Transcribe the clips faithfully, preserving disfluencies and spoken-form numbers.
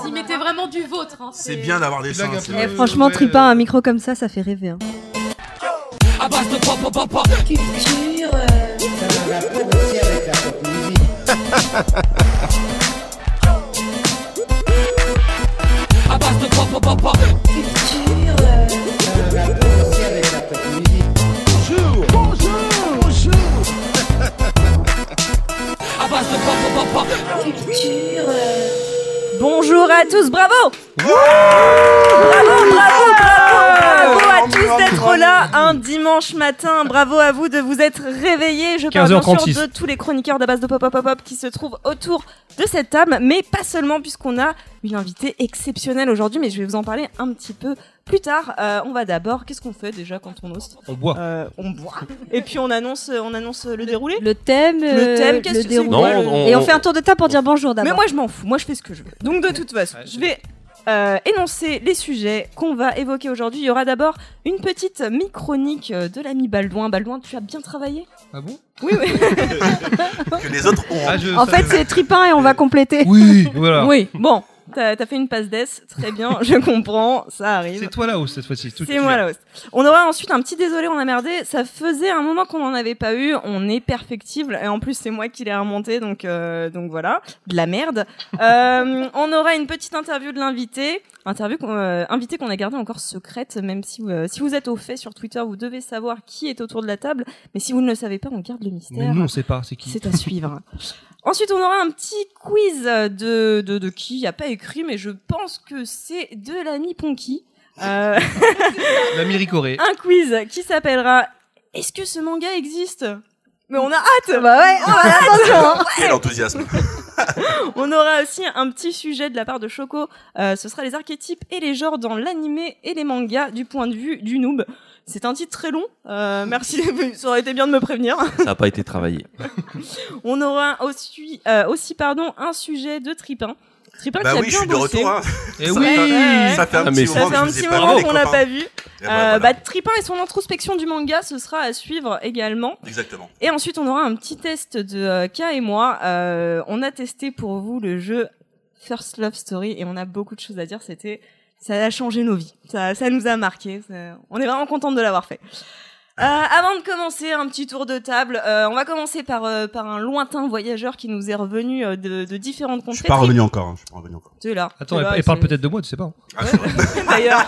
Vas-y, mettez vraiment du vôtre. Hein, c'est... c'est bien d'avoir des seins. Eh, franchement, Tripin, un micro comme ça, ça fait rêver. Hein. À base de pop, pop, pop, culture. Ça va pas aussi avec la pop musique. À base de pop, pop, pop, culture. Ça va pas aussi avec la pop musique. Bonjour, bonjour, bonjour. À base de pop, pop, pop, culture. Bonjour à tous, bravo. Bravo, bravo, bravo, bravo à tous d'être là un dimanche matin. Bravo à vous de vous être réveillés. Je parle bien sûr de tous les chroniqueurs de base de Pop Pop Pop Pop qui se trouvent autour de cette table, mais pas seulement puisqu'on a une invitée exceptionnelle aujourd'hui, mais je vais vous en parler un petit peu plus tard. Euh, on va d'abord, qu'est-ce qu'on fait déjà quand on host ? On boit. Euh, on boit. Et puis on annonce, on annonce le déroulé. Le thème. Le thème, euh, qu'est-ce le que déroulé. c'est Non, on- Et on fait un tour de table pour dire bonjour d'abord. Mais moi je m'en fous, moi je fais ce que je veux. Donc de toute façon, je vais euh, énoncer les sujets qu'on va évoquer aujourd'hui. Il y aura d'abord une petite mi-chronique de l'ami Baldouin. Baldouin, tu as bien travaillé ? Ah bon ? Oui, oui. Que les autres ont. Ah, je- En ça- fait, c'est Tripin et on va compléter. Oui, voilà. Oui, bon, t'as, t'as fait une passe d'ess, très bien, je comprends, ça arrive. C'est toi là-haut cette fois-ci. tout C'est moi la host. On aura ensuite un petit désolé, on a merdé. Ça faisait un moment qu'on n'en avait pas eu. On est perfectible. Et en plus, c'est moi qui l'ai remonté. Donc, euh, donc voilà. De la merde. Euh, on aura une petite interview de l'invité. Interview qu'on, euh, invité qu'on a gardée encore secrète. Même si, euh, si vous êtes au fait sur Twitter, vous devez savoir qui est autour de la table. Mais si vous ne le savez pas, on garde le mystère. Mais nous on sait pas, c'est qui ? C'est à suivre. Ensuite, on aura un petit quiz de, de, de qui il n'y a pas écrit, mais je pense que c'est de l'ami Ponky. Euh, L'ami Ricoré. un quiz qui s'appellera Est-ce que ce manga existe ? Mais on a hâte. Bah ouais, oh, attention. Quel enthousiasme. On aura aussi un petit sujet de la part de Choco. Euh, ce sera les archétypes et les genres dans l'animé et les mangas du point de vue du noob. C'est un titre très long. Euh, merci, ça aurait été bien de me prévenir. Ça n'a pas été travaillé. On aura aussi, euh, aussi pardon, un sujet de Tripin. Tripin Bah qui a oui, je bien suis de bossé. retour. Hein. Et Ça oui. fait- Ça fait un Ah, petit mais Ça moment fait que un je vous ai petit pas moment vu, les qu'on l'a copains. pas vu. Et Euh, voilà, bah, Tripin et son introspection du manga, ce sera à suivre également. Exactement. Et ensuite, on aura un petit test de euh, K et moi. Euh, on a testé pour vous le jeu First Love Story et on a beaucoup de choses à dire. C'était, ça a changé nos vies. Ça, ça nous a marqué. Ça- on est vraiment contente de l'avoir fait. Euh, avant de commencer, un petit tour de table. Euh, on va commencer par euh, par un lointain voyageur qui nous est revenu euh, de, de différentes Je contrées. suis pas revenu encore. hein, Je suis pas revenu encore. Tu es là. Attends, Tu es elle, là, elle parle c'est- peut-être de moi, tu sais pas. Ah, c'est vrai. D'ailleurs,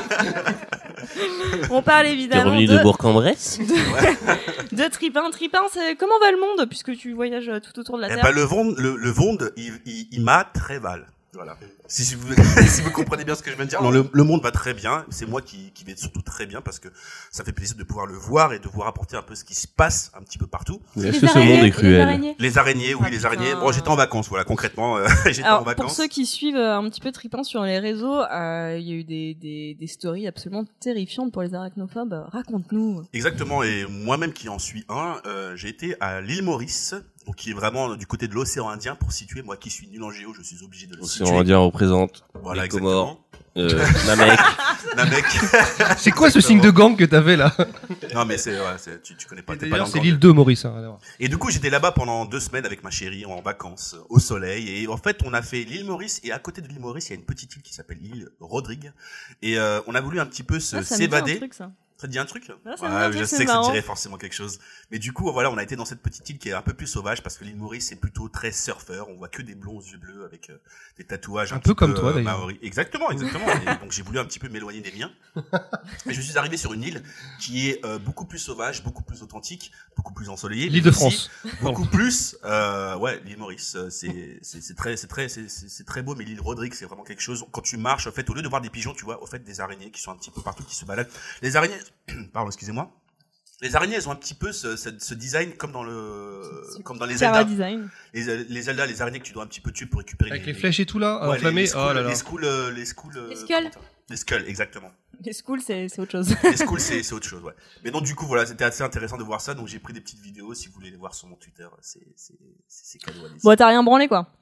on parle T'es évidemment revenu de, de Bourg-en-Bresse ? de Tripin. Tripin, c'est comment va le monde puisque tu voyages tout autour de la Eh Terre. ben, le Vond, le, le Vond, il, il, il m'a très mal. Voilà. Si, si, vous, si vous comprenez bien ce que je viens de dire, non, le, le monde va très bien. C'est moi qui, qui vais surtout très bien parce que ça fait plaisir de pouvoir le voir et de vous rapporter un peu ce qui se passe un petit peu partout. Est-ce que ce monde est cruel ? Les araignées, oui, Ah, les putain. araignées. Bon, j'étais en vacances, voilà, concrètement, euh, j'étais Alors, en pour vacances. ceux qui suivent euh, un petit peu Tripin sur les réseaux, euh, il y a eu des, des, des stories absolument terrifiantes pour les arachnophobes. Raconte-nous. Exactement, et moi-même qui en suis un, euh, j'ai été à l'île Maurice, donc qui est vraiment du côté de l'océan Indien, pour situer, moi qui suis nul en géo, je suis obligé de le situer. L'océan Indien représente Voilà, les exactement. Comores, euh, Namek. Namek. C'est quoi ce signe de gang que t'avais là ? Non mais c'est, ouais, c'est tu, tu connais pas, t'es pas D'ailleurs, dans c'est le l'île deux, Maurice. hein, alors. Et du coup, j'étais là-bas pendant deux semaines avec ma chérie en vacances, au soleil. Et en fait, on a fait l'île Maurice. Et à côté de l'île Maurice, il y a une petite île qui s'appelle l'île Rodrigue. Et euh, on a voulu un petit peu se Ah, ça me dit un s'évader. truc, ça. Ça te dit un truc? Ah, ça me dit un je truc, sais c'est que ça te marrant. dirait forcément quelque chose. Mais du coup, voilà, on a été dans cette petite île qui est un peu plus sauvage parce que l'île Maurice c'est plutôt très surfeur. On voit que des blonds aux yeux bleus avec euh, des tatouages un, Un petit peu comme peu, toi, euh, d'ailleurs. maori. Exactement, exactement. Et donc j'ai voulu un petit peu m'éloigner des miens. Et je suis arrivé sur une île qui est euh, beaucoup plus sauvage, beaucoup plus authentique, beaucoup plus ensoleillée. L'île mais de aussi France. Beaucoup plus, euh, ouais, l'île Maurice, euh, c'est c'est c'est très c'est très c'est c'est c'est très beau, mais l'île Rodrigue c'est vraiment quelque chose. Quand tu marches, en fait, au lieu de voir des pigeons, tu vois, au fait, des araignées qui sont un petit peu partout, qui se baladent. Les araignées, pardon, excusez-moi. Les araignées, elles ont un petit peu ce, ce, ce design comme dans le, comme dans les Cara Zelda. design. Les, les Zelda, les araignées que tu dois un petit peu tuer pour récupérer. Avec les flèches et tout là, ouais, enflammées. les, les, Oh là là. les schools, euh, les schools, euh, Les skulls. les skulls, exactement. Les schools, c'est, c'est autre chose. Les schools, c'est, c'est autre chose, ouais. Mais donc, du coup, voilà, c'était assez intéressant de voir ça. Donc, j'ai pris des petites vidéos. Si vous voulez les voir sur mon Twitter, c'est, c'est, c'est, c'est cadeau à laisser. Bon, t'as rien branlé, quoi.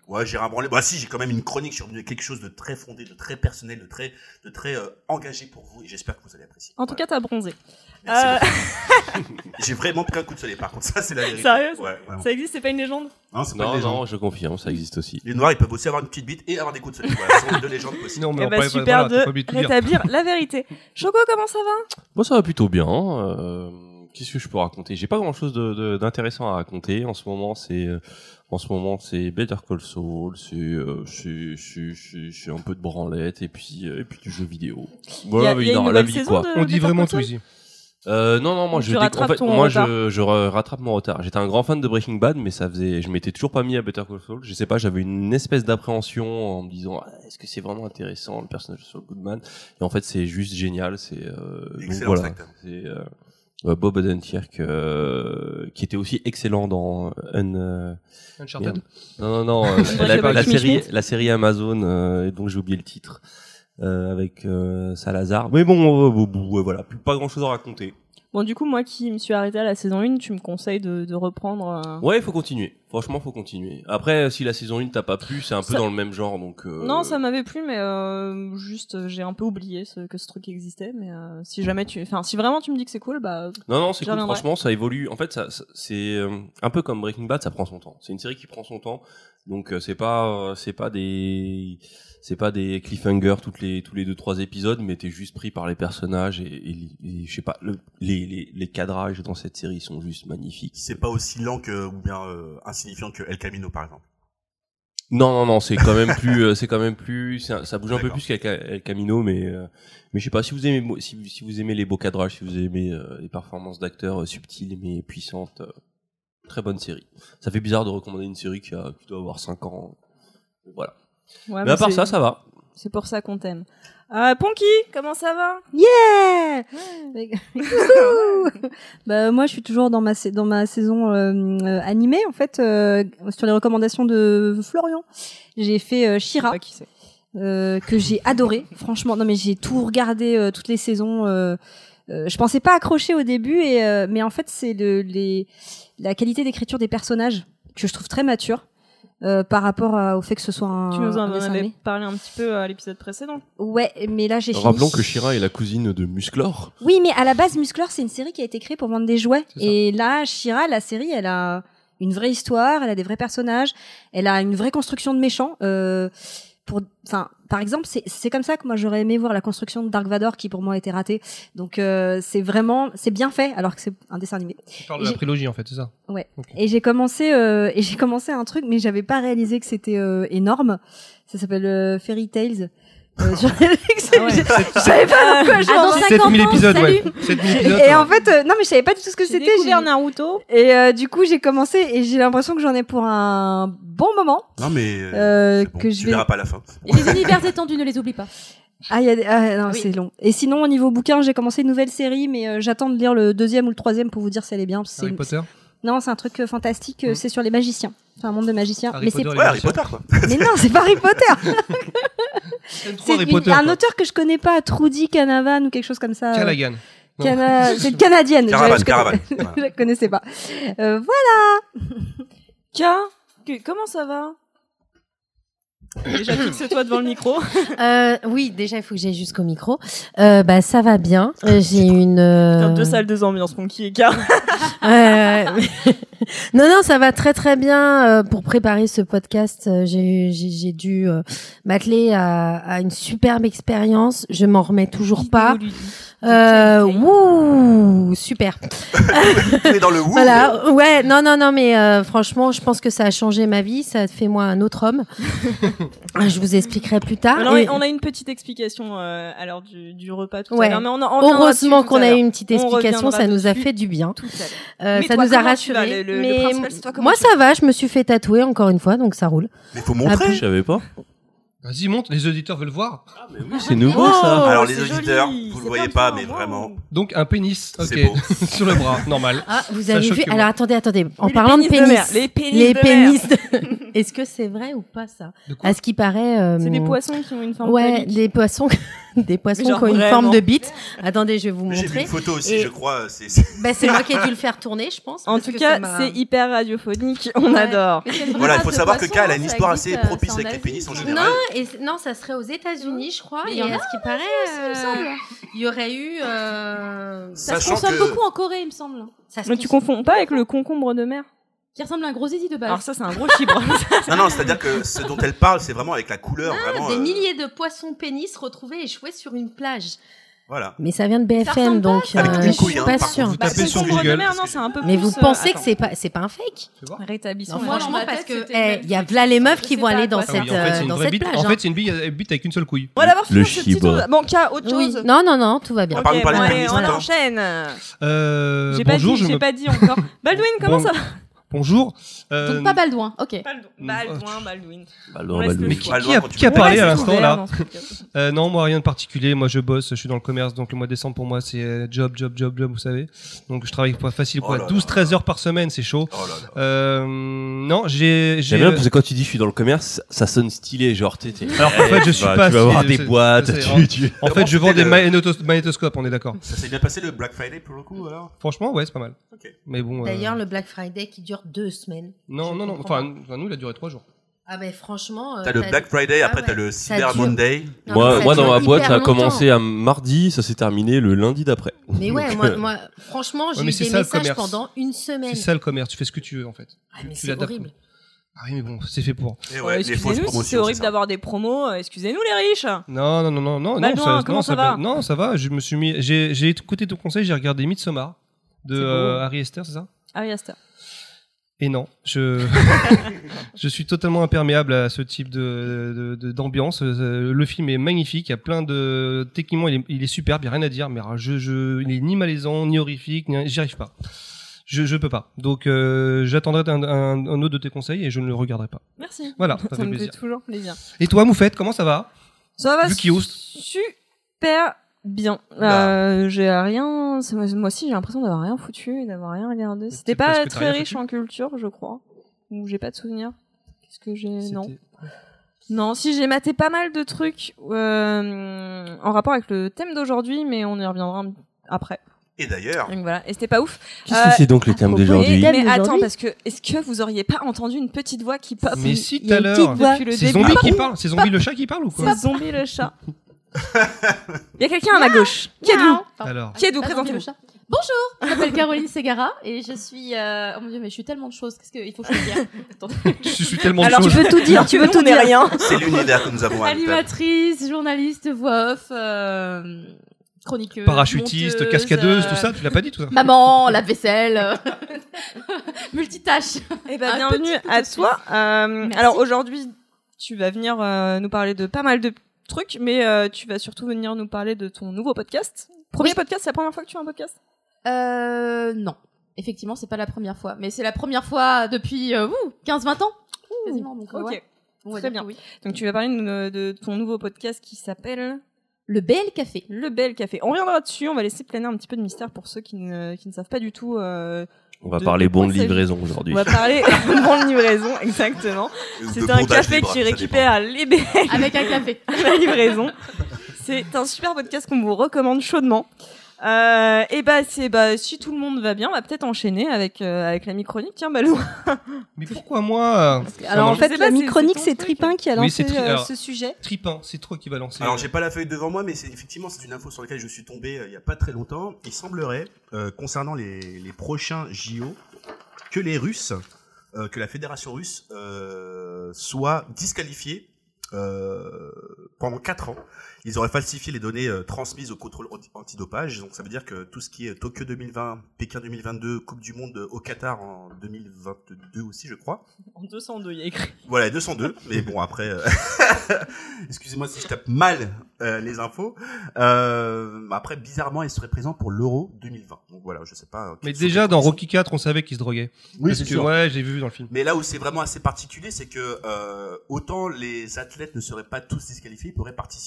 Ouais, j'ai rembranlé. Bah si, j'ai quand même une chronique sur quelque chose de très fondé, de très personnel, de très, de très euh, engagé pour vous, et j'espère que vous allez apprécier. En tout Voilà. cas, t'as bronzé. Merci Euh, beaucoup. J'ai vraiment pris un coup de soleil, par contre, ça c'est la vérité. Sérieux Ouais, vraiment. Ça existe, c'est pas une légende? Non, c'est pas Non, une légende. non, je confirme, ça existe aussi. Les noirs, ils peuvent aussi avoir une petite bite et avoir des coups de soleil. Voilà, ce sont les deux légendes possibles. Non, mais Eh on bah, parlait pas- super voilà, t'as pas de oublié de tout dire. rétablir la vérité. Choco, comment ça va? Moi, ça va plutôt bien. Euh, Qu'est-ce que je peux raconter? J'ai pas grand-chose de, de- d'intéressant à raconter. En ce moment, c'est euh, en ce moment c'est Better Call Saul, c'est euh, c'est c'est c'est c'est un peu de branlette et puis euh, et puis du jeu vidéo. Voilà, Il y a- mais il y a non, une la nouvelle vie saison quoi. de- On dit Better vraiment Call tout Saul ici. Euh, non non moi Tu je déc- rattrapes en fait ton moi retard. je je re- rattrape mon retard. J'étais un grand fan de Breaking Bad mais ça faisait je m'étais toujours pas mis à Better Call Saul. Je sais pas, j'avais une espèce d'appréhension en me disant ah, est-ce que c'est vraiment intéressant le personnage de Saul Goodman, et en fait c'est juste génial, c'est euh, donc Excellent voilà, acteur. c'est euh, euh, Bob Odenkirk euh, qui était aussi excellent dans un euh, Uncharted. non, non, non, euh, Ouais, la, c'est pas la Jimmy série, Smith. la série Amazon, euh, dont j'ai oublié le titre, euh, avec euh, Salazar. Mais bon, euh, bon, ouais, voilà, plus pas grand chose à raconter. Bon, du coup, moi qui me suis arrêtée à la saison un, tu me conseilles de, de reprendre. euh, Ouais, il faut continuer. Franchement, faut continuer. Après, si la saison un t'a pas plu, c'est un peu Ça- dans le même genre, donc. Euh... Non, ça m'avait plu, mais euh, juste euh, j'ai un peu oublié ce, que ce truc existait. Mais euh, si jamais tu, enfin, si vraiment tu me dis que c'est cool, bah. Non, non, c'est J'y cool. reviendrai. Franchement, ça évolue. En fait, ça, ça- c'est euh, un peu comme Breaking Bad, ça prend son temps. C'est une série qui prend son temps, donc euh, c'est pas, euh, c'est pas des, c'est pas des cliffhangers toutes les tous les deux trois épisodes, mais t'es juste pris par les personnages et, et, et je sais pas, le, les, les les cadrages dans cette série sont juste magnifiques. C'est pas aussi lent que, ou bien euh, insignifiant que El Camino, par exemple. Non, non, non, c'est quand même plus, euh, c'est quand même plus, c'est un- ça bouge un peu D'accord. plus qu'El El Camino, mais euh, mais je sais pas si vous aimez, si, vous- si vous aimez les beaux cadrages, si vous aimez euh, les performances d'acteurs euh, subtiles mais puissantes, euh, très bonne série. Ça fait bizarre de recommander une série qui a qui doit avoir cinq ans. Voilà. Ouais, mais à part c'est- ça, ça va. C'est pour ça qu'on t'aime. Euh, Ponky, comment ça va? Yeah. Bah moi je suis toujours dans ma sa- dans ma saison euh, euh, animée en fait euh, sur les recommandations de Florian. J'ai fait euh, Je sais She-Ra pas qui c'est. euh, que j'ai adoré. Franchement, non mais j'ai tout regardé euh, toutes les saisons. Euh, euh, je pensais pas accrocher au début et euh, mais en fait c'est le les la qualité d'écriture des personnages que je trouve très mature. Euh, par rapport à- au fait que ce soit un, Tu nous en un dessin avais animé. parlé un petit peu à l'épisode précédent. Ouais, mais là j'ai fini. Rappelons que She-Ra est la cousine de Musclor. Oui, mais à la base, Musclor, c'est une série qui a été créée pour vendre des jouets. C'est ça. Et là, She-Ra, la série, elle a une vraie histoire, elle a des vrais personnages, elle a une vraie construction de méchants. Euh, pour, enfin, par exemple, c'est c'est comme ça que moi j'aurais aimé voir la construction de Dark Vador, qui pour moi a été ratée. Donc euh, c'est vraiment, c'est bien fait, alors que c'est un dessin animé. Tu parles de la J'ai- prélogie en fait, c'est ça? Ouais. Ok. Et j'ai commencé, euh, et j'ai commencé un truc, mais j'avais pas réalisé que c'était euh, énorme. Ça s'appelle euh, Fairy Tales. Euh, sur Netflix. Ah ouais. Je je savais pas dans quoi je Ah, dans m'en- cinquante sept mille ans, épisodes, salut. ouais. sept mille épisodes. Et ça en va. fait, euh, non, mais je savais pas du tout ce que J'ai c'était. découvert j'ai- Naruto. Et euh, du coup, j'ai commencé et j'ai l'impression que j'en ai pour un bon moment. Non, mais, euh, Euh, c'est bon, que je tu vais- verras pas à la fin. Et les univers étendus, ne les oublie pas. Ah, il y a des- ah, non, Oui. c'est long. Et sinon, au niveau bouquin, j'ai commencé une nouvelle série, mais euh, j'attends de lire le deuxième ou le troisième pour vous dire si elle est bien. C'est Harry une- Potter. Non, c'est un truc euh, fantastique. euh, Mm. C'est sur les magiciens. C'est un monde de magiciens. Harry mais c'est Potter, Ouais, Harry Potter, quoi. mais non, c'est pas Harry Potter. T'aimes trop C'est Harry une- Potter. un toi. auteur que je connais pas, Trudy Canavan ou quelque chose comme ça. Callaghan. Non. Cana- C'est une canadienne. Caravane, je, je, caravane. connais- Voilà. je la connaissais pas. Euh, voilà. K, que- comment ça va? Déjà, fixe-toi devant le micro. Euh, oui, déjà, il faut que j'aille jusqu'au micro. Euh, bah, ça va bien. Euh, j'ai une. Putain, Euh... deux salles, deux ambiances, Ponky et K. Ouais. non, non, ça va très très bien. Euh, pour préparer ce podcast, euh, j'ai j'ai j'ai dû euh, m'atteler à, à une superbe expérience. Je m'en remets toujours pas. Euh, wouh, super. Tu es dans le wouh. Voilà, ouais, non, non, non, mais euh, franchement, je pense que ça a changé ma vie, ça a fait moi un autre homme. Je vous expliquerai plus tard. Alors, Et on a une petite explication euh, à l'heure du, du repas tout Ouais. à l'heure, mais on en, on reviendra heureusement dessus tout qu'on à a eu l'heure. une petite On explication, ça reviendra nous a dessus fait du bien. Tout à l'heure. Euh, Mais ça toi, nous a comment tu vas rassurés. Le- le- le mais principal, c'est toi, comment moi, tu vas ça va, je me suis fait tatouer encore une fois, donc ça roule. Mais faut Ah, montrer. Je savais pas. Vas-y, monte, les auditeurs veulent voir. Ah, mais oui, c'est nouveau Oh, ça. Alors, les c'est auditeurs, joli, vous le c'est voyez plein pas, de mais points, vraiment. wow. Donc un pénis, ok, C'est beau. sur le bras, normal. Ah, vous Ça avez choque vu que moi. Alors attendez, attendez. En Les parlant de pénis de pénis, mer, les pénis les de pénis. de- Est-ce que c'est vrai ou pas ça De quoi À ce qui paraît. euh, C'est des poissons qui ont une forme Ouais, phallique. des poissons. des poissons Mais genre qui ont une vraiment. forme de bite. Attendez, je vais vous J'ai vu montrer. une photo aussi, Et- je crois. C'est, c'est- Bah, c'est moi qui ai dû le faire tourner, je pense. En parce tout que cas, ça m'a- c'est hyper radiophonique. On Ouais. adore. Mais c'est une vraie Voilà, il race faut de savoir que poisson, K, elle a hein, une ça histoire existe, assez euh, propice c'est en avec les Asie, pénis en non général. Non, et c- non, ça serait aux États-Unis, je crois. Mais il Et y en à a ce qui paraît, il me euh, semble. il y aurait eu. euh, Ça se Sachant consomme que- beaucoup en Corée, il me semble. ça se Mais tu consomme. confonds pas avec le concombre de mer? Qui ressemble à un gros zizi de base. Alors ça, c'est un gros chibre. Non, non, c'est-à-dire que ce dont elle parle, c'est vraiment avec la couleur, vraiment. Des euh, milliers de poissons pénis retrouvés échoués sur une plage. Voilà. Mais ça vient de B F M, ressemble pas, donc ça. Avec euh, une je couille, suis hein, pas par sûre. Vous Bah, tapez sur concombre de Google. mer, non, c'est un peu Mais plus, vous euh, pensez que attends. c'est pas, c'est pas un fake? Fais voir. Rétablissons. Non, la- Moi, dans franchement, ma parce tête, que c'était eh, le même il y a truc. là les meufs Je qui sais vont pas aller dans quoi. Ah cette oui, en fait, euh, c'est une dans vraie cette bite. plage. En hein. fait, c'est une bille, une bite avec une seule couille. On va d'abord Le finir ce petit chibre. tour. Bon, K, autre Oui. chose. Non, non, non, tout va bien. On parle Ok, pas bon, des allez, pénis, on attends. enchaîne. Euh, J'ai pas bonjour, dit, je j'ai me... pas dit encore. Baldwin, comment Bon- ça va? Bonjour. Euh, Donc pas Baldouin, ok. Baldwin, Baldwin. Bah, On non, laisse bah, le le- Mais choix. qui, Baldwin, qui a, quand tu qui a peux- parlé Ouais, à c'est l'instant ouvert là dans ce podcast. euh, Non, moi rien de particulier. Moi je bosse, je suis dans le commerce, donc le mois de décembre pour moi c'est euh, job, job, job, job, vous savez. Donc je travaille pas facile Oh quoi. là là. douze treize heures par semaine, c'est chaud. Oh là là. Euh, non, j'ai. j'ai J'aime bien parce que quand tu dis je suis dans le commerce, ça sonne stylé, genre t'es. t'es- Alors qu'en fait, je tu suis vas- pas Tu vas voir stylé, des c'est- boîtes. c'est- tu- tu- En fait, Comment je vends c'était des le- magnétos- magnétoscopes, on est d'accord. Ça s'est bien passé le Black Friday pour le coup alors? Franchement, ouais, c'est pas mal. Ok. Mais bon. euh, D'ailleurs, le Black Friday qui dure deux semaines. Non, je non, non. comprends Enfin, enfin, nous, il a duré trois jours. Ah ben franchement. euh, T'as le Black Friday, Ah après ouais. t'as le Ça Cyber dure. Monday. Non, Moi, mais ça moi dans dure ma boîte, hyper ça a longtemps. commencé un mardi, ça s'est terminé le lundi d'après. Mais ouais, Donc, moi, euh, moi, franchement, j'ai Ouais, mais eu c'est des ça, le messages commerce. pendant une semaine. C'est ça le commerce, tu fais ce que tu veux en fait. Ah, mais Tu c'est l'adaptes. horrible. Ah oui, mais bon, c'est fait pour. Et Euh, ouais, les fausses Excusez-nous si promotions. c'est horrible ça. d'avoir des promos. euh, Excusez-nous les riches. Non, non, non, non, non, Baldwin, non, comment non, ça va Non, ça va. Je me suis mis, j'ai, j'ai écouté ton conseil, j'ai regardé Midsommar de C'est beau. euh, Harry Esther, c'est ça? Ah oui, Asta. Et non, je, je suis totalement imperméable à ce type de, de- de- d'ambiance. Euh, Le film est magnifique, il y a plein de, techniquement, il est, il est superbe, il y a rien à dire, mais alors, je, je, il est ni malaisant, ni horrifique, ni, j'y arrive pas. Je, je peux pas. Donc, euh, j'attendrai un, un, un autre de tes conseils et je ne le regarderai pas. Merci. Voilà, ça Ça fait me fait plaisir. toujours plaisir. Et toi, Moufette, comment ça va? Ça va Vu qu'il hoste. super bien. Euh, j'ai rien. c'est- Moi aussi, j'ai l'impression d'avoir rien foutu et d'avoir rien regardé. C'était C'est parce pas que t'as très rien riche foutu en culture, je crois. Ou j'ai pas de souvenir. Qu'est-ce que j'ai Non. C'était- Non, si j'ai maté pas mal de trucs euh, en rapport avec le thème d'aujourd'hui, mais on y reviendra un- après. Et d'ailleurs, Donc voilà. Et c'était pas ouf. Qu'est-ce Euh, que c'est donc les thèmes propos d'aujourd'hui? des thèmes Mais attends, d'aujourd'hui. parce que est-ce que vous auriez pas entendu une petite voix qui pop Mais si, Il y tout a à une l'heure. petite voix. depuis le C'est début Zombie Pop, qui parle? C'est Zombie le chat qui parle ou quoi? C'est Zombie le chat. Il y a quelqu'un à ma gauche. Qui êtes-vous Alors. Qui êtes-vous Ah, Présentez-vous. le chat. Bonjour, je m'appelle Caroline Segara et je suis. euh, Oh mon dieu, mais je suis tellement de choses. Qu'est-ce qu'il faut que je te dise Attendez. Je suis tellement de Alors, choses. Tu peux tout dire, tu peux tout dire. rien. c'est l'univers que nous avons à l'hôpital. Animatrice, journaliste, voix off, euh, chroniqueuse, Parachutiste, monteuse, cascadeuse, euh, tout ça, tu l'as pas dit tout ça? Maman, lave-vaisselle, euh, multitâche. Eh ben, Un bienvenue petit peu à de toi. Euh, Merci. alors aujourd'hui, tu vas venir euh, nous parler de pas mal de trucs, mais euh, tu vas surtout venir nous parler de ton nouveau podcast. Premier podcast, c'est la première fois que tu fais un podcast? Euh, non. Effectivement, c'est pas la première fois, mais c'est la première fois depuis euh, ouh, quinze vingt ans. Quasiment, donc, euh, Ok. ouais. On va Très dire bien. que oui. Donc tu vas parler de, de ton nouveau podcast qui s'appelle Le B L Café. Le Bel Café. On reviendra dessus, on va laisser planer un petit peu de mystère pour ceux qui ne, qui ne savent pas du tout. Euh, On va de- parler de quoi bon de il s'agit. livraison aujourd'hui. On va parler bonne livraison, exactement. Ou de C'est un bondage café libre, qui ça récupère les B L Avec un café. à la livraison. C'est un super podcast qu'on vous recommande chaudement. Euh, et bah c'est bah si tout le monde va bien, on va peut-être enchaîner avec euh, avec la micronique. Tiens Balou. Mais pourquoi moi? Alors en Je fait, sais la pas, c'est- mi-chronique, c'est c'est ton truc. Tripin qui a Oui, lancé c'est Tri- euh, alors- ce sujet. Tripin, c'est toi qui va lancer. Alors j'ai pas la feuille devant moi, mais c'est effectivement c'est une info sur laquelle je suis tombé euh, il y a pas très longtemps. Il semblerait, euh, concernant les, les prochains J O, que les Russes, euh, que la fédération russe euh, soit disqualifiée euh, pendant quatre ans. Ils auraient falsifié les données euh, transmises au contrôle anti- antidopage. Donc ça veut dire que tout ce qui est Tokyo deux mille vingt, Pékin deux mille vingt-deux, Coupe du Monde au Qatar en deux mille vingt-deux aussi, je crois. En deux cent deux, il y a écrit. Voilà, deux cent deux. Mais bon, après, euh, excusez-moi si je tape mal euh, les infos. Euh, après, bizarrement, il serait présent pour l'Euro deux mille vingt. Donc voilà, je sais pas. euh, Mais quelles sont déjà, les dans conditions. Rocky quatre, on savait qu'il se droguait. Oui, Parce c'est que, sûr. ouais, j'ai vu dans le film. Mais là où c'est vraiment assez particulier, c'est que euh, autant les athlètes ne seraient pas tous disqualifiés, ils pourraient participer dans les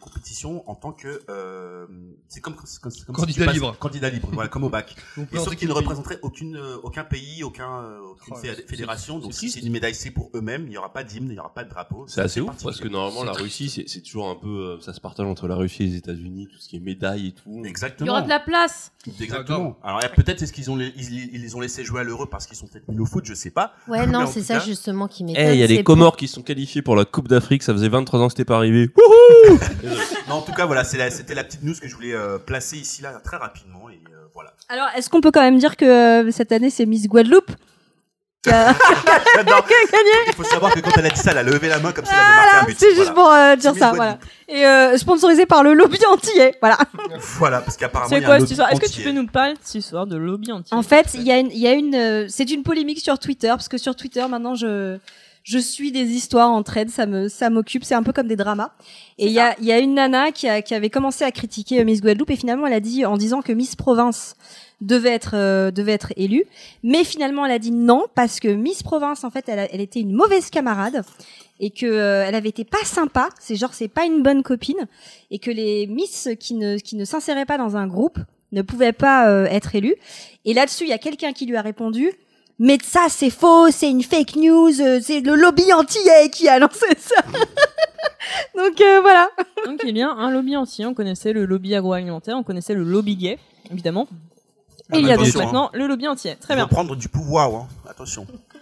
compétition en tant que euh, c'est comme, c'est comme, c'est comme Candidat si tu passes- libre. candidat libre, voilà, comme au bac. Donc, Et en sauf fait, qu'ils ne il- représenterait aucune, euh, aucun pays, aucun, euh, aucune Oh, fé- c'est- fédération. c'est- Donc c'est si c'est triste. une médaille, c'est pour eux-mêmes. Il n'y aura pas d'hymne, il n'y aura pas de drapeau. C'est assez ouf particulier. parce que normalement la C'est Russie c'est c'est toujours un peu euh, ça se partage entre la Russie et les États-Unis, tout ce qui est médailles et tout. Exactement. Il y aura de la place. Exactement. Alors eh, peut-être est-ce qu'ils ont les, ils, ils les ont laissé jouer à l'Euro parce qu'ils sont peut-être nuls au foot, je sais pas. Ouais, Mais non, en c'est tout ça cas- justement qui Eh, m'étonne. il y a c'est les pour- Comores qui sont qualifiés pour la Coupe d'Afrique, ça faisait vingt-trois ans que c'était pas arrivé. Non, en tout cas, voilà, c'est la- c'était la petite news que je voulais euh, placer ici là très rapidement et euh, voilà. Alors, est-ce qu'on peut quand même dire que euh, cette année, c'est Miss Guadeloupe qui a- J'adore. Il faut savoir que quand elle a dit ça, elle a levé la main comme si elle avait marqué un but. C'est juste Voilà. pour euh, dire Miss ça, Guadeloupe. voilà. Et euh, sponsorisé par le lobby antillais, voilà. Voilà, parce qu'apparemment il C'est y a un quoi cette lobby histoire Est-ce que tu entier. peux nous parler de cette histoire de lobby entier En fait, il y a une, il y a une, euh, c'est une polémique sur Twitter parce que sur Twitter maintenant je, je suis des histoires en thread, ça me, ça m'occupe, c'est un peu comme des dramas. Et il y a, il y a une nana qui a, qui avait commencé à critiquer euh, Miss Guadeloupe et finalement elle a dit en disant que Miss Province devait être, euh, devait être élue, mais finalement elle a dit non parce que Miss Province en fait elle, a- elle était une mauvaise camarade et que euh, elle avait été pas sympa, c'est genre c'est pas une bonne copine et que les Miss qui ne, qui ne s'inséraient pas dans un groupe ne pouvaient pas euh, être élues. Et là-dessus, il y a quelqu'un qui lui a répondu « Mais ça, c'est faux, c'est une fake news, euh, c'est le lobby antillais qui a lancé ça !» Donc euh, voilà. Donc il y a un lobby entier, on connaissait le lobby agroalimentaire, on connaissait le lobby gay, évidemment. Ah, Et il y mais a donc attention, maintenant le lobby entier. Très Ils bien. vont prendre du pouvoir, hein. Attention.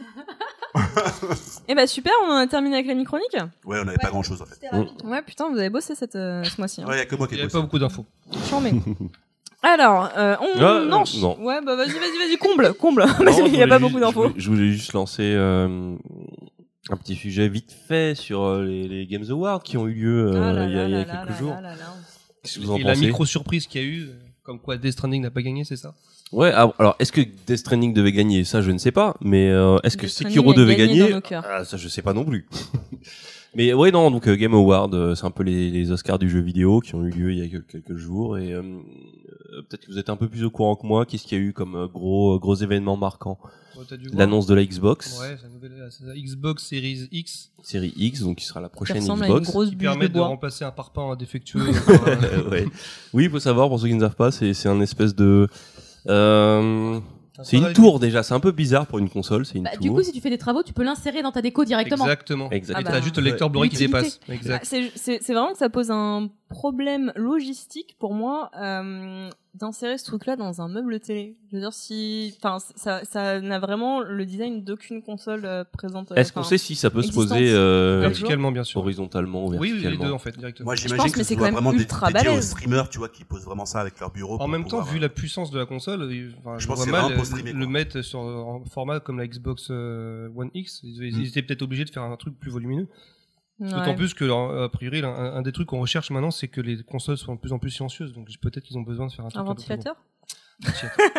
Et bah super, on en a terminé avec la micronique. Ouais, on n'avait pas grand chose en fait. Ouais, putain, vous avez bossé cette, euh, ce mois-ci. Hein. Ouais, il y a que moi qui Il ai n'y avait bossé. pas beaucoup d'infos. J'en mets. Alors, euh, on Ah, euh, enchaîne. non. Ouais, bah vas-y, vas-y, vas-y, comble, comble. Non, Parce je qu'il n'y a voulais pas juste- beaucoup d'infos. Je voulais, je voulais juste lancer euh, un petit sujet vite fait sur euh, les, les Games Awards qui ont eu lieu euh, Ah là il y a, là il y a là quelques là jours. là là là. Qu'est-ce que vous en Et la pensez micro-surprise qu'il y a eu, euh, comme quoi Death Stranding n'a pas gagné, c'est ça? Ouais, ah, alors est-ce que Death Stranding devait gagner? Ça, je ne sais pas. Mais euh, est-ce que Death Stranding Sekiro a devait gagné gagner? dans nos cœurs. Ah, ça, je sais pas non plus. Mais ouais, non, donc euh, Game Awards, euh, c'est un peu les, les Oscars du jeu vidéo qui ont eu lieu il y a quelques, quelques jours. Et euh, euh, peut-être que vous êtes un peu plus au courant que moi. Qu'est-ce qu'il y a eu comme euh, gros, gros événement marquant? Ouais, t'as dû voir. L'annonce de la Xbox, Ouais, c'est la nouvelle c'est la Xbox Series X série X, donc qui sera la Qui prochaine ressemble à une Xbox. grosse qui bûche de permet de bois. remplacer un parpaing défectueux. par un- Euh, ouais. Oui, il faut savoir, pour ceux qui ne savent pas, c'est c'est un espèce de... Euh, c'est une tour déjà, c'est un peu bizarre pour une console, c'est une Bah, tour. du coup, si tu fais des travaux, tu peux l'insérer dans ta déco directement. Exactement. Exact. Et Ah t'as bah. juste le lecteur Blu-ray qui L'utilité. dépasse. Ah, Exact. C'est c'est- c'est vraiment que ça pose un problème logistique pour moi euh, d'insérer ce truc-là dans un meuble télé. Je veux dire, si, enfin, ça, ça n'a vraiment le design d'aucune console euh, présente. euh, Est-ce qu'on enfin, sait si ça peut se existante. poser euh, Ouais. Verticalement, bien sûr. horizontalement ou Oui, oui, les verticalement? deux en fait, directement. Moi, pense, j'imagine que mais ce c'est soit quand même vraiment dé- ultra dédié aux balèze. streamers, tu vois, qui posent vraiment ça avec leur bureau. En pour même temps, pouvoir, vu euh, la puissance de la console, euh, enfin, Je je pense vois que c'est mal vraiment pour euh, streamer, le quoi. mettre sur un format comme la Xbox euh, One X. Ils, ils Mm. étaient peut-être obligés de faire un truc plus volumineux. ouais. D'autant plus que, euh, a priori, un, un des trucs qu'on recherche maintenant, c'est que les consoles soient de plus en plus silencieuses. Donc peut-être qu'ils ont besoin de faire un truc Un peu plus ventilateur. gros.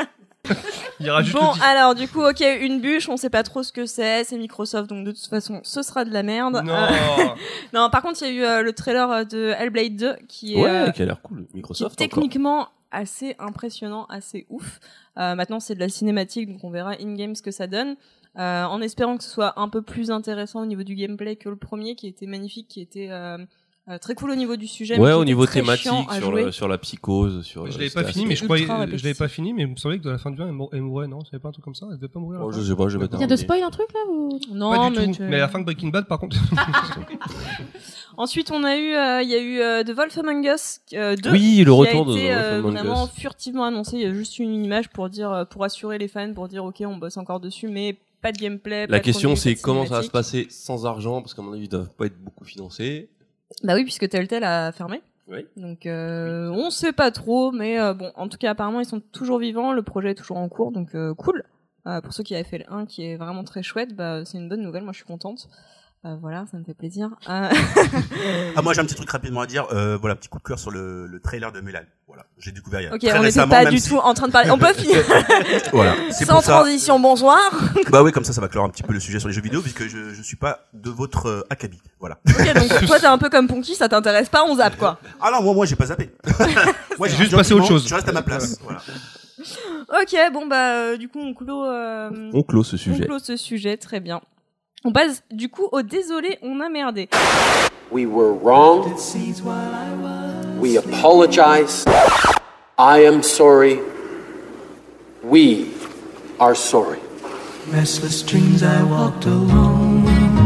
Il rajoute Bon, le dit- alors du coup, ok, une bûche, on sait pas trop ce que c'est, c'est Microsoft, donc de toute façon, ce sera de la merde. Non. Euh, non, par contre, il y a eu euh, le trailer euh, de Hellblade deux qui est, Ouais, euh, qui a l'air cool. qui est Microsoft encore. techniquement assez impressionnant, assez ouf. Euh, maintenant, c'est de la cinématique, donc on verra in-game ce que ça donne. Euh, en espérant que ce soit un peu plus intéressant au niveau du gameplay que le premier, qui était magnifique, qui était euh, euh, très cool au niveau du sujet. mais Ouais, qui au était niveau très thématique, chiant à sur, jouer. le, sur la psychose, sur. Je euh, l'avais c'était pas fini, assez- mais je ultra croyais, je l'avais répétitif. pas fini, mais il me semblait que dans la fin du un, elle mou- elle mourait, non? C'était pas un truc comme ça? Elle devait pas mourir à la Oh, fin je sais pas, je vais Il y a de spoil un truc là ou... Non, Pas du mais tout. tu- Mais à la fin de Breaking Bad, par contre. Ensuite, on a eu, euh, il y a eu euh, The Wolf Among Us euh, deux. Oui, le qui retour a de été, The Wolf euh, Among vraiment Us. furtivement annoncé. Il y a juste une image pour dire, euh, pour assurer les fans, pour dire ok, on bosse encore dessus, mais pas de gameplay. pas La de question, contenu, c'est pas de comment ça va se cinématique. passer sans argent, parce qu'à mon avis, ils doivent pas être beaucoup financés. Bah oui, puisque Telltale a fermé. Oui. Donc euh, on sait pas trop, mais euh, bon, en tout cas apparemment ils sont toujours vivants, le projet est toujours en cours, donc euh, cool. Euh, pour ceux qui avaient fait le un, qui est vraiment très chouette, bah c'est une bonne nouvelle, moi je suis contente. Euh, voilà, ça me fait plaisir. Euh, Ah, moi, j'ai un petit truc rapidement à dire. Euh, voilà, petit coup de cœur sur le, le trailer de Mulan. Voilà, j'ai découvert il y a ok, très on n'était récemment, pas même du si- tout en train de parler. On peut finir Voilà, c'est sans pour ça. transition. Bonsoir. Bah oui, comme ça, ça va clore un petit peu le sujet sur les jeux vidéo, puisque je, je suis pas de votre euh, acabit. Voilà. Ok, donc toi t'es un peu comme Ponky, ça t'intéresse pas, on zappe quoi. Ah non, moi, moi, j'ai pas zappé. moi, j'ai Juste dit passer à autre gentiment, chose. Je reste à ma place. Voilà. Ok, bon bah euh, du coup on clôt, euh, On clôt ce on sujet. clôt ce sujet, très bien. On passe du coup au désolé, on a merdé. We were wrong. We apologize. I am sorry. We are sorry. Restless dreams I walked alone.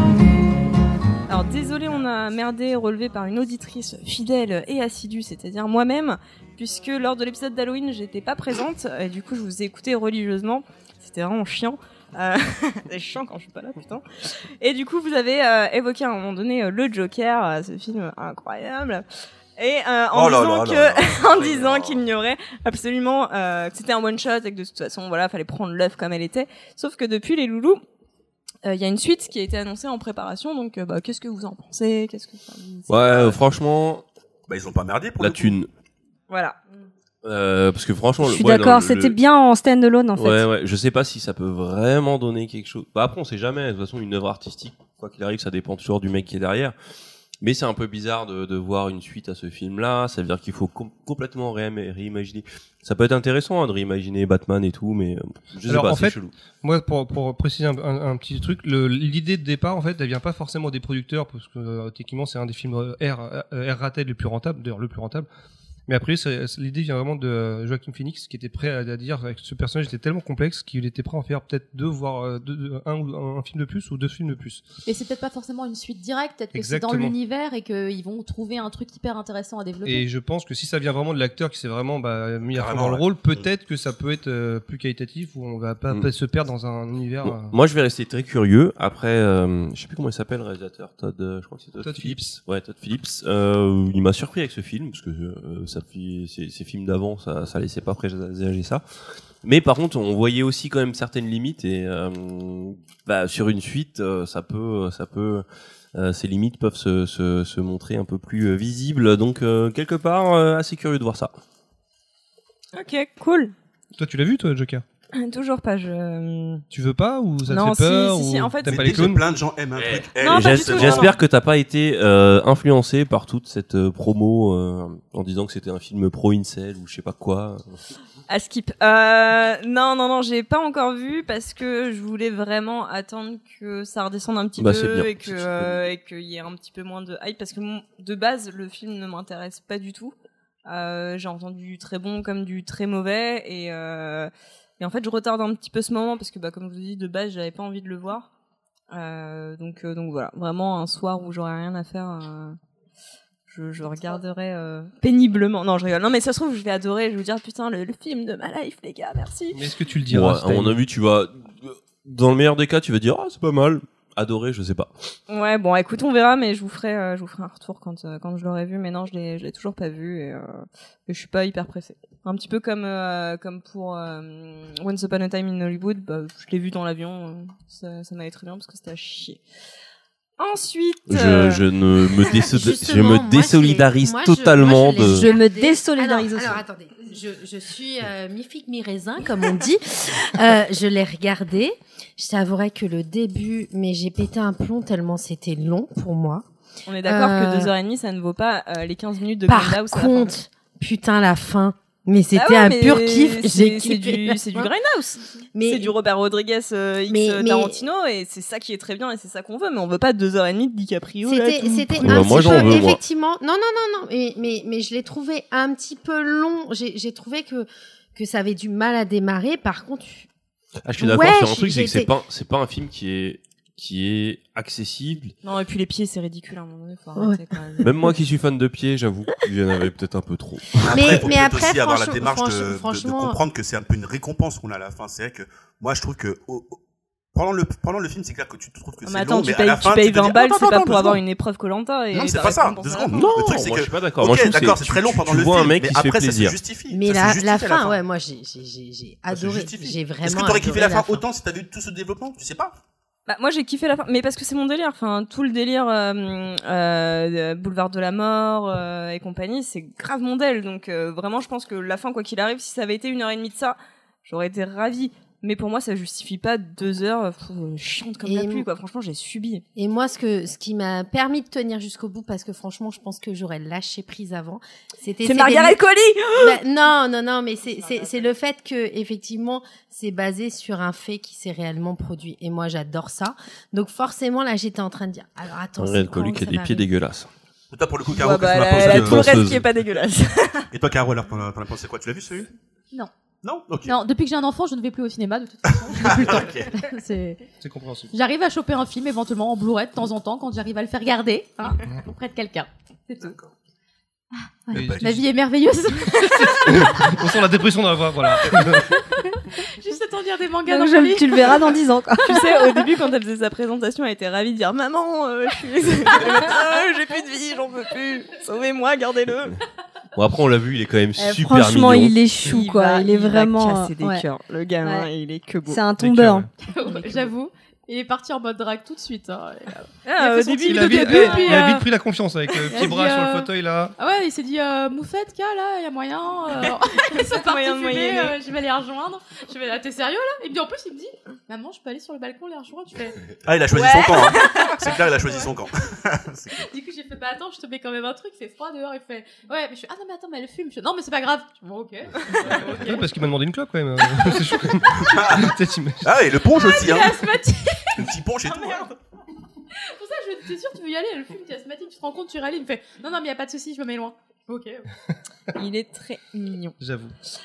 Alors désolé, on a merdé, relevé par une auditrice fidèle et assidue, c'est-à-dire moi-même, puisque lors de l'épisode d'Halloween, j'étais pas présente, et du coup je vous ai écouté religieusement, c'était vraiment chiant. Euh, c'est chiant quand je suis pas là, putain. Et du coup, vous avez euh, évoqué à un moment donné euh, le Joker, euh, ce film incroyable. Et euh, en Oh là disant là que, là là. en disant qu'il n'y aurait absolument, euh, que c'était un one shot et que de toute façon, voilà, fallait prendre l'œuvre comme elle était. Sauf que depuis les loulous, il euh, y a une suite qui a été annoncée en préparation. Donc, euh, bah, qu'est-ce que vous en pensez? Qu'est-ce que enfin, Ouais, euh, franchement, Bah, ils ont pas merdé pour la le coup. thune. voilà. Euh, parce que franchement, Je suis ouais, d'accord, non, c'était le- bien en stand-alone en fait. Ouais, ouais, je sais pas si ça peut vraiment donner quelque chose. Bah après, on sait jamais. De toute façon, une œuvre artistique, quoi qu'il arrive, ça dépend toujours du mec qui est derrière. Mais c'est un peu bizarre de, de voir une suite à ce film-là. Ça veut dire qu'il faut com- complètement réim- réimaginer. Ça peut être intéressant hein, de réimaginer Batman et tout, mais euh, je sais Alors, pas, en c'est fait, chelou. Moi, pour, pour préciser un, un, un petit truc, le- l'idée de départ, en fait, elle vient pas forcément des producteurs, parce que euh, techniquement, c'est un des films euh, R, euh, R-rated les plus rentables, d'ailleurs le plus rentable. Mais après, c'est- c'est- l'idée vient vraiment de euh, Joaquin Phoenix, qui était prêt à, à dire que ce personnage était tellement complexe qu'il était prêt à en faire peut-être deux, voire euh, deux, deux- un ou un, un film de plus ou deux films de plus. Et c'est peut-être pas forcément une suite directe, peut-être que c'est dans Exactement. l'univers et qu'ils vont trouver un truc hyper intéressant à développer. Et je pense que si ça vient vraiment de l'acteur qui s'est vraiment bah, mis à fond Carrément, dans le ouais. rôle, peut-être que ça peut être euh, plus qualitatif ou on va pas, Mm. pas se perdre dans un univers. Bon, euh, moi, je vais rester très curieux. Après, euh, je sais plus comment il s'appelle le réalisateur. Todd, euh, je crois que c'est Todd, Todd Phillips. Phillips. Ouais, Todd Phillips. Euh, il m'a surpris avec ce film parce que euh, ça fait ces, ces films d'avant, ça, ça laissait pas présager ça. Mais par contre, on voyait aussi quand même certaines limites et euh, bah, sur une suite, euh, ça peut, ça peut. Euh, ces limites peuvent se, se, se montrer un peu plus euh, visibles. Donc euh, quelque part, euh, assez curieux de voir ça. Ok, cool. Toi, tu l'as vu, toi, Joker? Toujours pas, je... Tu veux pas ou ça Non, te fait peur si, si, ou si, en fait, t'aimes Mais pas dès les que clowns? plein de gens aiment un truc. Non, eh, pas J'es- du tout, J'espère non. que t'as pas été euh, influencé par toute cette euh, promo euh, en disant que c'était un film pro-incel ou je sais pas quoi. À skip. Euh, non, non, non, j'ai pas encore vu parce que je voulais vraiment attendre que ça redescende un petit Bah, c'est peu bien. et que C'est euh, et qu'il y ait un petit peu moins de hype parce que mon- de base le film ne m'intéresse pas du tout. Euh, j'ai entendu du très bon comme du très mauvais et euh, et en fait je retarde un petit peu ce moment parce que bah comme je vous dis de base j'avais pas envie de le voir. Euh, donc euh, donc voilà, vraiment un soir où j'aurais rien à faire. Euh, Je, je regarderai euh, péniblement. Non, je rigole. Non, mais ça se trouve, je vais adorer. Je vais vous dire, putain, le, le film de ma life, les gars, merci. Mais est-ce que tu le Ouais, diras? à mon avis, tu vas dans le meilleur des cas, tu vas dire ah c'est pas mal. Adorer, je sais pas. Ouais, bon, écoute, on verra, mais je vous ferai, euh, je vous ferai un retour quand, euh, quand je l'aurai vu. Mais non, je l'ai, je l'ai toujours pas vu et, euh, et je suis pas hyper pressée. Un petit peu comme, euh, comme pour euh, Once Upon a Time in Hollywood. Bah, je l'ai vu dans l'avion. euh, ça, ça m'allait très bien parce que c'était à chier. Ensuite, Je, euh, je ne me, déso- je Justement, moi, me je l'ai- désolidarise moi, je- totalement moi, je l'ai- de. Je me Alors, désolidarise aussi. alors attendez, je, je suis euh, mi-figue mi-raisin comme on dit. Euh, je l'ai regardé. Je t'avouerai que le début, mais j'ai pété un plomb tellement c'était long pour moi. on est d'accord euh, que deux heures trente, ça ne vaut pas euh, les quinze minutes de Par Grindhouse à la fin. contre, putain la fin. Mais c'était Ah ouais, un mais pur kiff. c'est- J'ai C'est kiffé du, la c'est du fin. Grindhouse. Mais- C'est du Robert Rodriguez euh, X Mais- euh, mais- Tarantino et c'est ça qui est très bien et c'est ça qu'on veut. Mais on veut pas deux heures et demie de DiCaprio. là, C'était, tout c'était brûlé. Bah, un moi, petit j'en peu, veux, moi. effectivement. Non, non, non, non. Mais, mais, mais je l'ai trouvé un petit peu long. J'ai, j'ai trouvé que, que ça avait du mal à démarrer. Par contre, Ah, je suis d'accord Ouais, sur un truc, c'est que j'étais- c'est pas, c'est pas un film qui est, qui est accessible. Non et puis les pieds c'est ridicule à un moment donné. Faut Ouais. arrêter, quand même. Même moi qui suis fan de pieds, j'avoue qu'il y en avait peut-être un peu trop. Mais- Après, faut mais peut-être après, aussi avoir la franchement- démarche de, franchement- de- de franchement- comprendre que c'est un peu une récompense qu'on a à la fin. C'est vrai que moi, je trouve que au- au- pendant le pendant le film, c'est clair que tu trouves que Non, c'est mais attends, long, tu mais à payes, la tu fin, payes tu te vingt dis, balles, attends, c'est pas attends, pour deux avoir secondes. une épreuve Koh-Lanta. et Non, c'est ta pas ça. récompense Deux à la secondes. fin. Non, le truc, moi, c'est je que suis pas d'accord. Moi, ok, je trouve que d'accord, c'est- c'est très long tu- pendant tu le vois film, un mec mais qui se fait après, ça se plaisir. justifie. mais Ça se la, justifie la à fin, ouais, moi, j'ai, j'ai, j'ai, j'ai Ça se adoré. justifie. J'ai vraiment Est-ce que t'aurais kiffé la adoré fin autant si t'avais eu tout ce développement? Tu sais pas. Bah, moi j'ai kiffé la fin, mais parce que c'est mon délire. Enfin, tout le délire euh, euh, Boulevard de la Mort euh, et compagnie, c'est grave mon délire. Donc euh, vraiment, je pense que la fin, quoi qu'il arrive, si ça avait été une heure et demie de ça, j'aurais été ravie. Mais pour moi, ça justifie pas deux heures pff, chiantes comme Et la m- pluie, quoi. Franchement, j'ai subi. Et moi, ce que ce qui m'a permis de tenir jusqu'au bout, parce que franchement, je pense que j'aurais lâché prise avant, c'était C'est des- Margaret Qualley. Bah, non, non, non, mais c'est c'est c'est le fait que effectivement, c'est basé sur un fait qui s'est réellement produit. Et moi, j'adore ça. Donc forcément, là, j'étais en train de dire, alors attends, Margaret c'est quand Qualley que qui a ça des va pieds arriver dégueulasses. Et toi, pour le coup, Caro, Ouais, qu'est-ce bah, que t'en as elle pensé a de- tout le reste danseuse. qui est pas dégueulasse. Et toi, Caro, alors, t'en as t'en as pensé quoi? Tu l'as vu celui? Non. Non? Ok. Non, depuis que j'ai un enfant, je ne vais plus au cinéma de toute façon. Je n'ai plus le temps. Ok. C'est- C'est compréhensible. J'arrive à choper un film éventuellement en Blu-ray de temps en temps quand j'arrive à le faire garder hein, auprès de quelqu'un. C'est tout. D'accord. Et- bah, Ma vie est merveilleuse. On sent la dépression dans la voix, voilà. Juste le temps de lire des mangas Donc, dans je- ma vie. tu le verras dans dix ans, quoi. Tu sais, au début, quand elle faisait sa présentation, elle était ravie de dire maman, euh, je suis, Ah, j'ai plus de vie, j'en peux plus. Sauvez-moi, gardez-le. Bon, après, on l'a vu, il est quand même Eh, super franchement, mignon. il est chou, quoi. va- il est va vraiment. casser des ouais. cœurs. Le gamin, Ouais. il est que beau. C'est un Des tombeur. cœurs, ouais. Ouais, J'avoue. Il est parti en mode drague tout de suite. hein. Et, euh, Ah, Il a au fait son début, petit Il il a, au vite, début, eh, puis, il a euh, vite pris la confiance avec le il a petit dit, bras sur euh, le fauteuil là. Ah ouais, il s'est dit euh, Moufette, K, là, il y a moyen. Euh... c'est parti moyen de fumer, moyenner. euh, je vais les rejoindre. Je vais là, t'es sérieux là? Et puis en plus, il me dit, maman, je peux aller sur le balcon les rejoindre? Tu fais. Ah, il a choisi Ouais. son camp. Hein. C'est clair, il a choisi son camp. C'est clair. Du coup, j'ai fait, bah attends, je te mets quand même un truc, il fait froid dehors. Il fait, ouais, mais je fais, ah non, mais attends, mais elle fume. Je fais, non, mais c'est pas grave. Je fais, bon, ok. Ouais, parce qu'il m'a demandé une clope quand même. C'est chaud quand même. Peut-être il m'a- Ah, et le ponche aussi. Il est Hein. asthmatique. Le petit ponche et Ah, tout. hein. merde. Pour ça, je t'es sûr, tu veux y aller? Elle fume, t'es asthmatique, tu te rends compte, tu râles. Il me fait, non, non, mais y a pas de souci, je me mets loin. Ok. Il est très mignon. J'avoue.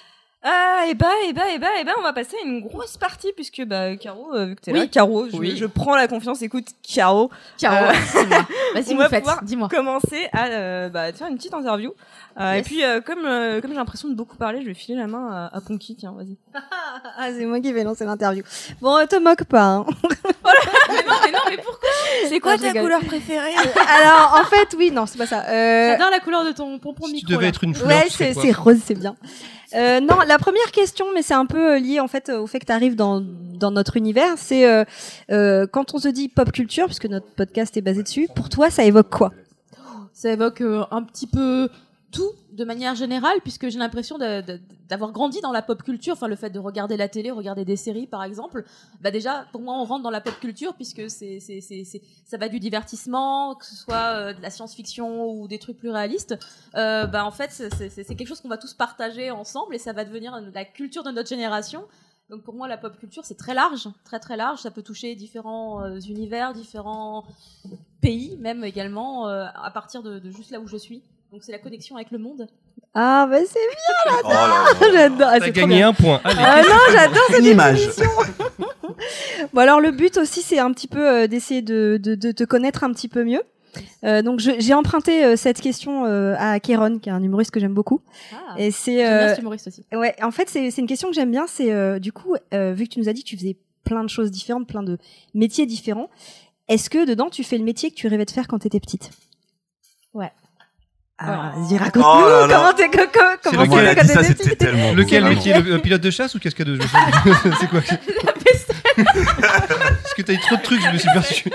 Ah, et bah, et bah, et bah, et bah, on va passer à une grosse partie, puisque, bah, Caro, euh, vu que t'es Oui. là, Caro, je, Oui. je prends la confiance, écoute, Caro. Ciao. Euh, Vas-y, on va Moufette, pouvoir dis-moi. commencer à euh, bah, te faire une petite interview. Euh, Yes. Et puis, euh, comme, euh, comme j'ai l'impression de beaucoup parler, je vais filer la main à, à Ponky, tiens, vas-y. Ah, c'est moi qui vais lancer l'interview. Bon, euh, te moque pas. Hein. Mais non, mais non, mais pourquoi? C'est quoi ta couleur préférée? Alors, en fait, oui, non, c'est pas ça. Euh, J'adore la couleur de ton pompon Si micro. tu devais là. être une fleur, Ouais, tu serais c'est quoi c'est rose, c'est bien. Euh, non, la première question, mais c'est un peu euh, lié en fait euh, au fait que tu arrives dans dans notre univers, c'est euh, euh, quand on se dit pop culture, puisque notre podcast est basé dessus. Pour toi, ça évoque quoi? Ça évoque euh, un petit peu tout de manière générale, puisque j'ai l'impression de- de- d'avoir grandi dans la pop culture, enfin le fait de regarder la télé, regarder des séries par exemple, bah déjà pour moi on rentre dans la pop culture puisque c'est c'est c'est c'est ça va du divertissement, que ce soit euh, de la science-fiction ou des trucs plus réalistes, euh, bah en fait c'est c'est c'est quelque chose qu'on va tous partager ensemble et ça va devenir la culture de notre génération. Donc pour moi la pop culture c'est très large, très très large, ça peut toucher différents euh, univers, différents pays même également euh, à partir de, de juste là où je suis. Donc c'est la connexion avec le monde. Ah, bah c'est bien, Oh là là. j'adore. Ah, T'as c'est trop gagné bien. un point. Allez. Ah non, j'adore cette Une image. définition. Bon alors le but aussi c'est un petit peu euh, d'essayer de, de, de te connaître un petit peu mieux. Euh, donc je- j'ai emprunté euh, cette question euh, à Kéron, qui est un humoriste que j'aime beaucoup. Ah, Et c'est j'aime bien euh, cet humoriste aussi. ouais, en fait c'est c'est une question que j'aime bien. C'est euh, du coup euh, vu que tu nous as dit que tu faisais plein de choses différentes, plein de métiers différents. Est-ce que dedans tu fais le métier que tu rêvais de faire quand t'étais petite? Ouais. Ah, Ouais. vas-y, raconte-nous Oh là là. comment t'es co- co- comment lequel Quand elle a t'es dit ça, quand t'étais c'était petite. tellement. Lequel vraiment. métier, le, euh, pilote de chasse ou cascadeuse? Je sais- C'est quoi? Parce que t'as eu trop de trucs, je me suis perdu.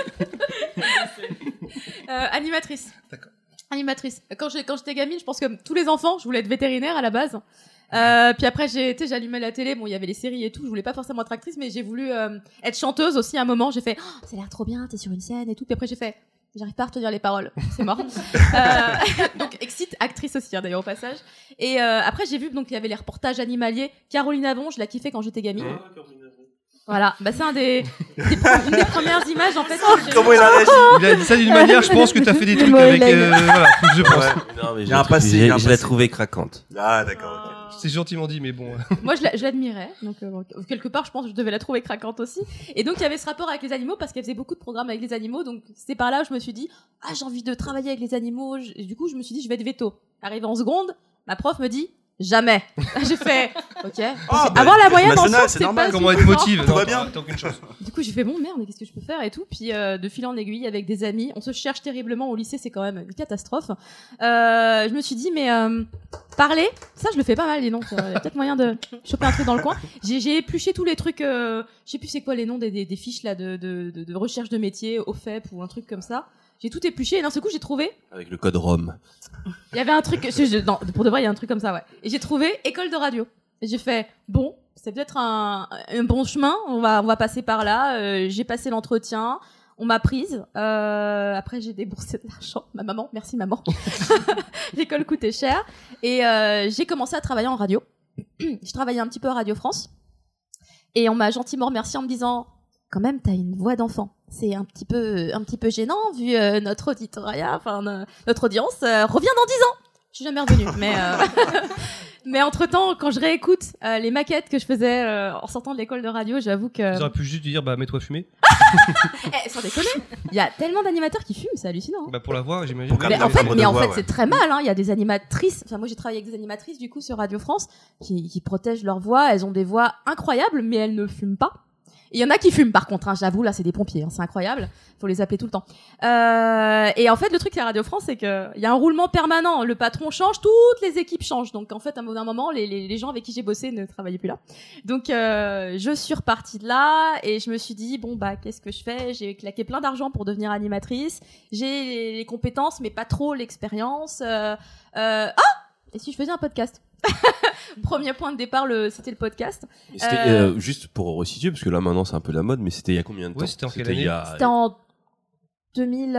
Euh, animatrice. D'accord. Animatrice. Quand j'ai quand j'étais gamine, je pense que tous les enfants, je voulais être vétérinaire à la base. Euh, puis après, j'ai, tu sais, j'allumais la télé. Bon, il y avait les séries et tout. Je voulais pas forcément être actrice, mais j'ai voulu euh, être chanteuse aussi. À un moment, j'ai fait, oh, ça a l'air trop bien. T'es sur une scène et tout. Puis après, j'ai fait, j'arrive pas à retenir les paroles. C'est mort. euh, donc, excite, actrice aussi, hein, d'ailleurs au passage. Et euh, après, j'ai vu donc il y avait les reportages animaliers. Caroline Avon, je la kiffais quand j'étais gamine. Voilà, bah c'est un des, des pre- une des premières images en fait. que j'ai Comment vues. il a réagi? Il a dit ça d'une manière, je pense que t'as fait des Le trucs mot avec. Hélène. euh, voilà, je pense. Ouais. Non, mais Il je y a l'ai un trou- passé, il y a j'ai- un je l'ai passé. trouvé craquante. Ah, d'accord, ok. C'est gentiment dit, mais bon. Moi, je la- je l'admirais. Donc, euh, quelque part, je pense que je devais la trouver craquante aussi. Et donc, il y avait ce rapport avec les animaux parce qu'elle faisait beaucoup de programmes avec les animaux. Donc, c'est par là où je me suis dit, ah, j'ai envie de travailler avec les animaux. Je- Et du coup, je me suis dit, je vais être veto. Arrivé en seconde, ma prof me dit, jamais. J'ai fait, ok. Ah, bah, Avoir la moyenne en nationale, sciences, c'est c'est normal. pas Comment être suffisant. motive? Tout Non, va t'as- bien. T'as aucune chance. Du coup, j'ai fait bon merde, qu'est-ce que je peux faire et tout. Puis euh, de fil en aiguille avec des amis, on se cherche terriblement au lycée, c'est quand même une catastrophe. Euh, je me suis dit mais euh, parler, ça je le fais pas mal, dis donc. Il y a peut-être moyen de choper un truc dans le coin. J'ai, j'ai épluché tous les trucs, euh, je sais plus c'est quoi les noms des, des, des fiches là de, de, de, de recherche de métier, au F E P ou un truc comme ça. J'ai tout épluché et d'un seul coup j'ai trouvé. Avec le code ROM. Il y avait un truc, je- je- non, pour de vrai il y a un truc comme ça ouais. Et j'ai trouvé école de radio. Et j'ai fait bon. c'est peut-être un, un bon chemin. On va, on va passer par là. Euh, j'ai passé l'entretien. On m'a prise. Euh, après, j'ai déboursé de l'argent. Ma maman, merci maman. L'école coûtait cher. Et euh, j'ai commencé à travailler en radio. Je travaillais un petit peu à Radio France. Et on m'a gentiment remercié en me disant, quand même, t'as une voix d'enfant. C'est un petit peu, un petit peu gênant vu euh, notre auditoria, enfin euh, notre audience. Euh, reviens dans dix ans. Je suis jamais revenue, mais euh... mais entre temps, quand je réécoute euh, les maquettes que je faisais euh, en sortant de l'école de radio, j'avoue que. Ils auraient pu juste dire, bah mets-toi fumer. Eh, sans déconner, il y a tellement d'animateurs qui fument, c'est hallucinant. Hein. Bah pour la voix, j'imagine. Mais en fait, mais en fait, c'est très mal. Hein. Il y a des animatrices. Enfin, moi, j'ai travaillé avec des animatrices du coup sur Radio France qui, qui protègent leur voix. Elles ont des voix incroyables, mais elles ne fument pas. Il y en a qui fument par contre, hein, j'avoue, là c'est des pompiers, hein, c'est incroyable, faut les appeler tout le temps. Euh, et en fait le truc à Radio France c'est qu'il y a un roulement permanent, le patron change, toutes les équipes changent, donc en fait à un moment les, les, les gens avec qui j'ai bossé ne travaillaient plus là. Donc euh, je suis repartie de là et je me suis dit bon bah qu'est-ce que je fais, j'ai claqué plein d'argent pour devenir animatrice, j'ai les, les compétences mais pas trop l'expérience. Euh, euh, ah et si je faisais un podcast? Premier point de départ, le, c'était le podcast. C'était, euh, euh, juste pour resituer, parce que là maintenant c'est un peu la mode, mais c'était il y a combien de temps? Ouais, c'était en quelle année? il y a... C'était en deux mille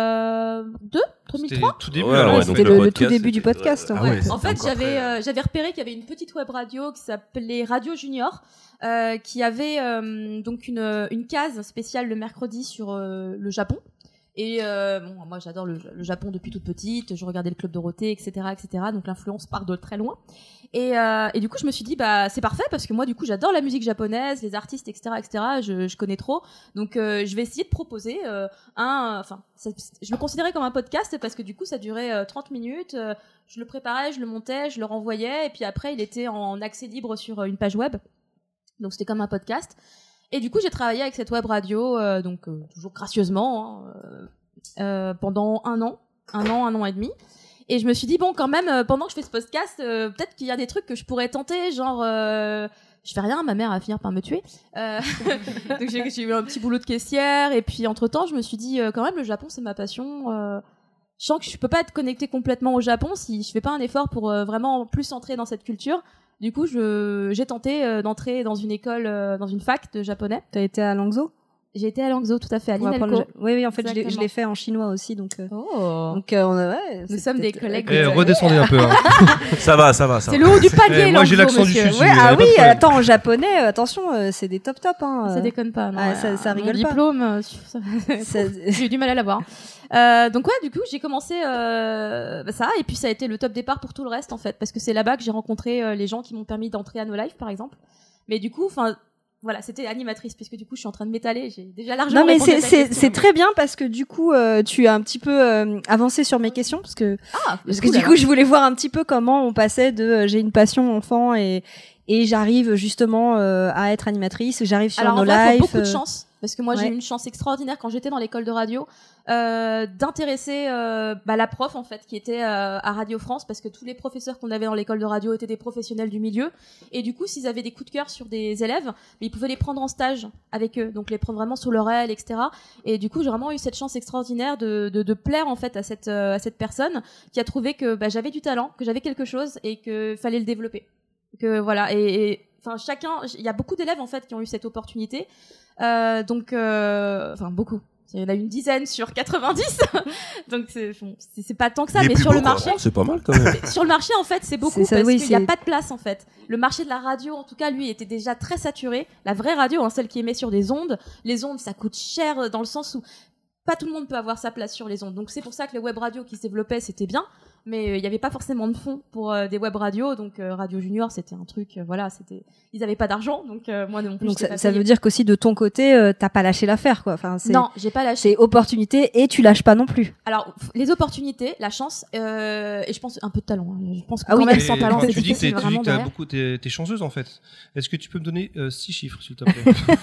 deux, deux mille trois. C'était tout début. Ouais, alors, ouais, ouais, C'était donc le, le le tout podcast, début du c'était- podcast. Ah ouais. ouais, En fait, encore j'avais très- euh, j'avais repéré qu'il y avait une petite web radio qui s'appelait Radio Junior, euh, qui avait euh, donc une une case spéciale le mercredi sur euh, le Japon. Et euh, bon, moi j'adore le, le Japon depuis toute petite, je regardais le Club Dorothée, et cetera, et cetera. Donc l'influence part de très loin. Et, euh, et du coup je me suis dit bah c'est parfait parce que moi du coup j'adore la musique japonaise, les artistes, et cetera, et cetera. Je, je connais trop, donc euh, je vais essayer de proposer euh, un, enfin ça- je le considérais comme un podcast parce que du coup ça durait euh, trente minutes. Euh, je le préparais, je le montais, je le renvoyais, et puis après il était en accès libre sur euh, une page web. Donc c'était comme un podcast. Et du coup, j'ai travaillé avec cette web radio, euh, donc euh, toujours gracieusement, hein, euh, euh, pendant un an, un an, un an et demi. Et je me suis dit bon, quand même, euh, pendant que je fais ce podcast, euh, peut-être qu'il y a des trucs que je pourrais tenter, genre, euh, je fais rien, ma mère va finir par me tuer. Euh, donc j'ai, j'ai eu un petit boulot de caissière, et puis entre temps, je me suis dit euh, quand même, le Japon, c'est ma passion. Euh, je sens que je peux pas être connectée complètement au Japon si je fais pas un effort pour euh, vraiment plus entrer dans cette culture. Du coup, je, j'ai tenté euh, d'entrer dans une école, euh, dans une fac de japonais. T'as été à Langzhou? J'ai été à Langzhou, tout à fait, à Pour apprendre l'INELCO. le ja- Oui, oui, en fait, je l'ai, je Exactement. l'ai fait en chinois aussi, donc. euh, Oh. Donc, euh, on a, ouais, Nous c'est sommes des peut-être- collègues. Eh, de- redescendez un peu. Hein. Ça va, ça va, ça C'est va. le haut du panier, Eh, moi, j'ai Langzhou, l'accent du monsieur. sud. Ouais, y a ah pas de oui, problème. attends, en japonais, euh, attention, euh, c'est des top top. Hein, Ça euh. déconne pas, non. Ah, ça- ça Mon rigole pas. diplôme, euh, ça- Ça- j'ai eu du mal à l'avoir. Euh, donc ouais, du coup, j'ai commencé euh, bah, ça, et puis ça a été le top départ pour tout le reste en fait, parce que c'est là-bas que j'ai rencontré euh, les gens qui m'ont permis d'entrer à No Life, par exemple. Mais du coup, enfin, voilà, c'était animatrice, puisque du coup, je suis en train de m'étaler. J'ai déjà largement Non mais répondu à c'est ta c'est question. c'est très bien parce que du coup euh, tu as un petit peu euh, avancé sur mes questions parce que Ah, parce que cool, du alors. coup je voulais voir un petit peu comment on passait de euh, j'ai une passion enfant et et j'arrive justement euh, à être animatrice, j'arrive sur Alors No en vrai, Life. faut beaucoup de euh, chance. Parce que moi, j'ai ouais. eu une chance extraordinaire quand j'étais dans l'école de radio, euh, d'intéresser euh, bah, la prof, en fait, qui était euh, à Radio France, parce que tous les professeurs qu'on avait dans l'école de radio étaient des professionnels du milieu. Et du coup, s'ils avaient des coups de cœur sur des élèves, ils pouvaient les prendre en stage avec eux, donc les prendre vraiment sous leur aile, et cetera. Et du coup, j'ai vraiment eu cette chance extraordinaire de, de, de plaire, en fait, à cette, euh, à cette personne qui a trouvé que bah, j'avais du talent, que j'avais quelque chose et que fallait le développer. Que voilà, et... et enfin chacun, il y a beaucoup d'élèves en fait qui ont eu cette opportunité, euh, donc euh, enfin beaucoup. Il y en a une dizaine sur quatre-vingt-dix, donc c'est bon, c'est c'est pas tant que ça, Les mais plus sur le beaux, quoi. marché, Oh, c'est pas mal quand même. sur le marché en fait c'est beaucoup C'est ça, parce oui, qu'il y a c'est- pas de place en fait. Le marché de la radio en tout cas lui était déjà très saturé. La vraie radio, hein, celle qui émet sur des ondes, les ondes ça coûte cher dans le sens où pas tout le monde peut avoir sa place sur les ondes. Donc c'est pour ça que les web radios qui se développaient c'était bien, mais euh, il n'y avait pas forcément de fonds pour euh, des web radios. Donc euh, Radio Junior c'était un truc, euh, voilà, c'était, ils n'avaient pas d'argent, donc euh, moi non plus. Donc j'étais ça, pas ça payée. veut dire qu'aussi de ton côté euh, t'as pas lâché l'affaire quoi. Enfin c'est Non, j'ai pas lâché. c'est opportunité et tu lâches pas non plus. Alors f- les opportunités, la chance euh, et je pense un peu de talent. hein. Je pense que Ah oui, quand même Et sans talent quand c'est tu dis que difficile t'es- tu dis vraiment que t'as derrière. beaucoup, t'es, t'es chanceuse en fait. Est-ce que tu peux me donner euh, six chiffres s'il te plaît?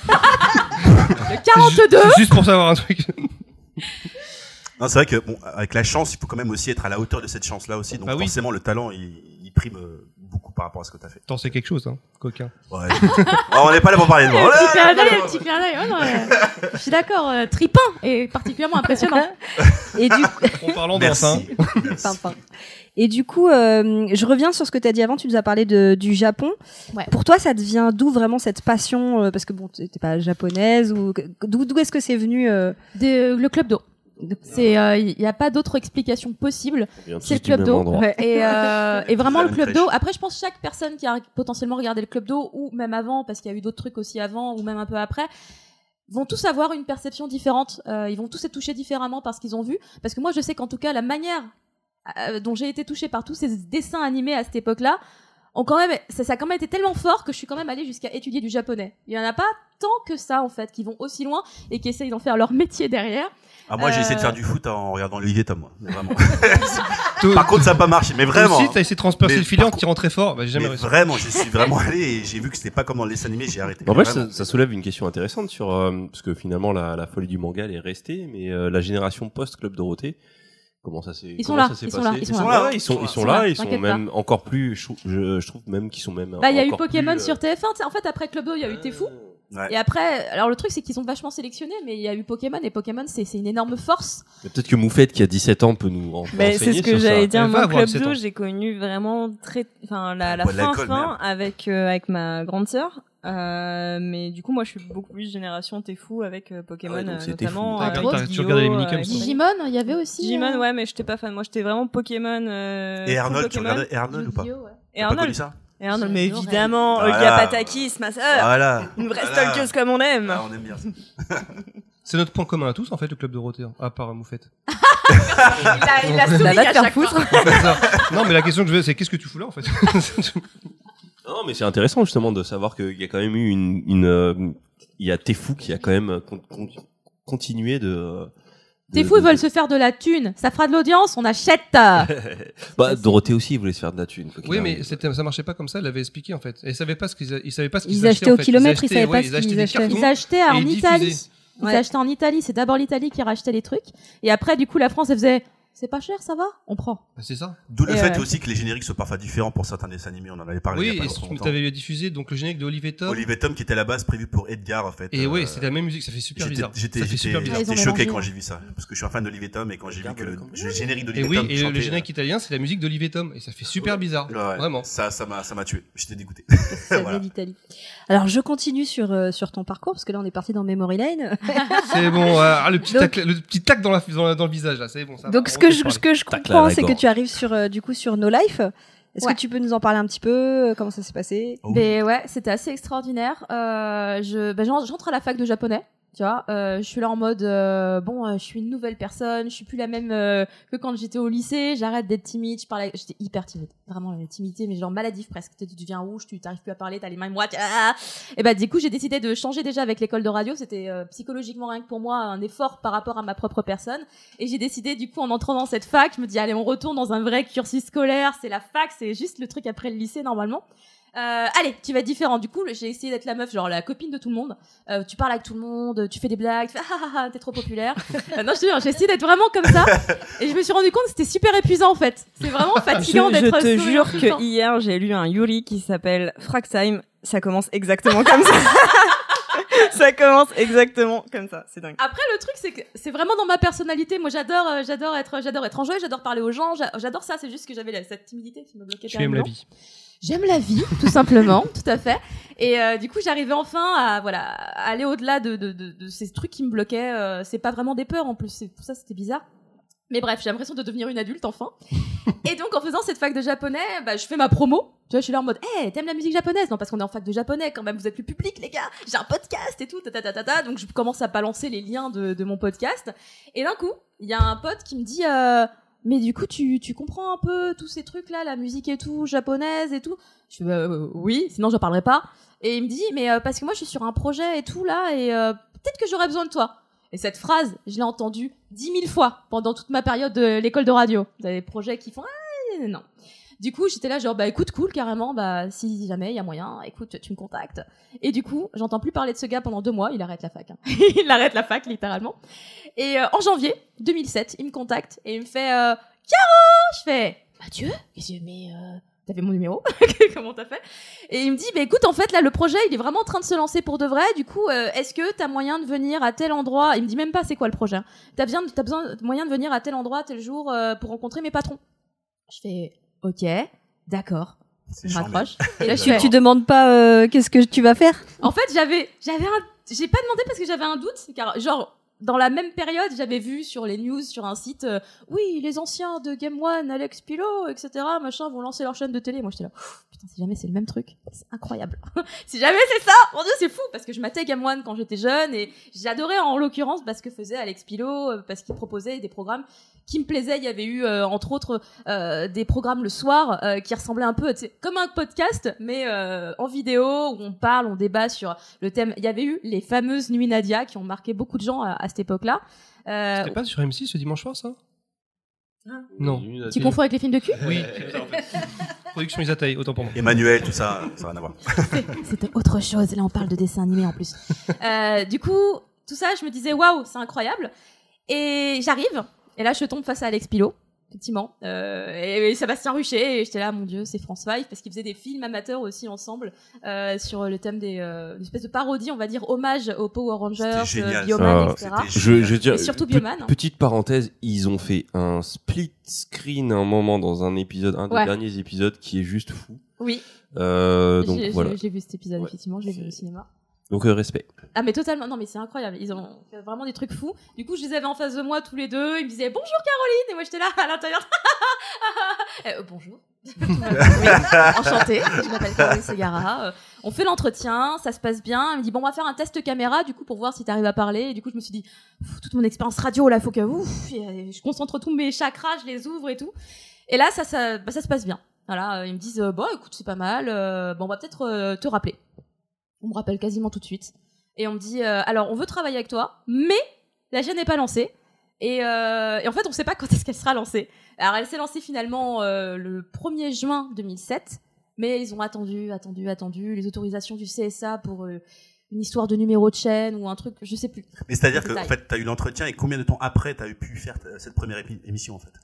Le quarante-deux. C'est juste pour savoir un truc. Non, c'est vrai que bon, avec la chance, il faut quand même aussi être à la hauteur de cette chance-là aussi. Donc Bah oui. forcément, le talent, il, il prime euh, beaucoup. beaucoup par rapport à ce que t'as fait. T'en sais quelque chose, hein, coquin. Ouais. Oh, on n'est pas là pour parler de moi. Un petit clin Ouais, d'œil, un petit clin d'œil. Ouais, non, ouais. Je suis d'accord. euh, Tripin est particulièrement impressionnant. Et du En parlant d'enfin. Merci. Pimpin. Et du coup, euh, je reviens sur ce que tu as dit avant. Tu nous as parlé de, du Japon. Ouais. Pour toi, ça devient d'où vraiment cette passion euh, Parce que bon, t'es pas japonaise ou d'où, d'où est-ce que c'est venu euh... De- le club d'eau. C'est, il n'y a pas d'autre explication possible. On vient tous C'est le du club même d'eau. endroit. Ouais. Et, euh, et vraiment C'est le la club même d'eau. crèche. Après, je pense que chaque personne qui a potentiellement regardé le club d'eau, ou même avant, parce qu'il y a eu d'autres trucs aussi avant, ou même un peu après, vont tous avoir une perception différente. Euh, ils vont tous être touchés différemment par ce qu'ils ont vu. Parce que moi, je sais qu'en tout cas, la manière euh, dont j'ai été touchée par tous ces dessins animés à cette époque-là, ont quand même, ça, ça a quand même été tellement fort que je suis quand même allée jusqu'à étudier du japonais. Il y en a pas tant que ça, en fait, qui vont aussi loin et qui essayent d'en faire leur métier derrière. Ah, moi, j'ai Euh, essayé de faire du foot en regardant Olivier Tom, moi. Mais vraiment. Par contre, ça n'a pas marché. Mais vraiment. Aussi, t'as essayé de transpercer Mais le filet en par tirant très fort. Bah, j'ai jamais Mais réussi. vraiment, je suis vraiment allé et j'ai vu que c'était pas comme dans les dessins animés, j'ai arrêté. En vrai, ça, Vraiment. ça soulève une question intéressante sur euh, parce que finalement la, la folie du manga elle est restée, mais euh, la génération post Club Dorothée, comment ça s'est Ils sont comment là, ça s'est ils sont passé là, ils sont là. Ouais, ils sont ils sont Ils là, sont là, ils sont t'inquiète même encore plus je, je, je trouve même qu'ils sont même Bah, il y a eu encore Pokémon plus, euh, sur T F un. tu sais, En fait, après Club d'eau, il y a eu T'es fou. Ouais. Et après, alors le truc, c'est qu'ils ont vachement sélectionné, mais il y a eu Pokémon, et Pokémon, c'est, c'est une énorme force. peut-être que Moufette qui a dix-sept ans peut nous en Mais c'est ce que j'allais dire. Elle va Moi, avoir Club dix-sept ans. d'eau, j'ai connu vraiment très, enfin, la, Elle la boit de fin l'alcool, fin merde. avec, euh, avec ma grande sœur. Euh, mais du coup, moi, je suis beaucoup plus génération T'es fou avec euh, Pokémon, Ah ouais, donc euh, c'était notamment. fou. euh, T'as- Rose, t'as- tu Guillaume, regardais les euh, Minicums, et toi. compagnie. Digimon, il y avait aussi. Digimon, euh, ouais, mais j'étais pas fan. Moi, j'étais vraiment Pokémon. Euh, Et full Arnold, tu Pokémon. regardais et Arnold ou pas? Yu-Gi-Oh, ouais. Et T'as pas connu Arnold. ça? Et Arnold, mais J'adorais. évidemment, Voilà. Olga Patakis, ma sœur. Voilà. Une vraie Voilà. stalkeuse comme on aime. Ah, on aime bien ça. C'est notre point commun à tous, en fait, le club Dorothée, hein, à part Moufette. Il a, il a souri va te à faire chaque fois. C'est ça. Non, mais la question que je veux, c'est qu'est-ce que tu fous là, en fait? Non, mais c'est intéressant justement de savoir qu'il y a quand même eu une une euh, il y a T'es fou qui a quand même con- con- continué de T'es de- fou, ils de- veulent se faire de la thune. Ça fera de l'audience, on achète. Bah, Dorothée aussi, il voulait se faire de la thune. quoi qu'il Oui, arrive. mais c'était, ça marchait pas comme ça, elle l'avait expliqué, en fait. Et ils savaient pas ce qu'ils, a- ils savaient pas ce qu'ils Ils achetaient en au fait. kilomètre, ils achetaient, savaient pas ouais, ce ils achetaient qu'ils des achetaient. cartons Ils achetaient et en ils Italie. diffusaient. Ils Ouais. achetaient en Italie. C'est d'abord l'Italie qui rachetait les trucs. Et après, du coup, la France, elle faisait c'est pas cher, ça va On prend. Bah, c'est ça. D'où le Et fait ouais. aussi que les génériques soient parfois différents pour certains dessins animés, on en avait parlé il y Oui, a pas et trop tu longtemps. t'avais diffusé donc le générique de Olivier Tom. Olivier Tom qui était à la base prévu pour Edgar en fait. Et euh, oui, c'était la même musique, ça fait super J'étais, bizarre. j'étais, ça fait j'étais, super bizarre. Ah, ils ont j'étais choqué mélangé, quand ouais. j'ai vu ça. Parce que je suis un fan d'Olivier Tom et quand j'ai vu que le, Regarde, le générique Et d'Olivier oui, Tom et le, chantait, le générique italien, c'est la musique d'Olivier Tom. Et ça fait super bizarre. ouais, Vraiment. Ça, ça m'a, ça m'a tué. J'étais dégoûté. Ça Voilà. vient d'Italie. Alors, je continue sur, euh, sur ton parcours, parce que là, on est parti dans Memory Lane. C'est bon, ah, le petit Donc- tac, le petit tac dans la, dans, la- dans le visage, là, c'est bon, ça. Donc, va, ce on que peut je, parler. ce que je Tac, là, comprends, la c'est que gorge. tu arrives sur, euh, du coup, sur No Life. Est-ce Ouais. que tu peux nous en parler un petit peu? euh, Comment ça s'est passé? Oh. Mais ouais, c'était assez extraordinaire. Euh, je, ben, j'en- j'entre à la fac de japonais. Tu vois, euh, je suis là en mode euh, bon, euh, je suis une nouvelle personne, je suis plus la même euh, que quand j'étais au lycée. J'arrête d'être timide. Je parlais, j'étais hyper timide, vraiment une timidité, mais genre maladive presque. Tu tu deviens rouge, tu t'arrives plus à parler, t'as les mains moites. Ah et bah du coup, j'ai décidé de changer déjà avec l'école de radio. C'était euh, psychologiquement rien que pour moi un effort par rapport à ma propre personne. Et j'ai décidé du coup en entrant dans cette fac, je me dis allez, on retourne dans un vrai cursus scolaire. C'est la fac, c'est juste le truc après le lycée normalement. Euh, allez, tu vas être différent. Du coup, j'ai essayé d'être la meuf, genre la copine de tout le monde. Euh, tu parles avec tout le monde, tu fais des blagues, tu fais ah ah ah, t'es trop populaire. Euh, non, je te jure, j'ai essayé d'être vraiment comme ça. Et je me suis rendu compte que c'était super épuisant en fait. C'est vraiment Je, fatigant je d'être te souriant jure tout le que temps. hier j'ai lu un Yuri qui s'appelle Fraxheim. Ça commence exactement comme ça. Ça commence exactement comme ça. C'est dingue. Après, le truc, c'est que c'est vraiment dans ma personnalité. Moi, j'adore, euh, j'adore être, j'adore être enjouée, j'adore parler aux gens, j'a- j'adore ça. C'est juste que j'avais la- cette timidité qui me bloquait. Tu aimes la terriblement. vie. J'aime la vie, tout simplement, tout à fait. Et euh, du coup, j'arrivais enfin à voilà à aller au-delà de, de, de, de ces trucs qui me bloquaient. Euh, c'est pas vraiment des peurs en plus. C'est pour ça, c'était bizarre. Mais bref, j'ai l'impression de devenir une adulte enfin. Et donc, en faisant cette fac de japonais, bah, je fais ma promo. Tu vois, je suis là en mode, hey, t'aimes la musique japonaise? Non, parce qu'on est en fac de japonais quand même. Vous êtes plus public, les gars. J'ai un podcast et tout, ta ta ta ta ta. Donc, je commence à balancer les liens de, de mon podcast. Et d'un coup, il y a un pote qui me dit, euh, mais du coup, tu, tu comprends un peu tous ces trucs-là, la musique et tout, japonaise et tout? Je fais, euh, oui, sinon j'en parlerai pas. Et il me dit, mais euh, parce que moi, je suis sur un projet et tout là, et euh, peut-être que j'aurais besoin de toi. Et cette phrase, je l'ai entendue dix mille fois pendant toute ma période de l'école de radio. Vous avez des projets qui font, ah, non. Du coup, j'étais là genre, bah écoute, cool, carrément, bah si jamais il y a moyen, écoute, tu me contactes. Et du coup, j'entends plus parler de ce gars pendant deux mois, il arrête la fac. Hein. Il arrête la fac, littéralement. Et euh, en janvier deux mille sept, il me contacte et il me fait, euh, Caro! Je fais, Mathieu? Qu'est-ce que, mais, euh, t'avais mon numéro, comment t'as fait? Et il me dit, bah écoute, en fait, là, le projet, il est vraiment en train de se lancer pour de vrai. Du coup, euh, est-ce que t'as moyen de venir à tel endroit? Il me dit même pas c'est quoi le projet. Hein. T'as besoin, t'as besoin de moyen de venir à tel endroit, tel jour, euh, pour rencontrer mes patrons. Je fais, ok, d'accord. C'est Je charmant. m'accroche. Et là, je Tu, fais, tu demandes pas euh, qu'est-ce que tu vas faire? en fait, j'avais, j'avais un, j'ai pas demandé parce que j'avais un doute, car genre, dans la même période, j'avais vu sur les news, sur un site, euh, oui, les anciens de Game One, Alex Pilot, et cetera, machin, vont lancer leur chaîne de télé. Moi, j'étais là, putain, si jamais c'est le même truc, c'est incroyable. Si jamais c'est ça, mon dieu, c'est fou, parce que je matais Game One quand j'étais jeune, et j'adorais en l'occurrence parce que faisait Alex Pilot, euh, parce qu'il proposait des programmes qui me plaisaient. Il y avait eu, euh, entre autres, euh, des programmes le soir euh, qui ressemblaient un peu, tu sais, comme un podcast, mais euh, en vidéo, où on parle, on débat sur le thème. Il y avait eu les fameuses Nuits Nadia qui ont marqué beaucoup de gens à, à cette époque-là. Euh, C'était pas sur M six ce dimanche soir, ça? Non. tu confonds avec les films de cul? Oui, c'est ça en fait. Production Isatay, autant pour moi. Emmanuel, tout ça, ça n'a rien à voir. C'était autre chose. Là, on parle de dessin animé en plus. Euh, du coup, tout ça, je me disais, waouh, c'est incroyable. Et j'arrive, et là, je tombe face à Alex Pilot, effectivement, euh, et, et Sébastien Ruchet, et j'étais là, mon dieu, c'est France cinq, parce qu'ils faisaient des films amateurs aussi ensemble, euh, sur le thème des, euh, une espèce de parodie, on va dire, hommage aux Power Rangers, C'était génial, euh, Bioman, ça. et cetera. C'était Je, je veux dire, Et surtout pe- Bioman, hein. petite parenthèse, ils ont fait un split screen à un moment dans un épisode, un des Ouais. derniers épisodes qui est juste fou. Oui, Euh, donc j'ai voilà. j'ai- j'ai vu cet épisode, Ouais. effectivement, je l'ai vu au cinéma. Donc euh, respect. Ah mais totalement, non mais c'est incroyable, ils ont fait vraiment des trucs fous. Du coup je les avais en face de moi tous les deux, ils me disaient bonjour Caroline, et moi j'étais là à l'intérieur. euh, bonjour. Oui, enchantée, je m'appelle Caroline Segara. Euh, on fait l'entretien, ça se passe bien. Il me dit bon on va faire un test caméra du coup pour voir si t'arrives à parler. Et du coup je me suis dit pff, toute mon expérience radio là faut que ouf, je concentre tous mes chakras, je les ouvre et tout. Et là ça ça, bah, ça se passe bien. Voilà, euh, ils me disent euh, bon écoute c'est pas mal, euh, bon on va peut-être euh, te rappeler. On me rappelle quasiment tout de suite. Et on me dit, euh, alors on veut travailler avec toi, mais la chaîne n'est pas lancée. Et, euh, et en fait, on ne sait pas quand est-ce qu'elle sera lancée. Alors elle s'est lancée finalement euh, le premier juin deux mille sept, mais ils ont attendu, attendu, attendu les autorisations du C S A pour euh, une histoire de numéro de chaîne ou un truc, je sais plus. Mais c'est-à-dire que, Détail. en fait, t'as eu l'entretien et combien de temps après t'as eu pu faire ta- cette première épi- émission, en fait?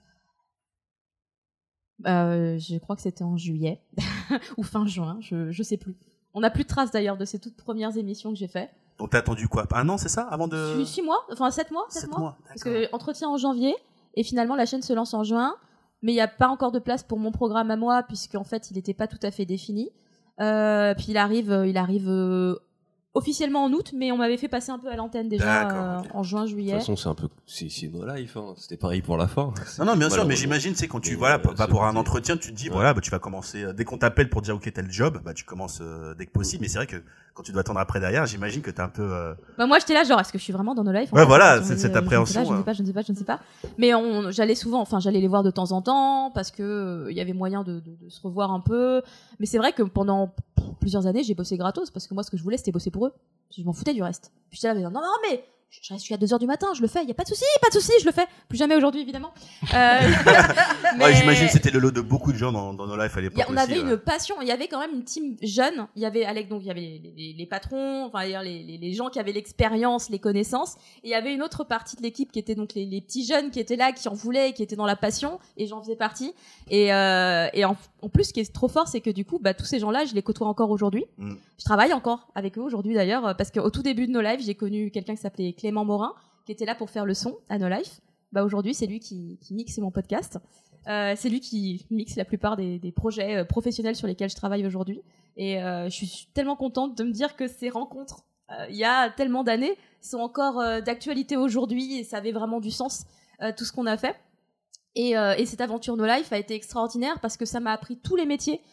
Euh, je crois que c'était en juillet ou fin juin, je, je sais plus. On n'a plus de traces d'ailleurs de ces toutes premières émissions que j'ai fait. Donc t'as attendu quoi? Un an, c'est ça? Avant de. Six, six mois, enfin sept mois, sept Sept mois. mois, Parce d'accord. que entretien en janvier et finalement la chaîne se lance en juin, mais il n'y a pas encore de place pour mon programme à moi puisqu'en fait il n'était pas tout à fait défini. Euh, puis il arrive, euh, il arrive euh, officiellement en août, mais on m'avait fait passer un peu à l'antenne déjà D'accord, euh, ok. en juin, De juillet. toute façon, c'est un peu, c'est, c'est no life, hein. C'était pareil pour la fin. Non, non, bien sûr, mais Malheureusement. j'imagine, c'est quand tu, Mais, voilà, euh, bah, ce pour un côté- entretien, tu te dis, Ouais. voilà, bah, tu vas commencer, euh, dès qu'on t'appelle pour dire, ok, t'as le job, bah, tu commences euh, dès que possible. Mais c'est vrai que quand tu dois attendre après derrière, j'imagine que t'es un peu, euh, Bah moi j'étais là genre est-ce que je suis vraiment dans nos lives en Ouais, fait, voilà, Je me c'est dis, cette euh, je ne sais pas, appréhension, je ne sais ouais. pas, je ne sais pas, je ne sais pas. Mais on, j'allais souvent, enfin j'allais les voir de temps en temps parce que euh, il y avait moyen de, de, de se revoir un peu. Mais c'est vrai que pendant plusieurs années j'ai bossé gratos parce que moi ce que je voulais c'était bosser pour eux. Je m'en foutais du reste. Puis j'étais là mais non non mais je reste jusqu'à deux heures du matin, je le fais, il y a pas de souci, pas de souci, je le fais. Plus jamais aujourd'hui évidemment. Euh, mais- ouais, j'imagine que c'était le lot de beaucoup de gens dans, dans nos lives à Il y l'époque a- on aussi, avait ouais. une passion, il y avait quand même une team jeune. Il y avait Alex, donc il y avait les, les- les patrons, enfin les, les, les gens qui avaient l'expérience, les connaissances. Et il y avait une autre partie de l'équipe qui était donc les, les petits jeunes qui étaient là, qui en voulaient, qui étaient dans la passion. Et j'en faisais partie. Et, euh, et en, en plus, ce qui est trop fort, c'est que du coup, bah, tous ces gens-là, je les côtoie encore aujourd'hui. Mm. Je travaille encore avec eux aujourd'hui d'ailleurs, parce qu'au tout début de nos lives, j'ai connu quelqu'un qui s'appelait Clément Morin, qui était là pour faire le son à No Life. Bah aujourd'hui, c'est lui qui, qui mixe mon podcast. Euh, c'est lui qui mixe la plupart des, des projets euh, professionnels sur lesquels je travaille aujourd'hui. Et euh, je suis tellement contente de me dire que ces rencontres, euh, il y a tellement d'années, sont encore euh, d'actualité aujourd'hui et ça avait vraiment du sens, euh, tout ce qu'on a fait. Et, euh, et cette aventure No Life a été extraordinaire parce que ça m'a appris tous les métiers.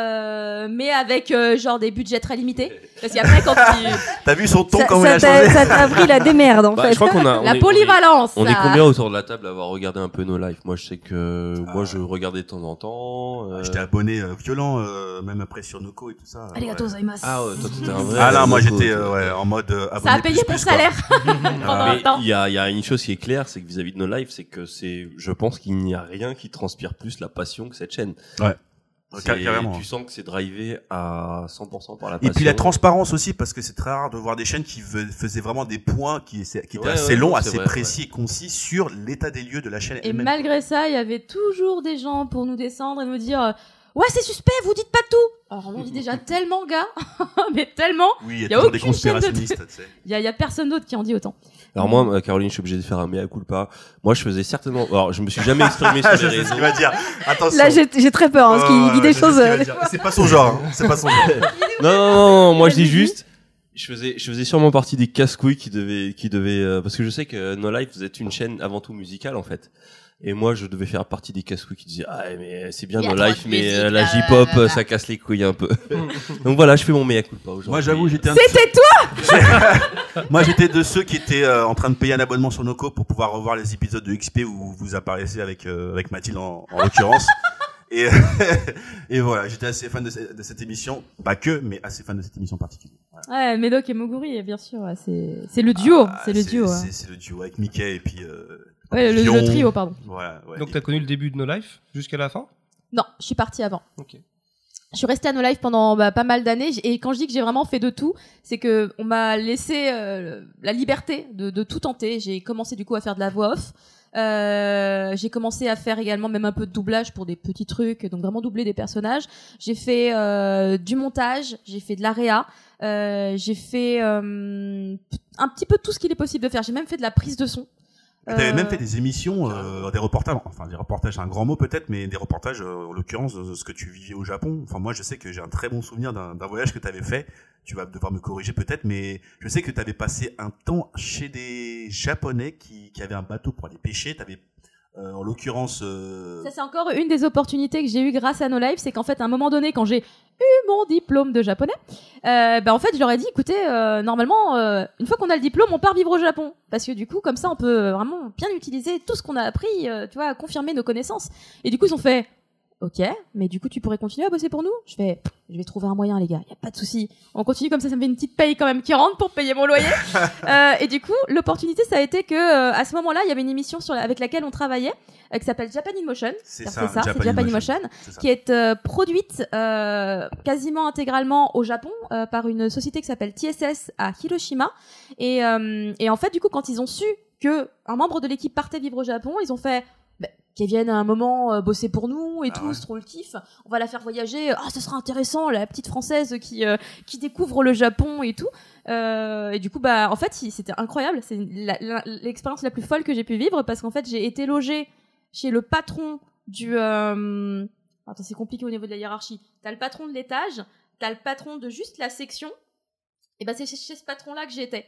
Euh, mais avec euh, genre des budgets très limités parce qu'après quand tu T'as vu son ton Ça, quand il ça a t'a changé? ça t'a appris la démerde en Bah, fait. je crois qu'on a, on la est- polyvalence On est, on est ça. combien autour de la table à avoir regardé un peu nos lives? Moi, je sais que, Ah. moi, je regardais de temps en temps. euh, J'étais abonné euh, violent, euh, même après sur Noco et tout ça. Arigato ouais. gozaimasu. Ah ouais, toi, t'étais un vrai. Ah là, moi loco, j'étais toi. euh, ouais, en mode euh, abonné Ça a payé plus, mon plus, quoi. salaire pendant Mais un temps. il y a, il y a une chose qui est claire, c'est que vis-à-vis de nos lives, c'est que c'est, je pense qu'il n'y a rien qui transpire plus la passion que cette chaîne. Ouais. C'est- Car- carrément. Tu sens que c'est drivé à cent pour cent par la Et passion. puis la transparence aussi, parce que c'est très rare de voir des chaînes qui ve- faisaient vraiment des points qui, qui étaient Ouais, assez ouais, longs, non, c'est assez vrai, précis et concis sur l'état des lieux de la chaîne Et elle-même. malgré ça, il y avait toujours des gens pour nous descendre et nous dire euh, ouais, c'est suspect, vous dites pas tout. Alors on dit déjà tellement, gars, mais tellement. Oui, il y a, y a toujours des aucune chaîne de conspirationnistes, tu sais. Il y a, y a personne d'autre qui en dit autant. Alors moi, Caroline, je suis obligé de faire un mea culpa. Moi, je faisais certainement. Alors, je me suis jamais exprimé sur les Je sais réseaux. ce qu'il va dire. Attention. Là, j'ai, j'ai très peur, hein, parce qu'il dit des je sais choses. ce qu'il va euh, dire. C'est pas son genre. Hein. C'est pas son genre. Non, non, non, non, moi je dis juste, je faisais, je faisais sûrement partie des casse-couilles qui devaient, qui devaient, euh, parce que je sais que No Life, vous êtes une chaîne avant tout musicale en fait. Et moi, je devais faire partie des casse-couilles qui disaient, ah, mais c'est bien Il y a No trop Life, de mais musique, euh, la là, J-pop, là, là. ça casse les couilles un peu. Donc voilà, je fais mon mea culpa aujourd'hui. Moi, j'avoue, j'étais un C'était toi. Moi, j'étais de ceux qui étaient euh, en train de payer un abonnement sur Noco pour pouvoir revoir les épisodes de X P où vous apparaissez avec euh, avec Mathilde en, en l'occurrence. Et, et voilà, j'étais assez fan de, ce- de cette émission, pas que, mais assez fan de cette émission particulière. Voilà. Ouais, Médoc et Moguri, bien sûr, ouais, c'est, c'est le duo, Ah, c'est le duo. hein. C'est, c'est le duo avec Mickey et puis. Euh, Ouais, le, Pion. le trio, pardon. Voilà. Ouais. Donc t'as connu le début de No Life jusqu'à la fin? Non, je suis partie avant. Ok. Je suis restée à No Life pendant bah, pas mal d'années J- et quand je dis que j'ai vraiment fait de tout, c'est que on m'a laissé euh, la liberté de, de tout tenter. J'ai commencé du coup à faire de la voix off. Euh, j'ai commencé à faire également même un peu de doublage pour des petits trucs, donc vraiment doubler des personnages. J'ai fait euh, du montage, j'ai fait de la réa, euh, j'ai fait euh, un petit peu tout ce qu'il est possible de faire. J'ai même fait de la prise de son. Mais T'avais Euh, même fait des émissions, euh, des reportages, enfin des reportages, c'est un grand mot peut-être, mais des reportages, euh, en l'occurrence, de ce que tu vivais au Japon. Enfin moi je sais que j'ai un très bon souvenir d'un, d'un voyage que tu avais fait, tu vas devoir me corriger peut-être, mais je sais que tu avais passé un temps chez des Japonais qui, qui avaient un bateau pour aller pêcher, tu avais euh, en l'occurrence... Euh... Ça, c'est encore une des opportunités que j'ai eues grâce à No Life, c'est qu'en fait, à un moment donné, quand j'ai eu mon diplôme de japonais, euh, bah, en fait, je leur ai dit, écoutez, euh, normalement, euh, une fois qu'on a le diplôme, on part vivre au Japon. Parce que du coup, comme ça, on peut vraiment bien utiliser tout ce qu'on a appris, euh, tu vois, confirmer nos connaissances. Et du coup, ils ont fait, ok, mais du coup, tu pourrais continuer à bosser pour nous? Je fais, je vais trouver un moyen, les gars, y a pas de souci. On continue comme ça, ça me fait une petite paye quand même qui rentre pour payer mon loyer. euh, et du coup, l'opportunité, ça a été que, euh, à ce moment-là, il y avait une émission sur la- avec laquelle on travaillait, euh, qui s'appelle Japan in Motion. C'est C'est ça, ça, c'est Japan Japan in Motion. Motion, C'est ça. qui est euh, produite euh, quasiment intégralement au Japon euh, par une société qui s'appelle T S S à Hiroshima. Et, euh, et en fait, du coup, quand ils ont su que un membre de l'équipe partait vivre au Japon, ils ont fait bah, qu'elle vienne à un moment euh, bosser pour nous et Ah tout, ouais. c'est trop le kiff. On va la faire voyager. Ah, ce sera intéressant, la petite française qui euh, qui découvre le Japon et tout. Euh, et du coup, bah, en fait, si- c'était incroyable. C'est la- la- l'expérience la plus folle que j'ai pu vivre parce qu'en fait, j'ai été logée chez le patron du. Euh... Attends, c'est compliqué au niveau de la hiérarchie. T'as le patron de l'étage, t'as le patron de juste la section. Et bah, c'est chez, chez ce patron-là que j'étais.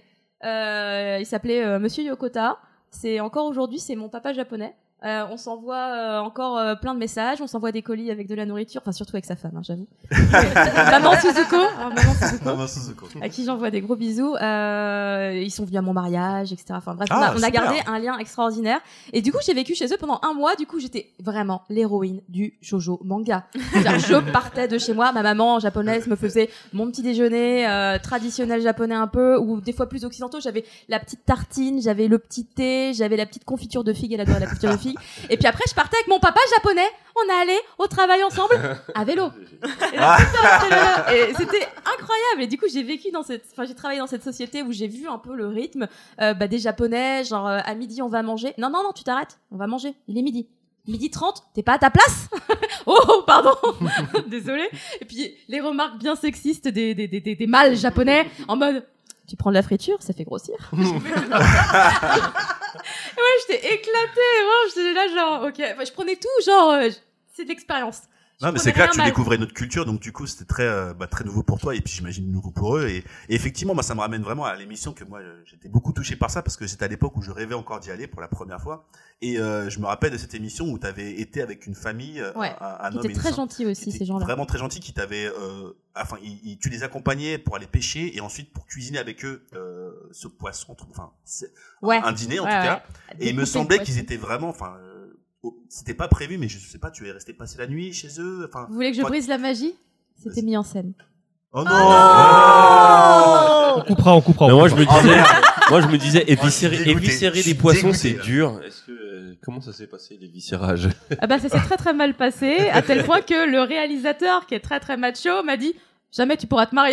Euh, il s'appelait euh, Monsieur Yokota. C'est encore aujourd'hui, c'est mon papa japonais. Euh, on s'envoie euh, encore euh, plein de messages, on s'envoie des colis avec de la nourriture, enfin surtout avec sa femme, hein, j'avoue. Maman Suzuko, alors, Maman Suzuko, Maman Suzuko. à qui j'envoie des gros bisous. Euh, ils sont venus à mon mariage, et cetera. Enfin bref, on Ah, a, on a super. gardé un lien extraordinaire. Et du coup, j'ai vécu chez eux pendant un mois. Du coup, j'étais vraiment l'héroïne du shoujo manga. C'est-à-dire, je partais de chez moi, ma maman japonaise me faisait mon petit déjeuner euh, traditionnel japonais un peu, ou des fois plus occidentaux. J'avais la petite tartine, j'avais le petit thé, j'avais la petite confiture de figue. Elle adorait la confiture de figue. Et puis après, je partais avec mon papa japonais. On allait au travail ensemble à vélo. Et là, putain, c'était le- et c'était incroyable. Et du coup, j'ai vécu dans cette, enfin, j'ai travaillé dans cette société où j'ai vu un peu le rythme euh, bah, des Japonais. Genre, euh, à midi, on va manger. Non, non, non, tu t'arrêtes. On va manger. Il est midi. Midi trente, t'es pas à ta place? Oh, pardon. Désolée. Et puis, les remarques bien sexistes des, des, des, des, des mâles japonais en mode, tu prends de la friture, ça fait grossir. Ouais, j'étais éclatée, vraiment, j'étais là genre, ok, enfin, je prenais tout, genre, euh, c'est de l'expérience. Je Non, mais prenais c'est clair, rien tu mal. découvrais notre culture, donc du coup, c'était très, euh, bah, très nouveau pour toi, et puis j'imagine nouveau pour eux. Et, et effectivement, moi, ça me ramène vraiment à l'émission que moi, euh, j'étais beaucoup touché par ça, parce que c'était à l'époque où je rêvais encore d'y aller pour la première fois. Et euh, je me rappelle de cette émission où tu avais été avec une famille, euh, Ouais, un, un Qui homme était et une très femme, gentil aussi, qui étaient ces gens-là. vraiment très gentils, qui t'avaient, euh, enfin, ils- ils- tu les accompagnais pour aller pêcher, et ensuite pour cuisiner avec eux euh, ce poisson, enfin, c'est Ouais. un dîner en Ouais, tout ouais. cas. Et il me Découper semblait le qu'ils poisson. étaient vraiment, enfin. euh, oh, c'était pas prévu, mais je sais pas, tu es resté passer la nuit chez eux, enfin. Vous voulez que je Ouais. brise la magie? C'était mis en scène. Oh non! On coupera, on coupera. Mais on moi je coupera. me disais, moi je me disais éviscérer, je suis dégoûté. éviscérer Je suis des poissons dégoûté, c'est là. dur. Est-ce que euh, comment ça s'est passé les viscérages? Ah bah ça s'est très très mal passé, à tel point que le réalisateur, qui est très très macho, m'a dit jamais tu pourras te marier.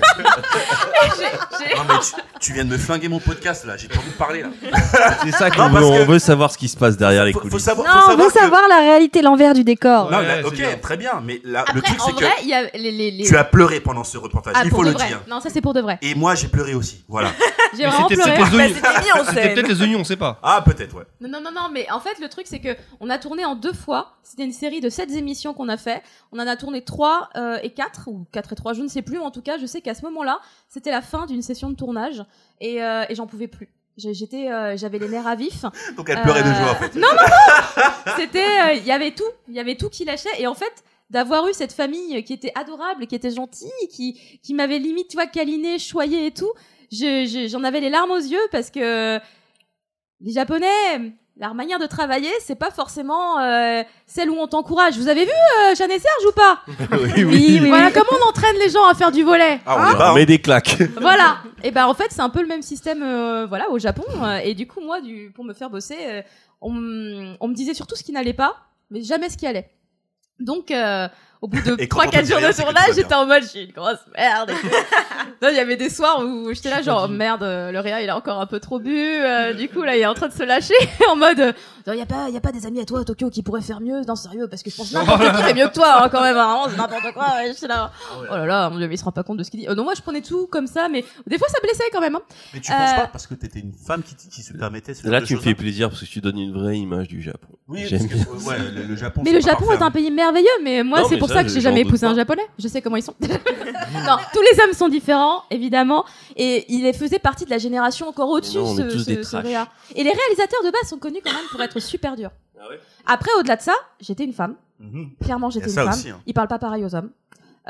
j'ai, j'ai... Non, mais tu, tu viens de me flinguer mon podcast là, j'ai pas envie de parler là. C'est ça qu'on veut, on veut savoir ce qui se passe derrière les Faut, coulisses. faut savoir, Non, faut on savoir veut que- savoir la réalité, l'envers du décor. Non, Ouais, là, c'est ok, bien. très bien, mais là, Après, le truc en c'est vrai, que il y a les, les, les... tu as pleuré pendant ce reportage, Ah, il pour faut de le vrai. dire. Non, ça c'est pour de vrai. Et moi j'ai pleuré aussi, voilà. J'ai Mais vraiment c'était pleuré. peut-être les oignons. C'était mis en C'était scène. peut-être les oignons, on sait pas. Ah, peut-être, ouais. Non, non, non, non, mais en fait, le truc, c'est que on a tourné en deux fois. C'était une série de sept émissions qu'on a fait. On en a tourné trois euh, et quatre, ou quatre et trois, je ne sais plus. Mais en tout cas, je sais qu'à ce moment-là, c'était la fin d'une session de tournage et, euh, et j'en pouvais plus. J'ai- J'étais, euh, j'avais les nerfs à vif. Donc elle pleurait de Euh, joie en fait. Non, non, non. C'était, il y avait tout, il y avait tout qui lâchait. Et en fait, d'avoir eu cette famille qui était adorable, qui était gentille, qui, qui m'avait limite, tu vois, câliné, choyé et tout, je, je- j'en avais les larmes aux yeux parce que les Japonais, leur manière de travailler, c'est pas forcément euh, celle où on t'encourage. Vous avez vu euh, Jeanne et Serge ou pas? Oui, oui. Voilà comment on entraîne les gens à faire du volet. Ah, on hein est bas, On met des claques. Voilà. Et ben en fait c'est un peu le même système, euh, voilà, au Japon. euh, et du coup moi, du, pour me faire bosser, euh, on, m- on me disait surtout ce qui n'allait pas, mais jamais ce qui allait. Donc euh, au bout de Et quand trois on te quatre dit jours rien, de c'est que tout tournage, va bien. j'étais en mode, je suis une grosse merde. et tout. Non, il y avait des soirs où j'étais là genre, merde, euh, le Réa il a encore un peu trop bu. euh, du coup là il est en train de se lâcher en mode, euh, il y a pas, il y a pas des amis à toi à Tokyo qui pourraient faire mieux. Non sérieux, parce que je pense que n'importe qui fait mieux que toi hein, quand même. Hein, c'est n'importe quoi. Ouais, j'étais là. Oh là là, mon Dieu, mais il se rend pas compte de ce qu'il dit. Euh, non, moi je prenais tout comme ça, mais des fois ça blessait quand même. Hein. Mais tu penses Euh, pas parce que t'étais une femme qui, qui se permettait ce genre Là, de tu me choses-là fais plaisir parce que tu donnes une vraie image du Japon. Oui, J'aime parce bien. que, ouais, le, le Japon. Mais c'est le pas Japon parfait, est un hein. pays merveilleux, mais moi Non, c'est mais pour ça, ça que je- j'ai j'en jamais doute épousé pas. un japonais. Je sais comment ils sont. Non, tous les hommes sont différents, évidemment, et il faisait partie de la génération encore au-dessus. Non, on est ce, tous ce- des ce trash. Réa. Et les réalisateurs de base sont connus quand même pour être super durs. Ah ouais Après, au-delà de ça, j'étais une femme. Mhm. Clairement, j'étais Il une y a ça femme. aussi, hein. Ils parlent pas pareil aux hommes.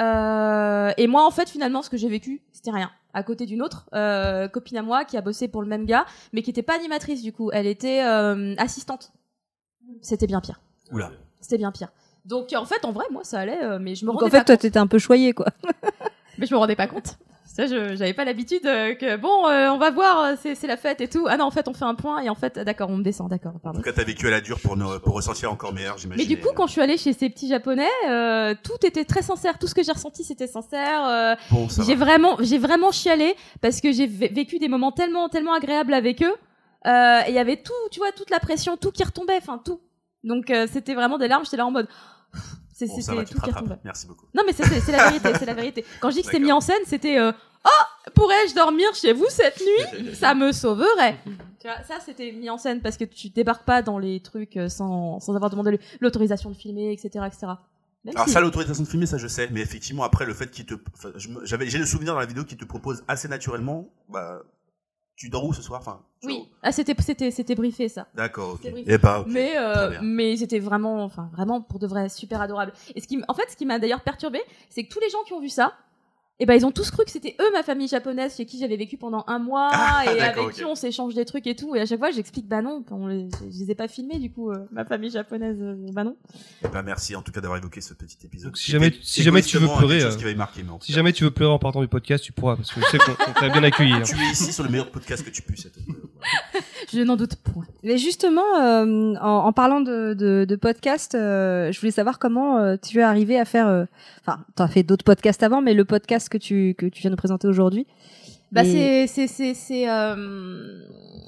Euh, et moi, en fait, finalement, ce que j'ai vécu, c'était rien. À côté d'une autre euh, copine à moi qui a bossé pour le même gars, mais qui était pas animatrice du coup. Elle était euh, assistante. C'était bien pire. Oula. C'était bien pire. Donc en fait, en vrai, moi, ça allait, euh, mais je me Donc rendais en fait, pas toi, compte. t'étais un peu choyé, quoi. Mais je me rendais pas compte. Ça, je j'avais pas l'habitude euh, que bon, euh, on va voir, euh, c'est c'est la fête et tout. Ah non, en fait, on fait un point et en fait, d'accord, on me descend, d'accord, En pardon. tout cas, t'as vécu à la dure pour, ne- pour ressentir encore meilleur, j'imagine. Mais du coup, quand je suis allée chez ces petits japonais, euh, tout était très sincère. Tout ce que j'ai ressenti, c'était sincère. euh, Bon, ça j'ai va. vraiment, j'ai vraiment chialé parce que j'ai vé- vécu des moments tellement, tellement agréables avec eux. Euh, et il y avait tout, tu vois, toute la pression, tout qui retombait, enfin tout. Donc euh, c'était vraiment des larmes. J'étais là en mode, c'est- Bon, ça c'était va, tu te tout qui rattrapes. retombait. Merci beaucoup. Non mais c'est c'est- c'est la vérité, c'est la vérité. Quand je dis que c'était mis D'accord. en scène, c'était euh, oh, pourrais-je dormir chez vous cette nuit? Ça me sauverait. Tu vois, ça c'était mis en scène parce que tu débarques pas dans les trucs euh, sans, sans avoir demandé l'autorisation de filmer, et cetera, et cetera. Même Alors si- ça, l'autorisation de filmer, ça je sais, mais effectivement après le fait qu'il te, enfin, je me- j'avais, j'ai le souvenir dans la vidéo qu'il te propose assez naturellement, bah, tu dors où ce soir, enfin. tu oui, dors où ah, c'était c'était c'était briefé ça. D'accord, ok. C'est vrai. Et bah, ok. Mais Très euh, bien. mais c'était vraiment, enfin vraiment pour de vrai super adorable. Et ce qui, m- en fait, ce qui m'a d'ailleurs perturbé, c'est que tous les gens qui ont vu ça, eh ben ils ont tous cru que c'était eux ma famille japonaise chez qui j'avais vécu pendant un mois Ah, et avec d'accord, ok. qui on s'échange des trucs et tout. Et à chaque fois, j'explique bah non, on les, je les ai pas filmés du coup euh, ma famille japonaise, euh, bah non. Eh ben, merci en tout cas d'avoir évoqué ce petit épisode. Donc, si jamais- C'était si jamais tu veux égoïstement pleurer, quelque chose euh, qui m'avait marqué, mais en tout Si cas, jamais tu veux pleurer en partant du podcast, tu pourras, parce que je sais qu'on qu'on t'a bien accueilli. hein. tu es ici sur le meilleur podcast que tu puisses être. Je n'en doute point. Mais justement, euh, en, en parlant de, de, de podcast, euh, je voulais savoir comment euh, tu es arrivé à faire. euh, Enfin, t'as fait d'autres podcasts avant, mais le podcast que tu que tu viens de présenter aujourd'hui. Bah Et- c'est c'est c'est c'est euh,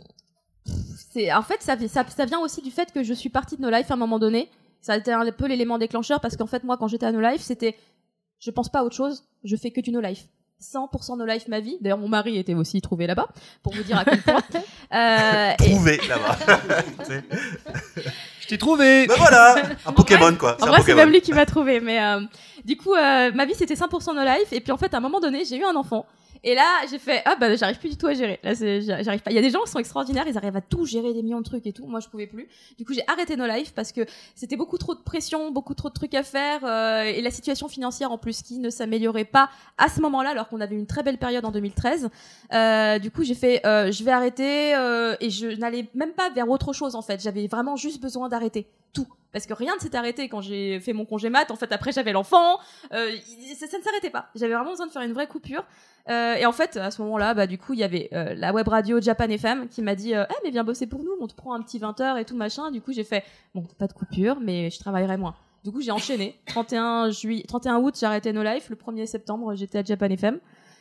c'est en fait ça, ça ça vient aussi du fait que je suis partie de No Life à un moment donné. Ça a été un peu l'élément déclencheur parce qu'en fait moi quand j'étais à No Life c'était je pense pas à autre chose, je fais que du No Life. cent pour cent No Life ma vie. D'ailleurs mon mari était aussi trouvé là-bas pour vous dire à quel point. Euh, et- Trouvé là-bas. Tu sais. Je t'ai trouvé. Ben voilà, un Pokémon quoi. En C'est un vrai, c'est Pokémon. même lui qui m'a trouvé. Mais euh, du coup, euh, ma vie c'était cent pour cent No Life. Et puis en fait, à un moment donné, j'ai eu un enfant. Et là, j'ai fait ah bah j'arrive plus du tout à gérer. Là, c'est- j'arrive pas. Il y a des gens qui sont extraordinaires, ils arrivent à tout gérer, des millions de trucs et tout. Moi, je pouvais plus. Du coup, j'ai arrêté No Life parce que c'était beaucoup trop de pression, beaucoup trop de trucs à faire euh, et la situation financière en plus qui ne s'améliorait pas à ce moment-là, alors qu'on avait une très belle période en deux mille treize. Euh, du coup, j'ai fait euh, je vais arrêter euh, et je n'allais même pas vers autre chose en fait. J'avais vraiment juste besoin d'arrêter tout. Parce que rien ne s'est arrêté quand j'ai fait mon congé mat. En fait, après, j'avais l'enfant. Euh, il- ça, ça ne s'arrêtait pas. J'avais vraiment besoin de faire une vraie coupure. Euh, et en fait, à ce moment-là, bah, du coup, il y avait euh, la web radio Japan F M qui m'a dit euh, Eh, mais viens bosser pour nous, on te prend un petit vingt heures et tout machin. Du coup, j'ai fait bon, pas de coupure, mais je travaillerai moins. Du coup, j'ai enchaîné. trente et un juillet, trente et un août, j'ai arrêté No Life. Le premier septembre, j'étais à Japan F M.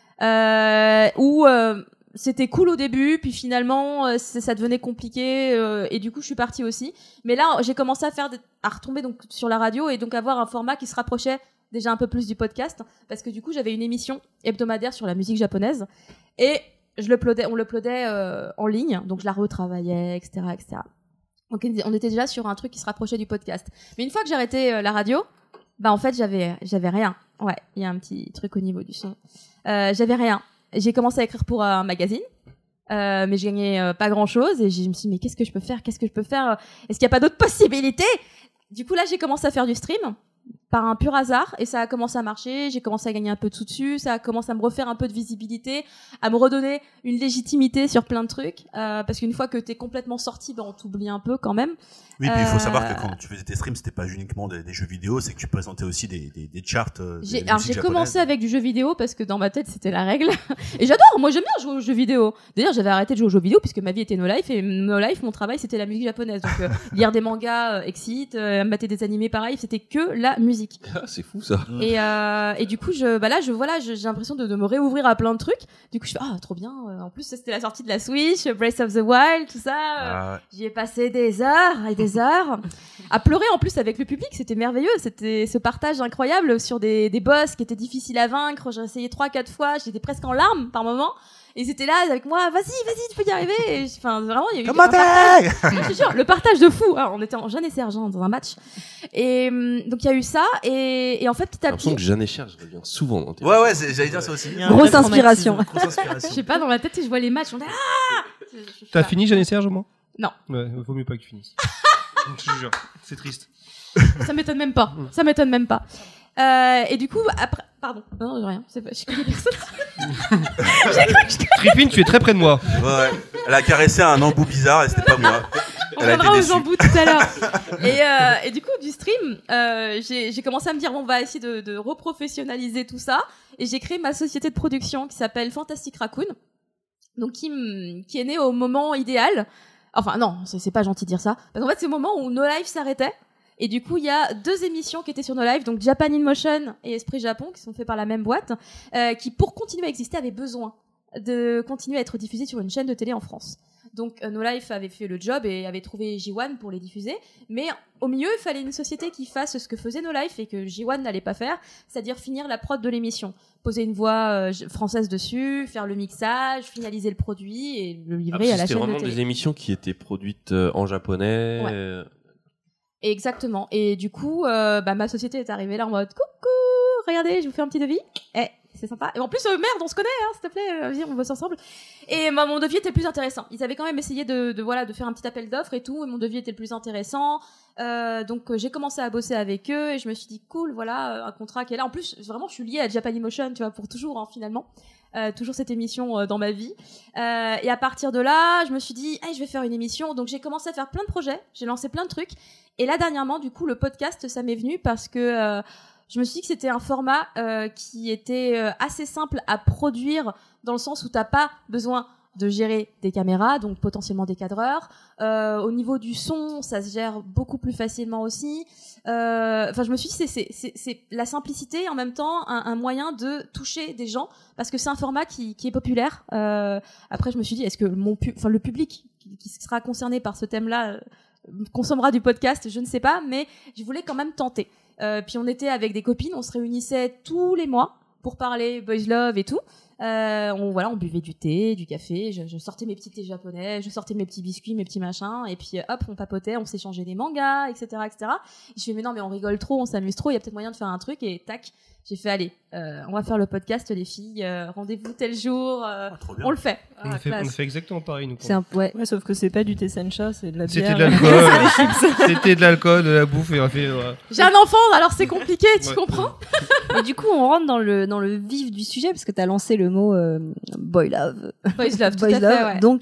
Euh, où euh, c'était cool au début, puis finalement, euh, ça, ça devenait compliqué, euh, et du coup, je suis partie aussi. Mais là, j'ai commencé à faire, des, à retomber donc sur la radio et donc avoir un format qui se rapprochait déjà un peu plus du podcast, parce que du coup, j'avais une émission hebdomadaire sur la musique japonaise et je l'uploadais, on l'uploadait euh, en ligne, donc je la retravaillais, et cetera, et cetera. Donc on était déjà sur un truc qui se rapprochait du podcast. Mais une fois que j'ai arrêté euh, la radio, bah en fait j'avais j'avais rien. Ouais, il y a un petit truc au niveau du son. Euh, j'avais rien. J'ai commencé à écrire pour un magazine, euh, mais je gagnais euh, pas grand chose et je me suis dit mais qu'est-ce que je peux faire, qu'est-ce que je peux faire, est-ce qu'il y a pas d'autres possibilités? Du coup là j'ai commencé à faire du stream par un pur hasard et ça a commencé à marcher, j'ai commencé à gagner un peu de sous dessus, ça a commencé à me refaire un peu de visibilité, à me redonner une légitimité sur plein de trucs, euh, parce qu'une fois que t'es complètement sorti, ben on t'oublie un peu quand même. Oui, puis il faut Euh, savoir que quand tu faisais tes streams, c'était pas uniquement des, des jeux vidéo, c'est que tu présentais aussi des, des, des charts. Euh, J'ai, des alors musiques j'ai japonaises. commencé avec du jeu vidéo parce que dans ma tête c'était la règle et j'adore, moi j'aime bien jouer aux jeux vidéo. D'ailleurs j'avais arrêté de jouer aux jeux vidéo puisque ma vie était No Life et No Life mon travail c'était la musique japonaise, donc euh, lire des mangas euh, excite, euh, mater des animés pareil, c'était que la musique. Ah, c'est fou ça. Et, euh, et du coup, je, bah là, je, voilà, je- j'ai l'impression de, de me réouvrir à plein de trucs. Du coup, je fais, ah, trop bien. Euh, En plus, c'était la sortie de la Switch, Breath of the Wild, tout ça. Euh, Ah, ouais. J'y ai passé des heures et des heures à pleurer en plus avec le public. C'était merveilleux. C'était ce partage incroyable sur des, des boss qui étaient difficiles à vaincre. J'ai essayé trois, quatre fois. J'étais presque en larmes par moment. Et ils étaient là avec moi, vas-y, vas-y, tu peux y arriver. Et j'- Enfin, vraiment, il y a eu Comment un partage. t'es Je te jure, le partage de fou. Alors, on était en Jeanne et Sergent dans un match. Et hum, donc, il y a eu ça. Et, et en fait, petit J'ai à l'impression petit, que Jeanne et Cher, je reviens souvent dans tes Ouais, ouais, c'est- j'allais dire ça aussi. Il y a un Grosse vrai inspiration. traumatisme. Grosse je inspiration. sais pas, dans ma tête, si je vois les matchs, on est ah Je- je- je sais T'as pas. fini, Jeanne et Serge, au moins? Non. Ouais, vaut mieux pas que tu finisses. Je te jure, c'est triste. Ça m'étonne même pas. Ça m'étonne même pas. Euh, et du coup, après, pardon, non, non, rien. C'est pas, je connais personne. Tripine, tu es très près de moi. Ouais, ouais. Elle a caressé un embout bizarre et c'était pas moi. On Elle a été reviendra aux déçue. embouts tout à l'heure. Et, euh, et du coup, du stream, euh, j'ai j'ai commencé à me dire, bon, on va essayer de, de reprofessionnaliser tout ça. Et j'ai créé ma société de production qui s'appelle Fantastic Raccoon. Donc, qui, m- qui est née au moment idéal. Enfin, non, c'est c'est pas gentil de dire ça. Parce qu'en fait, c'est le moment où No Life s'arrêtait. Et du coup, il y a deux émissions qui étaient sur No Life, donc Japan in Motion et Esprit Japon, qui sont faits par la même boîte, euh, qui, pour continuer à exister, avaient besoin de continuer à être diffusées sur une chaîne de télé en France. Donc euh, No Life avait fait le job et avait trouvé J un pour les diffuser, mais au milieu il fallait une société qui fasse ce que faisait No Life et que J un n'allait pas faire, c'est-à-dire finir la prod de l'émission, poser une voix euh, j- française dessus, faire le mixage, finaliser le produit et le Ah, livrer parce que à la C'était chaîne de vraiment télé. des émissions qui étaient produites euh, en japonais. Ouais. euh, Exactement. Et du coup, euh, bah, ma société est arrivée là en mode coucou, regardez, je vous fais un petit devis. Eh, c'est sympa. Et en plus, euh, merde, on se connaît, hein, s'il te plaît, euh, viens, on bosse ensemble. Et bah, mon devis était le plus intéressant. Ils avaient quand même essayé de, de voilà de faire un petit appel d'offres et tout. Et mon devis était le plus intéressant. Euh, donc euh, j'ai commencé à bosser avec eux et je me suis dit cool, voilà, euh, un contrat qui est là. En plus, vraiment, je suis liée à Japan Emotion, tu vois, pour toujours, hein, finalement. Euh, toujours cette émission euh, dans ma vie. Euh, et à partir de là, je me suis dit, hey, je vais faire une émission. Donc j'ai commencé à faire plein de projets. J'ai lancé plein de trucs. Et là, dernièrement, du coup, le podcast, ça m'est venu parce que euh, je me suis dit que c'était un format euh, qui était euh, assez simple à produire dans le sens où t'as pas besoin de gérer des caméras, donc potentiellement des cadreurs. Euh, au niveau du son, ça se gère beaucoup plus facilement aussi. Euh, Enfin, je me suis dit, c'est- c'est c'est- c'est la simplicité en même temps un, un moyen de toucher des gens parce que c'est un format qui, qui est populaire. Euh, après, je me suis dit, est-ce que mon pu- enfin, le public qui, qui sera concerné par ce thème-là euh, consommera du podcast, je ne sais pas, mais je voulais quand même tenter. Euh, puis on était avec des copines, on se réunissait tous les mois pour parler boys love et tout. Euh, on voilà, on buvait du thé, du café. Je, je sortais mes petits thés japonais, je sortais mes petits biscuits, mes petits machins, et puis hop, on papotait, on s'échangeait des mangas, et cetera, et cetera. Et je fais mais non, mais on rigole trop, on s'amuse trop. Il y a peut-être moyen de faire un truc, et tac, j'ai fait allez, euh, on va faire le podcast, les filles. euh, Rendez-vous tel jour, euh, Ah, trop bien. on le fait. On a Ah, fait, on a classe. fait exactement pareil, nous. C'est un, ouais. Ouais, sauf que c'est pas du thé sencha, c'est de la bière. C'était de l'alcool, c'était de l'alcool, de la bouffe, et on a fait. ouais. J'ai un enfant, alors c'est compliqué, tu Ouais. comprends? Et du coup, on rentre dans le dans le vif du sujet parce que tu as lancé le mot euh, boy love. Boys love, tout Boys à love. fait. Ouais. Donc,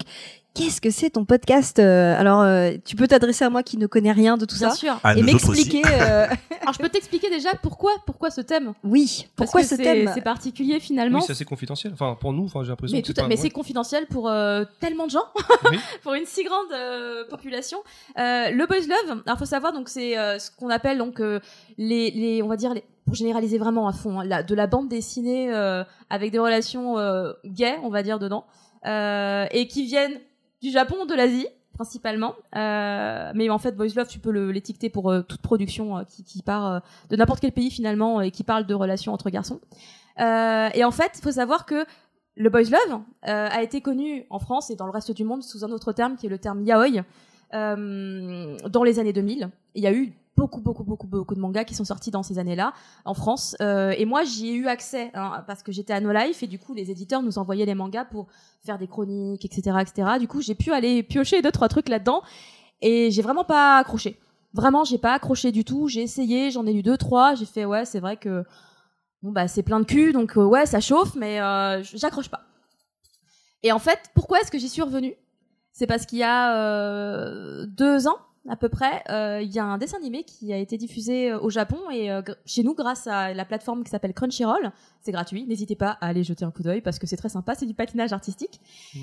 qu'est-ce que c'est ton podcast euh, Alors, euh, tu peux t'adresser à moi qui ne connais rien de tout Bien ça sûr. Ah, et nous autres m'expliquer. aussi. euh, Alors, je peux t'expliquer déjà pourquoi, pourquoi ce thème. Oui, Parce pourquoi que ce c'est- thème C'est particulier finalement. Oui, c'est assez confidentiel. Enfin, pour nous, enfin, j'ai l'impression Mais, que tout c'est à- pas- mais ouais. c'est confidentiel pour euh, tellement de gens, Oui. pour une si grande euh, population. Euh, le boys love, alors faut savoir donc c'est euh, ce qu'on appelle donc euh, les, les, on va dire les, pour généraliser vraiment à fond, hein, la, de la bande dessinée euh, avec des relations euh, gays, on va dire dedans, euh, et qui viennent du Japon, de l'Asie principalement. Euh, mais en fait, boys love, tu peux le- l'étiqueter pour euh, toute production euh, qui, qui part euh, de n'importe quel pays finalement et qui parle de relations entre garçons. Euh, et en fait, il faut savoir que le boys love euh, a été connu en France et dans le reste du monde sous un autre terme qui est le terme yaoi euh, dans les années deux mille. Il y a eu beaucoup, beaucoup, beaucoup, beaucoup de mangas qui sont sortis dans ces années-là en France. Euh, et moi, j'y ai eu accès hein, parce que j'étais à No Life et du coup, les éditeurs nous envoyaient les mangas pour faire des chroniques, et cetera, et cetera. Du coup, j'ai pu aller piocher deux, trois trucs là-dedans et j'ai vraiment pas accroché. Vraiment, j'ai pas accroché du tout. J'ai essayé, j'en ai lu deux, trois. J'ai fait, ouais, c'est vrai que bon bah c'est plein de cul, donc euh, ouais, ça chauffe, mais euh, j'accroche pas. Et en fait, pourquoi est-ce que j'y suis revenue ? C'est parce qu'il y a euh, deux ans à peu près, euh, il y a un dessin animé qui a été diffusé euh, au Japon et euh, gr- chez nous grâce à la plateforme qui s'appelle Crunchyroll. C'est gratuit, n'hésitez pas à aller jeter un coup d'œil parce que c'est très sympa, c'est du patinage artistique.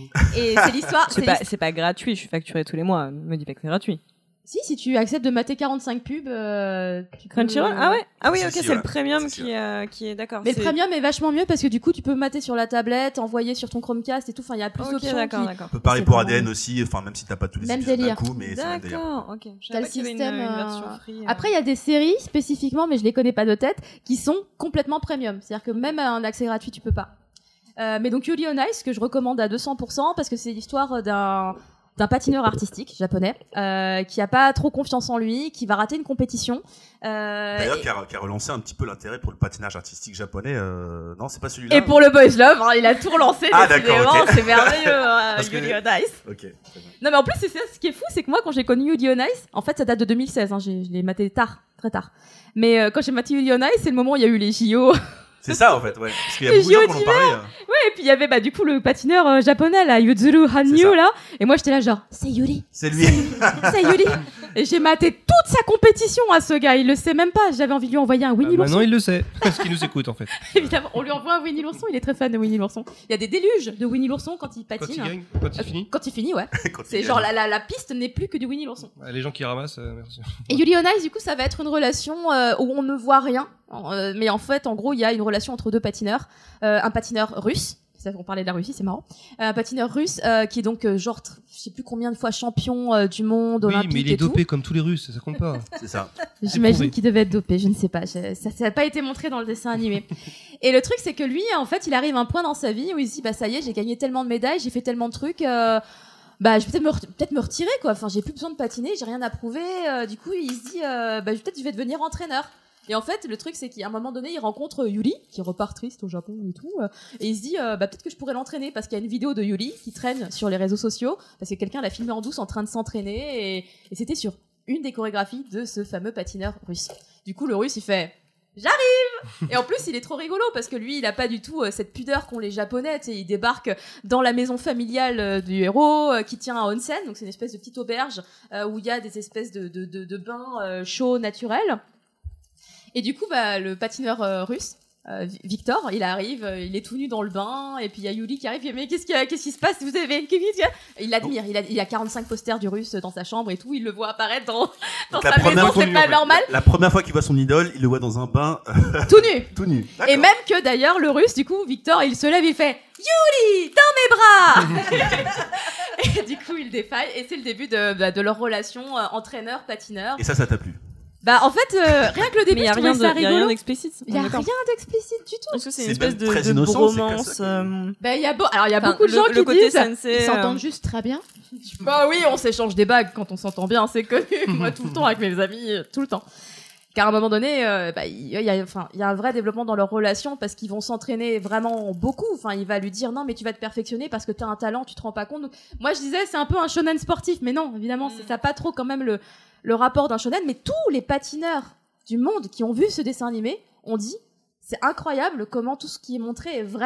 Et c'est l'histoire. C'est c'est pas, l'hist- c'est pas gratuit, je suis facturé tous les mois. Me dis pas que c'est gratuit. Si, si tu acceptes de mater quarante-cinq pubs, euh, tu peux- Crunchyroll Ah ouais Ah oui, Si, ok, si, c'est ouais. le premium Si, si, qui, euh, qui est d'accord. Mais le c'est- premium est vachement mieux parce que du coup tu peux mater sur la tablette, envoyer sur ton Chromecast et tout. Enfin, il y a plus Ok, d'options. d'accord, qui- d'accord. Un peu pareil C'est pour vraiment- A D N aussi, enfin même si t'as pas tous les Même épisodes d'un délire. coup, mais c'est le même délire. D'accord, ok. Je T'as savais le pas qu'il y avait une, système, une euh, version free. euh. Après, il y a des séries spécifiquement, mais je les connais pas de tête, qui sont complètement premium. C'est-à-dire que même un accès gratuit, tu peux pas. Euh, mais donc Yuri on Ice, que je recommande à deux cents pour cent parce que c'est l'histoire d'un d'un patineur artistique japonais euh, qui a pas trop confiance en lui, qui va rater une compétition. Euh, D'ailleurs, et- qui a, qui a relancé un petit peu l'intérêt pour le patinage artistique japonais. Euh... Non, c'est pas celui-là. Et pour le boys love, hein, il a tout relancé. Ah, décidément, d'accord, ok. c'est merveilleux, euh, Parce que- Yuri on Ice. Ok. très bien. Non, mais en plus, c'est ça, ce qui est fou, c'est que moi, quand j'ai connu Yuri on Ice, en fait, ça date de deux mille seize. Hein, j'ai- je l'ai maté tard, très tard. Mais euh, quand j'ai maté Yuri on Ice, c'est le moment où il y a eu les J O. C'est ça en fait, ouais. Parce qu'il y a Les beaucoup de gens J O qui en ont parlé. euh. Et puis il y avait bah du coup le patineur euh, japonais là, Yuzuru C'est Hanyu ça. là, et moi j'étais là genre c'est Yuri, C'est lui. c'est Yuri. Et j'ai maté toute sa compétition à ce gars, il le sait même pas. J'avais envie de lui envoyer un Ah, Winnie maintenant, l'ourson. il le sait. Parce qu'il nous écoute, en fait. Évidemment, on lui envoie un Winnie l'ourson, il est très fan de Winnie l'ourson. Il y a des déluges de Winnie l'ourson quand il Quand il patine. gagne, quand il Euh, finit. Quand il finit, ouais. Quand il C'est gagne. genre la, la, la piste n'est plus que du Winnie l'ourson. Ouais, Les gens qui ramassent, euh, merci. Et Yuri on Ice, du coup, ça va être une relation euh, où on ne voit rien. Euh, mais en fait, en gros, il y a une relation entre deux patineurs. Euh, un patineur russe. Ça, on parlait de la Russie, c'est marrant. Euh, un patineur russe euh, qui est donc euh, genre, tr- je sais plus combien de fois champion euh, du monde, Oui, olympique mais il est et tout. dopé comme tous les Russes, ça compte pas. C'est ça. J'imagine prouvé. qu'il devait être dopé, je ne sais pas. Je- ça n'a pas été montré dans le dessin animé. Et le truc, c'est que lui, en fait, il arrive à un point dans sa vie où il se dit, bah ça y est, j'ai gagné tellement de médailles, j'ai fait tellement de trucs. Euh, bah, je vais peut-être me, re- peut-être me retirer, quoi. Enfin, j'ai plus besoin de patiner, j'ai rien à prouver. Euh, du coup, il se dit, euh, bah, peut-être je vais devenir entraîneur. Et en fait, le truc, c'est qu'à un moment donné, il rencontre Yuri, qui repart triste au Japon et tout, euh, et il se dit, euh, bah, peut-être que je pourrais l'entraîner, parce qu'il y a une vidéo de Yuri qui traîne sur les réseaux sociaux, parce que quelqu'un l'a filmé en douce en train de s'entraîner, et, et c'était sur une des chorégraphies de ce fameux patineur russe. Du coup, le russe, il fait, j'arrive! Et en plus, il est trop rigolo, parce que lui, il a pas du tout euh, cette pudeur qu'ont les Japonais, tu sais, il débarque dans la maison familiale euh, du héros, euh, qui tient un onsen, donc c'est une espèce de petite auberge, euh, où il y a des espèces de, de, de, de bains euh, chauds naturels. Et du coup, bah, le patineur euh, russe, euh, Vi- Victor, il arrive, euh, il est tout nu dans le bain, et puis il y a Yuri qui arrive, il dit, mais qu'est-ce qu'il y a, qu'est-ce qui se passe, vous avez, qu'est-ce qu'il y a Il l'admire, il a, il a quarante-cinq posters du russe dans sa chambre et tout, il le voit apparaître dans, dans Donc, la sa première maison, fois c'est qu'on pas lui- normal, La première fois qu'il voit son idole, il le voit dans un bain euh, tout nu. tout nu. Et D'accord. même que d'ailleurs, le russe, du coup, Victor, il se lève, il fait Yuri, dans mes bras Et du coup, il défaille, et c'est le début de, bah, de leur relation euh, entraîneur-patineur. Et ça, ça t'a plu. Bah, en fait, euh, rien que le début, Mais il y a je rien trouvais de- ça il y a rien rigolo. d'explicite. Il y a D'accord. rien d'explicite du tout. Est-ce que c'est une C'est espèce même de, très de innocent, c'est bromance ça qui- euh, Ben, il y a beau... Alors, il y a Enfin, beaucoup de gens le- qui le côté disent sensei, ils s'entendent euh, juste très bien. Bah oui, on s'échange des bagues quand on s'entend bien, c'est connu. Moi, tout le temps avec mes amis, euh, tout le temps. Car à un moment donné, euh, bah, il y a, enfin, il y a un vrai développement dans leur relation parce qu'ils vont s'entraîner vraiment beaucoup. Enfin, il va lui dire non, mais tu vas te perfectionner parce que tu as un talent, tu te rends pas compte. Donc, moi, je disais c'est un peu un shonen sportif, mais non, évidemment, c'est ça a pas trop quand même le le rapport d'un shonen. Mais tous les patineurs du monde qui ont vu ce dessin animé ont dit c'est incroyable comment tout ce qui est montré est vrai.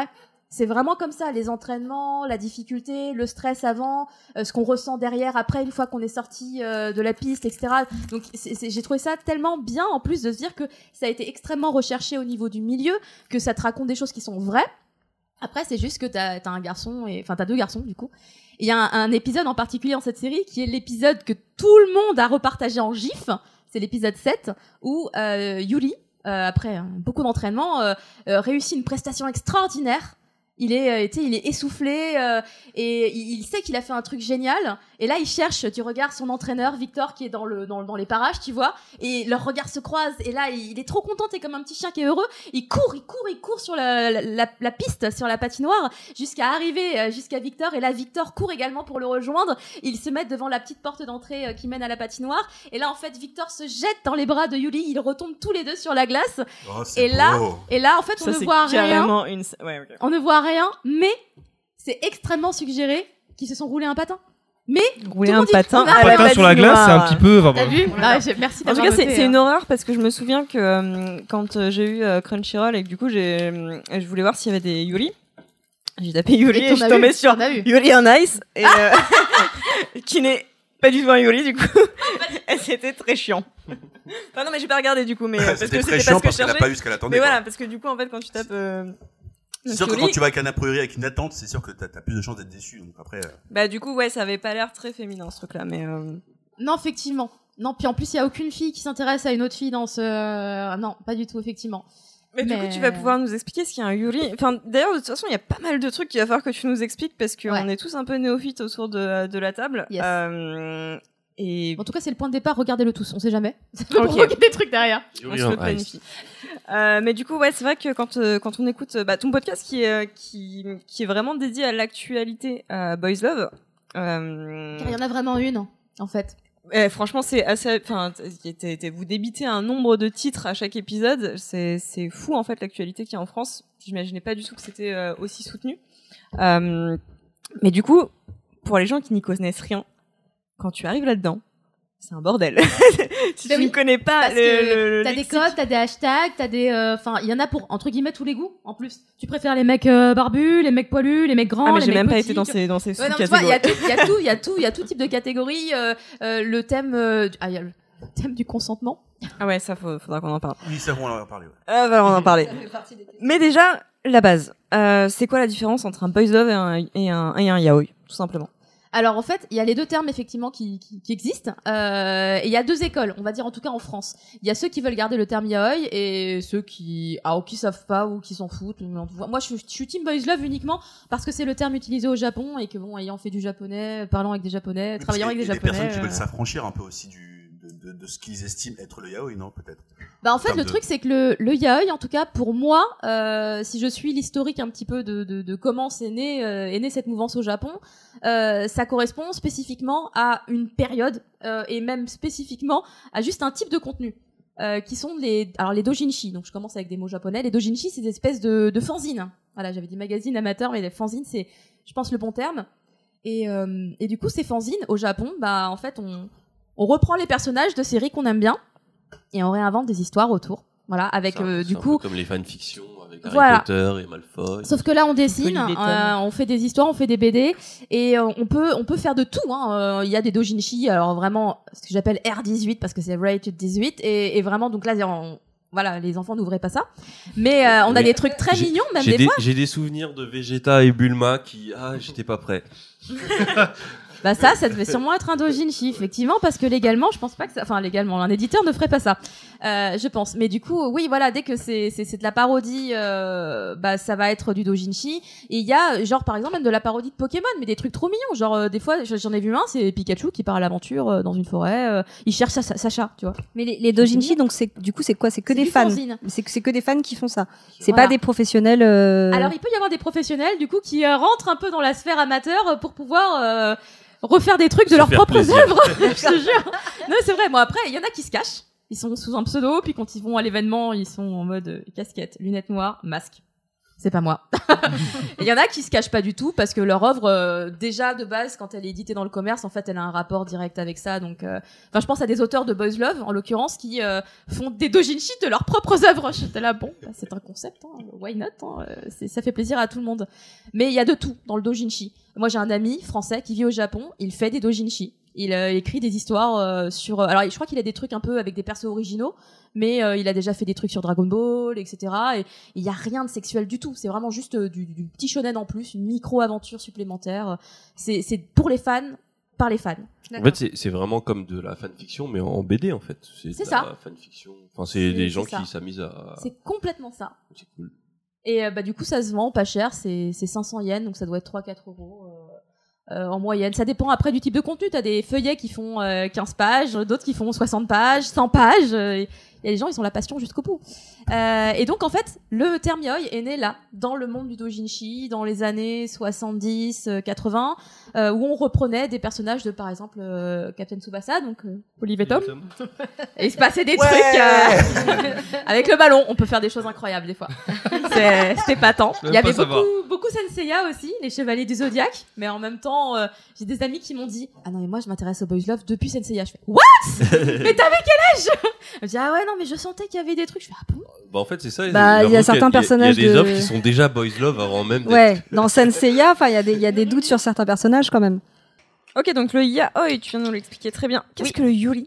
C'est vraiment comme ça, les entraînements, la difficulté, le stress avant, euh, ce qu'on ressent derrière, après, une fois qu'on est sorti euh, de la piste, et cetera. Donc, c'est, c'est, j'ai trouvé ça tellement bien, en plus, de se dire que ça a été extrêmement recherché au niveau du milieu, que ça te raconte des choses qui sont vraies. Après, c'est juste que t'as, t'as un garçon, et enfin, t'as deux garçons, du coup. Il y a un, un épisode en particulier dans cette série, qui est l'épisode que tout le monde a repartagé en gif. C'est l'épisode sept, où euh, Yuri, euh, après hein, beaucoup d'entraînement, euh, euh, réussit une prestation extraordinaire. Il est, euh, tu sais, il est essoufflé euh, et il, il sait qu'il a fait un truc génial. Et là, il cherche, tu regardes son entraîneur, Victor, qui est dans le dans, dans les parages, tu vois. Et leurs regards se croisent. Et là, il, il est trop content, t'es comme un petit chien qui est heureux. Il court, il court, il court sur la, la, la, la piste, sur la patinoire, jusqu'à arriver euh, jusqu'à Victor. Et là, Victor court également pour le rejoindre. Ils se mettent devant la petite porte d'entrée euh, qui mène à la patinoire. Et là, en fait, Victor se jette dans les bras de Yuri. Ils retombent tous les deux sur la glace. Oh, c'est et là, beau. et là, en fait, on Ça, ne c'est voit rien. carrément une... Ouais, ok. On ne voit rien, mais c'est extrêmement suggéré qu'ils se sont roulés un patin. Mais Rouler tout le un monde dit patin qu'on a- à Un la patin sur la glace, c'est un patinoire. petit peu. enfin, T'as bon. vu Ah, j'ai- Merci En d'avoir tout cas, c'est, noté, c'est hein. une horreur parce que je me souviens que euh, quand euh, j'ai eu euh, Crunchyroll et que du coup j'ai, euh, je voulais voir s'il y avait des Yuri. J'ai tapé Yuri Et et, t'en je as tombais eu, sur t'en as eu. Yuri on Ice et, euh, qui n'est pas du tout un Yuri du coup. Et c'était très chiant. Enfin non mais j'ai pas regardé du coup mais euh, parce C'était que très c'était chiant pas ce que parce je qu'elle a cherchais. pas eu ce qu'elle attendait. Mais quoi. voilà parce que du coup en fait quand tu tapes euh, C'est sûr que Yuri, quand tu vas avec un a priori avec une attente, c'est sûr que t'as, t'as plus de chances d'être déçu. Donc après, euh, bah du coup ouais ça avait pas l'air très féminin ce truc là mais euh, Non, effectivement. Non, puis en plus, il y a aucune fille qui s'intéresse à une autre fille dans ce. euh, Non, pas du tout, effectivement. Mais, du Mais- coup, tu vas pouvoir nous expliquer ce qu'est un Yuri. Enfin, d'ailleurs, de toute façon, il y a pas mal de trucs qu'il va falloir que tu nous expliques parce qu'on Ouais. est tous un peu néophytes autour de, de la table. Yes. Euh, et En tout cas, c'est le point de départ. Regardez-le tous. On sait jamais. Ça peut Ok. provoquer des trucs derrière. on se le planifie. Euh, mais du coup, ouais, c'est vrai que quand, euh, quand on écoute euh, bah, ton podcast qui est, euh, qui, qui est vraiment dédié à l'actualité euh, Boys Love. Euh, Car il y en a vraiment une, en fait. eh, franchement, c'est assez. Enfin, t- t- t- vous débitez un nombre de titres à chaque épisode. C'est, c'est fou en fait l'actualité qu'il y a en France. J'imaginais pas du tout que c'était euh, aussi soutenu. Euh, mais du coup, pour les gens qui n'y connaissent rien, quand tu arrives là-dedans, c'est un bordel. si Ben tu oui, ne connais pas Parce le, que le- le t'as des lexique. codes, t'as des hashtags, t'as des. Enfin, il y en a pour entre guillemets tous les goûts. En plus, tu préfères les mecs euh, barbus, les mecs poilus, les mecs grands, Ah mais les j'ai mecs même pas petits, été dans tu- ces dans ces Ouais, non, tu vois, il y a sous-catégories. tout, il y a tout, il y a tout, il y a tout type de catégories. Euh, euh, le thème, euh, du- ah, il y a le thème du consentement. Ah ouais, ça faut, faudra qu'on en parle. oui, ça, on en a parlé. Ouais. Ah bah on en parler. Mais déjà, la base. Euh, c'est quoi la différence entre un boys love et un et un, et un yaoi, tout simplement? Alors en fait, il y a les deux termes effectivement qui, qui, qui existent. Euh, et il y a deux écoles, on va dire en tout cas en France. Il y a ceux qui veulent garder le terme yaoi et ceux qui, ah, ou qui savent pas ou qui s'en foutent. Mais en tout cas, moi, je, suis- je suis team boys love uniquement parce que c'est le terme utilisé au Japon et que bon, ayant fait du japonais, parlant avec des japonais, Oui, travaillant parce avec qu'il des y a des personnes japonais. qui veulent euh, s'affranchir un peu aussi du, de, de, de ce qu'ils estiment être le yaoi, non, peut-être. Bah en fait termes le de- truc c'est que le, le yaoi en tout cas pour moi euh, si je suis l'historique un petit peu de, de, de comment c'est né euh, est née cette mouvance au Japon euh, ça correspond spécifiquement à une période euh, et même spécifiquement à juste un type de contenu euh, qui sont les alors les dojinshi donc je commence avec des mots japonais les dojinshi c'est des espèces de, de fanzines voilà j'avais dit magazine amateur mais les fanzines c'est je pense le bon terme et, euh, et du coup ces fanzines au Japon bah en fait on, on reprend les personnages de séries qu'on aime bien et on réinvente des histoires autour. Voilà, avec C'est un- euh, c'est du un coup. peu comme les fanfictions avec Harry Voilà. Potter et Malfoy. Sauf que là, on dessine, Polly Letton. euh, on fait des histoires, on fait des B D, et euh, on peut, on peut faire de tout. hein. Euh, Il y a des dojinshi, alors vraiment, ce que j'appelle R dix-huit parce que c'est rated dix-huit, et, et vraiment, donc là, on- voilà, les enfants n'ouvraient pas ça. Mais euh, on a Mais des trucs très j'ai- mignons, même J'ai des des, fois. j'ai des souvenirs de Vegeta et Bulma qui ah j'étais pas prêt. Bah ça, ça devait sûrement être un dojinshi, effectivement, parce que légalement, je pense pas que ça... Enfin, légalement, un éditeur ne ferait pas ça, euh, je pense. Mais du coup, oui, voilà, dès que c'est, c'est, c'est de la parodie, euh, bah ça va être du dojinshi. Et il y a, genre, par exemple, même de la parodie de Pokémon, mais des trucs trop mignons. Genre, euh, des fois, j'en ai vu un, c'est Pikachu qui part à l'aventure euh, dans une forêt, euh, il cherche sa, sa- Sacha, tu vois. Mais les, les dojinshi, donc c'est du coup c'est quoi? C'est que C'est des du fans. fanzine. C'est que c'est que des fans qui font ça. C'est Voilà. pas des professionnels. euh, Alors, il peut y avoir des professionnels, du coup, qui euh, rentrent un peu dans la sphère amateur euh, pour pouvoir euh, refaire des trucs de Se leurs faire propres plaisir. œuvres. Je te jure. Non, c'est vrai. Bon, après, il y en a qui se cachent. Ils sont sous un pseudo, puis quand ils vont à l'événement, ils sont en mode euh, casquette, lunettes noires, masque. c'est pas moi. Il y en a qui se cachent pas du tout parce que leur œuvre, euh, déjà de base, quand elle est éditée dans le commerce, en fait, elle a un rapport direct avec ça. Donc, euh... enfin, je pense à des auteurs de Boys Love, en l'occurrence, qui euh, font des doujinshi de leurs propres œuvres. J'étais là, bon, bah, c'est un concept, hein, why not hein, c'est, ça fait plaisir à tout le monde. Mais il y a de tout dans le doujinshi. Moi, j'ai un ami français qui vit au Japon, il fait des doujinshi. Il euh, écrit des histoires euh, sur... Alors, je crois qu'il a des trucs un peu avec des persos originaux, mais euh, il a déjà fait des trucs sur Dragon Ball, et cetera. Et il y a rien de sexuel du tout. C'est vraiment juste euh, du, du petit shonen en plus, une micro-aventure supplémentaire. C'est, c'est pour les fans, par les fans. En fait, c'est, c'est vraiment comme de la fanfiction, mais en B D, en fait. C'est, c'est de ça. La fanfiction. Enfin, c'est, c'est des gens c'est qui s'amusent à... C'est complètement ça. C'est cool. Et euh, bah, du coup, ça se vend pas cher. C'est, c'est cinq cents yens, donc ça doit être trois à quatre euros. Euh... Euh, en moyenne, ça dépend après du type de contenu. T'as des feuillets qui font euh, quinze pages, d'autres qui font soixante pages, cent pages. Euh, et les gens, ils ont la passion jusqu'au bout. Euh, et donc, en fait, le terme yaoi est né là, dans le monde du doujinshi, dans les années soixante-dix, quatre-vingts, euh, où on reprenait des personnages de, par exemple, euh, Captain Tsubasa, donc euh, Olive et Tom. Et il se passait des ouais trucs euh, avec le ballon. On peut faire des choses incroyables des fois. C'est, c'était pas tant. Il y avait beaucoup, beaucoup Senseiya aussi, les Chevaliers du Zodiaque. Mais en même temps, euh, j'ai des amis qui m'ont dit « Ah non, mais moi, je m'intéresse au Boys Love depuis Senseiya. » Je fais « What ?» Mais t'avais quel âge? Je dis « Ah ouais, non, mais je sentais qu'il y avait des trucs. » Je fais « Ah bon ?» Bah en fait c'est ça. Bah, il y a certains personnages Il y a des de... œuvres qui sont déjà Boys Love avant même. D'être... Ouais, dans Senseiya, enfin il y a des il y a des doutes sur certains personnages quand même. Ok, donc le yaoi, tu viens de nous l'expliquer très bien. Qu'est-ce oui. que le yuri?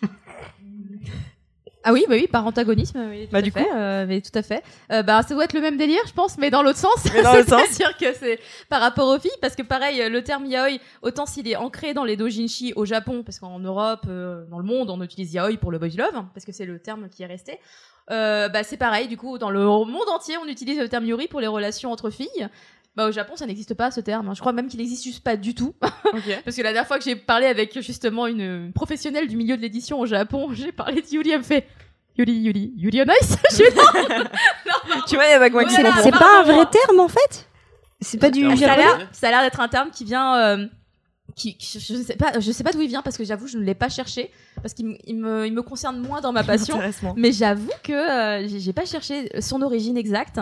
Ah oui, bah oui, par antagonisme, oui, tout bah à du fait, coup, euh, mais tout à fait. Euh, bah ça doit être le même délire, je pense, mais dans l'autre sens. Mais dans l'autre sens. C'est-à-dire que c'est par rapport aux filles, parce que pareil, le terme yaoi, autant s'il est ancré dans les doujinshi au Japon, parce qu'en Europe, euh, dans le monde, on utilise yaoi pour le boys love, hein, parce que c'est le terme qui est resté. Euh, bah c'est pareil, du coup, dans le monde entier, on utilise le terme yuri pour les relations entre filles. Bah au Japon, ça n'existe pas ce terme. Hein. Je crois même qu'il n'existe juste pas du tout. Okay. Parce que la dernière fois que j'ai parlé avec justement une, une professionnelle du milieu de l'édition au Japon, j'ai parlé de Yuri, elle me fait Yuri, Yuri, Yuri on Ice. Je suis non, non, tu vois, il y a pas voilà, C'est, c'est pas un vrai terme en fait. C'est pas du. Ça a l'air, ça a l'air d'être un terme qui vient. Euh, Qui, qui, je sais pas, je sais pas d'où il vient parce que j'avoue je ne l'ai pas cherché parce qu'il m- il me, il me concerne moins dans ma passion. Mais j'avoue que euh, j'ai, j'ai pas cherché son origine exacte.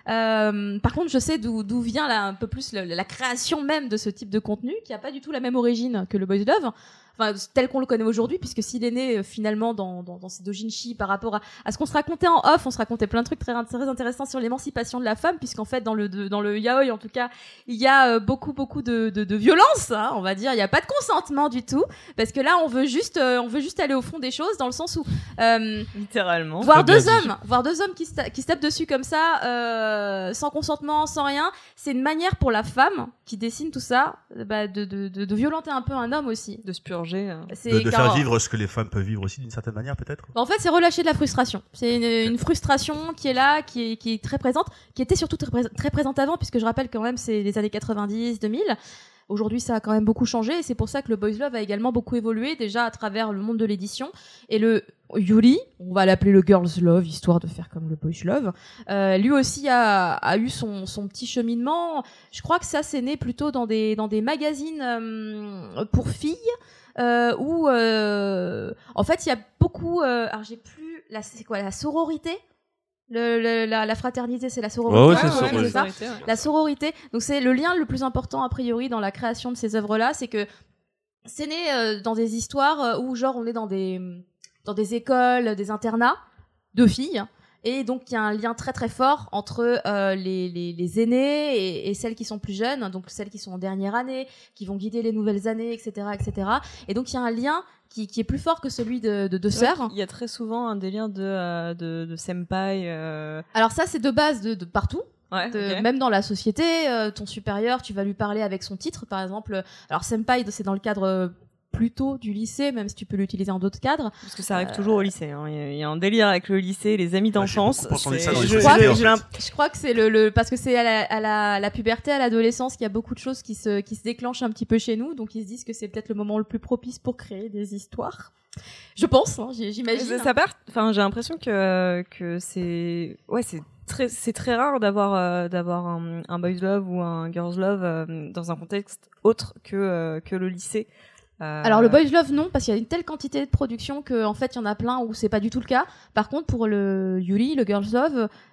Euh, par contre, je sais d'où, d'où vient là, un peu plus le, la création même de ce type de contenu qui a pas du tout la même origine que le Boys Love. Enfin, tel qu'on le connaît aujourd'hui, puisque s'il est né euh, finalement dans, dans, dans ces doujinshi par rapport à, à ce qu'on se racontait en off, on se racontait plein de trucs très, très intéressants sur l'émancipation de la femme, puisqu'en fait dans le de, dans le yaoi en tout cas, il y a euh, beaucoup beaucoup de, de, de violence, hein, on va dire, il y a pas de consentement du tout, parce que là on veut juste euh, on veut juste aller au fond des choses, dans le sens où euh, littéralement voir deux hommes, voir deux hommes qui se, ta- qui se tapent dessus comme ça, euh, sans consentement, sans rien, c'est une manière pour la femme qui dessine tout ça, bah, de, de, de, de violenter un peu un homme aussi, de se purger. Hein. C'est de, de car... faire vivre ce que les femmes peuvent vivre aussi d'une certaine manière peut-être. En fait, c'est relâcher de la frustration. C'est une, une frustration qui est là, qui est, qui est très présente, qui était surtout très, pré- très présente avant, puisque je rappelle quand même c'est les années quatre-vingt-dix, deux mille. Aujourd'hui, ça a quand même beaucoup changé, et c'est pour ça que le Boys Love a également beaucoup évolué, déjà à travers le monde de l'édition. Et le Yuri, on va l'appeler le Girls Love, histoire de faire comme le Boys Love, euh, lui aussi a, a eu son, son petit cheminement. Je crois que ça, c'est né plutôt dans des, dans des magazines euh, pour filles, euh, où, euh, en fait, il y a beaucoup... Euh, alors, j'ai plus... La, c'est quoi, la sororité ? Le, le, la, la fraternité, c'est la sororité. Ouais, ouais, c'est, ouais, soror- c'est ça. Ouais. La sororité. Donc c'est le lien le plus important a priori dans la création de ces œuvres-là, c'est que c'est né euh, dans des histoires euh, où genre on est dans des dans des écoles, des internats de filles. Et donc, il y a un lien très très fort entre euh, les, les, les aînés et, et celles qui sont plus jeunes, donc celles qui sont en dernière année, qui vont guider les nouvelles années, et cetera, et cetera. Et donc, il y a un lien qui, qui est plus fort que celui de, de deux sœurs. Il y a très souvent un délire de, euh, de, de senpai. Euh... Alors ça, c'est de base de, de partout. Ouais, De, okay. Même dans la société, euh, ton supérieur, tu vas lui parler avec son titre, par exemple. Alors, senpai, c'est dans le cadre... Euh, plutôt du lycée, même si tu peux l'utiliser en d'autres cadres. Parce que ça arrive euh... toujours au lycée. Hein. Il, y a, il y a un délire avec le lycée, les amis d'enfance. Ouais, c'est... ça dans les je, sociétés, crois que, en fait. je crois que c'est le, le parce que c'est à la, à la, la puberté, à l'adolescence, qu'il y a beaucoup de choses qui se, qui se déclenchent un petit peu chez nous. Donc ils se disent que c'est peut-être le moment le plus propice pour créer des histoires. Je pense, hein, j'imagine. Ça, ça part. Enfin, j'ai l'impression que que c'est ouais, c'est très c'est très rare d'avoir euh, d'avoir un, un boys love ou un girls love euh, dans un contexte autre que euh, que le lycée. Euh... Alors le boys love non, parce qu'il y a une telle quantité de production que en fait il y en a plein où c'est pas du tout le cas. Par contre pour le Yuri, le girls love,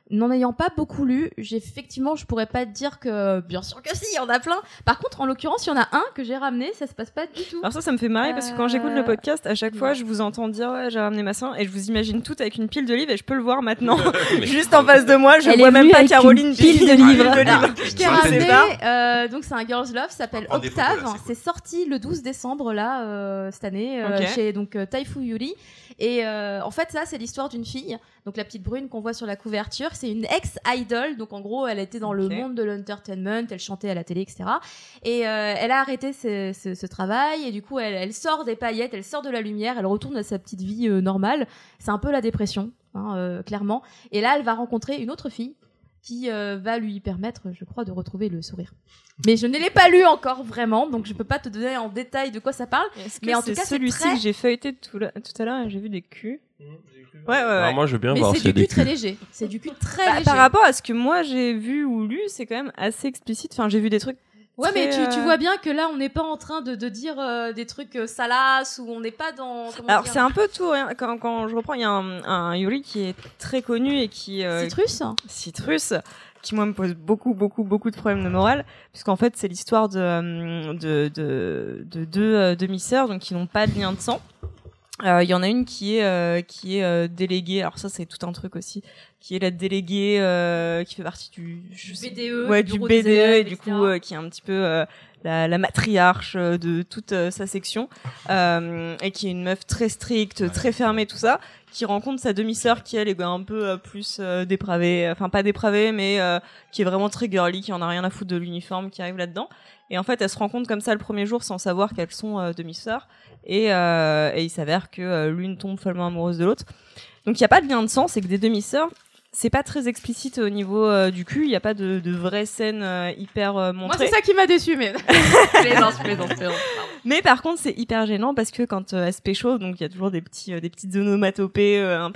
N'en ayant pas beaucoup lu, j'ai effectivement, je pourrais pas te dire que, bien sûr que si, il y en a plein. Par contre, en l'occurrence, il y en a un que j'ai ramené, ça se passe pas du tout. Alors ça, ça me fait marrer parce que quand j'écoute le podcast, à chaque fois, ouais. je vous entends dire ouais, j'ai ramené ma soeur et je vous imagine toutes avec une pile de livres et je peux le voir maintenant, juste en face de moi. Je Elle vois est même venue pas avec Caroline une pile de livres. Alors, je t'ai Ouais, ramené, c'est ça. euh, donc c'est un Girls Love, ça s'appelle On prend des photos, Octave. là, c'est C'est sorti le douze décembre là euh, cette année euh, Ok. chez donc euh, Taifu Yuri. Et euh, en fait, ça c'est l'histoire d'une fille, donc la petite brune qu'on voit sur la couverture. C'est une ex-idol, donc en gros, elle était dans le Ok. monde de l'entertainment, elle chantait à la télé, et cetera. Et euh, elle a arrêté ce, ce, ce travail et du coup, elle, elle sort des paillettes, elle sort de la lumière, elle retourne à sa petite vie euh, normale. C'est un peu la dépression, hein, euh, clairement. Et là, elle va rencontrer une autre fille qui euh, va lui permettre, je crois, de retrouver le sourire. Mais je ne l'ai pas lu encore vraiment, donc je peux pas te donner en détail de quoi ça parle. Est-ce que Mais en c'est tout cas, c'est celui-ci très- que j'ai feuilleté tout, la- tout à l'heure et j'ai vu des culs. Ouais, ouais, ouais. Alors moi, je veux bien Mais voir c'est s'il y a du des cul très culs. léger. C'est du cul très Bah, léger. par rapport à ce que moi j'ai vu ou lu, c'est quand même assez explicite. Enfin, j'ai vu des trucs. Ouais, mais très, tu, tu euh, vois bien que là, on n'est pas en train de, de dire euh, des trucs euh, salaces ou on n'est pas dans. comment Alors dire, c'est un peu tout. Hein. Quand, quand je reprends, il y a un, un Yuri qui est très connu et qui euh, Citrus. Citrus, qui moi me pose beaucoup, beaucoup, beaucoup de problèmes de morale, puisqu'en fait c'est l'histoire de euh, de, de, de deux euh, demi-sœurs donc qui n'ont pas de lien de sang. Il euh, y en a une qui est euh, qui est euh, déléguée. Alors ça c'est tout un truc aussi, qui est la déléguée euh, qui fait partie du je sais- B D E, ouais du du bureau B des D E élèves, et du et cetera. coup euh, qui est un petit peu euh, la, la matriarche euh, de toute euh, sa section euh, et qui est une meuf très stricte, très fermée, tout ça, qui rencontre sa demi-sœur qui elle est un peu euh, plus euh, dépravée, enfin pas dépravée mais euh, qui est vraiment très girly, qui en a rien à foutre de l'uniforme, qui arrive là-dedans. Et en fait, elles se rencontrent comme ça le premier jour sans savoir qu'elles sont euh, demi-sœurs. Et, euh, et il s'avère que euh, l'une tombe follement amoureuse de l'autre. Donc il y a pas de lien de sang, c'est que des demi-sœurs. C'est pas très explicite au niveau euh, du cul. Il y a pas de, de vraies scènes euh, hyper euh, Moi, montrées. c'est ça qui m'a déçu, mais. je plaisante, je plaisante, je plaisante. Mais par contre, c'est hyper gênant parce que quand euh, elle se pécho, donc il y a toujours des petits, euh, des petites onomatopées euh, un peu.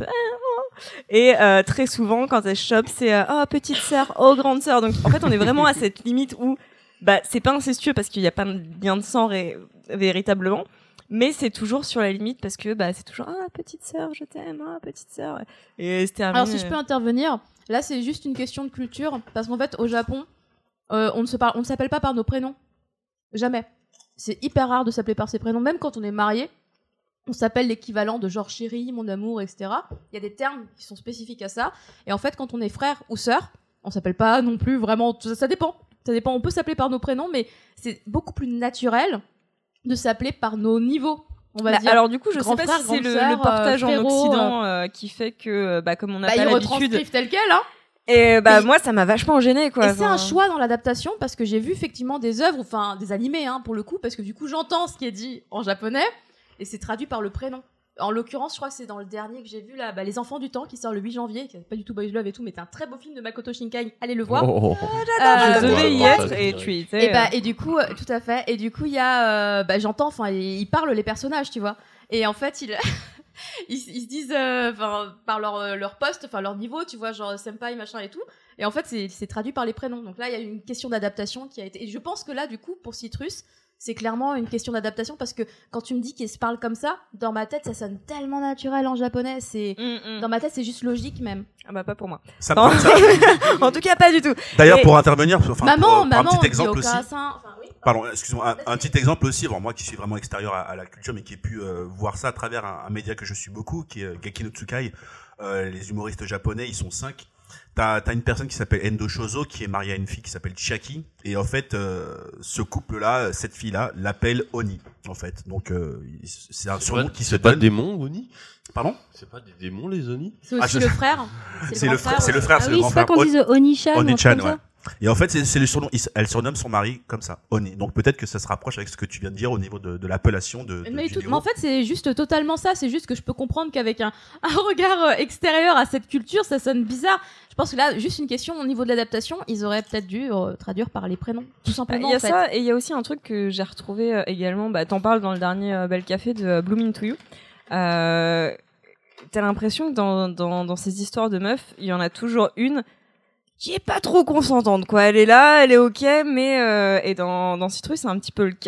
Et euh, très souvent, quand elle chope, c'est euh, oh petite sœur, oh grande sœur. Donc en fait, on est vraiment à cette limite où bah c'est pas incestueux parce qu'il y a pas de lien de sang ré- véritablement, mais c'est toujours sur la limite parce que bah c'est toujours ah petite sœur, je t'aime, ah petite sœur. Et c'était Alors, si je peux intervenir, là, c'est juste une question de culture, parce qu'en fait, au Japon, euh, on ne se parle, on ne s'appelle pas par nos prénoms. Jamais. C'est hyper rare de s'appeler par ses prénoms, même quand on est marié. On s'appelle l'équivalent de genre chérie, mon amour, et cetera. Il y a des termes qui sont spécifiques à ça. Et en fait, quand on est frère ou sœur, on s'appelle pas non plus vraiment. Ça, ça dépend. Ça dépend. On peut s'appeler par nos prénoms, mais c'est beaucoup plus naturel de s'appeler par nos niveaux. On va Bah, dire. alors du coup, je grand sais pas frère, si c'est grande le, sœur, le portage euh, en frérot, Occident euh, qui fait que euh, bah comme on n'a bah, pas ils l'habitude. retranscrivent tel quel, hein. Et bah Et- moi, ça m'a vachement gênée quoi. Et c'est un Enfin, choix dans l'adaptation parce que j'ai vu effectivement des œuvres, enfin des animés hein, pour le coup, parce que du coup j'entends ce qui est dit en japonais et c'est traduit par le prénom. En l'occurrence, je crois que c'est dans le dernier que j'ai vu là, bah, Les Enfants du Temps qui sort le huit janvier, qui n'est pas du tout Boys Love et tout, mais c'est un très beau film de Makoto Shinkai, allez le voir. Oh, oh, oh. Euh, je devais y Ouais, être ouais, et ouais. tu y étais. et bah et du coup, euh, tout à fait. Et du coup, il y a, euh, bah, j'entends, enfin, ils ils parlent les personnages, tu vois. Et en fait, ils ils, ils se disent, euh, enfin, par leur euh, leur poste, enfin leur niveau, tu vois, genre senpai machin et tout. Et en fait, c'est c'est traduit par les prénoms. Donc là, il y a une question d'adaptation qui a été. Et je pense que là, du coup, pour Citrus, c'est clairement une question d'adaptation parce que quand tu me dis qu'ils se parlent comme ça, dans ma tête, ça sonne tellement naturel en japonais. C'est Mm, mm. dans ma tête, c'est juste logique même. Ah bah pas pour moi. Ça me Non. prend ça. En tout cas, pas du tout. D'ailleurs, Et- pour intervenir, enfin, maman, pour, pour maman, un petit exemple aussi. Dioka-san, enfin, oui. Pardon, excuse-moi, un, un petit exemple aussi, bon, moi qui suis vraiment extérieur à, à la culture, mais qui ai pu euh, voir ça à travers un, un média que je suis beaucoup, qui est euh, Geki no Tsukai. Euh, les humoristes japonais, ils sont cinq. T'as as une personne qui s'appelle Endo Shozo, qui est mariée à une fille qui s'appelle Chiaki. Et en fait, euh, ce couple-là, cette fille-là, l'appelle Oni, en fait. Donc, euh, c'est un C'est surnom pas- qui se C'est pas donne. des démons, Oni? Pardon? C'est pas des démons, les Oni? C'est aussi Ah, je- le frère. C'est le grand frère, c'est le frère, Ah c'est oui, le grand c'est pas frère. qu'on On- dise Oni-chan ou un truc Oni-chan, comme ça. ouais. Et en fait, c'est c'est le surnom. il s- Elle surnomme son mari comme ça, Oni. Donc peut-être que ça se rapproche avec ce que tu viens de dire au niveau de, de l'appellation de. de Mais, du tout- duo. mais en fait, c'est juste totalement ça. C'est juste que je peux comprendre qu'avec un, un regard euh, extérieur à cette culture, ça sonne bizarre. Je pense que là, juste une question au niveau de l'adaptation, ils auraient peut-être dû euh, traduire par les prénoms, tout Bah, simplement. Il y a en fait. ça, et il y a aussi un truc que j'ai retrouvé euh, également, bah, t'en parles dans le dernier euh, Bel Café de euh, Blooming to You. Euh, t'as l'impression que dans, dans, dans ces histoires de meufs, il y en a toujours une qui est pas trop consentante, quoi. Elle est là, elle est ok, mais, euh, et dans, dans Citrus, c'est un petit peu le cas,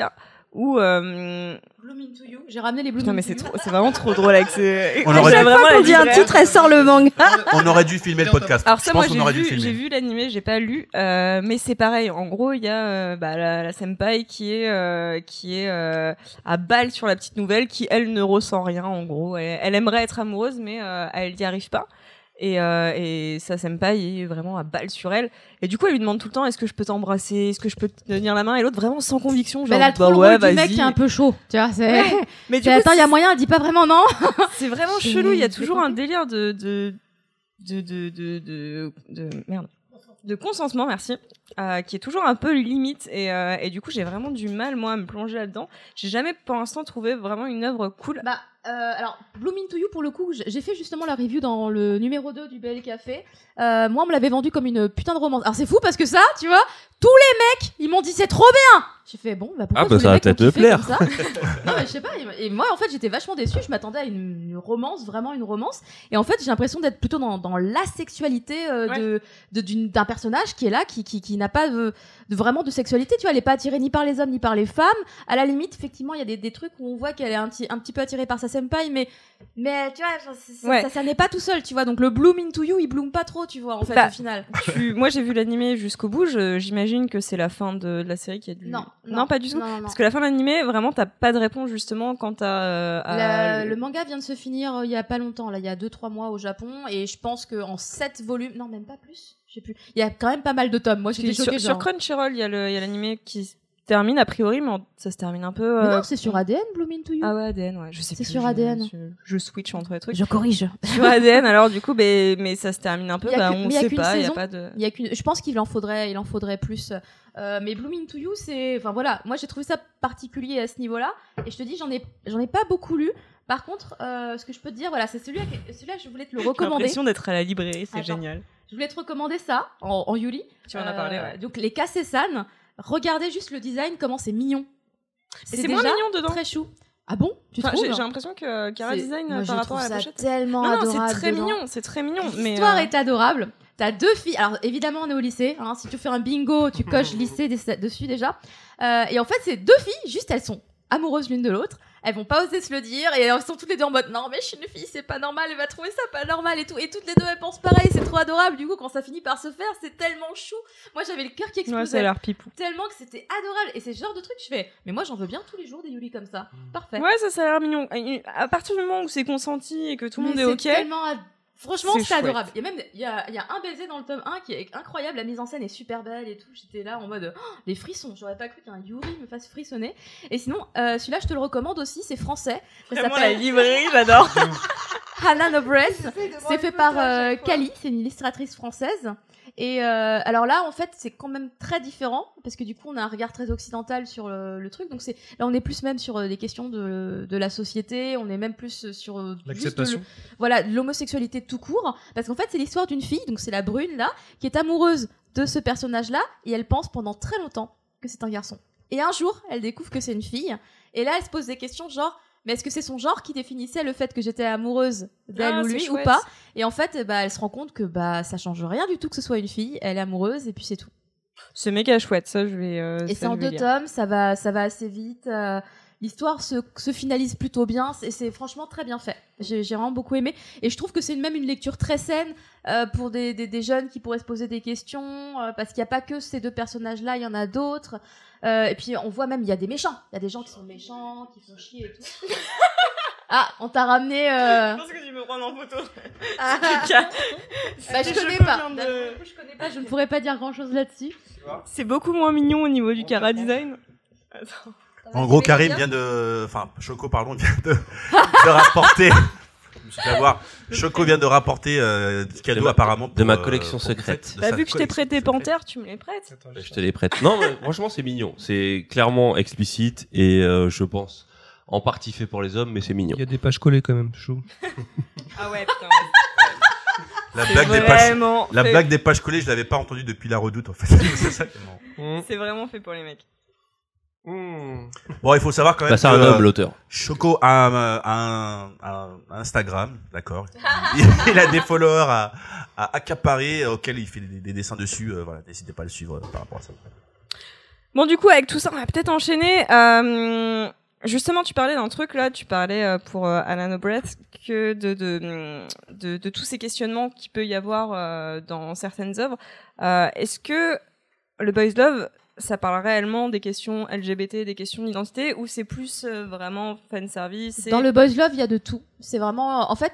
où euh... Bloom Into You. J'ai ramené les Bloom Putain, mais Into c'est You. trop, c'est vraiment trop drôle avec ce. On aurait J'ai dû- vraiment On la dit un libraire. titre, elle sort le manga. On aurait dû filmer le podcast. Alors Je ça, pense moi qu'on j'ai aurait dû vu, filmer. j'ai vu l'animé, j'ai pas lu, euh, mais c'est pareil. En gros, il y a euh, bah, la, la senpai qui est euh, qui est euh, à balle sur la petite nouvelle, qui elle ne ressent rien. En gros, elle, elle aimerait être amoureuse, mais euh, elle n'y arrive pas. Et, euh, et sa senpai est vraiment à balle sur elle. Et du coup, elle lui demande tout le temps, est-ce que je peux t'embrasser, est-ce que je peux te tenir la main, et l'autre vraiment sans conviction, genre Mais elle a trop bah le ouais, rôle du mec vas-y. qui est un peu chaud, tu vois. C'est. Ouais. Mais du C'est, coup, attends, il y a moyen, elle dit pas vraiment non. c'est vraiment C'est- chelou. Il y a c'est toujours un compliqué. délire de de de de de de, de merde de consentement, merci, euh, qui est toujours un peu limite. Et euh, et du coup, j'ai vraiment du mal moi à me plonger là-dedans. J'ai jamais pour l'instant trouvé vraiment une œuvre cool. Bah, euh, alors, Bloom Into You, pour le coup, j- j'ai fait justement la review dans le numéro deux du B L Café. Euh, moi, on me l'avait vendu comme une putain de romance. Alors, c'est fou parce que ça, tu vois, tous les mecs, ils m'ont dit c'est trop bien. J'ai fait bon, bah pourquoi Ah, bah, tous ça les va mecs peut-être ont me kiffé plaire. comme ça Non, mais je sais pas. Et et moi, en fait, j'étais vachement déçue. Je m'attendais à une, une romance, vraiment une romance. Et en fait, j'ai l'impression d'être plutôt dans, dans la sexualité euh, Ouais. de, de- d'une- d'un personnage qui est là, qui, qui, qui n'a pas de, de vraiment de sexualité. Tu vois, elle est pas attirée ni par les hommes ni par les femmes. À la limite, effectivement, il y a des, des trucs où on voit qu'elle est un petit, un petit peu attirée par sa senpai, mais, mais tu vois, genre, c'est- ça, Ouais. ça, ça n'est pas tout seul, tu vois. Donc le bloom into you, il bloom pas trop, tu vois, en fait, Bah, au final. Tu- moi, j'ai vu l'animé jusqu'au bout. je- J'imagine que c'est la fin de, de la série qui a dû. Non, non, pas du tout. Non, non, non. Parce que la fin de l'animé, vraiment, t'as pas de réponse justement quant à. euh, à- La- le manga vient de se finir euh, il y a pas longtemps, là, il y a deux trois mois au Japon, et je pense qu'en sept volumes, non, même pas plus, je sais plus. Il y a quand même pas mal de tomes. Moi, j'étais Puis choquée. sur, sur genre. Crunchyroll, il y a le- il y a l'animé qui se termine a priori, mais en- ça se termine un peu. Mais euh, non, c'est sur A D N, Bloom into you. Ah ouais, A D N, ouais. Je sais C'est plus, sur je- A D N. Je, je switch entre les trucs. Je corrige. Sur A D N, alors du coup, mais, mais ça se termine un peu. Il y a Bah, que- on mais il y a sait qu'une pas, il y a saison. pas de. Il y a qu'une. Je pense qu'il en faudrait, il en faudrait plus. Euh, mais Bloom into you, c'est, enfin voilà, moi j'ai trouvé ça particulier à ce niveau-là. Et je te dis, j'en ai, j'en ai pas beaucoup lu. Par contre, euh, ce que je peux te dire, voilà, c'est celui-là, que- celui-là, je voulais te le J'ai recommander. l'impression d'être à la librairie, c'est Attends. génial. Je voulais te recommander ça en, en Yuri. Tu m'en as parlé, ouais. Donc les Kase-san, regardez juste le design, comment c'est mignon. Et c'est moins déjà mignon dedans. Très chou. Ah bon Tu Enfin, trouves j'ai j'ai l'impression que Cara C'est- Design moi, euh, je par rapport trouve à la ça pochette. tellement Non, non, adorable c'est très dedans. mignon, c'est très mignon. Mais L'histoire euh, est adorable. T'as deux filles. Alors évidemment, on est au lycée. Hein, si tu fais un bingo, tu coches lycée des- dessus déjà. Euh, et en fait, c'est deux filles. Juste, elles sont amoureuses l'une de l'autre. Elles vont pas oser se le dire et elles sont toutes les deux en mode non mais je suis une fille, c'est pas normal, elle va trouver ça pas normal et tout. Et toutes les deux elles pensent pareil, c'est trop adorable. Du coup, quand ça finit par se faire, c'est tellement chou. Moi, j'avais le cœur qui ouais, ça explosait. a l'air pipou. Tellement que c'était adorable. Et c'est ce genre de truc que je fais. Mais moi, j'en veux bien tous les jours des Yuri comme ça. Parfait. Ouais, ça, ça a l'air mignon. À partir du moment où c'est consenti et que tout le Mais monde est c'est ok. tellement ad- Franchement, C'est c'est chouette. adorable. Il y a même il y a, il y a un baiser dans le tome un qui est incroyable. La mise en scène est super belle et tout. J'étais là en mode oh, les frissons. J'aurais pas cru qu'un Yuri me fasse frissonner. Et sinon, euh, celui-là, je te le recommande aussi. C'est français. Ça Vraiment la s'appelle librairie, j'adore. Hannah No Breath. C'est fait par euh, Kali. C'est une illustratrice française. Et euh, alors là, en fait, c'est quand même très différent parce que du coup, on a un regard très occidental sur le, le truc. Donc c'est là, on est plus même sur euh, des questions de, de la société. On est même plus sur euh, juste L'acceptation. le- voilà, de l'homosexualité tout court. Parce qu'en fait, c'est l'histoire d'une fille, donc c'est la brune là, qui est amoureuse de ce personnage-là et elle pense pendant très longtemps que c'est un garçon. Et un jour, elle découvre que c'est une fille. Et là, elle se pose des questions genre. Mais est-ce que c'est son genre qui définissait le fait que j'étais amoureuse d'elle Ah, ou c'est lui ou chouette. pas? Et en fait, bah, elle se rend compte que bah ça change rien du tout que ce soit une fille. Elle est amoureuse et puis c'est tout. C'est méga chouette, ça je vais. euh, Et ça, c'est en je vais deux lire. tomes, ça va, ça va assez vite. euh, L'histoire se, se finalise plutôt bien. C'est c'est franchement très bien fait. J'ai j'ai vraiment beaucoup aimé. Et je trouve que c'est même une lecture très saine euh, pour des, des, des jeunes qui pourraient se poser des questions. euh, parce qu'il n'y a pas que ces deux personnages-là, il y en a d'autres. Euh, et puis on voit même, il y a des méchants. Il y a des gens qui sont méchants, qui font chier et tout. Ah, on t'a ramené. Euh... Je pense que tu me prends en photo. Ah. Bah, je C'était connais Choco pas. vient de- Bah, pour le coup, je connais pas. Je ne pourrais pas dire grand chose là-dessus. C'est beaucoup moins mignon au niveau du Cara Design. Attends. En gros, Karim vient de, enfin, Choco, pardon, vient de, de rapporter. Je me suis fait avoir. Choco vient de rapporter euh, des cadeaux De ma- apparemment de ma pour, euh, collection pour une secrète. fête, de Bah, sa vu que je t'ai collection prêté secrète. Panthère, tu me les prêtes. Je te les prête. Non, mais franchement, c'est mignon. C'est clairement explicite et euh, je pense en partie fait pour les hommes, mais c'est mignon. Il y a des pages collées quand même, chaud. Ah ouais, putain. La C'est blague des pages, vraiment la fait- blague des pages collées, je l'avais pas entendue depuis la Redoute en fait. C'est ça qui est marrant. C'est vraiment fait pour les mecs. Bon, il faut savoir quand même Bah, c'est que un homme, euh, l'auteur. Choco a un, un, un- un Instagram, d'accord. Il, il a des followers à, à accaparer auxquels il fait des, des dessins dessus. euh, voilà, n'hésitez pas à le suivre euh, par rapport à ça. Bon, du coup, avec tout ça, on va peut-être enchaîner. Euh, justement, tu parlais d'un truc là, tu parlais euh, pour euh, Alan O'Breth que de de, de de tous ces questionnements qu'il peut y avoir euh, dans certaines œuvres. Euh, est-ce que le Boys Love, ça parle réellement des questions L G B T, des questions d'identité, ou c'est plus euh, vraiment fan service et... Dans le Boys Love, il y a de tout. C'est vraiment, en fait,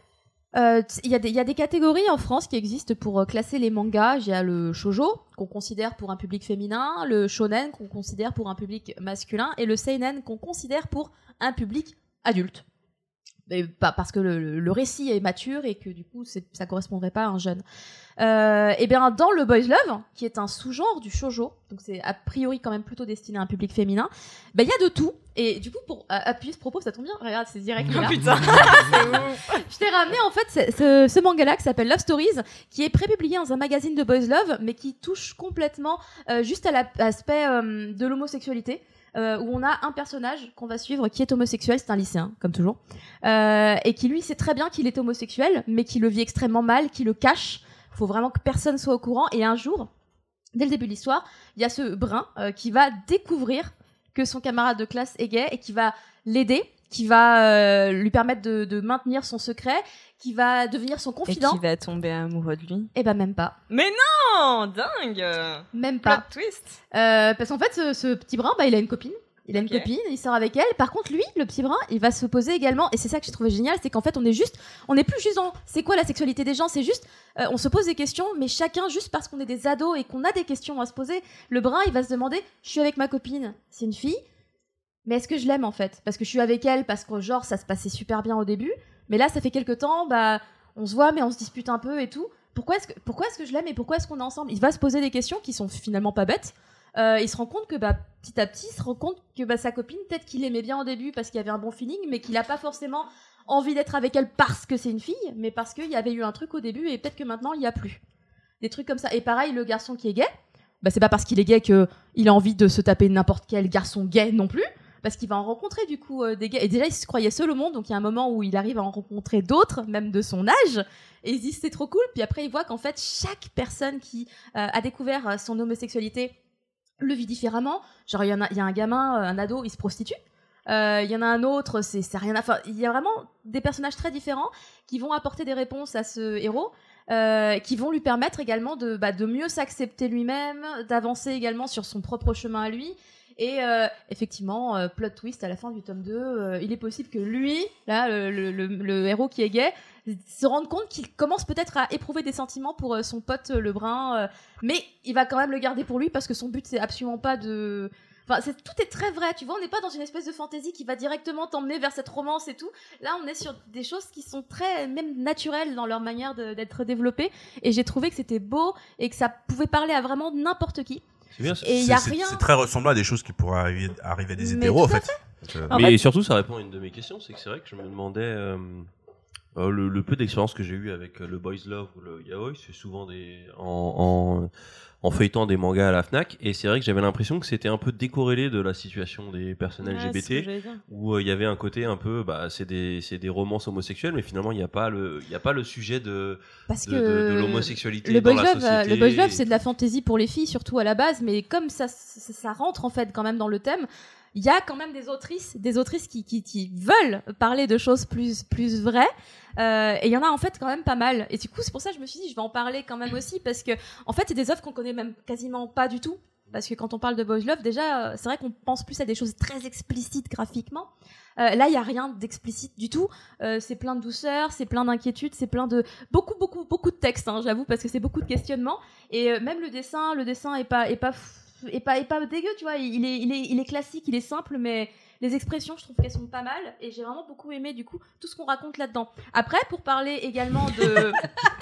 il euh, y, y a des catégories en France qui existent pour euh, classer les mangas. Il y a le shoujo, qu'on considère pour un public féminin, le shonen, qu'on considère pour un public masculin, et le seinen, qu'on considère pour un public adulte. Mais pas parce que le, le, le récit est mature et que du coup c'est, ça correspondrait pas à un jeune. Euh, et bien dans le Boys Love, qui est un sous-genre du shoujo, donc c'est a priori quand même plutôt destiné à un public féminin, ben il y a de tout. Et du coup pour euh, appuyer ce propos, ça tombe bien. Regarde, c'est direct là. Oh putain, c'est ouf. Je t'ai ramené en fait ce, ce, ce manga-là qui s'appelle Love Stories, qui est prépublié dans un magazine de Boys Love, mais qui touche complètement euh, juste à l'aspect euh, de l'homosexualité. Euh, où on a un personnage qu'on va suivre qui est homosexuel, c'est un lycéen, comme toujours, euh, et qui lui sait très bien qu'il est homosexuel, mais qui le vit extrêmement mal, qui le cache. Il faut vraiment que personne soit au courant. Et un jour, dès le début de l'histoire, il y a ce brun euh, qui va découvrir que son camarade de classe est gay et qui va l'aider, qui va euh, lui permettre de, de maintenir son secret, qui va devenir son confident. Et qui va tomber amoureux de lui. Eh ben même pas. Mais non, dingue. Même pas. Plot twist. Euh, parce qu'en fait, ce, ce petit brun, bah, il a une copine. Il a Okay. une copine, il sort avec elle. Par contre, lui, le petit brun, il va se poser également. Et c'est ça que j'ai trouvé génial, c'est qu'en fait, on est juste, on n'est plus juste dans c'est quoi la sexualité des gens. C'est juste, euh, on se pose des questions, mais chacun juste parce qu'on est des ados et qu'on a des questions à se poser. Le brun, il va se demander, je suis avec ma copine, c'est une fille. Mais est-ce que je l'aime en fait? Parce que je suis avec elle, parce que genre ça se passait super bien au début. Mais là, ça fait quelques temps, bah, on se voit, mais on se dispute un peu et tout. Pourquoi est-ce que, pourquoi est-ce que je l'aime et pourquoi est-ce qu'on est ensemble? Il va se poser des questions qui sont finalement pas bêtes. Euh, il se rend compte que bah, petit à petit, il se rend compte que bah, sa copine, peut-être qu'il l'aimait bien au début parce qu'il y avait un bon feeling, mais qu'il n'a pas forcément envie d'être avec elle parce que c'est une fille, mais parce qu'il y avait eu un truc au début et peut-être que maintenant il n'y a plus. Des trucs comme ça. Et pareil, le garçon qui est gay, bah, c'est pas parce qu'il est gay qu'il a envie de se taper n'importe quel garçon gay non plus. Parce qu'il va en rencontrer du coup euh, des gays. Et déjà, il se croyait seul au monde, donc il y a un moment où il arrive à en rencontrer d'autres, même de son âge, et il se dit c'est trop cool. Puis après, il voit qu'en fait, chaque personne qui euh, a découvert son homosexualité le vit différemment. Genre, il y en a, il y a un gamin, un ado, il se prostitue. Euh, il y en a un autre, c'est, c'est rien à... Enfin, il y a vraiment des personnages très différents qui vont apporter des réponses à ce héros. Euh, qui vont lui permettre également de, bah, de mieux s'accepter lui-même, d'avancer également sur son propre chemin à lui. Et euh, effectivement, euh, plot twist à la fin du tome deux, euh, il est possible que lui, là, le, le, le, le héros qui est gay, se rende compte qu'il commence peut-être à éprouver des sentiments pour euh, son pote euh, le brun, euh, mais il va quand même le garder pour lui parce que son but c'est absolument pas de... Enfin, c'est, tout est très vrai, tu vois, on n'est pas dans une espèce de fantaisie qui va directement t'emmener vers cette romance et tout. Là, on est sur des choses qui sont très, même naturelles dans leur manière de, d'être développées. Et j'ai trouvé que c'était beau et que ça pouvait parler à vraiment n'importe qui. C'est bien, et il y a rien. C'est très ressemblant à des choses qui pourraient arriver, arriver à des hétéros, en fait. fait. Euh, Mais fait... surtout, ça répond à une de mes questions, c'est que c'est vrai que je me demandais euh, euh, le, le peu d'expérience que j'ai eu avec le Boys Love ou le Yaoi, c'est souvent des en, en en feuilletant des mangas à la Fnac, et c'est vrai que j'avais l'impression que c'était un peu décorrélé de la situation des personnes ouais, L G B T, où il euh, y avait un côté un peu, bah, c'est des, c'est des romances homosexuelles, mais finalement il n'y a pas le, il y a pas le sujet de, Parce de, que de, de l'homosexualité le dans boys la love, société. Le boys love, c'est de la fantaisie pour les filles, surtout à la base, mais comme ça, ça, ça rentre en fait quand même dans le thème. Il y a quand même des autrices, des autrices qui, qui, qui veulent parler de choses plus, plus vraies. Euh, et il y en a en fait quand même pas mal. Et du coup, c'est pour ça que je me suis dit, je vais en parler quand même aussi, parce que en fait, c'est des œuvres qu'on connaît même quasiment pas du tout. Parce que quand on parle de Boys Love, déjà, c'est vrai qu'on pense plus à des choses très explicites graphiquement. Euh, là, il y a rien d'explicite du tout. Euh, c'est plein de douceur, c'est plein d'inquiétude, c'est plein de beaucoup, beaucoup, beaucoup de textes, hein, j'avoue, parce que c'est beaucoup de questionnements. Et euh, même le dessin, le dessin est pas, est pas fou. Et pas, et pas dégueu, tu vois, il est, il, est, il est classique, il est simple, mais les expressions, je trouve qu'elles sont pas mal, et j'ai vraiment beaucoup aimé, du coup, tout ce qu'on raconte là-dedans. Après, pour parler également de...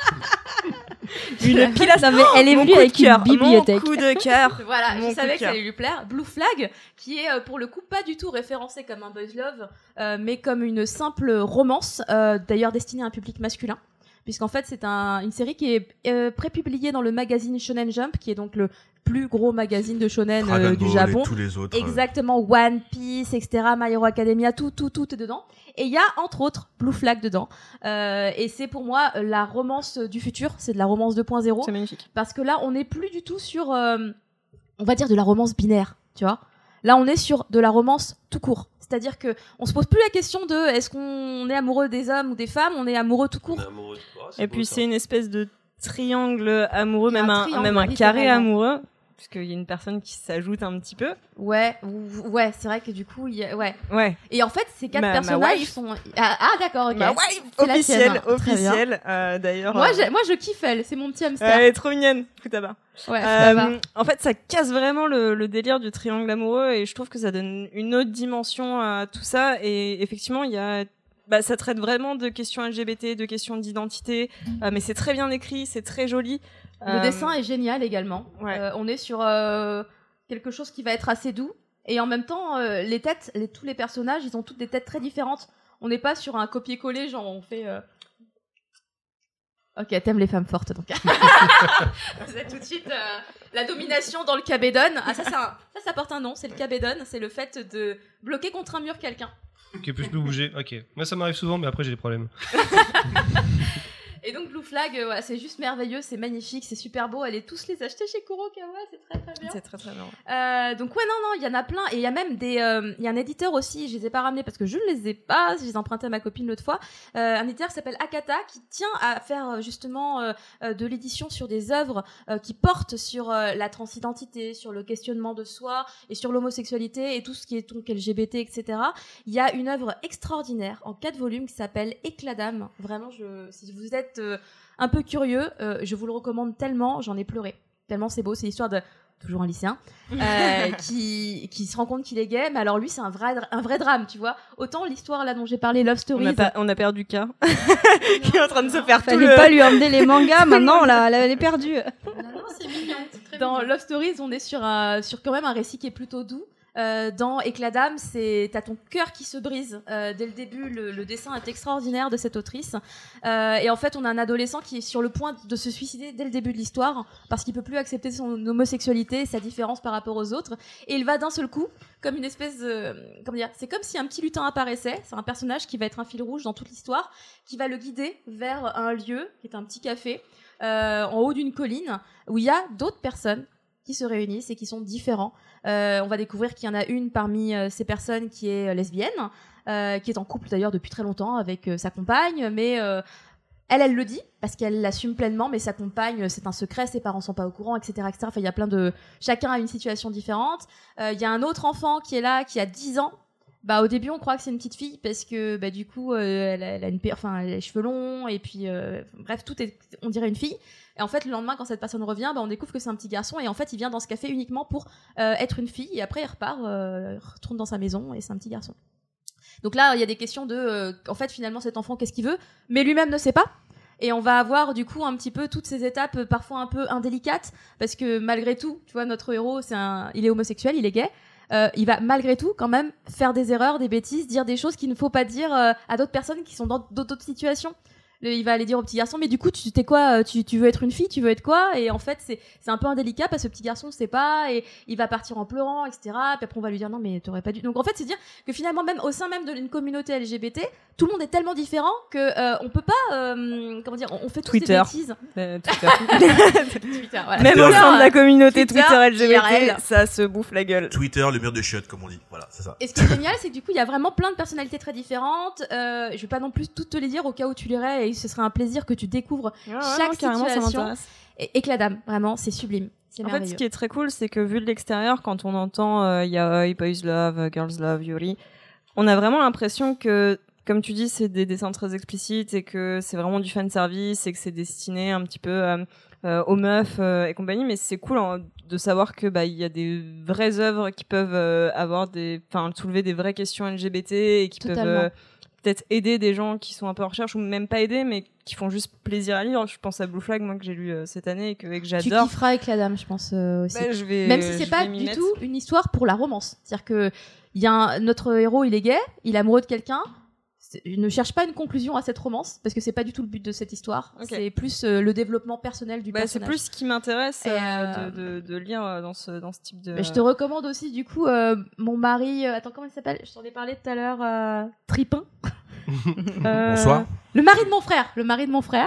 Une pilasse, non, mais elle est venue avec une bibliothèque. Mon coup de cœur. Voilà, Mon je savais de que ça allait lui plaire. Blue Flag, qui est euh, pour le coup pas du tout référencé comme un boys love, euh, mais comme une simple romance, euh, d'ailleurs destinée à un public masculin. Puisqu'en fait, c'est un, une série qui est euh, prépubliée dans le magazine Shonen Jump, qui est donc le plus gros magazine de shonen euh, du Japon. Et tous les autres. Exactement, One Piece, et cetera, My Hero Academia, tout, tout, tout est dedans. Et il y a, entre autres, Blue Flag dedans. Euh, et c'est pour moi la romance du futur, c'est de la romance deux point zéro. C'est magnifique. Parce que là, on n'est plus du tout sur... Euh, on va dire de la romance binaire, tu vois. Là, on est sur de la romance tout court. C'est-à-dire que on se pose plus la question de est-ce qu'on est amoureux des hommes ou des femmes, on est amoureux tout court. Amoureux, oh, Et beau, puis ça. c'est une espèce de triangle amoureux, Il y a même un un, triangle, même un carré littéralement. amoureux, puisqu'il y a une personne qui s'ajoute un petit peu. Ouais, ou- ouais, c'est vrai que du coup, il y a, ouais. Ouais. Et en fait, ces quatre Ma- ma personnages wife. sont ah, ah, d'accord, ok. Ma wife C'est la officielle, tienne, hein. Très bien. officielle. Euh, D'ailleurs, Moi, euh, j'ai- moi, je kiffe elle. C'est mon petit hamster. elle est trop mignonne, Futaba. Ouais, Euh, ça va. en fait, ça casse vraiment le, le délire du triangle amoureux et je trouve que ça donne une autre dimension à tout ça. Et effectivement, il y a, bah, ça traite vraiment de questions L G B T, de questions d'identité, euh, mais c'est très bien écrit, c'est très joli. Le Euh, dessin est génial également. ouais. Euh, on est sur euh, quelque chose qui va être assez doux. Et en même temps, euh, les têtes, les, tous les personnages, ils ont toutes des têtes très différentes. On n'est pas sur un copier-coller, genre on fait... euh, Ok, t'aimes les femmes fortes, donc. Vous êtes tout de suite euh, la domination dans le cabédon. Ah, ça, ça, ça, ça porte un nom, c'est le cabédon. C'est le fait de bloquer contre un mur quelqu'un. Ok, plus je peux bouger. Ok. Moi, ça m'arrive souvent, mais après, j'ai des problèmes. Et donc Blue Flag, euh, voilà, c'est juste merveilleux, c'est magnifique, c'est super beau. Allez tous les acheter chez Kurokawa, c'est très très bien. C'est très très bien. Euh, donc ouais, non, non, il y en a plein. Et il y a même des... euh, Il y a un éditeur aussi, je les ai pas ramenés parce que je ne les ai pas, je les ai empruntés à ma copine l'autre fois. Euh, un éditeur qui s'appelle Akata, qui tient à faire euh, justement euh, euh, de l'édition sur des œuvres euh, qui portent sur euh, la transidentité, sur le questionnement de soi et sur l'homosexualité et tout ce qui est donc L G B T, et cetera. Il y a une œuvre extraordinaire en quatre volumes qui s'appelle Éclat d'âme. Vraiment, je, si vous êtes euh, un peu curieux, euh, je vous le recommande tellement, j'en ai pleuré. Tellement c'est beau, c'est l'histoire de toujours un lycéen euh, qui qui se rend compte qu'il est gay, mais alors lui c'est un vrai dra- un vrai drame, tu vois. Autant l'histoire là dont j'ai parlé, Love On Stories. a, pas- on a perdu K, qui est en train de se faire tout Fallait le... pas lui emmener les mangas, maintenant, là, elle est perdue. Non, c'est mignon, c'est très Dans Love Stories, on est sur un, sur quand même un récit qui est plutôt doux. Euh, dans Éclat d'âme, c'est t'as ton cœur qui se brise euh, dès le début. Le, le dessin est extraordinaire de cette autrice. Euh, et en fait, on a un adolescent qui est sur le point de se suicider dès le début de l'histoire parce qu'il peut plus accepter son homosexualité, sa différence par rapport aux autres. Et il va d'un seul coup, comme une espèce, de, comment dire, c'est comme si un petit lutin apparaissait. C'est un personnage qui va être un fil rouge dans toute l'histoire, qui va le guider vers un lieu qui est un petit café euh, en haut d'une colline où il y a d'autres personnes qui se réunissent et qui sont différents. Euh, on va découvrir qu'il y en a une parmi euh, ces personnes qui est euh, lesbienne, euh, qui est en couple d'ailleurs depuis très longtemps avec euh, sa compagne, mais euh, elle, elle le dit parce qu'elle l'assume pleinement, mais sa compagne, c'est un secret, ses parents sont pas au courant, et cetera, et cetera. Enfin, il y a plein de, chacun a une situation différente. Euh, Il y a un autre enfant qui est là, qui a dix ans. Bah, au début, on croit que c'est une petite fille parce que, bah, du coup, euh, elle, a, elle a une, enfin, elle a les cheveux longs et puis, euh, bref, tout est, on dirait une fille. Et en fait, le lendemain, quand cette personne revient, bah, on découvre que c'est un petit garçon et en fait, il vient dans ce café uniquement pour euh, être une fille et après, il repart, euh, retourne dans sa maison et c'est un petit garçon. Donc là, il y a des questions de, euh, en fait, finalement, cet enfant, qu'est-ce qu'il veut? Mais lui-même ne sait pas. Et on va avoir du coup un petit peu toutes ces étapes euh, parfois un peu indélicates parce que malgré tout, tu vois, notre héros, c'est un, il est homosexuel, il est gay. Euh, il va malgré tout quand même faire des erreurs, des bêtises, dire des choses qu'il ne faut pas dire euh, à d'autres personnes qui sont dans d'autres situations. Le, il va aller dire au petit garçon, mais du coup, tu t'es quoi, tu, tu veux être une fille, tu veux être quoi? Et en fait, c'est, c'est un peu indélicat parce que ce petit garçon ne sait pas et il va partir en pleurant, et cetera. Puis après, on va lui dire, non, mais t'aurais pas dû. Donc en fait, c'est dire que finalement, même au sein même d'une communauté L G B T, tout le monde est tellement différent que euh, on peut pas, euh, comment dire, on, on fait tous Twitter. des bêtises. Euh, Twitter. Twitter, voilà. Même au sein de la communauté Twitter, Twitter, L G B I R T, L. ça se bouffe la gueule. Twitter, le mur de chiottes, comme on dit. Voilà, c'est ça. Et ce qui est génial, c'est que du coup, il y a vraiment plein de personnalités très différentes. Euh, je vais pas non plus toutes te les dire au cas où tu lirais et ce serait un plaisir que tu découvres Ouais, ouais, chaque non, carrément, ça situation. m'intéresse. Et Éclat d'âme, vraiment, c'est sublime. C'est En fait, merveilleux. ce qui est très cool, c'est que vu de l'extérieur, quand on entend euh, Yaoi, Boys Love, euh, Girls Love, Yuri, on a vraiment l'impression que, comme tu dis, c'est des dessins très explicites et que c'est vraiment du fan service et que c'est destiné un petit peu euh, euh, aux meufs euh, et compagnie. Mais c'est cool hein, de savoir que bah il y a des vraies œuvres qui peuvent euh, avoir des, enfin soulever des vraies questions L G B T et qui Totalement. peuvent euh, peut-être aider des gens qui sont un peu en recherche ou même pas aider mais qui font juste plaisir à lire. Je pense à Blue Flag moi que j'ai lu euh, cette année et que, et que Tu j'adore. kifferas Éclat d'âme, je pense euh, aussi. Bah, je vais, Même si je c'est vais pas m'y du mettre. tout une histoire pour la romance. C'est-à-dire que il y a un, notre héros, il est gay, il est amoureux de quelqu'un. C'est- Il ne cherche pas une conclusion à cette romance parce que c'est pas du tout le but de cette histoire. Ok. C'est plus euh, le développement personnel du Bah, c'est personnage. plus ce qui m'intéresse Et, euh, euh, de, de, de lire euh, dans ce, dans ce type de... Mais je te recommande aussi du coup euh, mon mari. euh, attends, comment il s'appelle? Je t'en ai parlé tout à l'heure. Euh, Tripin. Euh, Bonsoir. Le mari de mon frère. Le mari de mon frère.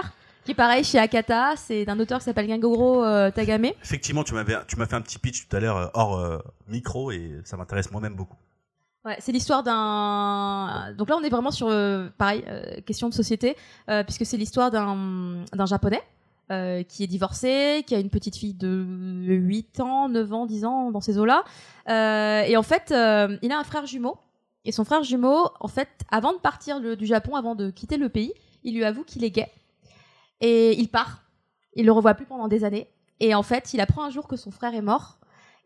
qui est pareil chez Akata. C'est d'un auteur qui s'appelle Gengoro euh, Tagame. Effectivement, tu m'avais, tu m'as fait un petit pitch tout à l'heure euh, hors euh, micro et ça m'intéresse moi-même beaucoup. Ouais, c'est l'histoire d'un. Donc là, on est vraiment sur, euh, pareil, euh, question de société, euh, puisque c'est l'histoire d'un d'un japonais euh, qui est divorcé, qui a une petite fille de huit ans, neuf ans, dix ans, dans ces eaux-là. Euh, et en fait, euh, il a un frère jumeau. Et son frère jumeau, en fait, avant de partir le, du Japon, avant de quitter le pays, il lui avoue qu'il est gay. Et il part. Il le revoit plus pendant des années. Et en fait, il apprend un jour que son frère est mort.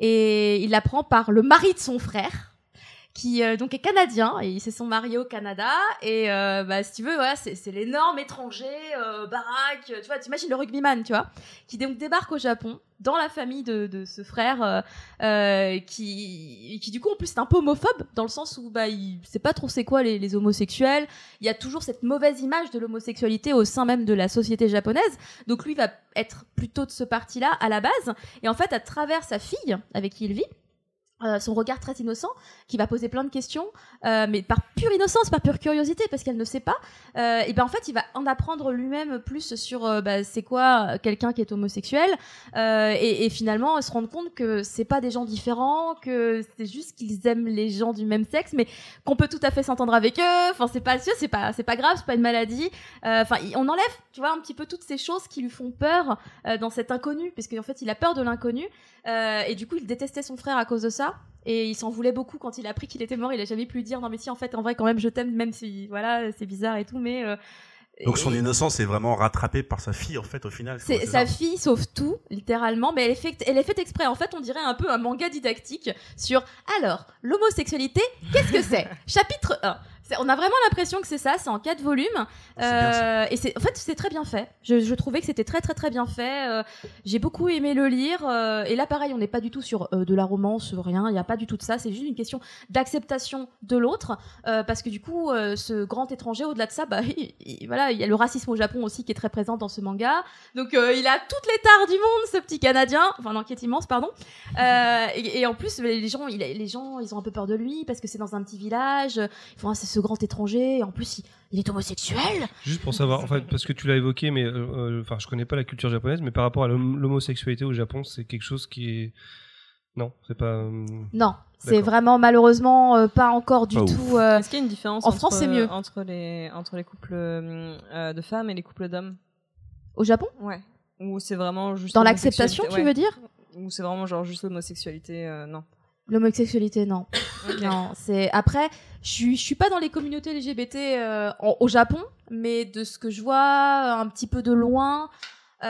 Et il l'apprend par le mari de son frère, qui euh, donc est canadien, et ils se sont mariés au Canada, et euh, bah, si tu veux, voilà, c'est, c'est l'énorme étranger, euh, baraque, tu vois, t'imagines le rugbyman, tu vois, qui donc débarque au Japon, dans la famille de, de ce frère, euh, euh, qui, qui du coup en plus est un peu homophobe, dans le sens où bah, il sait pas trop c'est quoi les, les homosexuels, il y a toujours cette mauvaise image de l'homosexualité au sein même de la société japonaise, donc lui va être plutôt de ce parti-là à la base, et en fait à travers sa fille, avec qui il vit, Euh, son regard très innocent, qui va poser plein de questions, euh, mais par pure innocence, par pure curiosité, parce qu'elle ne sait pas. Euh, et ben en fait, il va en apprendre lui-même plus sur euh, bah, c'est quoi quelqu'un qui est homosexuel, euh, et, et finalement se rendre compte que c'est pas des gens différents, que c'est juste qu'ils aiment les gens du même sexe, mais qu'on peut tout à fait s'entendre avec eux. Enfin, c'est pas, c'est pas, c'est pas grave, c'est pas une maladie. Enfin, euh, on enlève, tu vois, un petit peu toutes ces choses qui lui font peur euh, dans cet inconnu, parce qu'en fait, il a peur de l'inconnu, euh, et du coup, il détestait son frère à cause de ça. Et il s'en voulait beaucoup quand il a appris qu'il était mort. Il a jamais pu lui dire non mais si en fait en vrai quand même je t'aime, même si voilà c'est bizarre et tout, mais euh, donc son innocence est vraiment rattrapée par sa fille en fait au final. C'est, c'est sa ça. Fille sauve tout littéralement, mais elle est faite elle est faite exprès. En fait on dirait un peu un manga didactique sur alors l'homosexualité qu'est-ce que c'est. Chapitre un. C'est, on a vraiment l'impression que c'est ça, c'est en quatre volumes, euh, et c'est, en fait c'est très bien fait. Je, je trouvais que c'était très très très bien fait. Euh, j'ai beaucoup aimé le lire, euh, et là pareil, on n'est pas du tout sur euh, de la romance, rien. Il n'y a pas du tout de ça. C'est juste une question d'acceptation de l'autre, euh, parce que du coup, euh, ce grand étranger, au-delà de ça, bah il, il, voilà, il y a le racisme au Japon aussi qui est très présent dans ce manga. Donc euh, il a toutes les tares du monde, ce petit Canadien, enfin non, qui est immense, pardon. Euh, et, et en plus, les gens, il, les gens, ils ont un peu peur de lui parce que c'est dans un petit village. Ils font ah, c'est ce grand étranger, et en plus il, il est homosexuel. Juste pour savoir, en fait, parce que tu l'as évoqué, mais euh, enfin, je connais pas la culture japonaise, mais par rapport à l'hom- l'homosexualité au Japon, c'est quelque chose qui est non, c'est pas. Euh... Non, c'est D'accord. vraiment malheureusement euh, pas encore du pas tout. Euh... Est-ce qu'il y a une différence en entre, France, c'est mieux entre les entre les couples euh, de femmes et les couples d'hommes au Japon? Ouais. Ou c'est vraiment juste dans l'acceptation, tu ouais. veux dire? Ou c'est vraiment genre juste l'homosexualité, euh, non. L'homosexualité, non. Okay. Non, c'est après, je suis, je suis pas dans les communautés L G B T euh, en, au Japon, mais de ce que je vois un petit peu de loin, il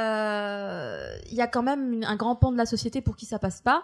euh, y a quand même une, un grand pan de la société pour qui ça passe pas.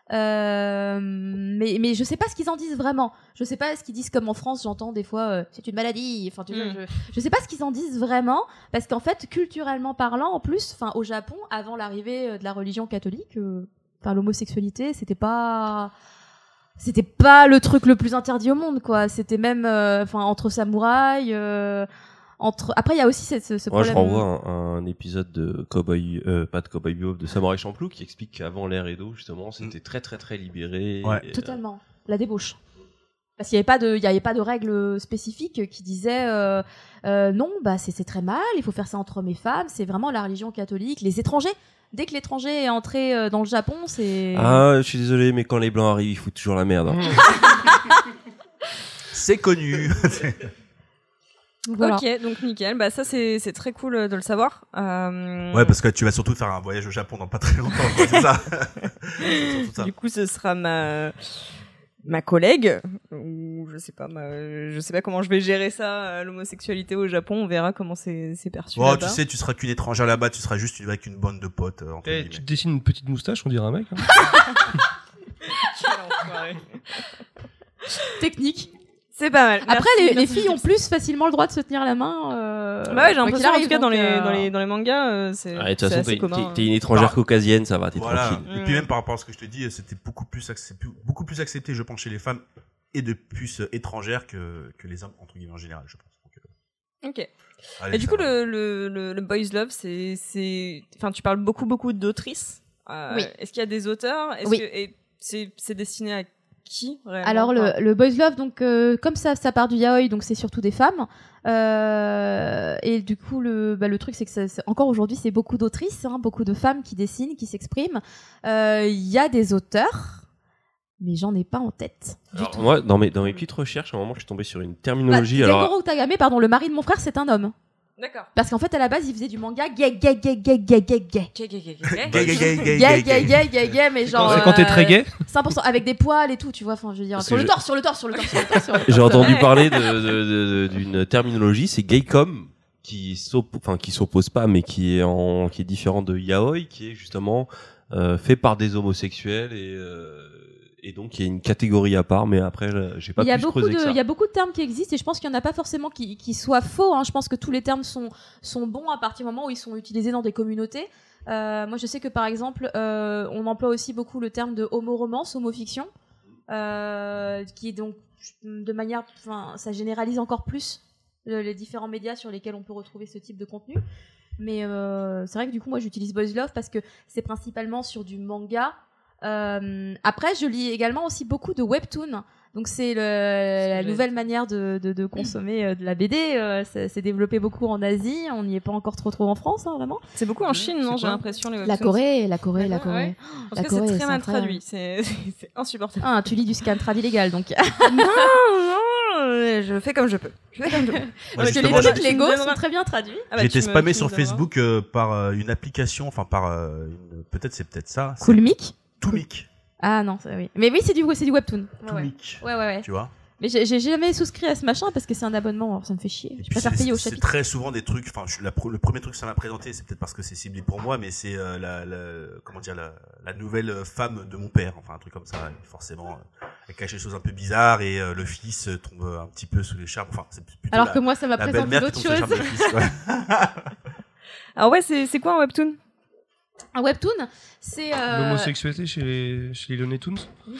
Euh, mais, mais je sais pas ce qu'ils en disent vraiment. Je sais pas ce qu'ils disent comme en France, j'entends des fois euh, c'est une maladie. Enfin, tu vois, mm. je, je sais pas ce qu'ils en disent vraiment, parce qu'en fait, culturellement parlant, en plus, enfin, au Japon, avant l'arrivée de la religion catholique. Euh, Enfin, l'homosexualité, c'était pas, c'était pas le truc le plus interdit au monde, quoi. C'était même, enfin, euh, entre samouraïs, euh, entre. Après, il y a aussi ce, ce, ce Moi, problème. Moi, je renvoie un, un épisode de Cowboy, euh, pas de Cowboy Bebop, de Samurai Champloo, qui explique qu'avant l'ère Edo, justement, c'était mmh. très, très, très libéré. Ouais. Et, Totalement. Euh... La débauche. Parce qu'il n'y avait pas de, il y avait pas de règles spécifiques qui disaient euh, euh, non, bah c'est, c'est très mal, il faut faire ça entre hommes et femmes. C'est vraiment la religion catholique, les étrangers. Dès que l'étranger est entré dans le Japon, c'est... Ah, je suis désolé, mais quand les Blancs arrivent, ils foutent toujours la merde. Hein. C'est connu. Voilà. Ok, donc nickel. Bah ça, c'est, c'est très cool de le savoir. Euh... Ouais, parce que tu vas surtout faire un voyage au Japon dans pas très longtemps. C'est ça. C'est ça. Du coup, ce sera ma... ma collègue, ou je sais pas, ma, je sais pas comment je vais gérer ça, l'homosexualité au Japon, on verra comment c'est, c'est perçu. Oh, là-bas. tu sais, tu seras qu'une étrangère là-bas, tu seras juste une, avec une bande de potes. Euh, hey, tu te dessines une petite moustache, on dirait un mec. Hein. Technique. C'est pas mal. Après, merci, les, merci, les filles merci. ont plus facilement le droit de se tenir la main. Euh, bah ouais, j'ai l'impression, en tout cas, dans les, euh... dans les, dans les, dans les mangas, c'est, ah, de toute c'est façon, assez t'es, commun. T'es, t'es une étrangère bah, caucasienne, ça va, t'es voilà. tranquille. Et puis même par rapport à ce que je te dis, c'était beaucoup plus accepté, beaucoup plus accepté, je pense, chez les femmes et de plus étrangères que, que les hommes, entre guillemets, en général, je pense. Donc, euh... Ok. Allez, et du coup, le, le, le, le Boys Love, c'est, c'est, enfin, tu parles beaucoup, beaucoup d'autrices. Euh, oui. Est-ce qu'il y a des auteurs? Est-ce oui. que, et c'est, c'est destiné à qui réellement, Alors le, enfin, le boys love, donc euh, comme ça, ça part du yaoi, donc c'est surtout des femmes. Euh, et du coup, le, bah, le truc, c'est que ça, c'est- encore aujourd'hui, c'est beaucoup d'autrices, hein, beaucoup de femmes qui dessinent, qui s'expriment. Euh, Il y a des auteurs, mais j'en ai pas en tête. du Alors, tout. moi, dans mes, dans mes petites recherches, à un moment, je suis tombé sur une Bah, terminologie. alors, Gengoro Utagame, pardon, le mari de mon frère, c'est un homme. D'accord. Parce qu'en fait, à la base, il faisait du manga gay, gay, gay, gay, gay, gay, gay. Gay, gay, gay, Gay, gay, gay, gay, gay, mais genre. C'est quand t'es très euh, gay cent pour cent avec des poils et tout, tu vois. Enfin, je veux dire, Parce sur que le je- torse, sur le torse, sur le torse, sur le torse. sur le torse, sur le J'ai torse. entendu Ouais. parler de- de- de- de- d'une terminologie, c'est gaycom, qui s'oppo- enfin qui s'oppose pas, mais qui est en, qui est différent de yaoi, qui est justement euh, fait par des homosexuels et euh, et donc il y a une catégorie à part. Mais après, là, j'ai pas Il y a plus beaucoup creusé de, que ça. il y a beaucoup de termes qui existent et je pense qu'il y en a pas forcément qui, qui soient faux. Hein. Je pense que tous les termes sont sont bons à partir du moment où ils sont utilisés dans des communautés. Euh, moi, je sais que par exemple, euh, on emploie aussi beaucoup le terme de homo-romance, homo-fiction, euh, qui est donc de manière, enfin, ça généralise encore plus le- les différents médias sur lesquels on peut retrouver ce type de contenu. Mais euh, c'est vrai que du coup, moi, j'utilise Boys Love parce que c'est principalement sur du manga. Euh, après, je lis également aussi beaucoup de webtoons. Donc c'est le, la nouvelle manière de, de, de consommer euh, de la B D. Euh, ça s'est développé beaucoup en Asie. On n'y est pas encore trop trop en France, hein, vraiment. C'est beaucoup en Chine, non? C'est J'ai quoi l'impression les La webtoons. Corée, la Corée, la Ah, Corée. ouais. En La tout cas, Corée, c'est c'est très mal incroyable. traduit. C'est c'est- c'est insupportable. Ah, tu lis du scan trad illégal, donc. non, non, euh, je fais comme je peux. Je fais comme je peux. Moi, Parce que les justement, trucs j'ai- légaux tu me sont donneras- très bien traduits. Ah bah, j'ai tu été me- spammé tu sur me donneras. Facebook euh, par euh, une application, enfin par euh, une- peut-être c'est peut-être ça. c'est Cool mic. Toomik. Ah non, ça, oui. Mais oui, c'est du, c'est du webtoon. Ouais, ouais. Toomik. Ouais, ouais, ouais. Tu vois. Mais j'ai j'ai jamais souscrit à ce machin parce que c'est un abonnement, alors ça me fait chier. Je Puis préfère c'est- payer au c'est chapitre. très souvent des trucs. Enfin, je- la pro- le premier truc que ça m'a présenté, c'est peut-être parce que c'est ciblé pour moi, mais c'est euh, la, la, comment dire, la, la nouvelle femme de mon père. Enfin, un truc comme ça. Et forcément, euh, elle cache des choses un peu bizarres et euh, le fils euh, tombe un petit peu sous les charmes. Enfin, c'est plutôt Alors la, que moi, ça m'a la présenté belle-mère qui d'autres tombe sous les choses. charmes du fils. Ouais. Alors ouais, c'est c'est quoi un webtoon? Un webtoon, c'est. euh, L'homosexualité chez les, chez les Looney Tunes.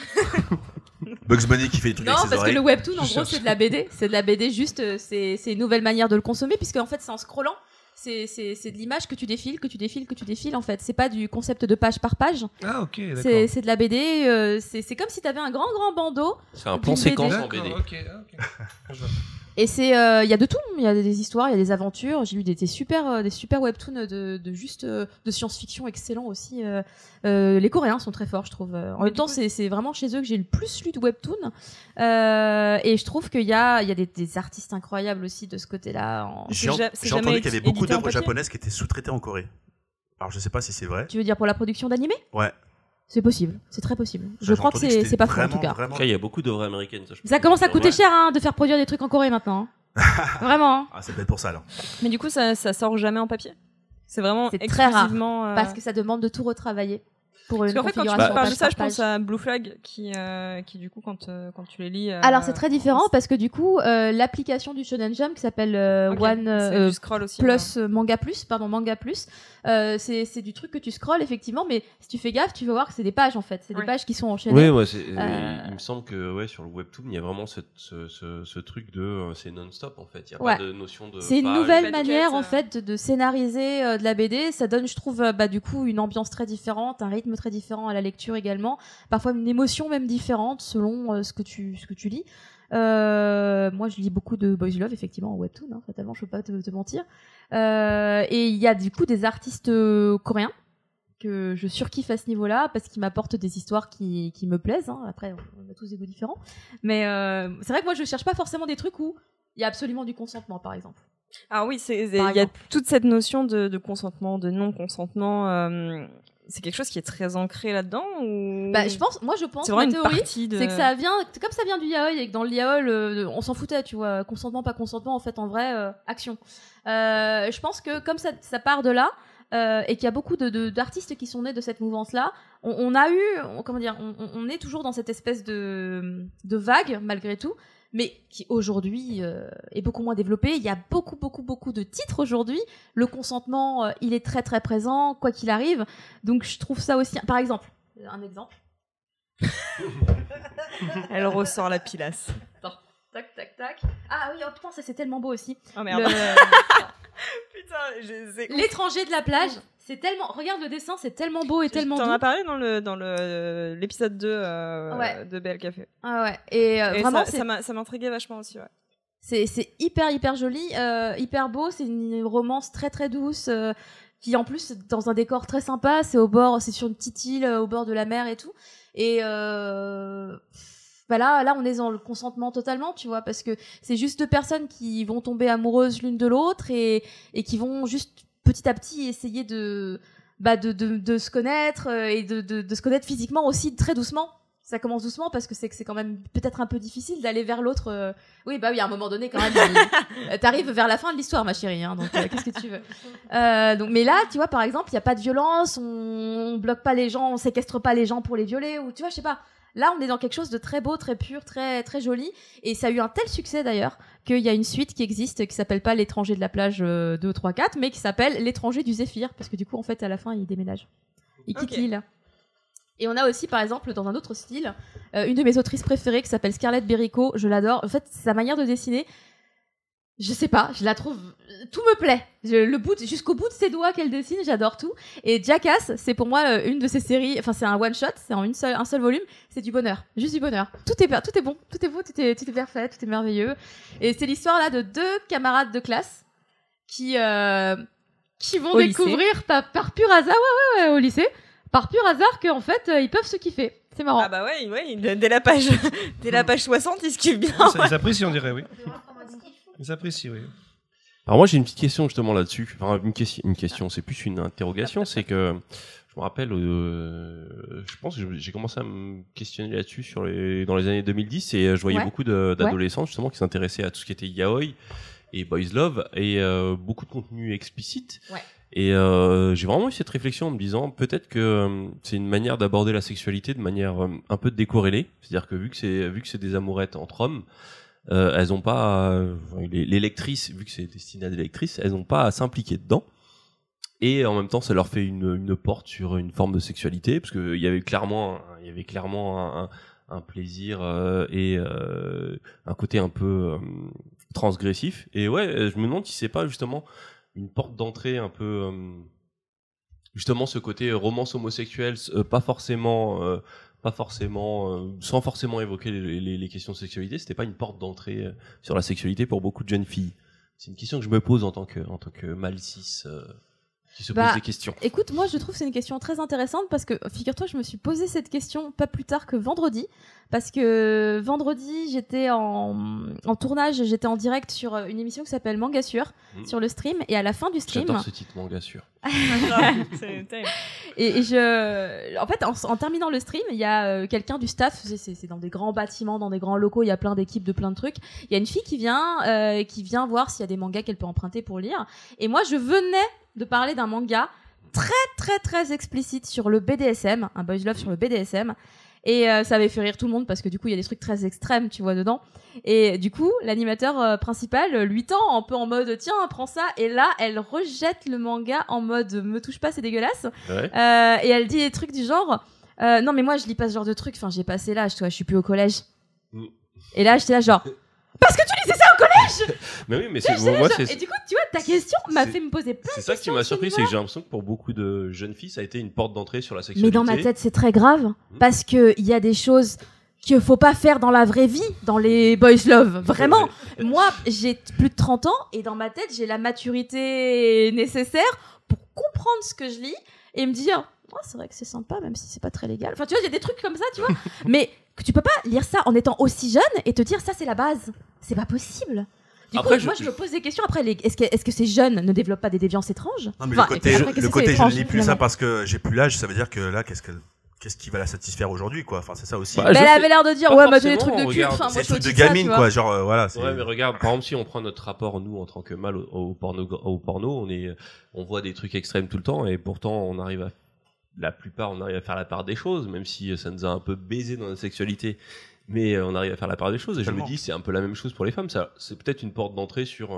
Bugs Bunny qui fait des trucs Non, avec ses parce que oreilles. le webtoon, en Je gros, cherche. c'est de la B D. C'est de la B D juste, euh, c'est c'est une nouvelle manière de le consommer, puisque en fait, c'est en scrollant. C'est c'est- c'est de l'image que tu défiles, que tu défiles, que tu défiles, en fait. C'est pas du concept de page par page. Ah ok, d'accord. C'est c'est de la B D. euh, c'est c'est comme si t'avais un grand, grand bandeau. C'est un plan d'une B D. séquence en B D'accord, D. ok, ah, ok. Je vois. Et c'est, euh, il y a de tout. Il y a des histoires, il y a des aventures. J'ai lu des, des super, euh, des super webtoons de, de juste euh, de science-fiction excellents aussi. Euh, euh, les Coréens sont très forts, je trouve. Euh, En Mais même du temps, coup- c'est, c'est vraiment chez eux que j'ai le plus lu de webtoons. Euh, et je trouve qu'il y a, il y a des, des artistes incroyables aussi de ce côté-là. En- J'ai C'est ja- en- c'est j'ai entendu jamais qu'il y avait édité beaucoup en d'œuvres papier. japonaises qui étaient sous-traitées en Corée. Alors je sais pas si c'est vrai. Tu veux dire pour la production d'animés? Ouais. C'est possible. C'est très possible. Ça, Je j'ai crois que entendu c'est, c'était c'est pas faux en vraiment, tout cas. Vraiment... Après, il y a beaucoup d'œuvres américaines. Ça, je peux Ça te commence à dire. coûter Ouais. cher hein, de faire produire des trucs en Corée maintenant. hein. Vraiment. hein. Ah, c'est peut-être pour ça alors. Mais du coup, ça, ça sort jamais en papier. C'est vraiment C'est très rare, exclusivement. euh, Parce que ça demande de tout retravailler. Pour Parce une qu'en fait, quand tu configuration parles de page ça, par je pense page. à Blue Flag qui, euh, qui du coup, quand, euh, quand tu les lis. euh, Alors c'est très différent parce que du coup euh, l'application du Shonen Jump qui s'appelle euh, ok, One c'est euh, du scroll aussi. Plus euh, Manga Plus pardon Manga Plus euh, c'est c'est du truc que tu scrolles effectivement mais si tu fais gaffe tu vas voir que c'est des pages en fait c'est Ouais. des pages qui sont enchaînées. Oui, ouais, c'est- Euh, il me semble que ouais, sur le webtoon, il y a vraiment ce, ce, ce, ce truc de euh, c'est non-stop en fait. Il n'y a Ouais. pas de notion de. C'est une page. nouvelle pas de manière quête, en euh. fait de, de scénariser euh, de la B D. Ça donne, je trouve, euh, bah, du coup, une ambiance très différente, un rythme très différent à la lecture également. Parfois une émotion même différente selon euh, ce que tu ce que tu lis. Euh, moi, je lis beaucoup de Boys Love effectivement en webtoon. Hein, fatalement, je peux pas te, te mentir. Euh, et il y a du coup des artistes euh, coréens que je surkiffe à ce niveau-là parce qu'ils m'apportent des histoires qui, qui me plaisent. Hein. Après, on a tous des goûts différents. Mais euh, c'est vrai que moi, je cherche pas forcément des trucs où il y a absolument du consentement, par exemple. Ah oui, c'est c'est- Par il y a exemple. toute cette notion de, de consentement, de non-consentement. euh, c'est quelque chose qui est très ancré là-dedans ou... Bah, je pense, moi, je pense, C'est ma vraiment une théorie, partie de. c'est que ça vient, c'est comme ça vient du yaoi et que dans le yaoi, le- on s'en foutait, tu vois, consentement, pas consentement, en fait, en vrai, euh, action. Euh, je pense que comme ça, ça part de là. Euh, et qu'il y a beaucoup de, de- d'artistes qui sont nés de cette mouvance-là. On, on a eu, on- comment dire, on, on- on est toujours dans cette espèce de, de vague malgré tout, mais qui aujourd'hui euh, est beaucoup moins développée. Il y a beaucoup, beaucoup, beaucoup de titres aujourd'hui. Le consentement, euh, il est très, très présent, quoi qu'il arrive. Donc je trouve ça aussi, par exemple, un exemple. Elle ressort la pilasse. Tac, tac, tac. Ah oui, oh putain, ça c'est tellement beau aussi. Oh merde. Le- Putain, je sais. L'étranger de la plage, C'est tellement. Regarde le dessin, c'est tellement beau et Tu tellement t'en doux. as parlé dans le dans le l'épisode deux euh, Ouais. de B L Café. Ah ouais. Et, euh, Et vraiment, ça, c'est ça m'a ça m'intriguait vachement aussi. Ouais. c'est c'est hyper hyper joli, euh, hyper beau. C'est une romance très très douce. Euh, qui en plus dans un décor très sympa, c'est au bord, c'est sur une petite île euh, au bord de la mer et tout. Et euh, bah là, là on est dans le consentement totalement, tu vois, parce que c'est juste deux personnes qui vont tomber amoureuses l'une de l'autre et et qui vont juste petit à petit essayer de bah de de, de se connaître euh, et de, de de se connaître physiquement aussi très doucement. Ça commence doucement parce que c'est que c'est quand même peut-être un peu difficile d'aller vers l'autre. euh. Oui, bah oui, à un moment donné, quand même, il- t'arrives vers la fin de l'histoire, ma chérie. Hein, donc, euh, qu'est-ce que tu veux euh, Donc, mais là, tu vois, par exemple, il y a pas de violence, on bloque pas les gens, on séquestre pas les gens pour les violer, ou tu vois, je sais pas. Là, on est dans quelque chose de très beau, très pur, très très joli, et ça a eu un tel succès d'ailleurs qu'il y a une suite qui existe qui s'appelle pas l'étranger de la plage euh, deux, trois, quatre, mais qui s'appelle l'étranger du Zéphyr, parce que du coup, en fait, à la fin, il déménage, il quitte Ok. l'île. Et on a aussi, par exemple, dans un autre style, euh, une de mes autrices préférées qui s'appelle Scarlett Berico. Je l'adore. En fait, sa manière de dessiner, je sais pas, je la trouve. Tout me plaît. Je- le bout, de- jusqu'au bout de ses doigts qu'elle dessine, j'adore tout. Et Jackass, c'est pour moi euh, une de ses séries. Enfin, c'est un one shot, c'est en une seule, un seul volume. C'est du bonheur, juste du bonheur. Tout est, per- tout est bon, tout est beau, tout est, tout est parfait, tout est merveilleux. Et c'est l'histoire là de deux camarades de classe qui euh, qui vont Au lycée. découvrir par, par pur hasard, ouais, ouais, ouais, au lycée. Par pur hasard qu'en fait euh, ils peuvent se kiffer. C'est marrant. Ah bah ouais, ouais, dès dès la page dès la page soixante, ils se kiffent bien. Ils ils apprécient, on dirait, oui. Ils apprécient, oui. Alors moi j'ai une petite question justement là-dessus. Enfin une, question, une question, c'est plus une interrogation. C'est que je me rappelle, euh, je pense que j'ai commencé à me questionner là-dessus sur les, dans les années deux mille dix et je voyais Ouais. beaucoup de- d'adolescents justement qui s'intéressaient à tout ce qui était yaoi et boys love et euh, beaucoup de contenu explicite. Ouais. Et euh, j'ai vraiment eu cette réflexion en me disant peut-être que euh, c'est une manière d'aborder la sexualité de manière euh, un peu décorrélée. C'est-à-dire que vu que c'est vu que c'est des amourettes entre hommes, euh, elles ont pas euh, les, les lectrices, vu que c'est destiné à des lectrices, elles ont pas à s'impliquer dedans. Et en même temps, ça leur fait une, une porte sur une forme de sexualité, parce que il y avait clairement, un- il y avait clairement un, un, un plaisir euh, et euh, un côté un peu euh, transgressif. Et ouais, je me demande si c'est pas justement une porte d'entrée un peu, euh, justement ce côté romance homosexuelle, euh, pas forcément, euh, pas forcément, euh, sans forcément évoquer les, les, les questions de sexualité. C'était pas une porte d'entrée euh, sur la sexualité pour beaucoup de jeunes filles. C'est une question que je me pose en tant que, en tant que mâle cis. Euh, qui se Bah, pose des questions. Écoute, moi je trouve que c'est une question très intéressante parce que figure-toi, je me suis posé cette question pas plus tard que vendredi. Parce que vendredi, j'étais en, en tournage, j'étais en direct sur une émission qui s'appelle Manga Sûr, Mmh. sur le stream. Et à la fin du stream. J'adore ce titre manga sûr. C'est terrible. Et, et je, en fait, en, en terminant le stream, il y a euh, quelqu'un du staff. C'est, c'est, c'est dans des grands bâtiments, dans des grands locaux. Il y a plein d'équipes de plein de trucs. Il y a une fille qui vient, euh, qui vient voir s'il y a des mangas qu'elle peut emprunter pour lire. Et moi, je venais de parler d'un manga très, très, très explicite sur le B D S M, un boys love sur le B D S M. Et euh, ça avait fait rire tout le monde parce que du coup, il y a des trucs très extrêmes, tu vois, dedans. Et du coup, l'animateur euh, principal euh, lui tend un peu en mode tiens, prends ça. Et là, elle rejette le manga en mode me touche pas, c'est dégueulasse. Ouais. Euh, et elle dit des trucs du genre euh, non, mais moi, je lis pas ce genre de trucs. Enfin, j'ai passé l'âge, toi, je suis plus au collège. Mm. Et là, j'étais là, genre parce que tu lisais ça au collège. Mais oui, mais Tu sais, c'est j'étais là, moi genre- c'est Et du coup, tu vois, ta question m'a c'est- fait me poser plein c'est de ça qui questions. m'a à ce surpris, c'est niveau-là. que j'ai l'impression que pour beaucoup de jeunes filles, ça a été une porte d'entrée sur la sexualité. Mais dans ma tête, c'est très grave parce que il y a des choses qu'il faut pas faire dans la vraie vie, dans les boys love. Vraiment. Moi, j'ai plus de trente ans et dans ma tête, j'ai la maturité nécessaire pour comprendre ce que je lis et me dire oh, c'est vrai que c'est sympa, même si c'est pas très légal. Enfin, tu vois, il y a des trucs comme ça, tu vois. Mais que tu peux pas lire ça en étant aussi jeune et te dire ça, c'est la base. C'est pas possible. Du Après, coup, je- moi, je, je- me pose des questions. Après, les- est-ce que, est-ce que ces jeunes ne développent pas des déviances étranges Non, mais Enfin, le côté, après, je, qu'est-ce le que c'est côté je étrange, ne lis plus ça finalement parce que j'ai plus l'âge, ça veut dire que là, qu'est-ce que qu'est-ce qui va la satisfaire aujourd'hui, quoi. Enfin, c'est ça aussi. Bah, Mais je elle sais- avait l'air de dire pas ouais, moi j'ai des forcément, trucs de cul. regarde, Enfin, moi, c'est je truc suis de au-dessus ça, gamine, tu vois. quoi. Genre, euh, voilà. c'est- Ouais, mais regarde, par exemple, si on prend notre rapport nous en tant que mâle au, au porno, au porno, on est, on voit des trucs extrêmes tout le temps et pourtant on arrive à, la plupart, on arrive à faire la part des choses, même si ça nous a un peu baisé dans notre sexualité, mais euh, on arrive à faire la part des choses. Et Tellement. je me dis, c'est un peu la même chose pour les femmes. Ça, c'est peut-être une porte d'entrée sur euh,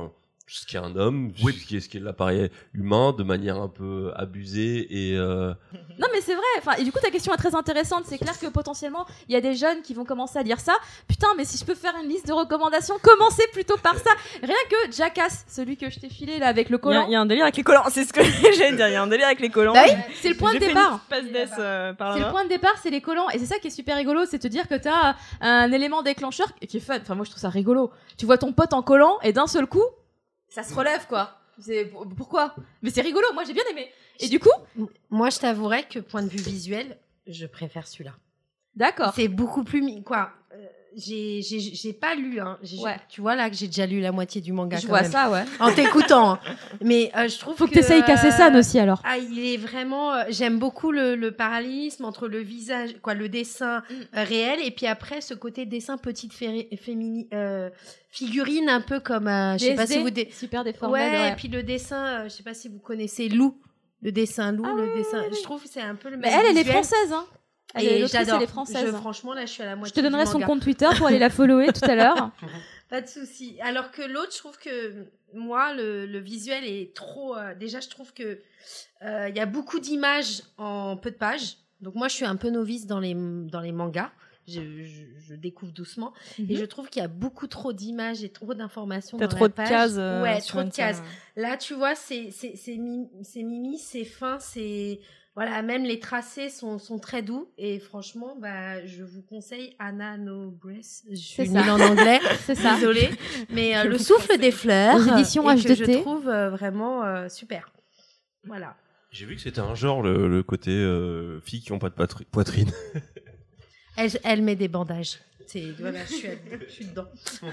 ce qui est un homme, Oui. ce qui est ce qui est l'appareil humain de manière un peu abusée et euh, Non mais c'est vrai, enfin, et du coup ta question est très intéressante, c'est clair que potentiellement il y a des jeunes qui vont commencer à lire ça, putain mais si je peux faire une liste de recommandations, commencez plutôt par ça, rien que Jackass, celui que je t'ai filé là avec le Il y, a- collant, il y a un délire avec les collants, c'est ce que j'allais dire, il y a un délire avec les collants. bah oui, c'est le point de J'ai fait une départ. passe d'ess, euh, par C'est le là-bas. point de départ, c'est les collants, et c'est ça qui est super rigolo, c'est te dire que t'as un élément déclencheur qui est fun, enfin moi je trouve ça rigolo, tu vois ton pote en collant et d'un seul coup, ça se relève quoi, c'est pourquoi, mais c'est rigolo, moi j'ai bien aimé, et du coup, Moi, je t'avouerais que point de vue visuel, je préfère celui-là. d'accord. C'est beaucoup plus mi- quoi. euh, j'ai j'ai j'ai pas lu hein. J'ai- Ouais. Tu vois là que j'ai déjà lu la moitié du manga. Je quand vois même. ça, ouais. En t'écoutant. hein. Mais euh, je trouve Faut que t'essayes Casser San aussi alors. Ah, il est vraiment. euh, J'aime beaucoup le, le parallélisme entre le visage, quoi, le dessin Mm. euh, réel, et puis après ce côté dessin petite fé- fémini- euh, figurine un peu comme. euh, je sais pas si vous. dé- super déformé. Ouais, Ouais, et puis le dessin, euh, je sais pas si vous connaissez Lou. Le dessin Lou, Ah le oui, dessin. oui, oui. Je trouve que c'est un peu le Mais même. elle, elle est visuel. française, hein. Elle est Et l'autrice, j'adore. elle est française. Je- franchement, là, je suis à la Je moitié. te donnerai du son manga. compte Twitter pour aller la follower tout à l'heure. Pas de souci. Alors que l'autre, je trouve que moi, le, le visuel est trop. euh, déjà, je trouve que euh, il y a beaucoup d'images en peu de pages. Donc moi, je suis un peu novice dans les dans les mangas. Je, je, je découvre doucement et je trouve qu'il y a beaucoup trop d'images et trop d'informations. T'as dans trop la de page. cases. euh, Ouais, sur trop de une scène, cases. Là, tu vois, c'est c'est c'est mi- c'est mimi, c'est fin, c'est voilà, même les tracés sont sont très doux et franchement, bah, je vous conseille Anna No Breath. Je suis C'est ça. nulle en anglais, C'est ça. désolée, mais euh, Je le vous souffle des fleurs, Aux éditions et H que deux je T. trouve euh, vraiment euh, super. Voilà. j'ai vu que c'était un genre le, le côté euh, filles qui ont pas de patri- poitrine. Elle, elle met des bandages. C'est voilà, je suis, je suis dedans.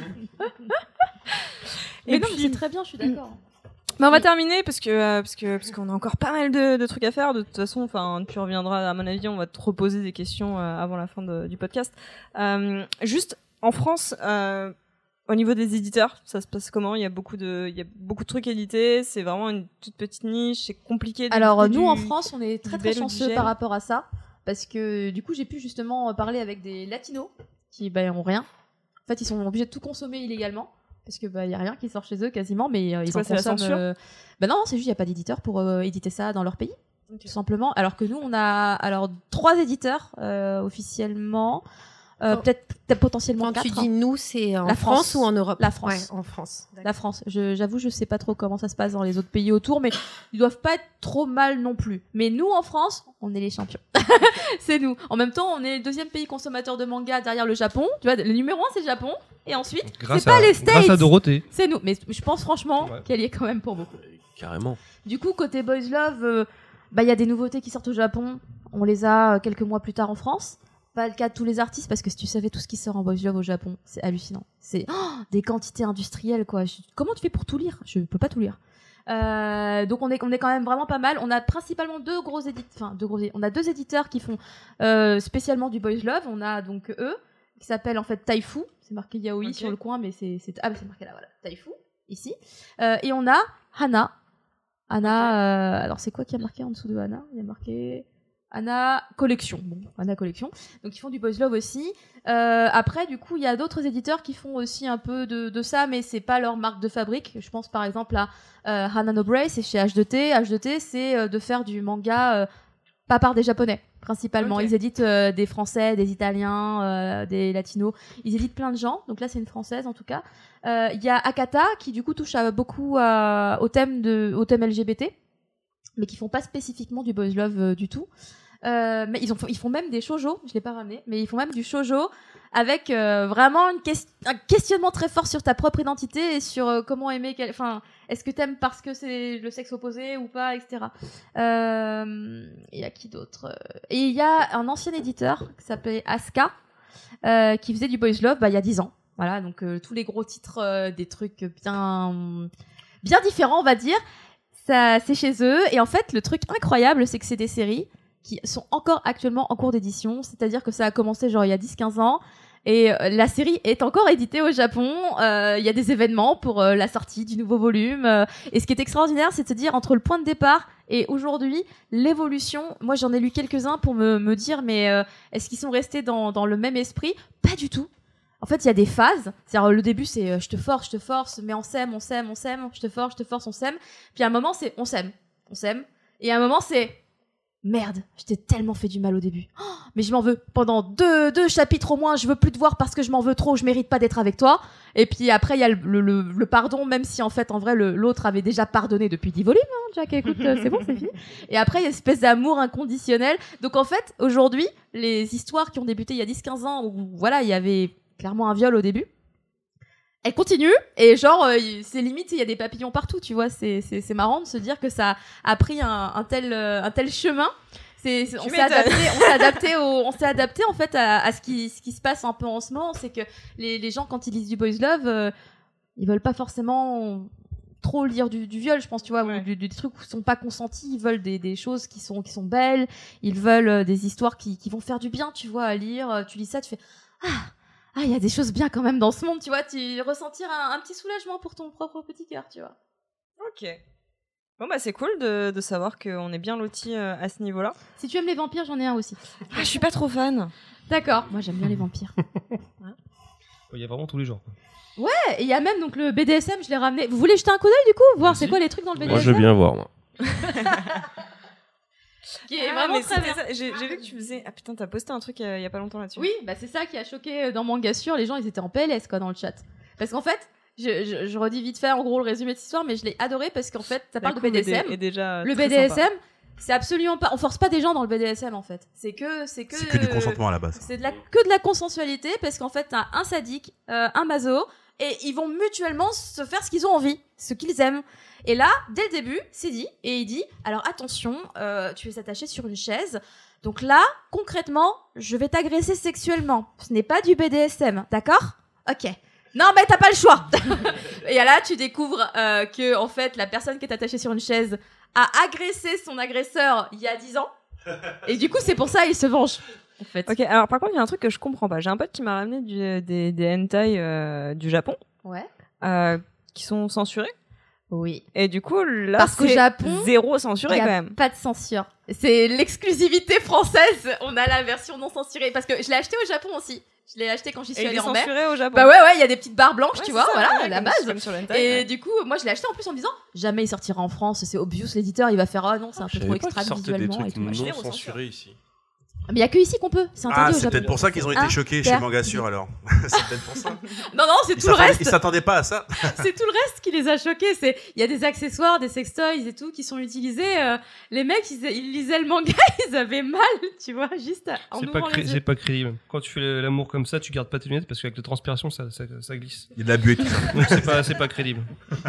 Mais Et non, puis- mais c'est très bien, je suis d'accord. Mais on va terminer parce que euh, parce que parce qu'on a encore pas mal de, de trucs à faire. De toute façon, enfin, tu reviendras à mon avis. On va te reposer des questions euh, avant la fin de- du podcast. Euh, juste en France, euh, au niveau des éditeurs, ça se passe comment? Il y a beaucoup de il y a beaucoup de trucs édités. C'est vraiment une toute petite niche. C'est compliqué. d'éditer Alors nous du- en France, on est très du très bel ou du chanceux gel. par rapport à ça parce que du coup j'ai pu justement parler avec des latinos qui ben ont rien. En fait, ils sont obligés de tout consommer illégalement parce que bah y a rien qui sort chez eux quasiment, mais euh, ils quoi, en c'est la consomment. censure euh, Bah non, c'est juste il y a pas d'éditeur pour euh, éditer ça dans leur pays, tout simplement. Alors que nous on a alors trois éditeurs euh, officiellement, euh, Quand- peut-être peut-être potentiellement Quand quatre. tu dis nous, c'est en La France, France. ou en Europe? La France. Ouais, en France. La France. Je- J'avoue, je sais pas trop comment ça se passe dans les autres pays autour, mais ils doivent pas être trop mal non plus. Mais nous, en France, on est les champions. C'est nous. En même temps, on est le deuxième pays consommateur de manga derrière le Japon. Tu vois, le numéro un, c'est le Japon. Et ensuite, Grâce c'est pas à, les States. grâce à Dorothée. C'est nous. Mais je pense franchement Ouais. qu'elle y est quand même pour beaucoup. Carrément. Du coup, côté Boys Love, euh, bah, il y a des nouveautés qui sortent au Japon. On les a euh, quelques mois plus tard en France. Pas le cas de tous les artistes, parce que si tu savais tout ce qui sort en Boys Love au Japon, c'est hallucinant. C'est oh, des quantités industrielles, quoi. Je- comment tu fais pour tout lire? Je peux pas tout lire. Euh, donc on est, on est quand même vraiment pas mal. On a principalement deux gros éditeurs, enfin deux gros, é- on a deux éditeurs qui font euh, spécialement du Boys Love. On a donc eux, qui s'appellent en fait Taifu. C'est marqué Yaoi Ok. sur le coin, mais c'est, c'est ah bah, c'est marqué là, voilà, Taifu ici. Euh, et on a Hana. Hana, euh, alors c'est quoi qui a marqué en dessous de Hana? Il y a marqué Hana Collection. Bon, Hana Collection. Donc ils font du Boys Love aussi. Euh, après, du coup, il y a d'autres éditeurs qui font aussi un peu de, de ça, mais c'est pas leur marque de fabrique. Je pense par exemple à euh, Hana no Bray, c'est chez H deux T. H deux T, c'est euh, de faire du manga euh, pas par des Japonais, principalement. Ok. Ils éditent euh, des Français, des Italiens, euh, des Latinos. Ils éditent plein de gens. Donc là, c'est une Française en tout cas. Euh, Il y a Akata qui du coup touche à, beaucoup à- au thème de, au thème L G B T, mais qui font pas spécifiquement du boys love euh, du tout. Euh, mais ils, ont, ils font même des shoujo, je l'ai pas ramené, mais ils font même du shoujo avec euh, vraiment une ques- un questionnement très fort sur ta propre identité et sur euh, comment aimer, quel- enfin, est-ce que t'aimes parce que c'est le sexe opposé ou pas, et cetera. Euh, Il y a qui d'autre? Et il y a un ancien éditeur qui s'appelait Asuka, euh, qui faisait du boys love bah, il y a dix ans. Voilà, donc euh, tous les gros titres, euh, des trucs bien, bien différents, on va dire. Ça, c'est chez eux. Et en fait, le truc incroyable, c'est que c'est des séries qui sont encore actuellement en cours d'édition. C'est-à-dire que ça a commencé genre il y a dix quinze ans. Et euh, la série est encore éditée au Japon. Euh, Il y a des événements pour euh, la sortie du nouveau volume. Euh, et ce qui est extraordinaire, c'est de se dire entre le point de départ et aujourd'hui, l'évolution. Moi, j'en ai lu quelques-uns pour me, me dire, mais euh, est-ce qu'ils sont restés dans, dans le même esprit? Pas du tout. en fait, il y a des phases. C'est-à-dire, le début, c'est euh, je te force, je te force, mais on s'aime, on s'aime, on s'aime, je te force, je te force, on s'aime. Puis à un moment, c'est on s'aime, on s'aime. Et à un moment, c'est merde, je t'ai tellement fait du mal au début. Oh, mais je m'en veux. Pendant deux, deux chapitres au moins, je veux plus te voir parce que je m'en veux trop, je mérite pas d'être avec toi. Et puis après, il y a le, le, le, le pardon, même si en fait, en vrai, le, l'autre avait déjà pardonné depuis dix volumes. Hein, Jack, écoute, euh, c'est bon, c'est fini. Et après, il y a une espèce d'amour inconditionnel. Donc en fait, aujourd'hui, les histoires qui ont débuté il y a dix quinze ans, où voilà, il y avait clairement un viol au début, elle continue et genre euh, c'est limite il y a des papillons partout, tu vois, c'est c'est c'est marrant de se dire que ça a pris un, un tel euh, un tel chemin. C'est, c'est on s'est adapté on s'est adapté au, on s'est adapté en fait à, à ce qui ce qui se passe un peu en ce moment, c'est que les les gens quand ils lisent du boys love, euh, ils veulent pas forcément trop lire du, du viol, je pense, tu vois, ouais. ou du, du, des trucs qui sont pas consentis. Ils veulent des, des choses qui sont qui sont belles, ils veulent euh, des histoires qui qui vont faire du bien, tu vois, à lire. Tu lis ça, tu fais ah Ah, il y a des choses bien quand même dans ce monde, tu vois, tu ressentir un, un petit soulagement pour ton propre petit cœur, tu vois. Ok. Bon, bah, c'est cool de, de savoir qu'on est bien lotis euh, à ce niveau-là. Si tu aimes les vampires, j'en ai un aussi. Ah, je suis pas trop fan. D'accord. Moi, j'aime bien les vampires. Il y a vraiment tous les genres. Ouais, et il y a même donc le B D S M, je l'ai ramené. Vous voulez jeter un coup d'œil du coup, voir Vas-y. C'est quoi les trucs dans le B D S M? Moi, je veux bien voir, moi. Qui est ah, vraiment mais très bien. Ça. J'ai, j'ai vu que tu faisais. Ah putain, t'as posté un truc euh, il y a pas longtemps là-dessus. Oui, bah c'est ça qui a choqué dans Manga Sûr. Les gens, ils étaient en P L S quoi dans le chat. Parce qu'en fait, je, je, je redis vite fait en gros le résumé de cette histoire, mais je l'ai adoré parce qu'en fait, ça parle de B D S M. Et déjà le B D S M, sympa. C'est absolument pas. On force pas des gens dans le B D S M en fait. C'est que c'est que. C'est que du consentement à la base. C'est de la que de la consensualité parce qu'en fait, t'as un sadique, euh, un maso, et ils vont mutuellement se faire ce qu'ils ont envie, ce qu'ils aiment. Et là, dès le début, c'est dit, et il dit, alors attention, euh, tu es attaché sur une chaise, donc là, concrètement, je vais t'agresser sexuellement. Ce n'est pas du B D S M, d'accord ? Ok. Non, mais t'as pas le choix. Et là, tu découvres euh, que, en fait, la personne qui est attachée sur une chaise a agressé son agresseur il y a dix ans, et du coup, c'est pour ça il se venge. En fait. Ok, alors par contre, il y a un truc que je comprends pas. J'ai un pote qui m'a ramené du, des, des hentai euh, du Japon, ouais, euh, qui sont censurés. Oui. Et du coup, là, parce qu'au Japon, zéro censuré quand même. Pas de censure. C'est l'exclusivité française. On a la version non censurée. Parce que je l'ai acheté au Japon aussi. Je l'ai acheté quand j'y suis et allée il est en mer. censuré au Japon. Bah ouais, ouais, il y a des petites barres blanches, ouais, tu vois, ça, voilà, ouais, la comme, base. Comme sur l'hentai, et ouais. du coup, moi, je l'ai acheté en plus en me disant, jamais il sortira en France. C'est obvious, l'éditeur, il va faire, ah non, c'est un peu trop extra visuellement et tout. Non censurés ici. Mais il y a que ici qu'on peut. C'est interdit ah, au c'est Japon. peut-être pour ça qu'ils ont été choqués chez Manga Sûr alors. C'est peut-être pour ça. Non, non, c'est ils tout le reste. Ils s'attendaient pas à ça. C'est tout le reste qui les a choqués. C'est, il y a des accessoires, des sextoys et tout qui sont utilisés. Euh, les mecs, ils, ils lisaient le manga, ils avaient mal, tu vois, juste en c'est ouvrant pas cré- les yeux. C'est pas crédible. Quand tu fais l'amour comme ça, tu gardes pas tes lunettes parce qu'avec la transpiration, ça, ça, ça glisse. Il y a de la buée. Tout ça. Donc c'est pas, c'est pas crédible.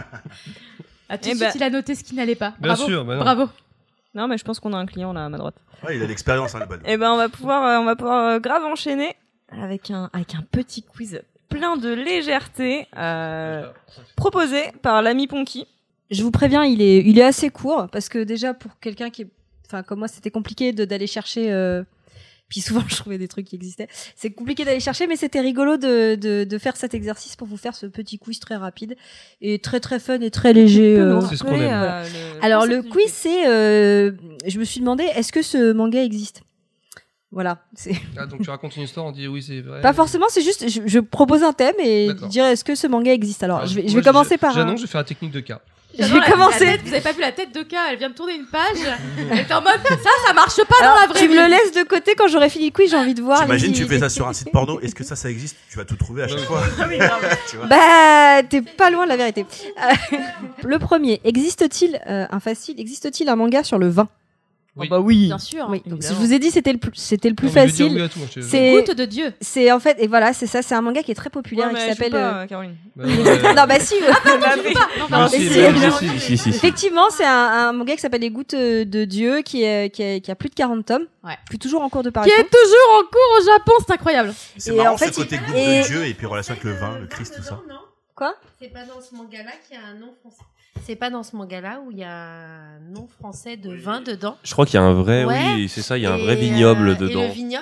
Ah, tout de suite, il a noté ce qui n'allait pas. Bien Bravo. sûr, bah non. Bravo. Non, mais je pense qu'on a un client là à ma droite. Ouais, il a l'expérience, hein, le bal. Et ben, on va pouvoir, euh, on va pouvoir euh, grave enchaîner avec un, avec un petit quiz plein de légèreté euh, proposé par l'ami Ponky. Je vous préviens, il est, il est assez court parce que déjà pour quelqu'un qui est, enfin comme moi, c'était compliqué de, d'aller chercher. Euh... Puis souvent, je trouvais des trucs qui existaient. C'est compliqué d'aller chercher, mais c'était rigolo de, de, de faire cet exercice pour vous faire ce petit quiz très rapide et très très fun et très léger. Euh, c'est ce qu'on aime. Voilà. Le... Alors le quiz, c'est, euh, je me suis demandé, est-ce que ce manga existe ? Voilà. C'est... Ah, donc tu racontes une histoire, on dit oui, c'est vrai. Pas forcément, c'est juste, je, je propose un thème et D'accord. dire est-ce que ce manga existe. Alors, Alors je vais, moi, je vais commencer je, par. J'annonce, un... je vais faire la technique de cas. Je vais commencer. Tête, vous avez pas vu la tête de K, elle vient de tourner une page. Elle est en mode ça, ça marche pas Alors, dans la vraie tu vie. me le laisses de côté quand j'aurai fini le quiz, j'ai envie de voir. T'imagines, les... tu fais ça sur un site porno, est-ce que ça, ça existe ? Tu vas tout trouver à chaque fois. tu vois bah, t'es pas loin de la vérité. Euh, le premier, existe-t-il euh, un facile, existe-t-il un manga sur le vin ? Oui. Oh bah oui, bien sûr. Oui. Donc, si je vous ai dit c'était le plus, c'était le plus non, facile. Oui tout, moi, c'est Goutte de Dieu. C'est en fait et voilà c'est ça, c'est un manga qui est très populaire ouais, et qui mais s'appelle. pas, euh... Caroline. Bah, ouais. non bah si. Ah pardon, je joue pas. Non, non, si, si, si, si, si, si, si. Effectivement, c'est un, un manga qui s'appelle Les Gouttes de Dieu, qui, est, qui, est, qui a plus de quarante tomes, ouais. qui est toujours en cours de Qui parution. est toujours en cours au Japon, c'est incroyable. C'est Et marrant en fait, ce côté il- goutte et- de Dieu et puis relation avec le vin, le Christ, tout ça. Quoi ? C'est pas dans ce manga-là qu'il y a un nom français. C'est pas dans ce manga-là où il y a un nom français de vin dedans. Je crois qu'il y a un vrai, Ouais. oui, c'est ça, il y a un Et, vrai vignoble euh, dedans. Et le vignoble,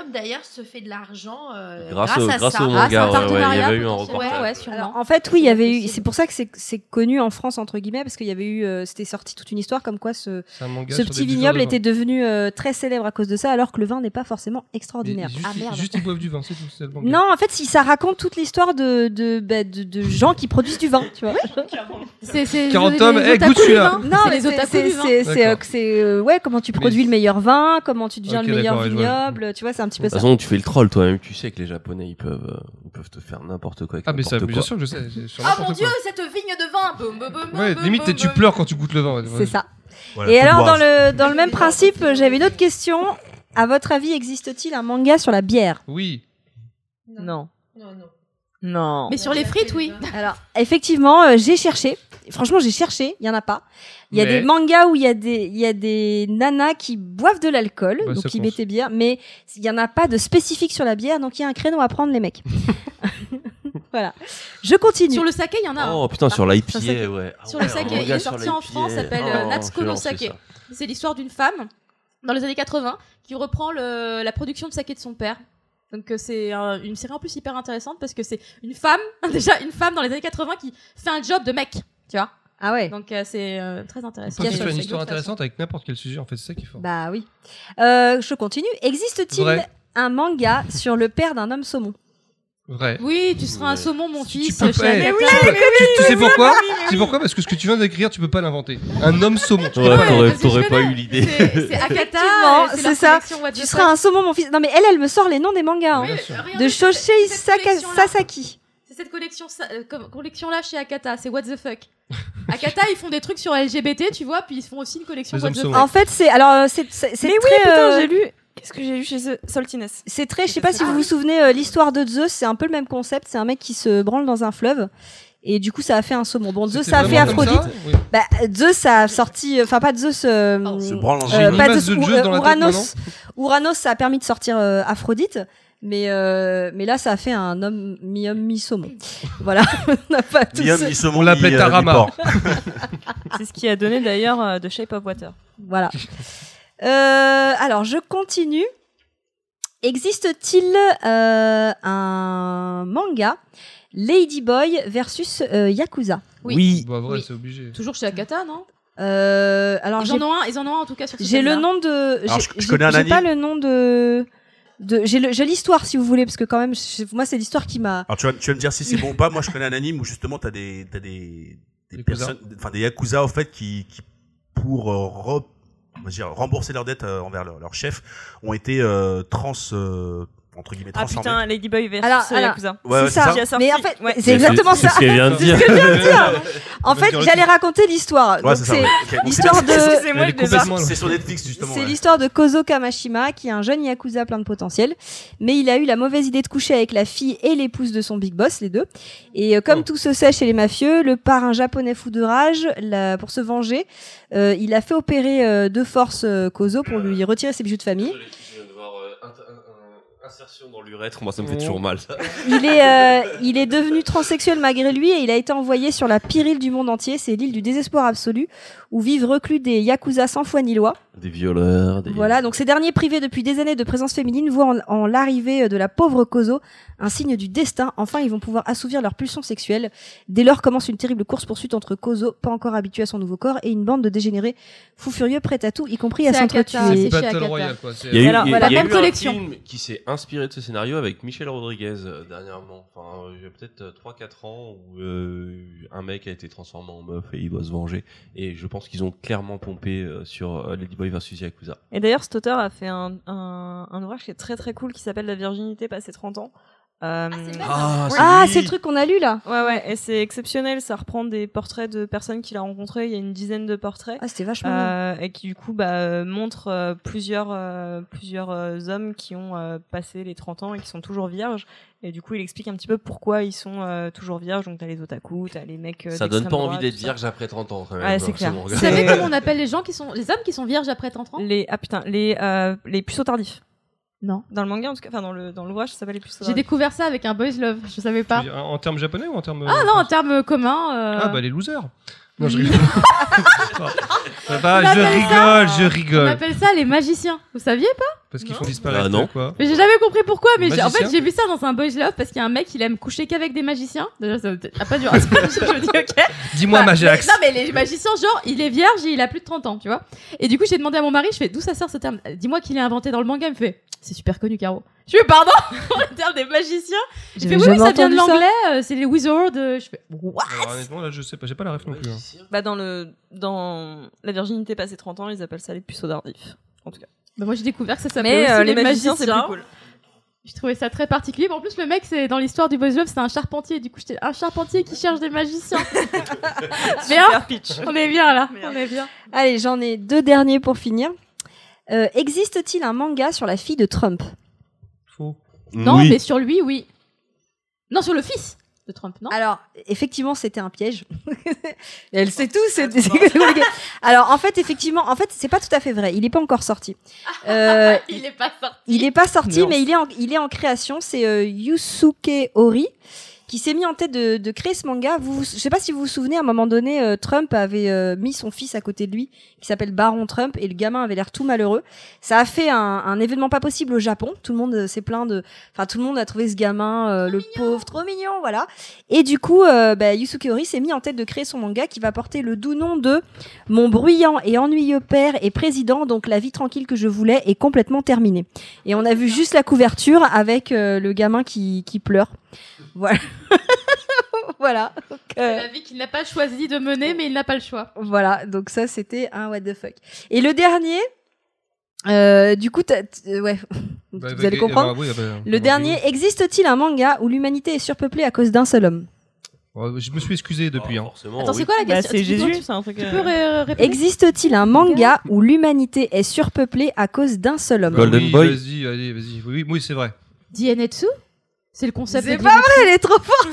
d'ailleurs se fait de l'argent euh, Grâce, grâce au, à grâce ça. au Ah, c'est un manga, ouais, ouais, il y partenariat avait eu un potentiel. reportage. Ouais, ouais, sûrement. Alors, en fait, oui, il y avait eu. possible. C'est pour ça que c'est c'est connu en France entre guillemets parce qu'il y avait eu, euh, c'était sorti toute une histoire comme quoi ce C'est un manga ce sur petit des buveurs vignoble de vin. était devenu euh, très célèbre à cause de ça, alors que le vin n'est pas forcément extraordinaire. Mais Juste, Ah, merde. juste ils boivent du vin, c'est tout. C'est le manga. Non, en fait, si ça raconte toute l'histoire de de, bah, de de gens qui produisent du vin, tu vois. C'est, c'est quarante les- tomes, les eh, otaku goûte celui-là. du vin. Non, c'est mais les c'est otaku c'est du vin. c'est c'est, euh, D'accord. c'est, euh, ouais, comment tu produis Mais- le meilleur vin, comment tu deviens Ok, le meilleur d'accord, ouais, je vois. vignoble, tu vois, c'est un petit peu De toute ça. façon, tu fais le troll toi-même, tu sais que les Japonais ils peuvent, euh, ils peuvent te faire n'importe quoi avec Ah, mais ça, n'importe bien quoi. sûr que je sais. c'est sur Oh mon n'importe dieu, quoi. cette vigne de vin. Boum, boum, boum, Ouais, boum, limite, boum, tu boum. pleures quand tu goûtes le vin. ouais. Voilà, Et faut alors, boire. dans le dans le même principe, j'avais une autre question. À votre avis, existe-t-il un manga sur la bière? Oui. Non. Non, non. Non. Mais sur les frites, oui. Alors, effectivement, euh, j'ai cherché. Franchement, j'ai cherché. Il y en a pas. Il y a Mais- des mangas où il y a des, il y a des nanas qui boivent de l'alcool, Bah, donc ça qui pense. mettaient bière, mais il y en a pas de spécifique sur la bière, donc il y a un créneau à prendre, les mecs. Voilà. Je continue. Sur le saké, il y en a un. Oh putain, sur l'I P Sur le saké. A, ouais. Ah Sur ouais, le un saké, manga il est sur sorti en l'I P A. France, s'appelle euh, Oh, Natsuko je vais no lancer Sake. ça. C'est l'histoire d'une femme dans les années quatre-vingts qui reprend le, la production de saké de son père. Donc euh, c'est euh, une série en plus hyper intéressante parce que c'est une femme, déjà une femme dans les années quatre-vingts qui fait un job de mec, tu vois. Ah ouais. Donc euh, c'est euh, très On intéressant. peut Bien sûr, faire une c'est histoire de toute façon. intéressante avec n'importe quel sujet, en fait, c'est ça qui est fort. Bah oui. Euh, je continue. Existe-t-il Vrai. un manga sur le père d'un homme saumon? Vrai. Oui, tu seras un Ouais. saumon, mon Tu- fils. tu peux chez pas- Agatha. tu peux- tu- tu sais pourquoi C'est pourquoi Parce que ce que tu viens d'écrire, tu peux pas l'inventer. Un homme saumon. Tu peux Ouais, pas t'aurais, parce que t'aurais je pas connais. eu l'idée. C'est c'est Akata, Effectivement, euh, c'est leur ça. collection What the Tu Fuck. seras un saumon, mon fils. Non, mais elle, elle me sort les noms des mangas. hein. Bien sûr. Euh, De regardez, Shoshei c'est cette Saka- collection-là. Sasaki. C'est cette collection, euh, com- collection-là chez Akata, c'est What the Fuck. Akata, ils font des trucs sur L G B T, tu vois, puis ils font aussi une collection Les What hommes the saumons. Fuck. En fait, c'est alors euh, c'est c'est c'est Mais oui, très. putain, euh, j'ai lu. Qu'est-ce que j'ai lu chez eux Saltiness. C'est très. Je sais pas si vous vous souvenez euh, l'histoire de Zeus. C'est un peu le même concept. C'est un mec qui se branle dans un fleuve. Et du coup, ça a fait un saumon. Bon, Zeus, C'était ça a fait vraiment comme Aphrodite. ça Oui. Bah, Zeus, ça a sorti. Enfin, pas de Zeus. euh, Se branle en J'ai euh, une pas image Zeus, de Ou- Zeus euh, dans la tête, Ouranos. Ouranos, ça a permis de sortir euh, Aphrodite. Mais, euh, mais là, ça a fait un homme mi-homme, mi-saumon. Voilà. On n'a pas tous. Mi-homme, mi-saumon, On l'appelait mi- euh, Tarama. mi-porc. C'est ce qui a donné d'ailleurs euh, The Shape of Water. Voilà. Euh, alors, je continue. Existe-t-il euh, un manga Ladyboy versus euh, Yakuza? Oui. Bah, vrai, Oui. c'est obligé. Toujours chez Akata, non Euh, alors, ils j'ai en, ont un, ils en ont un en tout cas sur ce j'ai le thème-là. nom de. Alors, j'ai- je- je j'ai- connais un j'ai pas anime. le nom de. de j'ai le- j'ai l'histoire si vous voulez, parce que quand même, je- moi, c'est l'histoire qui m'a. Alors tu vas, tu vas me dire si c'est bon ou pas. Moi, je connais un anime où justement t'as des, t'as des, des Yakuza. personnes, enfin des yakuza en fait qui, qui pour euh, re- on va dire, rembourser leurs dettes euh, envers leur, leur chef, ont été euh, trans, euh, entre guillemets Ah transformés. putain, Ladyboy versus Alors, euh, alors, Yakuza. Ouais, ouais, c'est ça. Qui a sorti- Mais en fait, ouais. c'est exactement c'est ça. ce qu'elle vient de dire. En fait, dire j'allais raconter l'histoire. Ouais, Donc, c'est ça. c'est ouais. Ok. Donc, l'histoire c'est- de. Excusez-moi, Elle est je débarque. complètement. C'est sur Netflix justement. C'est ouais. l'histoire de Kozo Kamashima, qui est un jeune yakuza plein de potentiel, mais il a eu la mauvaise idée de coucher avec la fille et l'épouse de son big boss, les deux. Et euh, comme Oh. tout se sait chez les mafieux, le parrain japonais fou de rage, la- pour se venger, euh, il a fait opérer euh, de force euh, Kozo pour lui retirer ses bijoux de famille. Désolé, je viens de voir, euh, int- un- un- insertion dans l'urètre, moi ça me fait toujours mal ça. Il est, euh, il est devenu transsexuel malgré lui et il a été envoyé sur la pire île du monde entier, c'est l'île du désespoir absolu, où vivent reclus des yakuza sans foi ni loi. Des violeurs, des... Voilà, donc ces derniers privés depuis des années de présence féminine voient en, en l'arrivée de la pauvre Kozo un signe du destin. Enfin, ils vont pouvoir assouvir leur pulsion sexuelle. Dès lors commence une terrible course-poursuite entre Kozo, pas encore habitué à son nouveau corps, et une bande de dégénérés fous furieux prêts à tout, y compris à C'est Akata. s'entretuer. C'est chez Battle Akata. Royale, quoi. c'est- Il y a eu, Alors, il y a- voilà, il y a même eu un collection. film qui s'est inspiré de ce scénario avec Michel Rodriguez euh, dernièrement. Enfin, euh, il y a peut-être trois quatre ans où euh, un mec a été transformé en meuf et il doit se venger. Et je pense qu'ils ont clairement pompé euh, sur euh, Ladyboy versus Yakuza. Et d'ailleurs, cet auteur a fait un, un, un ouvrage qui est très très cool qui s'appelle La virginité passée trente ans. Euh, Ah, c'est Ah, lui. c'est le truc qu'on a lu là. ouais, ouais, et c'est exceptionnel. Ça reprend des portraits de personnes qu'il a rencontrées. Il y a une dizaine de portraits. Ah, c'était vachement bien. Euh, et qui du coup bah, euh, montre euh, plusieurs, euh, plusieurs euh, hommes qui ont euh, passé les trente ans et qui sont toujours vierges. Et du coup, il explique un petit peu pourquoi ils sont euh, toujours vierges. Donc, t'as les otaku, t'as les mecs. euh, Ça donne d'extrême pas envie droite, d'être tout ça. vierge après trente ans quand même. Ouais, c'est dans clair. ce manga. Vous savez comment on appelle les gens qui sont, les hommes qui sont vierges après trente ans? Les, ah putain, les, euh, les puceaux tardifs. Non. Dans le manga, en tout cas, enfin dans le dans l'ouvrage, ça s'appelle les puceaux J'ai tardifs. découvert ça avec un boys love, je savais Tu pas. veux dire, En termes japonais ou en termes. Ah non, en termes communs. euh, Ah bah les losers. Non, je Oui. rigole. Ça va, On je appelle ça- rigole, je On rigole. appelle ça les magiciens. Vous saviez pas? Parce qu'ils Non. font disparaître Ah, non. quoi. Mais j'ai jamais compris pourquoi, mais j'ai- en fait Magicien j'ai vu ça dans un boys love parce qu'il y a un mec il aime coucher qu'avec des magiciens. Déjà ça a pas duré. Je me dis ok. Dis-moi, Bah, Majax. mais- Non mais les magiciens genre il est vierge et il a plus de trente ans, tu vois. Et du coup j'ai demandé à mon mari, je fais d'où ça sort ce terme. Dis-moi qu'il est inventé dans le manga, il me fait c'est super connu Caro. Je fais pardon le terme des magiciens. Il fait oui, oui ça vient de l'anglais, euh, c'est les wizards. euh, Je fais what. Alors, honnêtement, là, je sais pas, j'ai pas la ref non plus. hein. Bah dans le dans la virginité passée trente ans, ils appellent ça les puceaux d'Ardif. En tout cas. Bah moi j'ai découvert que ça s'appelait Mais aussi euh, les les magiciens, c'est magiciens. plus cool. Je trouvais ça très particulier. En plus, le mec, c'est dans l'histoire du Boys Love, c'est un charpentier. Du coup, j'étais un charpentier qui cherche des magiciens. Bien, Super pitch. on est bien là. Merde. On est bien. Allez, j'en ai deux derniers pour finir. Euh, existe-t-il un manga sur la fille de Trump? Faux. Non, Oui. mais sur lui, oui. Non, sur le fils de Trump, non. Alors, effectivement, c'était un piège. Elle sait tout. C'est c'est compliqué. Alors, en fait, effectivement, en fait, c'est pas tout à fait vrai. Il est pas encore sorti. Euh, Il est pas sorti. il est pas sorti, Nuance. mais il est en, il est en création. C'est euh, Yusuke Ori qui s'est mis en tête de, de créer ce manga. Vous, vous- je sais pas si vous vous souvenez, à un moment donné, euh, Trump avait euh, mis son fils à côté de lui, qui s'appelle Baron Trump, et le gamin avait l'air tout malheureux. Ça a fait un, un événement pas possible au Japon. Tout le monde euh, s'est plaint de, enfin tout le monde a trouvé ce gamin, euh, le pauvre, trop mignon, voilà. Et du coup, euh, bah, Yusuke Ori s'est mis en tête de créer son manga qui va porter le doux nom de Mon bruyant et ennuyeux père et président. Donc la vie tranquille que je voulais est complètement terminée. Et on a vu juste la couverture avec euh, le gamin qui, qui pleure. Voilà. Voilà. Donc, euh, C'est la vie qu'il n'a pas choisi de mener, mais il n'a pas le choix. voilà. Donc ça, c'était un what the fuck. Et le dernier, euh, du coup, t'as- t- euh, ouais, Bah, vous allez comprendre. bah, oui, bah, Le bah, dernier, existe-t-il un manga où l'humanité est surpeuplée à cause d'un seul homme? oui. Ouais, je me suis excusé depuis. Ah, Hein. forcément, Attends, oui. c'est quoi la Bah, question c'est Tu peux- Jésus, tu- c'est un truc. Tu euh, peux ré- répéter Existe-t-il un manga où l'humanité est surpeuplée à cause d'un seul homme? Golden oui, Boy. Vas-y, allez, vas-y. Oui, oui, c'est vrai. Dienetsu. C'est le concept. C'est de pas Dienetsu. vrai, elle est trop forte.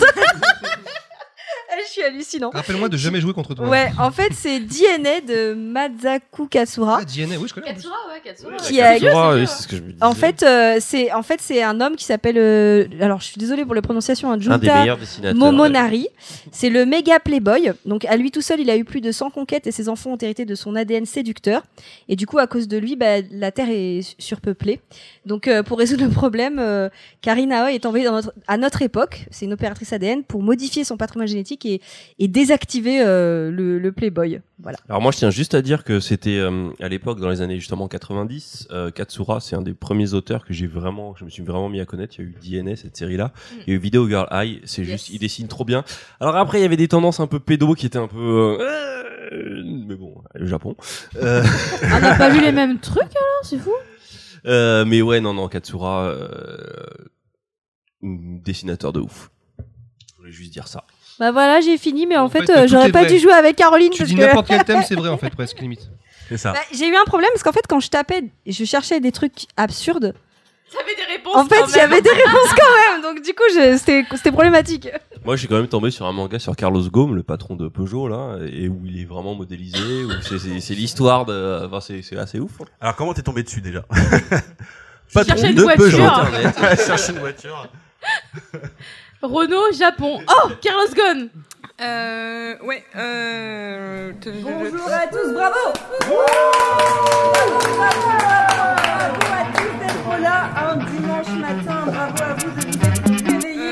Je suis hallucinant. Rappelle-moi de jamais jouer contre toi. Ouais, en fait, c'est D N A de Masaku Kasura. Ah, D N A, oui, je connais. en plus. Katsura, ouais, Katsura. Ouais, Qui a- Katsura, c'est oui, sûr. c'est ce que je me disais. En fait, euh, c'est en fait c'est un homme qui s'appelle. euh, alors, je suis désolée pour la prononciation. Hein, un des Junta meilleurs dessinateurs. Momonari. C'est le méga playboy. Donc, à lui tout seul, il a eu plus de cent conquêtes et ses enfants ont hérité de son A D N séducteur. Et du coup, à cause de lui, bah, la Terre est su- surpeuplée. Donc, euh, pour résoudre le problème, euh, Karina Aoi est envoyée dans notre, à notre époque, c'est une opératrice A D N, pour modifier son patrimoine génétique et, et désactiver euh, le, le playboy. Voilà. Alors moi je tiens juste à dire que c'était euh, à l'époque dans les années justement quatre-vingt-dix, euh, Katsura c'est un des premiers auteurs que j'ai vraiment, que je me suis vraiment mis à connaître. Il y a eu D N A cette série là, il y a eu Video Girl Eye, c'est Yes. juste, il dessine trop bien. Alors après il y avait des tendances un peu pédo qui étaient un peu, euh, mais bon, le Japon. Euh, On n'a pas lu les mêmes trucs alors, c'est fou. euh, mais ouais non non Katsura, euh, dessinateur de ouf. Je voulais juste dire ça. Bah voilà, j'ai fini, mais en, En fait, fait, euh, tout j'aurais est pas vrai. dû jouer avec Caroline Tu parce dis que n'importe quel thème, c'est vrai en fait, presque limite. C'est ça. Bah, j'ai eu un problème parce qu'en fait, quand je tapais, je cherchais des trucs absurdes. T'avais des réponses. En fait, il y avait des réponses quand même, donc du coup, je- c'était c'était problématique. Moi, j'ai quand même tombé sur un manga sur Carlos Ghosn, le patron de Peugeot, là, et où il est vraiment modélisé, où c'est, c'est, c'est l'histoire de, enfin, c'est, c'est assez ouf. Hein. Alors, comment t'es tombé dessus déjà? cherchais une de voiture. Peugeot. Internet. Chercher une voiture. Renault, Japon. Oh, Carlos Ghosn. Euh, ouais, euh... Bonjour à tous, bravo Bravo, bravo à tous d'être là un dimanche matin, bravo à vous de vous être réveillés.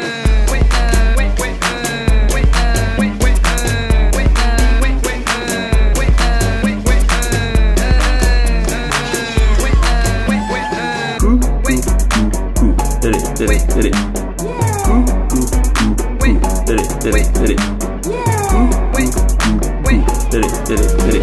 Télé, télé, télé. Télé, télé, télé. Télé, télé, télé.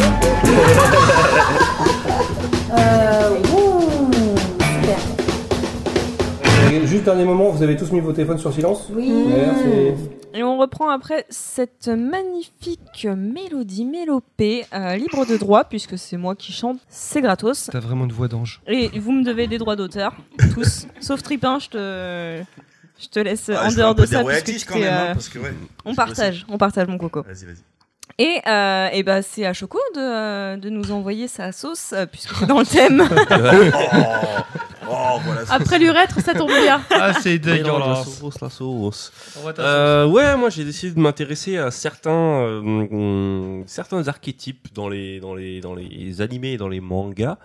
Euh, ouh, super. Juste dernier moment, vous avez tous mis vos téléphones sur silence? Oui. Merci. Et on reprend après cette magnifique mélodie mélopée, euh, libre de droit, puisque c'est moi qui chante, c'est gratos. T'as vraiment une voix d'ange. Et vous me devez des droits d'auteur, tous. Sauf Tripin, je te, je te laisse Ah, en je fais un dehors peu de des ça. royalties puisque quand t'es, même, hein, euh, parce que ouais. on je partage, on partage mon coco. Vas-y, vas-y. Et, euh, et bah, c'est à Choco de, euh, de nous envoyer sa sauce, euh, puisque c'est dans le thème. Oh, oh, voilà. Après l'urètre, ça tombe bien. Ah, c'est La dégueulasse. sauce, la sauce. On va ta Euh, ouais, moi j'ai décidé de m'intéresser à certains, euh, hum, certains archétypes dans les, dans les, dans les animés et dans les mangas.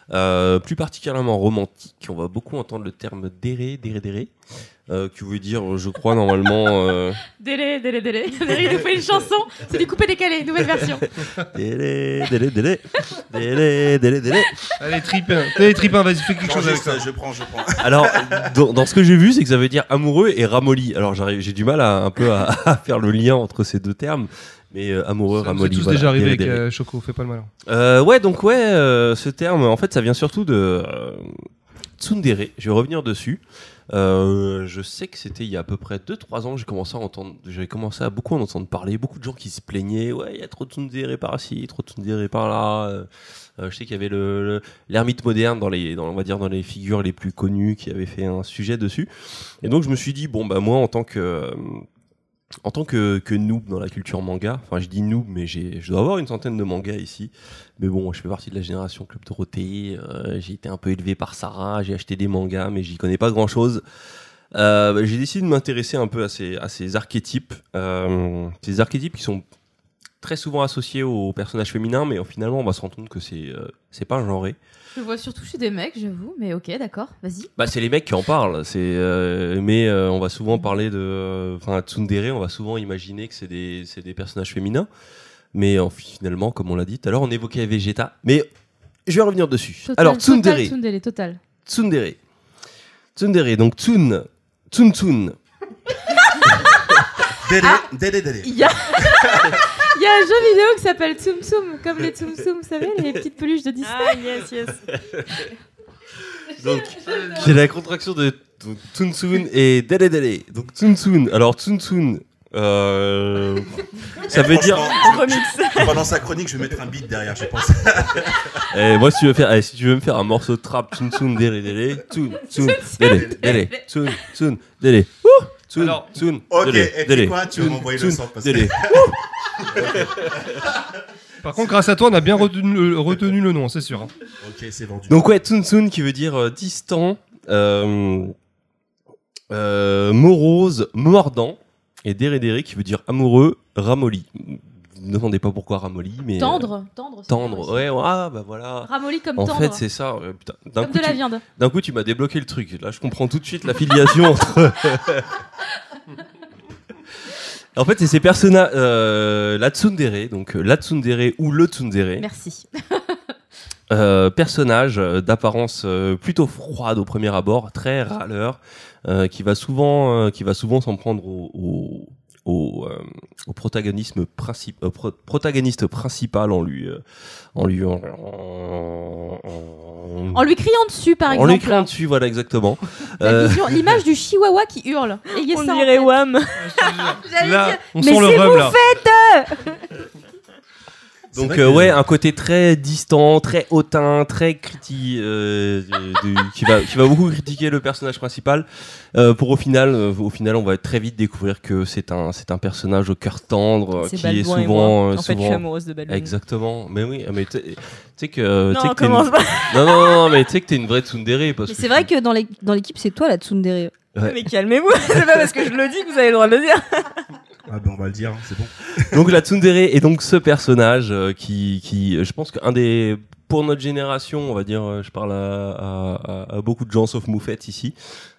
euh, plus particulièrement romantique. On va beaucoup entendre le terme déré, déré, déré, euh, qui veut dire, je crois, normalement... Euh... Délai, délai, délai. Il nous fait une chanson, c'est du coupé-décalé, nouvelle version. Délai, délai, délai, délai, délai, délai. Allez, Tripin, allez, Tripin, vas-y, fais quelque chose avec ça. Je prends, je prends. Alors, dans, dans ce que j'ai vu, c'est que ça veut dire amoureux et ramolli. Alors, j'arrive, j'ai du mal à, un peu à, à faire le lien entre ces deux termes. Mais euh, amoureux, ça ramolli, tous voilà. déjà arrivé Délai, avec délai. euh, Choco, fais pas le malin. Euh, ouais, donc ouais, euh, ce terme, en fait, ça vient surtout de euh, tsundere. Je vais revenir dessus. Euh, je sais que c'était il y a à peu près deux trois ans, j'ai commencé à entendre, j'avais commencé à beaucoup en entendre parler, beaucoup de gens qui se plaignaient, ouais, il y a trop de tsundere par ici, trop de tsundere par là. Euh, je sais qu'il y avait le, le l'ermite moderne dans les, dans, on va dire dans les figures les plus connues qui avait fait un sujet dessus. Et donc je me suis dit bon bah moi en tant que euh, En tant que, que noob dans la culture manga, enfin je dis noob mais j'ai, je dois avoir une centaine de mangas ici, mais bon je fais partie de la génération Club Dorothée, euh, j'ai été un peu élevé par Sarah, j'ai acheté des mangas mais j'y connais pas grand chose. Euh, bah, j'ai décidé de m'intéresser un peu à ces, à ces archétypes, euh, ces archétypes qui sont très souvent associés aux personnages féminins mais finalement on va se rendre compte que c'est, euh, c'est pas genré. Je vois surtout chez des mecs, j'avoue, mais ok, d'accord, vas-y. Bah c'est les mecs qui en parlent, c'est euh, mais euh, on va souvent parler de, enfin tsundere, on va souvent imaginer que c'est des c'est des personnages féminins, mais euh, finalement comme on l'a dit tout à l'heure, on évoquait Vegeta, mais je vais revenir dessus. Total, Alors tsundere, total, tsundere, total. tsundere, tsundere, donc tsun, tsun tsun. Délai, délai, délai. Il y a... Il y a un jeu vidéo qui s'appelle Tsum Tsum, comme les Tsum Tsum, vous savez, les petites peluches de Disney. Ah, yes, yes. Donc j'ai la contraction de tsun tsun et dele dele. Donc tsun tsun. Alors tsun tsun. Euh, ça veut dire remix. Pendant sa chronique, je vais mettre un beat derrière, je pense. Et moi, si tu veux faire, allez, si tu veux me faire un morceau de trap, tsun tsun dele dele, tsun tsun dele dele, tsun tsun dele, ouh, tsun tsun Ok, dele et dele, puis quoi, tu vas m'envoyer le son parce que... dele. Par contre, grâce à toi, on a bien retenu le, retenu le nom, c'est sûr. Hein. Ok, c'est vendu. Donc ouais, tsun tsun qui veut dire euh, distant, euh, euh, morose, mordant, et dere dere qui veut dire amoureux, ramolli. Ne demandez pas pourquoi ramolli, mais Tendre, euh, tendre. tendre, ouais, ouais, ah, bah voilà. Ramolli comme en tendre. En fait, c'est ça. Euh, putain, d'un comme coup, de la tu, viande. D'un coup, tu m'as débloqué le truc. Là, je comprends tout de suite la filiation entre. En fait, c'est ces personnages, euh, la tsundere, donc la tsundere ou le tsundere. Merci. Euh, personnage d'apparence euh, plutôt froide au premier abord, très râleur, euh, qui va souvent, euh, qui va souvent s'en prendre au, au, au, euh, au protagonisme princip, euh, pro, protagoniste principal en lui, euh, en lui, en, en, en, en lui criant dessus, par en exemple. En lui criant dessus, voilà exactement. La vision, l'image du chihuahua qui hurle. Ayez On ça dirait en tête. Wham. J'allais Là, dire, on mais sent le c'est rhum, vous là. faites. Donc vrai euh, que- ouais, un côté très distant, très hautain, très critique, euh, de- de- qui va qui va beaucoup critiquer le personnage principal. Euh, pour au final, euh, au final, on va très vite découvrir que c'est un c'est un personnage au cœur tendre euh, C'est qui Balduin est et moi. souvent euh, En fait, je suis souvent amoureuse de Balduin. exactement. Mais oui, mais tu tu sais que tu sais Non, que t'es une- commence pas. non, non non non, mais tu sais que t'es une vraie tsundere parce Mais que c'est vrai que dans les- dans l'équipe, c'est toi la tsundere. Ouais. Mais calmez-vous, c'est pas parce que je le dis que vous avez le droit de le dire. Ah ben on va le dire, hein, c'est bon. Donc la tsundere est donc ce personnage euh, qui, qui, je pense qu'un des, pour notre génération, on va dire, euh, je parle à, à, à, à beaucoup de gens sauf Moufette ici.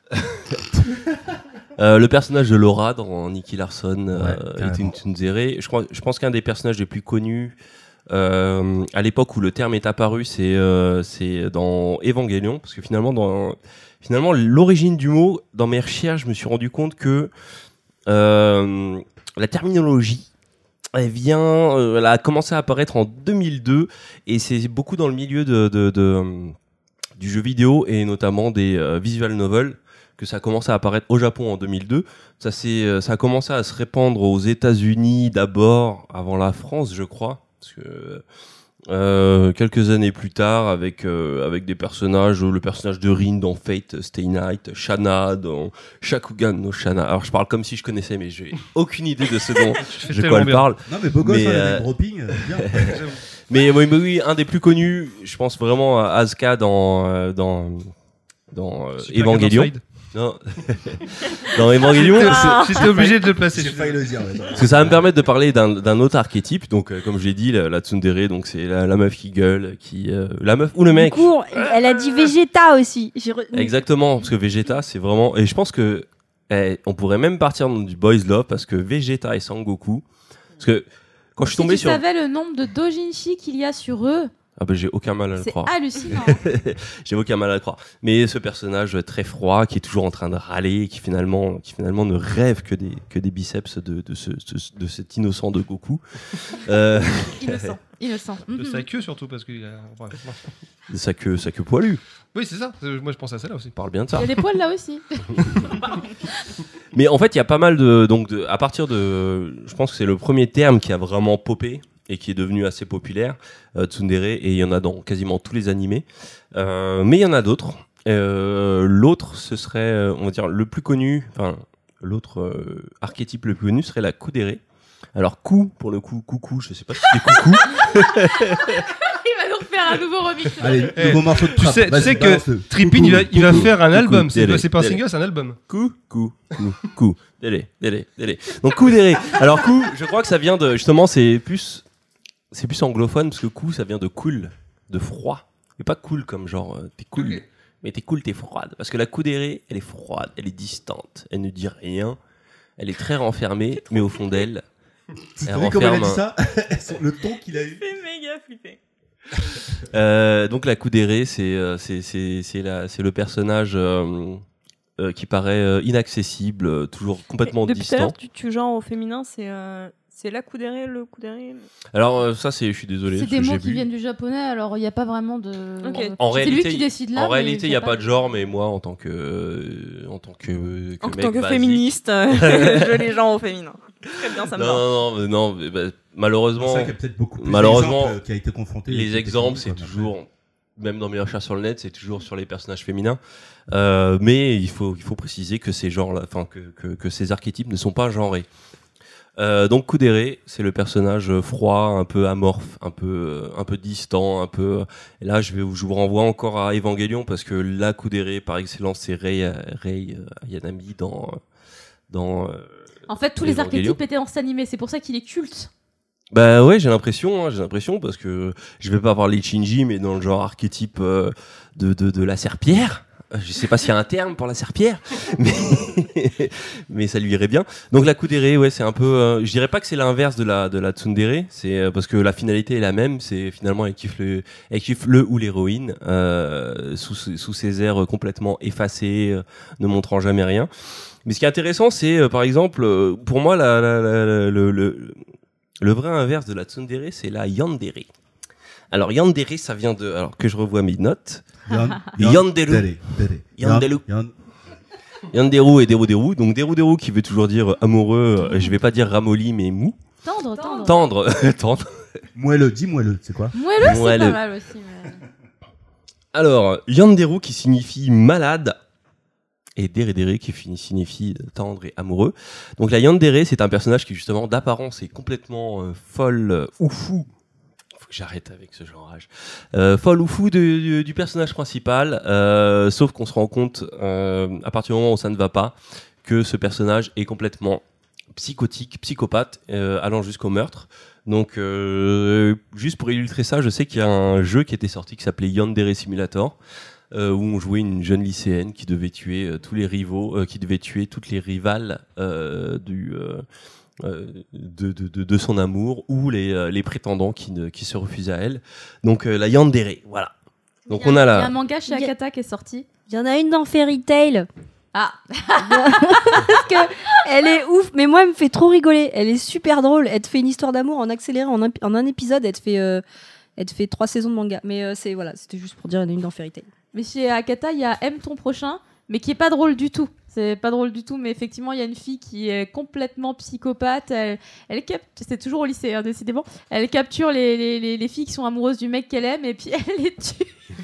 euh, le personnage de Laura dans Nicky Larson euh, Ouais, est une tsundere. Je crois, je pense qu'un des personnages les plus connus euh, à l'époque où le terme est apparu, c'est euh, c'est dans Evangelion, parce que finalement, dans finalement l'origine du mot, dans mes recherches, je me suis rendu compte que euh, la terminologie, elle vient, euh, elle a commencé à apparaître en deux mille deux et c'est beaucoup dans le milieu de, de, de, euh, du jeu vidéo et notamment des euh, visual novels que ça a commencé à apparaître au Japon en deux mille deux. Ça, c'est, euh, ça a commencé à se répandre aux États-Unis d'abord, avant la France, je crois, parce que euh, quelques années plus tard, avec euh, avec des personnages, le personnage de Rin dans Fate Stay Night, Shanna dans Shakugan no Shana. Alors je parle comme si je connaissais, mais j'ai aucune idée de ce dont fais de tellement quoi elle bien. parle. Non, mais beau gosse, Mais, hein, le euh, name dropping, euh, bien. Mais, mais, mais oui, un des plus connus, je pense vraiment à Asuka dans euh, dans dans euh, Super Evangelion. Gamerside. Non. Dans Evangelion, Ah. J'étais obligé de le placer. J'ai failli le dire. Ouais, parce que ça va me permettre de parler d'un, d'un autre archétype. Donc, euh, comme je l'ai dit, la, la tsundere, donc c'est la, la meuf qui gueule, qui euh, la meuf ou le mec. Du coup, elle a dit Vegeta aussi. J'ai re- Exactement, parce que Vegeta, c'est vraiment. Et je pense que eh, on pourrait même partir dans du boys love parce que Vegeta et Sangoku. Parce que quand je suis Si tombé tu sur. savais le nombre de dojinshi qu'il y a sur eux, Ah bah j'ai aucun mal à le c'est croire. hallucinant. J'ai aucun mal à le croire. Mais ce personnage très froid, qui est toujours en train de râler, qui finalement, qui finalement ne rêve que des, que des biceps de, de, ce, de, de cet innocent de Goku. Euh, Innocent, innocent. De sa Mhm. queue surtout parce qu'il a. Ouais. de sa queue, sa queue poilue. Oui, c'est ça. C'est- Moi, je pense à celle-là aussi. On parle bien de Il ça. y a des poils là aussi. Mais en fait, il y a pas mal de, donc de, à partir de, je pense que c'est le premier terme qui a vraiment popé et qui est devenu assez populaire, euh, tsundere, et il y en a dans quasiment tous les animés. Euh, mais il y en a d'autres. Euh, l'autre, ce serait, euh, on va dire, le plus connu, enfin, l'autre euh, archétype le plus connu serait la kudere. Alors, coup, pour le coup, coucou, je sais pas si c'est coucou. Il va nous refaire un nouveau remix. Allez, Eh, nouveau morceau de Tu trap. sais, tu Vas-y, sais que balance-le. Trippin, il va, il va Coucou, faire un coucou, album. C'est délé, pas, c'est pas un délé. single, c'est un album. Coup, coup, coup, coup, délé, délé, délé. Donc, kudere. Alors, coup, je crois que ça vient de, justement, c'est plus, c'est plus anglophone parce que coup, ça vient de cool, de froid. Mais pas cool comme genre, euh, t'es cool. Ok. Mais t'es cool, t'es froide. Parce que la kudere, elle est froide, elle est distante, elle ne dit rien, elle est très renfermée, mais au fond d'elle, T'as elle vu comment elle a dit renferme. ça Le ton qu'il a eu. fait méga flipper. Euh, donc la kudere, c'est euh, c'est c'est c'est la c'est le personnage euh, euh, qui paraît euh, inaccessible, euh, toujours complètement Depuis tout à l'heure, distant. tu, tu genres au féminin, c'est euh, c'est la coudérée, le coudéré. Alors euh, ça c'est, je suis désolé. C'est parce des que mots j'ai qui vu. viennent du japonais, alors il n'y a pas vraiment de. Ok. En c'est réalité, lui qui décide là. en mais réalité, il n'y a pas de genre, mais moi, en tant que, euh, en tant que, que En mec tant que basique- féministe, euh, je les genres au féminin. Très bien, ça me non, va. non, non, non, mais, bah, C'est malheureusement, ça qu'il y a peut-être beaucoup plus malheureusement, d'exemples, euh, qui a été confronté. les exemples, c'est toujours, même dans mes recherches sur le net, c'est toujours sur les personnages féminins. Euh, mais il faut, il faut préciser que ces genres-là, enfin que, que, que ces archétypes ne sont pas genrés. Euh, donc kudere, c'est le personnage froid, un peu amorphe, un peu, euh, un peu distant, un peu. Et là, je vais, je vous renvoie encore à Evangelion parce que la kudere par excellence, c'est Rei, Rei euh, Ayanami dans, dans. euh, En fait, tous les Evangelion. archétypes étaient en animé, c'est pour ça qu'il est culte. Bah ouais, j'ai l'impression, hein, j'ai l'impression parce que je vais pas parler de Shinji, mais dans le genre archétype euh, de, de de la serpillère. Euh, Je sais pas s'il y a un terme pour la serpillère, mais mais ça lui irait bien. Donc la kudere, ouais, c'est un peu, euh, je dirais pas que c'est l'inverse de la de la tsundere, c'est euh, parce que la finalité est la même, c'est finalement elle kiffe le, elle kiffe le ou l'héroïne euh, sous ses- sous ses airs complètement effacés, euh, ne montrant jamais rien. Mais ce qui est intéressant, c'est euh, par exemple, euh, pour moi, la, la, la- la- le, le le vrai inverse de la tsundere, c'est la yandere. Alors yandere, ça vient de, alors que je revois mes notes. Yanderu. Yanderu. Yanderu et Deru Deru. Donc Deru Deru qui veut toujours dire amoureux, euh, je vais pas dire ramolli mais mou. Tendre, tendre. Tendre, tendre. Moelleux, dis moelleux, c'est quoi Moelleux, c'est Moelleux. pas mal aussi. mais- Alors, Yanderu qui signifie malade et Deredere qui finit- signifie tendre et amoureux. Donc la Yandere, c'est un personnage qui justement d'apparence est complètement euh, folle euh, ou fou. Faut que j'arrête avec ce genrage. Euh, folle ou fou de- du, du personnage principal, euh, sauf qu'on se rend compte euh, à partir du moment où ça ne va pas que ce personnage est complètement psychotique, psychopathe, euh, allant jusqu'au meurtre. Donc, euh, juste pour illustrer ça, je sais qu'il y a un jeu qui était sorti qui s'appelait Yandere Simulator, euh, où on jouait une jeune lycéenne qui devait tuer euh, tous les rivaux, euh, qui devait tuer toutes les rivales euh, du, euh, euh, de, de, de, de son amour ou les, euh, les prétendants qui, ne, qui se refusaient à elle. Donc, euh, la Yandere, voilà. Donc, Il y on a Il y a un la. manga chez Il y a- Akata qui est sorti. Il y en a une dans Fairy Tail. Ah, Parce que elle est ouf, mais moi elle me fait trop rigoler. Elle est super drôle. Elle te fait une histoire d'amour en accéléré en un, en un épisode. Elle te fait, euh, elle te fait trois saisons de manga. Mais euh, c'est voilà, c'était juste pour dire il y en a une dans Fairy Tail. mais chez Akata, il y a Aime ton prochain, mais qui est pas drôle du tout. C'est pas drôle du tout, mais effectivement, il y a une fille qui est complètement psychopathe. Elle, elle capte, c'est toujours au lycée, hein, décidément. Elle capture les, les, les, les filles qui sont amoureuses du mec qu'elle aime et puis elle les tue.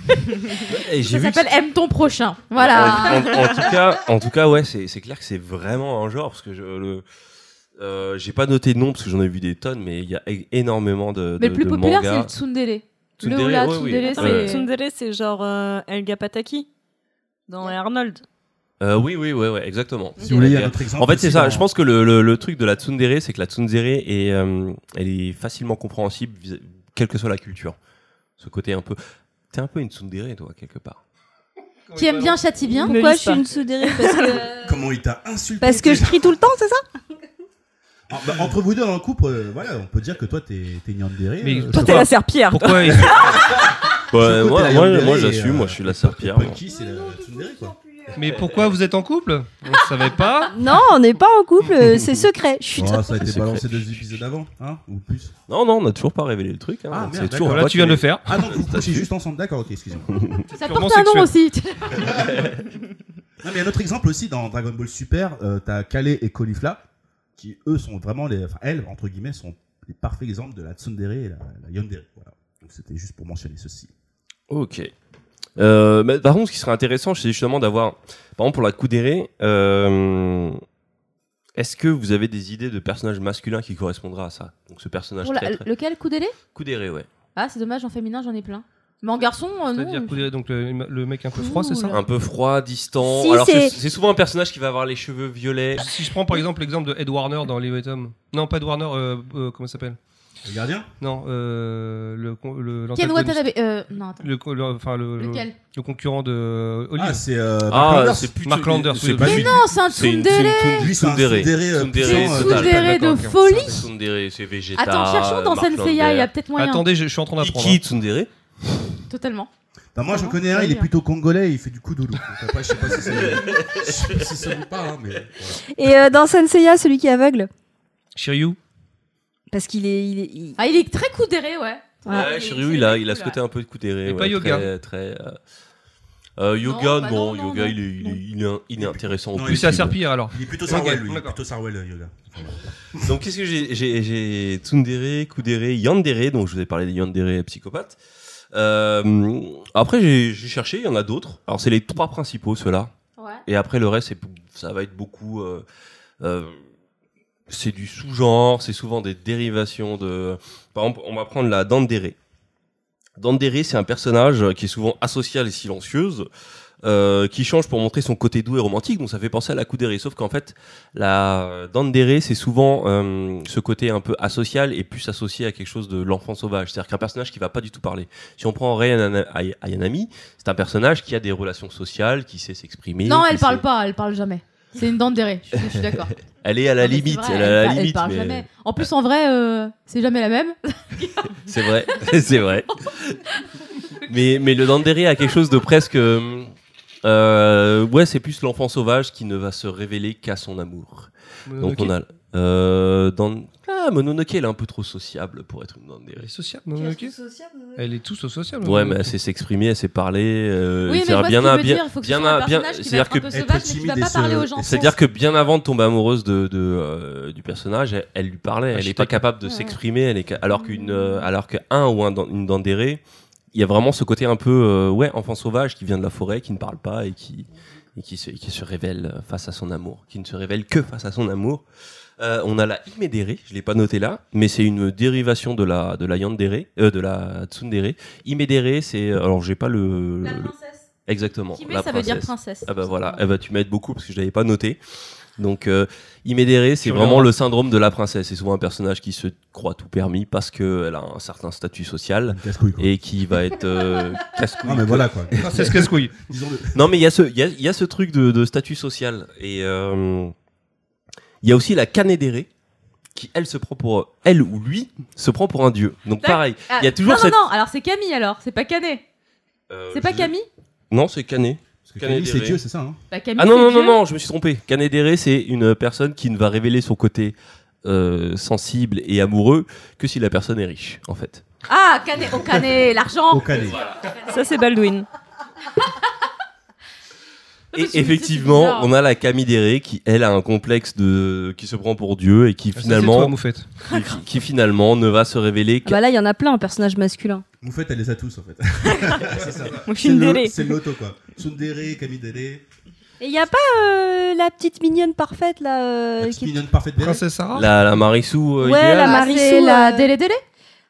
Et Ça j'ai vu que s'appelle Aime ton prochain. Voilà. En, en- en tout cas, en tout cas, ouais, c'est c'est clair que c'est vraiment un genre parce que je le. Euh, j'ai pas noté de nom parce que j'en ai vu des tonnes, mais il y a é- énormément de, mais de, le plus de populaire, c'est mangas. le tsundere. Tsundere, le ou la ouais, oui. tsundere, Ouais. c'est. Tsundere, c'est genre euh, Elga Pataki dans Arnold. Euh, oui, oui, oui, ouais, exactement. Si vous voulez, il y a un autre exemple En fait, c'est aussi ça. dans- Je pense que le, le, le truc de la tsundere, c'est que la tsundere est, euh, elle est facilement compréhensible, vis- quelle que soit la culture. Ce côté un peu. T'es un peu une tsundere, toi, quelque part. Qui aime bien châtie bien. Pourquoi je suis une tsundere? Parce que Comment il t'a insulté? parce que je crie tout le temps, c'est ça? Ah, bah, entre vous deux dans le couple, euh, voilà, on peut dire que toi t'es t'es une yandere. Mais euh, Toi, t'es la serpillère. Pourquoi il- Ouais, Choco, moi, t'es la moi, yandere moi, et, j'assume, euh, moi, je suis la et serpillère. moi. Punky, c'est la, la tsundere, quoi. Mais pourquoi vous êtes en couple? On ne savait pas. Non, on n'est pas en couple, euh, c'est secret. Chut. Oh, ça a été C'est balancé deux épisodes avant, hein, ou plus. Non, non, on n'a toujours pas révélé le truc. Hein. Ah, c'est merde, toujours d'accord. Là, toi tu viens qui- de le faire. Ah non, vous couchez juste ensemble, d'accord, ok, excusez-moi. Ça purement porte un nom sexuel. aussi. Non, mais un autre exemple aussi dans Dragon Ball Super, euh, t'as Kale et Caulifla, qui eux sont vraiment les, enfin elles entre guillemets sont les parfaits exemples de la tsundere et la, la yandere. Voilà. Donc c'était juste pour mentionner ceci. Ok. Euh, mais par contre, ce qui serait intéressant, c'est justement d'avoir, par exemple pour la kudere, euh, est-ce que vous avez des idées de personnages masculins qui correspondra à ça? Donc ce personnage Pour la- très, très... Lequel, coup délai? Kudere, ouais. Ah, c'est dommage, en féminin, j'en ai plein. Mais en garçon, euh, C'est-à-dire non. que donc le, le mec un peu froid, c'est ça? Un peu froid, distant. Si, Alors c'est c'est- c'est souvent un personnage qui va avoir les cheveux violets. Si je prends par exemple l'exemple de Ed Warner dans Leave It Home. Non, pas Ed Warner, euh, euh, comment ça s'appelle? Le gardien? Non, euh, le, con- le Ken l'antagoniste. Watanabe. Euh, non, attends. Le, co- le- enfin, le, le, Lequel? le concurrent de euh, Olive. Ah, c'est euh, Mark Ah, Landers. c'est plus Mark Landers, c'est oui, pas oui. lui. Non, c'est un C'est une tsundere. Lui, c'est un tsundere. tsundere, euh, Tsundere puissant, euh, total. Tsundere de D'accord, folie. Tsundere, c'est Vegeta. Attends, cherchons dans Mark Senseiya, il y a Lander. peut-être moyen. Attendez, je, je suis en train d'apprendre. Iki Tsundere. Totalement. Bah, moi, je Comment connais un, il est Ouais. plutôt congolais, il fait du kuduru. Donc, après, je sais pas si c'est je sais pas si ça vous parle, hein, mais voilà. Et euh, dans Senseiya, celui qui est aveugle, Shiryu. parce qu'il est, il est, il- Ah, il est très coudéré, ouais. voilà. Ouais, il est- Shiryu, c'est il a, le il a coup, ce côté un peu de Kudere. Et pas yoga. Très, très, euh, euh, yoga, bah non, non, non, yoga, non. il est, il est, il est, il est intéressant. Non, au Lui, c'est la possible. serpillière alors. Il est plutôt Sarwell, Ok, lui. Il est d'accord. plutôt Sarwell, euh, yoga. Donc, qu'est-ce que j'ai J'ai j'ai Tsundere, Kudere, Yandere. Donc, je vous ai parlé des Yandere psychopathes. Euh, après, j'ai j'ai cherché, il y en a d'autres. Alors, c'est les trois principaux, ceux-là. Ouais. Et après, le reste, c'est- ça va être beaucoup. Euh, euh, c'est du sous-genre, c'est souvent des dérivations de. Par exemple, on va prendre la Dandere. Dandere, c'est un personnage qui est souvent asocial et silencieuse, euh, qui change pour montrer son côté doux et romantique. Donc ça fait penser à la Kudere, sauf qu'en fait, la Dandere, c'est souvent euh, ce côté un peu asocial et plus associé à quelque chose de l'enfant sauvage. C'est-à-dire qu'un personnage qui va pas du tout parler. Si on prend Rei Ayana- Ay- Ayanami, c'est un personnage qui a des relations sociales, qui sait s'exprimer. Non, qui elle parle sait- pas, elle parle jamais. C'est une dandérée, je, je suis d'accord. Elle est à la Non, mais c'est limite, vrai, elle est à la elle, limite, parle mais jamais. En plus, en vrai, euh, c'est jamais la même. c'est vrai, c'est vrai. Mais mais le Dandere a quelque chose de presque, euh, ouais, c'est plus l'enfant sauvage qui ne va se révéler qu'à son amour. Donc on a euh, dans ah Mononoke, elle est un peu trop sociable pour être une Dandere. Elle est sociable, Mononoke. Elle est tous sociable. Ouais, mais elle sait s'exprimer, elle sait parler. Euh, Oui, mais je c'est-à-dire vois bien ce qu'il à veut bien, dire. Il faut que ce bien soit un à bien. personnage qui va C'est-à-dire être que un peu être sauvage, mais qui va timide pas et parler se- aux gens. c'est-à-dire que bien avant de tomber amoureuse de, de euh, du personnage, elle, elle lui parlait. Elle n'est Architecte. pas capable de Ouais. s'exprimer. Elle est ca- alors qu'une euh, alors qu'un ou un, dan- une Dandere, il y a vraiment ce côté un peu euh, ouais enfant sauvage qui vient de la forêt, qui ne parle pas et qui et qui se, qui se révèle face à son amour, qui ne se révèle que face à son amour. Euh, on a la Imedere, je l'ai pas noté là, mais c'est une dérivation de la de la Yandere, euh, de la Tsundere. Imedere, c'est alors j'ai pas le, La le- princesse. exactement. Kime, la ça veut dire princesse. princesse. Ah bah voilà, eh bah, tu m'aides beaucoup parce que je l'avais pas noté. Donc euh, Imedere, c'est Tu vraiment reviendras. le syndrome de la princesse. C'est souvent un personnage qui se croit tout permis parce qu'elle a un certain statut social Une casse-couille, quoi. et qui va être euh, casse-couille. Non, mais voilà, quoi. Princesse casse-couille. Disons-le. Non mais il y a ce il y a, il y a ce truc de, de statut social et euh, il y a aussi la Kanedere qui elle se prend pour elle ou lui se prend pour un dieu. Donc Tac. pareil, Ah, il y a toujours non, cette non, non, alors c'est Camille alors, c'est pas Canet. Euh, C'est pas je- Camille Non, c'est Canet. Parce que Camille, c'est Kanedere. Dieu, c'est ça, hein. Bah, Camille, Ah non, c'est non, non, Dieu. non, je me suis trompé. Kanedere, c'est une personne qui ne va révéler son côté euh, sensible et amoureux que si la personne est riche, en fait. Ah, Canet, au Canet, l'argent. Au Canet. Ça, c'est Baldwin. Et Parce que effectivement, c'est bizarre. on a la Kamidere qui, elle, a un complexe de qui se prend pour Dieu et qui Ah, ça, c'est finalement, toi, Moufette. qui, qui finalement ne va se révéler Ah que. bah là, il y en a plein, un personnage masculin. Moufette, elle les a tous, en fait. c'est ça. Moi, je C'est suis une le- délé. c'est le loto, quoi. Tsundere, Kamidere. Et il y a pas euh, la petite mignonne parfaite là. La euh, petite qui- mignonne parfaite belle. Princesse Sarah. La, la Marissou euh, Ouais, idéale. la Ah, Marissou, c'est la euh, Délé Délé.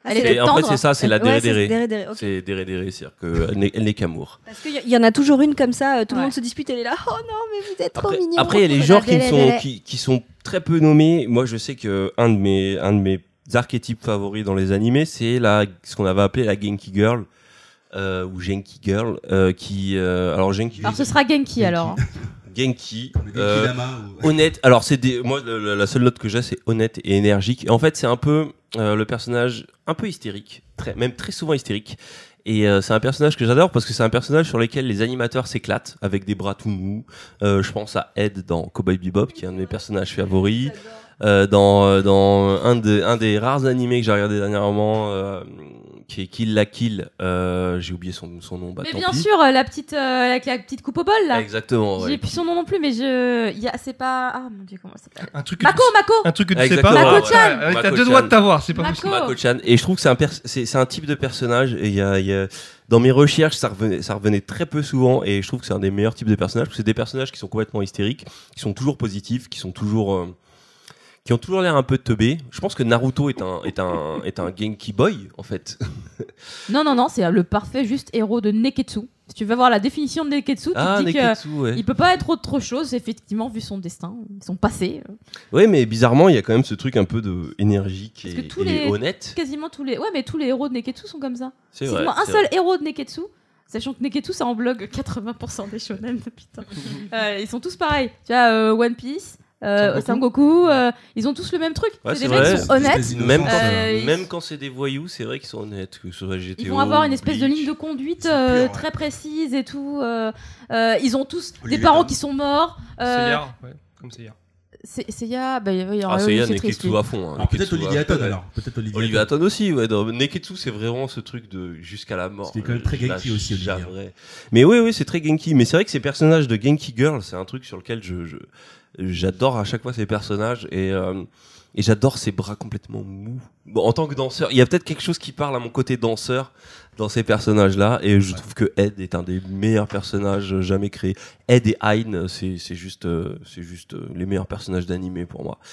Elle C'est- est en fait, tendre. c'est ça, c'est la Elle- ouais, déré-déré. c'est déré-déré, ok. C'est déré-déré, c'est-à-dire qu'elle n'est, elle n'est qu'amour. Parce qu'il y, il y en a toujours une comme ça, euh, tout le Ouais. monde se dispute, elle est là, oh non, mais vous êtes trop Après, mignon. après, il y a les genres qui, sont, qui, qui sont très peu nommés. Moi, je sais que un de mes, un de mes archétypes favoris dans les animés, c'est la, ce qu'on avait appelé la Genki Girl, euh, ou Genki Girl, euh, qui, euh, alors Genki, Alors ce sera Genki alors. Genki, Le Genki euh, Dama ou- honnête. Alors c'est des, moi le- le- la seule note que j'ai c'est honnête et énergique. Et en fait c'est un peu euh, le personnage un peu hystérique, très, même très souvent hystérique. Et euh, c'est un personnage que j'adore parce que c'est un personnage sur lequel les animateurs s'éclatent avec des bras tout mous. Euh, je pense à Ed dans Cowboy Bebop qui est un de mes personnages favoris. Euh, dans euh, dans un, de, un des rares animés que j'ai regardé dernièrement euh, qui est Kill la Kill, euh, j'ai oublié son, son nom, bah Mais tant bien pis. sûr, euh, la petite, euh, avec la petite coupe au bol là. Exactement, ouais. J'ai plus son nom non plus, mais je, il y a, c'est pas, ah mon dieu comment ça s'appelle. Un truc que Mako, tu- Mako. Un truc que tu sais Exactement, pas. Mako-chan. Ouais, ouais, T'as Mako-chan. deux doigts de t'avoir, c'est pas Mako. possible. Mako-chan. Et je trouve que c'est un, pers- c'est, c'est un type de personnage. Et il y a, il y a- dans mes recherches, ça revenait, ça revenait très peu souvent. Et je trouve que c'est un des meilleurs types de personnages. Parce que c'est des personnages qui sont complètement hystériques, qui sont toujours positifs, qui sont toujours, euh, qui ont toujours l'air un peu teubés. Je pense que Naruto est un, est un, est un Genki Boy, en fait. Non non non, c'est le parfait juste héros de Neketsu. Si tu vas voir la définition de Neketsu, tu Ah, te dis Neketsu, que ouais. il peut pas être autre chose, effectivement, vu son destin, son passé. Ouais, mais bizarrement, il y a quand même ce truc un peu de énergique Parce et, que tous et les, honnête. quasiment tous les, ouais, mais tous les héros de Neketsu sont comme ça. C'est Cite-moi vrai, un c'est seul vrai. héros de Neketsu. Sachant que Neketsu, ça englobe quatre-vingts pour cent des shonen, putain. Euh, ils sont tous pareils. Tu vois, euh, One Piece, euh, Sangoku, euh, ils ont tous le même truc. Ouais, c'est c'est des mecs vrai. qui sont honnêtes. Même quand, Euh, même quand c'est des voyous, c'est vrai qu'ils sont honnêtes. Que ce soit G T O, Ils vont avoir une espèce de Bleach. ligne de conduite euh, très précise et tout. euh, euh, ils ont tous des parents qui sont morts. euh, Seiya, ouais, comme Seiya. C'est Seiya, bah, il y Ah, aura c'est oui, Yann c'est triste, Neketsu lui. à fond. Hein. Alors, peut-être Neketsu Olivia à Hatton, fond. alors. Peut-être Olivia Olivia Hatton. Hatton aussi, ouais. Dans Neketsu, c'est vraiment ce truc de jusqu'à la mort. C'est quand même très Je Genki lâche aussi, Olivia. jamais. Mais oui, oui, c'est très Genki. Mais c'est vrai que ces personnages de Genki Girl, c'est un truc sur lequel je, je j'adore à chaque fois ces personnages et euh, et j'adore ces bras complètement mous. Bon, en tant que danseur, il y a peut-être quelque chose qui parle à mon côté danseur dans ces personnages-là, et je trouve que Ed est un des meilleurs personnages jamais créés. Ed et Hein, c'est c'est juste euh, c'est juste euh, les meilleurs personnages d'animé pour moi.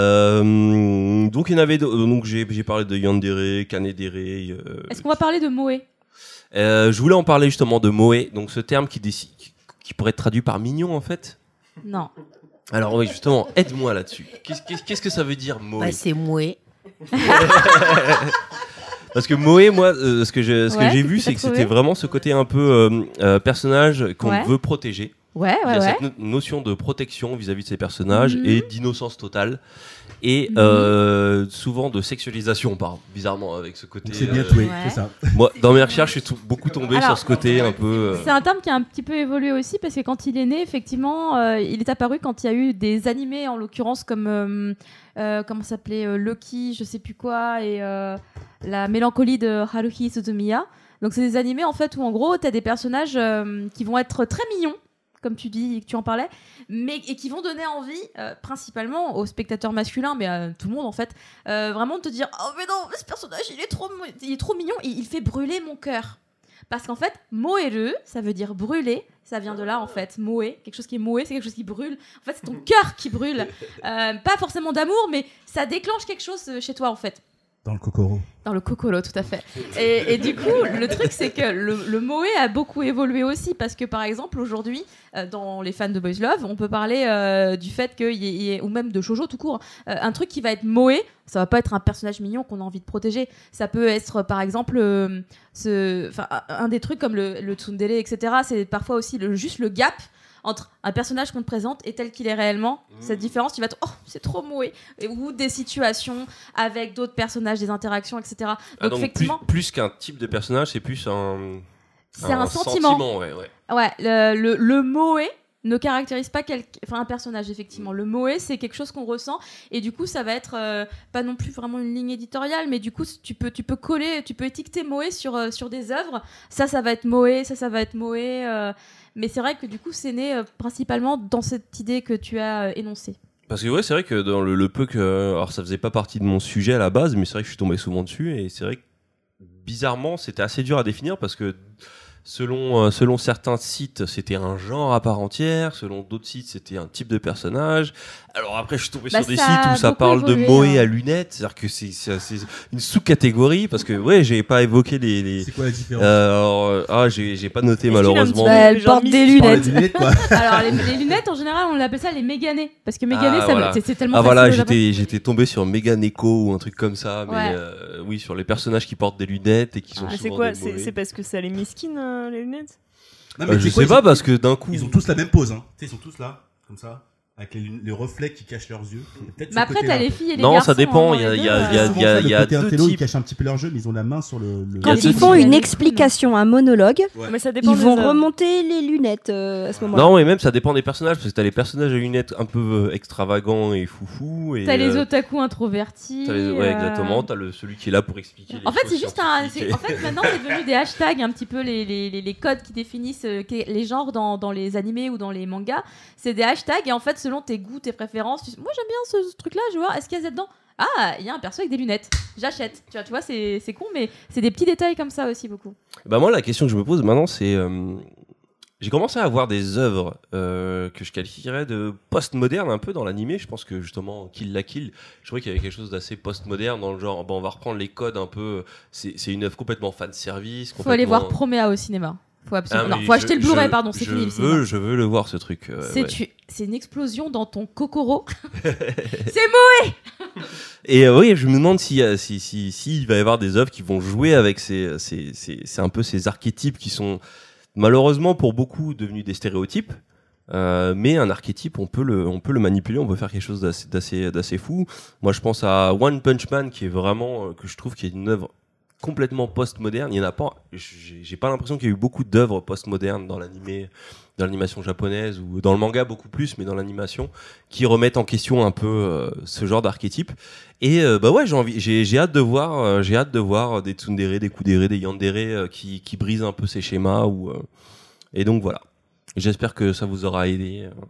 Euh, donc il y en avait d- donc j'ai j'ai parlé de Yandere, Kanedere. Euh, Est-ce qu'on va parler de Moe? euh, je voulais en parler justement de Moe, donc ce terme qui décide qui, qui pourrait être traduit par mignon en fait. Non. Alors oui, justement, aide-moi là-dessus. Qu'est-ce, qu'est-ce- qu'est-ce que ça veut dire Moe? Bah, c'est moué. Parce que Moe, moi, euh, ce que j'ai, ce Ouais, que j'ai qu'est-ce vu, que c'est t'as que trouvé c'était vraiment ce côté un peu euh, euh, personnage qu'on Ouais. veut protéger. Ouais, Il y ouais, a ouais. cette no- notion de protection vis-à-vis de ces personnages Mhm. et d'innocence totale. Et Mhm. euh, souvent de sexualisation, par bizarrement, avec ce côté. C'est bien euh, toué, Ouais. c'est ça. Moi, dans mes recherches, je suis tout- beaucoup tombé Alors, sur ce côté un peu. euh, C'est un terme qui a un petit peu évolué aussi parce que quand il est né, effectivement, euh, il est apparu quand il y a eu des animés, en l'occurrence comme euh, euh, comment ça s'appelait euh, Lucky, je sais plus quoi, et euh, la mélancolie de Haruhi Suzumiya. Donc c'est des animés en fait où en gros t'as des personnages euh, qui vont être très mignons, comme tu dis, que tu en parlais, mais et qui vont donner envie, euh, principalement aux spectateurs masculins, mais à tout le monde en fait, euh, vraiment de te dire oh mais non, ce personnage il est trop, mo- il est trop mignon, il, il fait brûler mon cœur. Parce qu'en fait, moeru, ça veut dire brûler. Ça vient de là, en fait. Moe, quelque chose qui est moé, c'est quelque chose qui brûle. En fait, c'est ton cœur qui brûle. Euh, pas forcément d'amour, mais ça déclenche quelque chose euh, chez toi, en fait. Dans le Kokoro. Dans le Kokoro, tout à fait. Et, et du coup, le truc, c'est que le, le moe a beaucoup évolué aussi. Parce que, par exemple, aujourd'hui, euh, dans les fans de Boys Love, on peut parler euh, du fait qu'il y, ait- il y ait, ou même de shoujo tout court, euh, un truc qui va être moe, ça va pas être un personnage mignon qu'on a envie de protéger. Ça peut être, par exemple, euh, ce, enfin, un un des trucs comme le, le tsundere, et cetera. C'est parfois aussi le, juste le gap entre un personnage qu'on te présente et tel qu'il est réellement. Cette différence, tu vas te oh, c'est trop moué. Et- Ou des situations avec d'autres personnages, des interactions, et cetera. Donc, ah, donc plus, effectivement, plus qu'un type de personnage, c'est plus un. c'est un, sentiment. ouais, ouais. Ouais, le, le, le moe ne caractérise pas quel... enfin, un personnage, effectivement. Le moe, c'est quelque chose qu'on ressent. Et du coup, ça va être euh, pas non plus vraiment une ligne éditoriale, mais du coup, tu peux, tu peux coller, tu peux étiqueter moe sur, euh, sur des œuvres. Ça, ça va être moe, ça, ça va être moe. euh, Mais c'est vrai que du coup, c'est né euh, principalement dans cette idée que tu as euh, énoncée. Parce que ouais, c'est vrai que dans le, le peu que, alors ça faisait pas partie de mon sujet à la base, mais c'est vrai que je suis tombé souvent dessus et c'est vrai que bizarrement c'était assez dur à définir parce que selon euh, selon certains sites, c'était un genre à part entière. Selon d'autres sites, c'était un type de personnage. Alors après, je suis tombé Bah, sur des ça sites a où ça beaucoup parle évolué, de Moé hein. à lunettes, c'est-à-dire que c'est, c'est, c'est une sous-catégorie parce que ouais, j'ai pas évoqué les. les... C'est quoi la différence euh, alors, euh, ah, j'ai j'ai pas noté Est-ce qu'il a un malheureusement. petit- Bah, elle genre porte Miss- des Je parlais lunettes. des lunettes, quoi. Alors les, les lunettes en général on appelle ça les méganés parce que mégané Ah, ça voilà. c'est, c'est tellement Ah facile voilà, au Japon. j'étais j'étais tombé sur Megan Echo ou un truc comme ça, mais Ouais. euh, oui, sur les personnages qui portent des lunettes et qui sont Mais souvent c'est quoi des c'est, Moé. c'est parce que ça les misquines, euh, les lunettes Non, Bah, tu je sais quoi, sais ils pas ont- parce que d'un coup. Ils ont tous la même pose, hein. Tu sais, ils sont tous là, comme ça, avec les, lun- les reflets qui cachent leurs yeux. Peut-être Mais ce après côté-là. t'as les filles et les Non, garçons. ça dépend, hein, il y a- dans il y les a- deux, il y a- euh, Souvent, il y a- ça, il le y a côté deux intello, ils types. cachent un petit peu leur jeu, mais ils ont la main sur le. le- Quand Il y a ils des font filles une qui- explication, un monologue, Ouais. Mais ça dépend ils des vont œuvres. remonter les lunettes euh, à ce moment-là. Non, mais même ça dépend des personnages parce que t'as les personnages à lunettes un peu euh, extravagants et foufou et T'as les euh, otaku introvertis. t'as les- ouais, euh, exactement, t'as le celui qui est là pour expliquer les En fait, choses c'est juste un. scientifiques c'est- et- En fait, maintenant, c'est devenu des hashtags, un petit peu les, les, les, les codes qui définissent euh, que- les genres dans, dans les animés ou dans les mangas. C'est des hashtags, et en fait, selon tes goûts, tes préférences, tu- moi j'aime bien ce, ce truc-là, je vois. Est-ce qu'il y a ça dedans? Ah, il y a un perso avec des lunettes. J'achète. Tu vois, tu vois c'est, c'est con, mais c'est des petits détails comme ça aussi, beaucoup. Bah moi la question que je me pose maintenant c'est euh, j'ai commencé à avoir des œuvres euh, que je qualifierais de post-moderne un peu dans l'animé. Je pense que justement Kill la Kill, je trouvais qu'il y avait quelque chose d'assez post-moderne dans le genre. Bon, on va reprendre les codes un peu. C'est, c'est une œuvre complètement fan service. Faut aller voir Promea au cinéma. Faut absolument. Ah, non, mais faut acheter je- le Blu-ray, je- pardon, c'est je fini le veux, cinéma. je veux le voir ce truc. euh, C'est, ouais. tu- c'est une explosion dans ton kokoro. Et euh, oui, je me demande si, euh, si, si, si il va y avoir des œuvres qui vont jouer avec ces, ces, ces, c'est un peu ces archétypes qui sont malheureusement pour beaucoup devenus des stéréotypes. Euh, mais un archétype, on peut le, on peut le manipuler, on peut faire quelque chose d'assez, d'assez, d'assez fou. Moi, je pense à One Punch Man, qui est vraiment, euh, que je trouve qui est une œuvre complètement post-moderne. Il y en a pas, j'ai, j'ai pas l'impression qu'il y a eu beaucoup d'œuvres post-modernes dans l'animé, dans l'animation japonaise ou dans le manga beaucoup plus, mais dans l'animation, qui remettent en question un peu euh, ce genre d'archétype. Et euh, bah ouais, j'ai envie, j'ai, j'ai hâte de voir, euh, j'ai hâte de voir des tsundere, des kudere, des yandere euh, qui, qui brisent un peu ces schémas. Ou, euh, et donc voilà. J'espère que ça vous aura aidé. euh,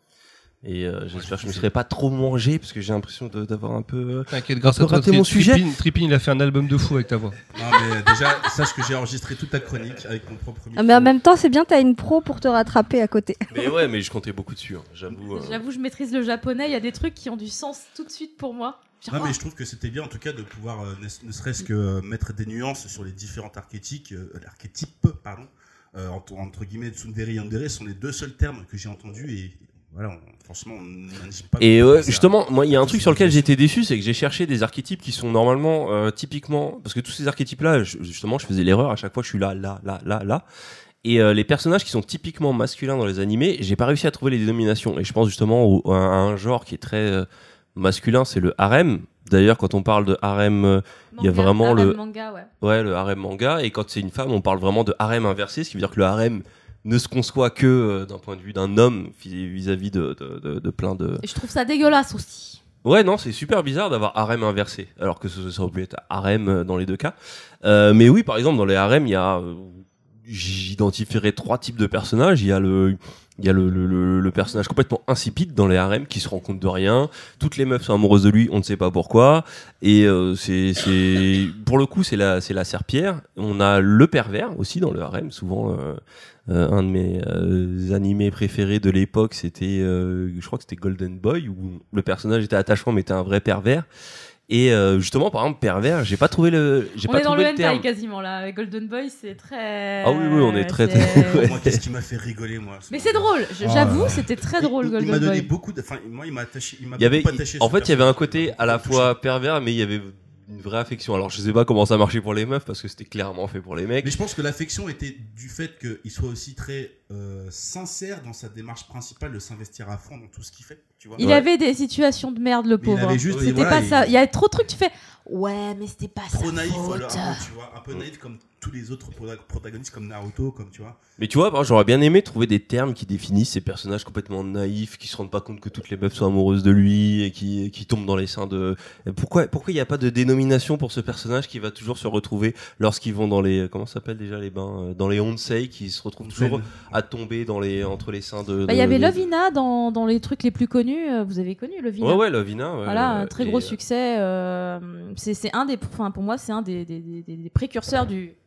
Et euh, j'espère que je ne me serai pas trop mangé parce que j'ai l'impression de, d'avoir un peu. euh, T'inquiète, grâce à de toi, rater Tri- mon sujet. Trippin, Trippin, il a fait un album de fou avec ta voix. Non, mais déjà, sache que j'ai enregistré toute ta chronique avec mon propre micro. Ah, mais en même temps, c'est bien, t'as une pro pour te rattraper à côté. Mais ouais, mais je comptais beaucoup dessus, hein, j'avoue. euh. J'avoue, je maîtrise le japonais. Il y a des trucs qui ont du sens tout de suite pour moi. Genre, Non, mais oh, je trouve que c'était bien en tout cas de pouvoir euh, ne, ne serait-ce que euh, mettre des nuances sur les différents archétypes, euh, archétypes pardon, euh, entre, entre guillemets, tsundere et yandere sont les deux seuls termes que j'ai entendus et voilà, on- franchement, on n'imagine pas. Et comment ouais, ça- justement, moi, il y a un truc sur lequel j'étais déçu, c'est que j'ai cherché des archétypes qui sont normalement euh, typiquement, parce que tous ces archétypes-là, je- justement, je faisais l'erreur à chaque fois, je suis là, là, là, là, là. Et euh, les personnages qui sont typiquement masculins dans les animés, j'ai pas réussi à trouver les dénominations. Et je pense justement au- à, à un genre qui est très euh, masculin, c'est le harem. D'ailleurs, quand on parle de harem, euh, il y a manga, vraiment harem le, manga, ouais. ouais, le harem manga. Et quand c'est une femme, on parle vraiment de harem inversé, ce qui veut dire que le harem ne se conçoit que euh, d'un point de vue d'un homme vis- vis-à-vis de, de, de, de plein de. Et je trouve ça dégueulasse aussi. Ouais, non, c'est super bizarre d'avoir harem inversé, alors que ça, ça aurait pu être harem euh, dans les deux cas. Euh, mais oui, par exemple, dans les harems, il y a, euh, j'identifierais trois types de personnages. Il y a le, il y a le, le, le, le personnage complètement insipide dans les harems qui se rend compte de rien. Toutes les meufs sont amoureuses de lui, on ne sait pas pourquoi. Et euh, c'est, c'est, pour le coup, c'est la, c'est la serpillère. On a le pervers aussi dans le harem. Souvent, euh, euh, un de mes euh, animés préférés de l'époque, c'était, euh, je crois que c'était Golden Boy, où le personnage était attachant mais était un vrai pervers. Et euh, justement, par exemple, pervers, j'ai pas trouvé le, j'ai On pas est dans trouvé le le hentai terme. quasiment là. Avec Golden Boy, c'est très. Ah oui, oui, on est très, c'est- très- ouais. Moi, qu'est-ce qui m'a fait rigoler, moi ce Mais c'est moment-là drôle. Je- Oh J'avoue, là là. c'était très Il- drôle, il, Golden il m'a donné Boy. beaucoup de. Enfin, moi, il m'a attaché. Il m'a Il y avait, beaucoup attaché. en ce fait, il y avait un personnage. côté à la fois pervers, mais il y avait une vraie affection. Alors, je sais pas comment ça marchait pour les meufs parce que c'était clairement fait pour les mecs. Mais je pense que l'affection était du fait qu'il soit aussi très euh, sincère dans sa démarche principale de s'investir à fond dans tout ce qu'il fait. Tu vois. Il Ouais. avait des situations de merde, le Mais il pauvre. avait juste- C'était voilà, pas il- ça. Il y a trop de trucs. Tu fais. Ouais, mais c'était pas Trop sa naïf, faute. voilà, un peu, tu vois, un peu naïf comme tous les autres prota- protagonistes comme Naruto, comme tu vois. Mais tu vois, par exemple, j'aurais bien aimé trouver des termes qui définissent ces personnages complètement naïfs, qui se rendent pas compte que toutes les meufs sont amoureuses de lui et qui, qui tombent dans les seins de. Pourquoi, pourquoi il n'y a pas de dénomination pour ce personnage qui va toujours se retrouver lorsqu'ils vont dans les, comment ça s'appelle déjà les bains, euh, dans les onsei, qui se retrouvent toujours Onsen. à tomber dans les, entre les seins de. Bah, il de- y avait de- Lovina dans, dans les trucs les plus connus. euh, Vous avez connu Lovina? Ouais, ouais, Lovina. Ouais, Voilà, euh, un très et, gros euh, succès. euh, c'est c'est un des, enfin pour moi, c'est un des, des, des, des- des précurseurs du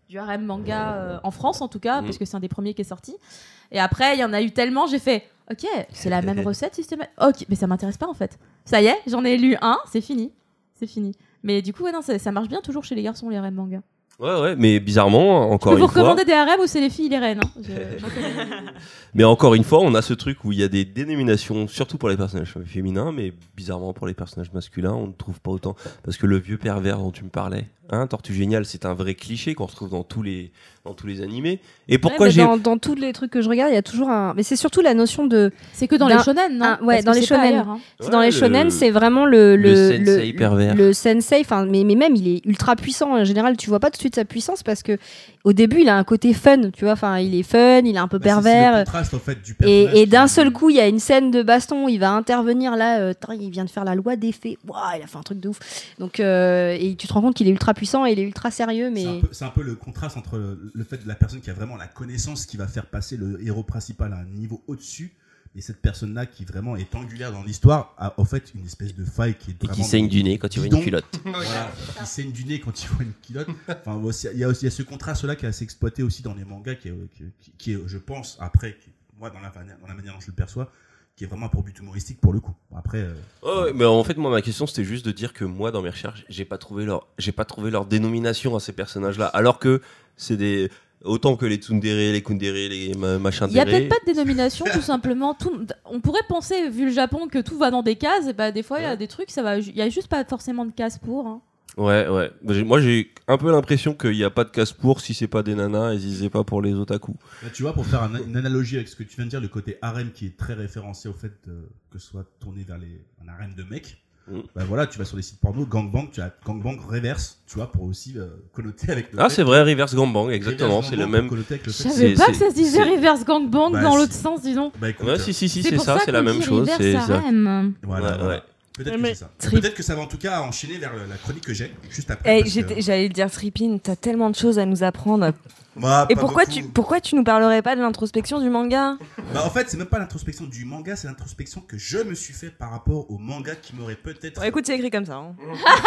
du harem manga euh, en France en tout cas, Mm. parce que c'est un des premiers qui est sorti. Et après, il y en a eu tellement, j'ai fait, ok, c'est la même recette systématique. Ok, mais ça m'intéresse pas en fait. Ça y est, j'en ai lu un, c'est fini, c'est fini. Mais du coup, ouais, non, ça, ça marche bien toujours chez les garçons les harem manga. Ouais, ouais, mais bizarrement, encore Je peux une vous fois. recommander des harems où c'est les filles les reines. Hein. Je- j'en connais. Mais encore une fois, on a ce truc où il y a des dénominations, surtout pour les personnages féminins, mais bizarrement pour les personnages masculins, on ne trouve pas autant. Parce que le vieux pervers dont tu me parlais, hein, Tortue Géniale, c'est un vrai cliché qu'on retrouve dans tous les, dans tous les animés. Et pourquoi Ouais, mais j'ai. dans, dans tous les trucs que je regarde, il y a toujours un. Mais c'est surtout la notion de. C'est que dans d'un- les shonen, non un- Ouais, Parce dans que les c'est pas shonen. ailleurs, hein. C'est Ouais, dans les le- shonen, c'est vraiment le le le sensei pervers. Le sensei, enfin, mais mais même il est ultra puissant. En général, tu vois pas tout de suite sa puissance parce que au début, il a un côté fun, tu vois. Enfin, il est fun, il est un peu Bah, c'est- c'est le pervers. contraste, en fait, du personnage Et, et qui- d'un seul coup, il y a une scène de baston où il va intervenir là. euh, tain, il vient de faire la loi des fées. Waouh, il a fait un truc de ouf. Donc, euh, et tu te rends compte qu'il est ultra puissant et il est ultra sérieux, mais. C'est un, peu, c'est un peu le contraste entre le, le fait de la personne qui a vraiment la connaissance qui va faire passer le héros principal à un niveau au-dessus et cette personne-là qui vraiment est angulaire dans l'histoire a en fait une espèce de faille qui est Et vraiment qui saigne du nez quand il voit une bidon. culotte. Voilà, qui saigne du nez quand il voit une culotte. Enfin, aussi, il y a aussi il y a ce contraste-là qui est assez exploité aussi dans les mangas qui est, qui, qui est je pense, après, qui, moi dans la, dans la manière dont je le perçois, qui est vraiment pour but humoristique pour le coup. Bon, après. Euh, Oh, ouais, mais en fait, moi, ma question, c'était juste de dire que moi, dans mes recherches, j'ai pas trouvé leur, j'ai pas trouvé leur dénomination à ces personnages-là, alors que c'est des, autant que les tsundere, les kundere, les ma- machins Il y a dere. peut-être pas de dénomination, tout simplement. Tout... On pourrait penser, vu le Japon, que tout va dans des cases. Et bah, des fois, il y a des trucs, ça va. Il y a juste pas forcément de cases pour. Hein. Ouais, ouais. Bah, j'ai- Moi, j'ai un peu l'impression qu'il n'y a pas de casse pour si c'est pas des nanas et si c'est pas pour les otaku. Là, tu vois, pour faire un- une analogie avec ce que tu viens de dire, le côté harem qui est très référencé au fait de- que ce soit tourné vers les, un harem de mecs. Mm. Bah voilà, tu vas sur les sites porno, gangbang, tu as gangbang reverse, tu vois, pour aussi euh, connoter avec le Ah, fait c'est que- vrai, reverse gangbang, exactement, Reverse c'est le gangbang même. pour connoter avec le Je fait que savais C'est- pas que c'est- ça se disait c'est- reverse gangbang Bah, dans si. l'autre sens, dis donc. Bah écoute, Ouais, si, si, si, C'est c'est pour ça, c'est la qu'on même dit chose. reverse C'est ça. harem. Voilà, Ouais, voilà. ouais. Peut-être Mais que c'est ça. Trip- Peut-être que ça va en tout cas enchaîner vers le- la chronique que j'ai juste après. Eh, parce j'étais- que- J'allais le dire, Trippin, t'as tellement de choses à nous apprendre. Bah, Et pas pourquoi beaucoup. tu, pourquoi tu nous parlerais pas de l'introspection du manga? Bah en fait, c'est même pas l'introspection du manga, c'est l'introspection que je me suis fait par rapport au manga qui m'aurait peut-être. Bon, écoute, c'est écrit comme ça. Hein.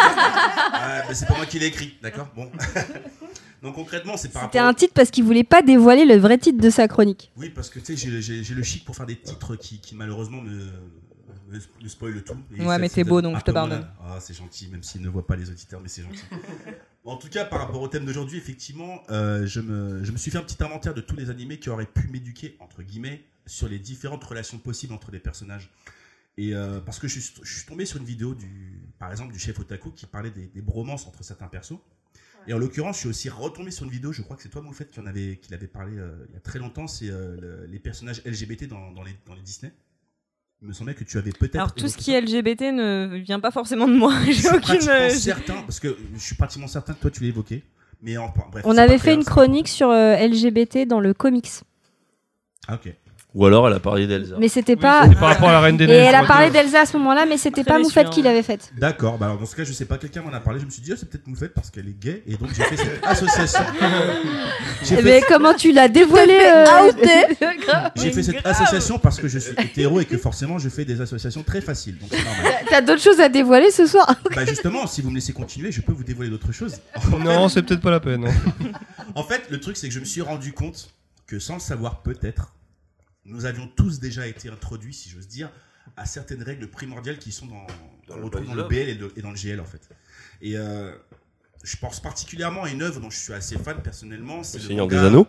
Ah, bah, c'est pas moi qui l'ai écrit, d'accord. Bon. Donc concrètement, c'est par C'était rapport. un titre parce qu'il voulait pas dévoiler le vrai titre de sa chronique. Oui, parce que tu sais, j'ai- j'ai j'ai le chic pour faire des titres qui, qui malheureusement me, me, me spoilent tout. Et Ouais, ça, mais c'est t'es beau, un donc je peu te pardonne. mon- Ah, c'est gentil, même s'ils ne voient pas les auditeurs, mais c'est gentil. En tout cas, par rapport au thème d'aujourd'hui, effectivement, euh, je, me, je me suis fait un petit inventaire de tous les animés qui auraient pu m'éduquer, entre guillemets, sur les différentes relations possibles entre les personnages. Et euh, parce que je suis, je suis tombé sur une vidéo, du, par exemple, du chef Otaku qui parlait des, des bromances entre certains persos. Et en l'occurrence, je suis aussi retombé sur une vidéo, je crois que c'est toi, Moufette, qui en avait, qui l'avait parlé euh, il y a très longtemps, c'est euh, le- les personnages L G B T dans, dans, les, dans les Disney. Il me semblait que tu avais peut-être. Alors, tout ce évoqué qui ça. est L G B T ne vient pas forcément de moi. Je J'ai suis aucune. pratiquement euh, j'ai- certain, parce que je suis pratiquement certain que toi tu l'as évoqué. Mais en, bref, On c'est avait pas fait très une grave, chronique sur euh, L G B T dans le comics. ça. Ah, ok. Ou alors elle a parlé d'Elsa. Mais c'était Oui, pas. c'était par rapport à la Reine des Et Neiges. elle je a crois parlé que- d'Elsa à ce moment-là, mais c'était Très pas déçu, Moufette hein. qui l'avait faite. D'accord, bah alors dans ce cas, je sais pas, quelqu'un m'en a parlé, je me suis dit, oh, c'est peut-être Moufette parce qu'elle est gay, et donc j'ai fait cette association. J'ai fait, Mais comment tu l'as dévoilé euh, j'ai fait cette association parce que je suis hétéro et que forcément je fais des associations très faciles, donc c'est normal. T'as d'autres choses à dévoiler ce soir? Bah justement, si vous me laissez continuer, je peux vous dévoiler d'autres choses. Non, c'est peut-être pas la peine. hein. En fait, le truc, c'est que je me suis rendu compte que sans le savoir peut-être, nous avions tous déjà été introduits, si j'ose dire, à certaines règles primordiales qui sont dans, Dans qu'on le retrouve dans le Boys B L et, le- et dans le G L en fait. Et euh, je pense particulièrement à une œuvre dont je suis assez fan personnellement. C'est Le le Seigneur manga- des Anneaux.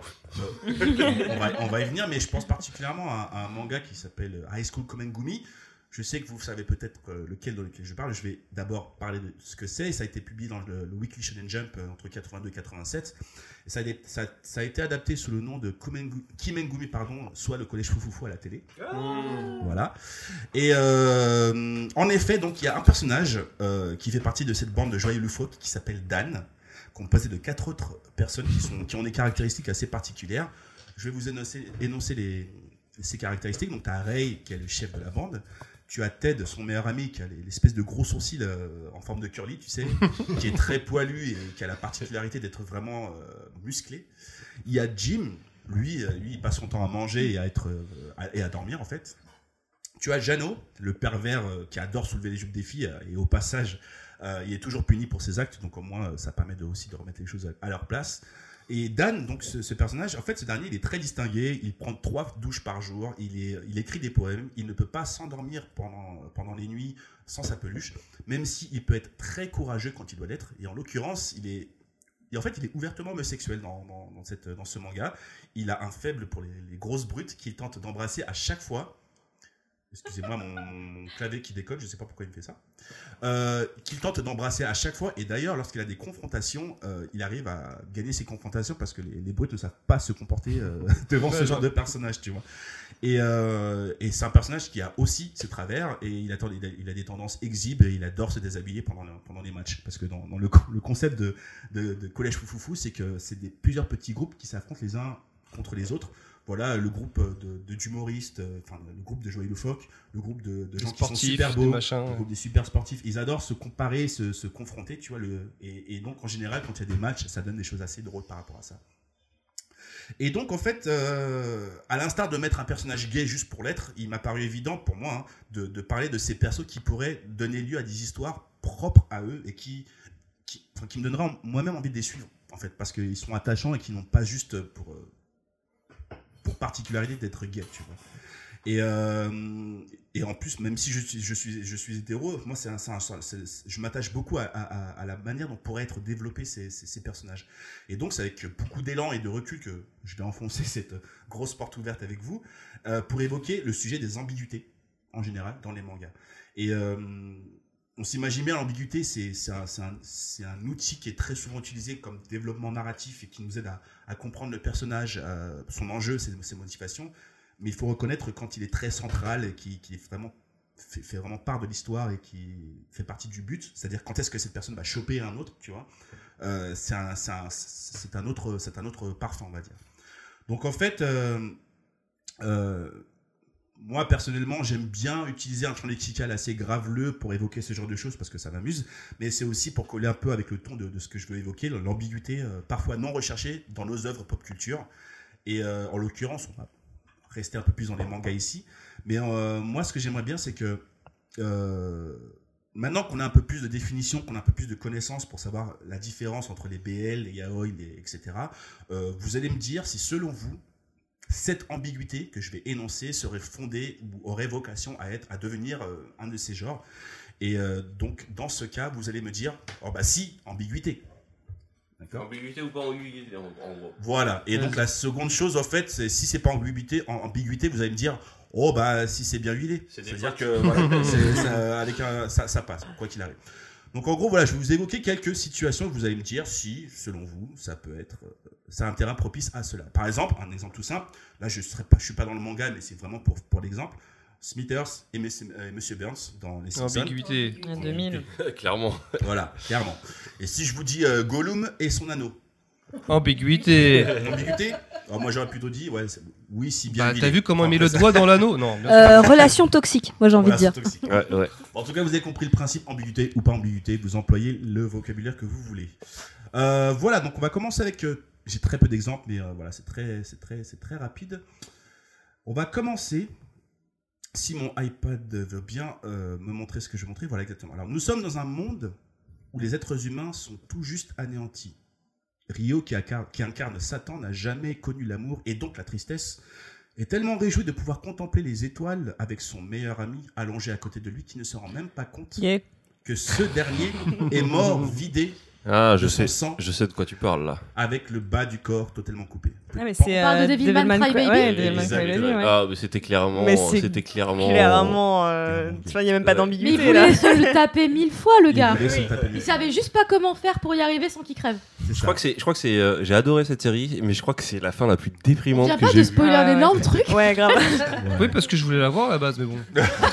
Euh, on, va, on va y venir, mais je pense particulièrement à, à un manga qui s'appelle High School Komengumi. Je sais que vous savez peut-être euh, lequel dans lequel je parle. Je vais d'abord parler de ce que c'est. Ça a été publié dans le, le Weekly Shonen Jump euh, entre quatre-vingt-deux et quatre-vingt-sept. Et ça, a, été- ça, ça a été adapté sous le nom de Komengu- Kimengumi, pardon, soit le collège Foufoufou à la télé. Voilà. Et euh, en effet, donc il y a un personnage euh, qui fait partie de cette bande de joyeux loufoques qui s'appelle Dan, composé de quatre autres personnes qui, sont, qui ont des caractéristiques assez particulières. Je vais vous énoncer, énoncer les, ces caractéristiques. Donc tu as Ray, qui est le chef de la bande. Tu as Ted, son meilleur ami, qui a les- l'espèce de gros sourcils euh, en forme de curly, tu sais, qui est très poilu et qui a la particularité d'être vraiment euh, musclé. Il y a Jim, lui, euh, lui, il passe son temps à manger et à, être, euh, à- et à dormir, en fait. Tu as Jano, le pervers euh, qui adore soulever les jupes des filles, euh, et au passage, euh, il est toujours puni pour ses actes, donc au moins, euh, ça permet de, aussi de remettre les choses à, à leur place. et Dan, donc ce, ce personnage, en fait, ce dernier, il est très distingué. Il prend trois douches par jour. Il, est, il écrit des poèmes. Il ne peut pas s'endormir pendant, pendant les nuits sans sa peluche, même s'il peut être très courageux quand il doit l'être. Et en l'occurrence, il est, et en fait, il est ouvertement homosexuel dans, dans, dans, cette, dans ce manga. Il a un faible pour les, les grosses brutes qu'il tente d'embrasser à chaque fois. Excusez-moi, mon, mon clavier qui déconne, je ne sais pas pourquoi il me fait ça. Euh, qu'il tente d'embrasser à chaque fois. Et d'ailleurs, lorsqu'il a des confrontations, euh, il arrive à gagner ses confrontations parce que les, les brutes ne savent pas se comporter euh, devant ce genre de personnage, tu vois. Et, euh, et c'est un personnage qui a aussi ses travers et il a, il a, il a des tendances exhibes et il adore se déshabiller pendant, le, pendant les matchs. Parce que dans, dans le, le concept de, de, de Collège Foufoufou, c'est que c'est des, plusieurs petits groupes qui s'affrontent les uns contre les autres. Voilà, le groupe de, de, d'humoristes, enfin le groupe de Joël Loufoque, le groupe de, de gens sportifs, qui sont super beaux, machins, le groupe des super sportifs. Ils adorent se comparer, se, se confronter, tu vois. Le, et, et donc en général, quand il y a des matchs, ça donne des choses assez drôles par rapport à ça. Et donc en fait, euh, à l'instar de mettre un personnage gay juste pour l'être, il m'a paru évident pour moi hein, de, de parler de ces persos qui pourraient donner lieu à des histoires propres à eux et qui, qui, enfin, qui me donneraient moi-même envie de les suivre, en fait, parce qu'ils sont attachants et qui n'ont pas juste pour... Euh, pour particularité d'être gay, tu vois. Et, euh, et en plus, même si je suis, je suis, je suis hétéro, moi, c'est un, c'est un, c'est, je m'attache beaucoup à, à, à la manière dont pourraient être développés ces, ces, ces personnages. Et donc, c'est avec beaucoup d'élan et de recul que je vais enfoncer cette grosse porte ouverte avec vous euh, pour évoquer le sujet des ambiguïtés, en général, dans les mangas. Et... Euh, on s'imagine bien l'ambiguïté, c'est, c'est, un, c'est, un, c'est un outil qui est très souvent utilisé comme développement narratif et qui nous aide à, à comprendre le personnage, euh, son enjeu, ses, ses motivations. Mais il faut reconnaître quand il est très central et qui, qui est vraiment, fait, fait vraiment part de l'histoire et qui fait partie du but. C'est-à-dire quand est-ce que cette personne va choper un autre, tu vois. Euh, c'est, un, c'est, un, c'est, un autre, c'est un autre parfum, on va dire. Donc en fait... Euh, euh, Moi, personnellement, j'aime bien utiliser un champ lexical assez graveleux pour évoquer ce genre de choses parce que ça m'amuse, mais c'est aussi pour coller un peu avec le ton de, de ce que je veux évoquer, l'ambiguïté euh, parfois non recherchée dans nos œuvres pop culture. Et euh, en l'occurrence, on va rester un peu plus dans les mangas ici, mais euh, moi, ce que j'aimerais bien, c'est que euh, maintenant qu'on a un peu plus de définition, qu'on a un peu plus de connaissances pour savoir la différence entre les B L, les yaoi, les, et cetera, euh, vous allez me dire si selon vous, cette ambiguïté que je vais énoncer serait fondée ou aurait vocation à être, à devenir euh, un de ces genres. Et euh, donc, dans ce cas, vous allez me dire, oh bah si, ambiguïté. D'accord ? Ambiguïté ou pas ambiguïté, en, en gros. Voilà. Et donc, la seconde chose, en fait, c'est si c'est pas ambiguïté, en, ambiguïté, vous allez me dire, oh bah si c'est bien huilé. C'est C'est-à-dire que voilà, c'est, ça, avec un, ça, ça passe, quoi qu'il arrive. Donc en gros, voilà, je vais vous évoquer quelques situations que vous allez me dire si, selon vous, ça peut être, c'est un terrain propice à cela. Par exemple, un exemple tout simple, là je ne pas, je suis pas dans le manga, mais c'est vraiment pour, pour l'exemple, Smithers et Monsieur Burns dans Les Simpsons. Ambiguïté. deux mille. Clairement. Voilà, clairement. Et si je vous dis euh, Gollum et son anneau. Ambiguïté. Ambiguïté. Alors moi j'aurais plutôt dit, ouais, oui, si bien. Bah, huilé. t'as vu comment Enfin, il met le ça... doigt dans l'anneau ? Non. Bien Euh, relation toxique, moi j'ai envie de dire. Toxique. Ouais, ouais. En tout cas, vous avez compris le principe, ambiguïté ou pas ambiguïté, vous employez le vocabulaire que vous voulez. Euh, voilà, donc on va commencer avec... Euh, j'ai très peu d'exemples, mais euh, voilà, c'est très, c'est, très, c'est très rapide. On va commencer, si mon iPad veut bien euh, me montrer ce que je vais montrer, voilà exactement. Alors, nous sommes dans un monde où les êtres humains sont tout juste anéantis. Rio, qui incarne, qui incarne Satan, n'a jamais connu l'amour et donc la tristesse, est tellement réjoui de pouvoir contempler les étoiles avec son meilleur ami allongé à côté de lui, qui ne se rend même pas compte Yeah. que ce dernier est mort, vidé Ah, je de son sais, sang, je sais de quoi tu parles là. avec le bas du corps totalement coupé. Ah, mais c'est On parle de euh, Devilman Crybaby. Ouais, Devilman Exactement. Crybaby, ouais. Ah, mais c'était clairement, Mais c'est c'était clairement. Clairement, euh, tu vois, il n'y a même pas Ouais. Mais il d'ambiguïté voulait là. se le taper mille fois, le gars. Il voulait se taper Il mille savait juste pas comment faire pour y arriver sans qu'il crève. C'est Je ça. crois que c'est, je crois que c'est, euh, j'ai adoré cette série, mais je crois que c'est la fin la plus On déprimante vient que pas j'ai de vue. spoiler Ah, un ouais. énorme truc. Ouais, grave. Oui, parce que je voulais la voir à la base, mais bon.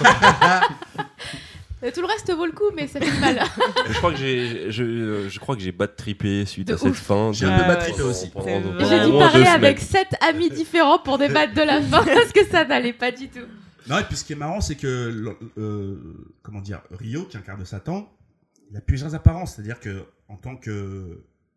Et tout le reste vaut le coup, mais ça fait du mal. Je crois que j'ai, je, euh, je crois que j'ai bad trippé suite De à cette ouf. fin. J'ai de- un peu Ah, bad ouais, trippé aussi. pendant- C'est pendant- vrai. Et pendant j'ai au dû moins parler deux avec semaines. sept amis différents pour débattre de la fin parce que ça n'allait pas du tout. Non, et puis ce qui est marrant, c'est que, euh, comment dire, Rio, qui incarne Satan, il a plusieurs apparences. C'est-à-dire que, en tant que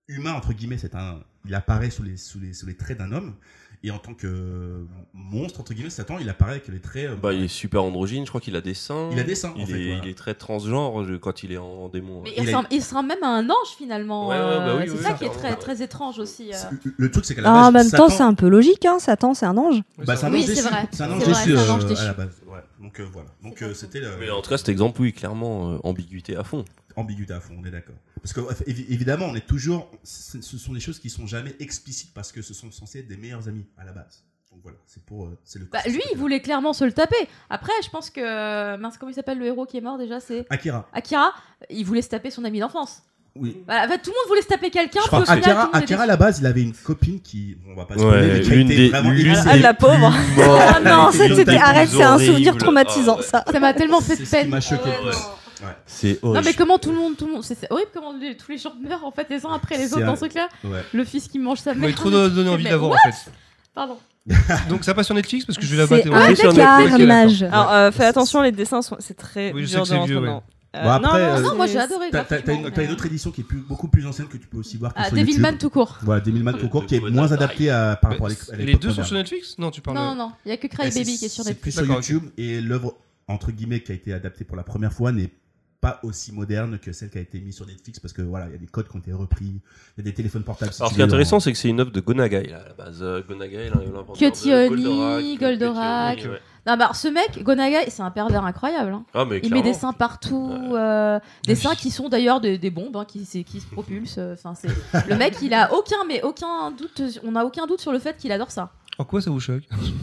humain entre guillemets, c'est un, il apparaît sous les sous les sous les traits d'un homme. Et en tant que monstre, entre guillemets, Satan, il apparaît avec les traits. Euh, bah, il est super androgyne, je crois qu'il a des seins. Il a des seins, il en est, fait, voilà. Il est très transgenre je- quand il est en démon. Mais ouais. il, Il a- ressemble, il ressemble même à un ange finalement. Ouais, ouais, euh, bah oui, c'est oui, ça oui, qui est clairement, très, ouais. très étrange aussi. euh. Le, le truc, c'est qu'à la Ah, base, en même Satan, temps, c'est un peu logique, hein. Satan, c'est un ange. bah, c'est un Oui, ange c'est déçu. vrai. C'est un C'est ange vrai, déçu c'est un ange euh, déçu. à la base. Ouais. Donc euh, voilà. Donc euh, c'était le- Mais en tout cas, cet exemple, oui, clairement, euh, ambiguïté à fond. ambiguïté à fond, on est d'accord. Parce que évi- évidemment, on est toujours, ce ce sont des choses qui sont jamais explicites parce que ce sont censés être des meilleurs amis à la base. Donc voilà, c'est pour, euh, c'est le. Bah, c'est lui, ce il côté-là. voulait clairement se le taper. Après, je pense que. Mince, comment il s'appelle le héros qui est mort déjà c'est Akira. Akira. Il voulait se taper son ami d'enfance. Oui. Voilà, en fait, tout le monde voulait se taper quelqu'un. Je puis crois au final, tout le Akira, monde était Akira à déçu. la base, il avait une copine qui, bon, on va pas se spoiler, mais qui a l'une été des, vraiment l'une illustrée. des la pauvre. plus mortes, Ah non, des ça, plus c'était- arrête, c'est un souvenir horribles. traumatisant, Ah, ouais. ça. Ça m'a tellement fait de C'est ce qui peine. m'a choqué. Ouais. Ouais. C'est Non, horrible. mais comment tout le monde. Tout le monde c'est c'est horrible comment les- tous les gens meurent en fait les uns après les C'est autres un- dans ce truc-là. Ouais. Le fils qui mange sa Vous mère. m'avez trop donné envie Mais d'avoir what en fait. Pardon. Donc ça passe sur Netflix parce que je vais la C'est battre. un Oui, sur Netflix, carnage. Alors, euh, fais attention, les dessins, sont... c'est très Oui, je sais dur que de c'est rentrer vieux, dedans. Euh, Bon, après, non, euh, non, Non, moi c'est- j'ai adoré. T'as t'as- t'as une, graphiquement, t'as une mais- autre édition qui est plus, beaucoup plus ancienne que tu peux aussi voir que Ah, sur Devilman YouTube. tout court. Voilà, Devilman De- tout court de qui est Conan moins Doyle. adapté à, par rapport à l'époque. Les deux sont sur Netflix Non, tu parles. Non, non, non. Il y a que Cry Ouais, Baby c'est- qui est sur C'est plus Netflix. sur D'accord, YouTube et l'œuvre entre guillemets qui a été adaptée pour la première fois n'est pas aussi moderne que celle qui a été mise sur Netflix parce que voilà, il y a des codes qui ont été repris, il y a des téléphones portables. Alors, ce qui est intéressant, c'est que c'est une œuvre de Gonagai, là, à la base. Euh, Gonagai, là, l'inventeur Kyotioni, de Goldorak. Goldorak. Kyotioni, ouais. Non, bah, alors, ce mec, Gonagai, c'est un pervers incroyable. hein. Ah, mais Il met clairement. des seins partout, euh, des seins qui sont d'ailleurs des, des bombes hein, qui, c'est- qui se propulsent. euh, Enfin, c'est le mec, il a aucun, mais aucun doute. On n'a aucun doute sur le fait qu'il adore ça. En quoi ça vous choque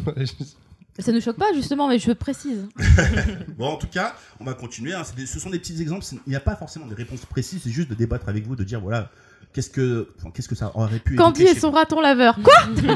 Ça ne choque pas justement, mais je précise. Bon, en tout cas, on va continuer. hein. C'est des- ce sont des petits exemples. c'est- Il n'y a pas forcément de réponse précise. C'est juste de débattre avec vous, de dire voilà, qu'est-ce que, enfin, qu'est-ce que ça aurait pu. Candy évoquer et chez son vous. raton laveur. Quoi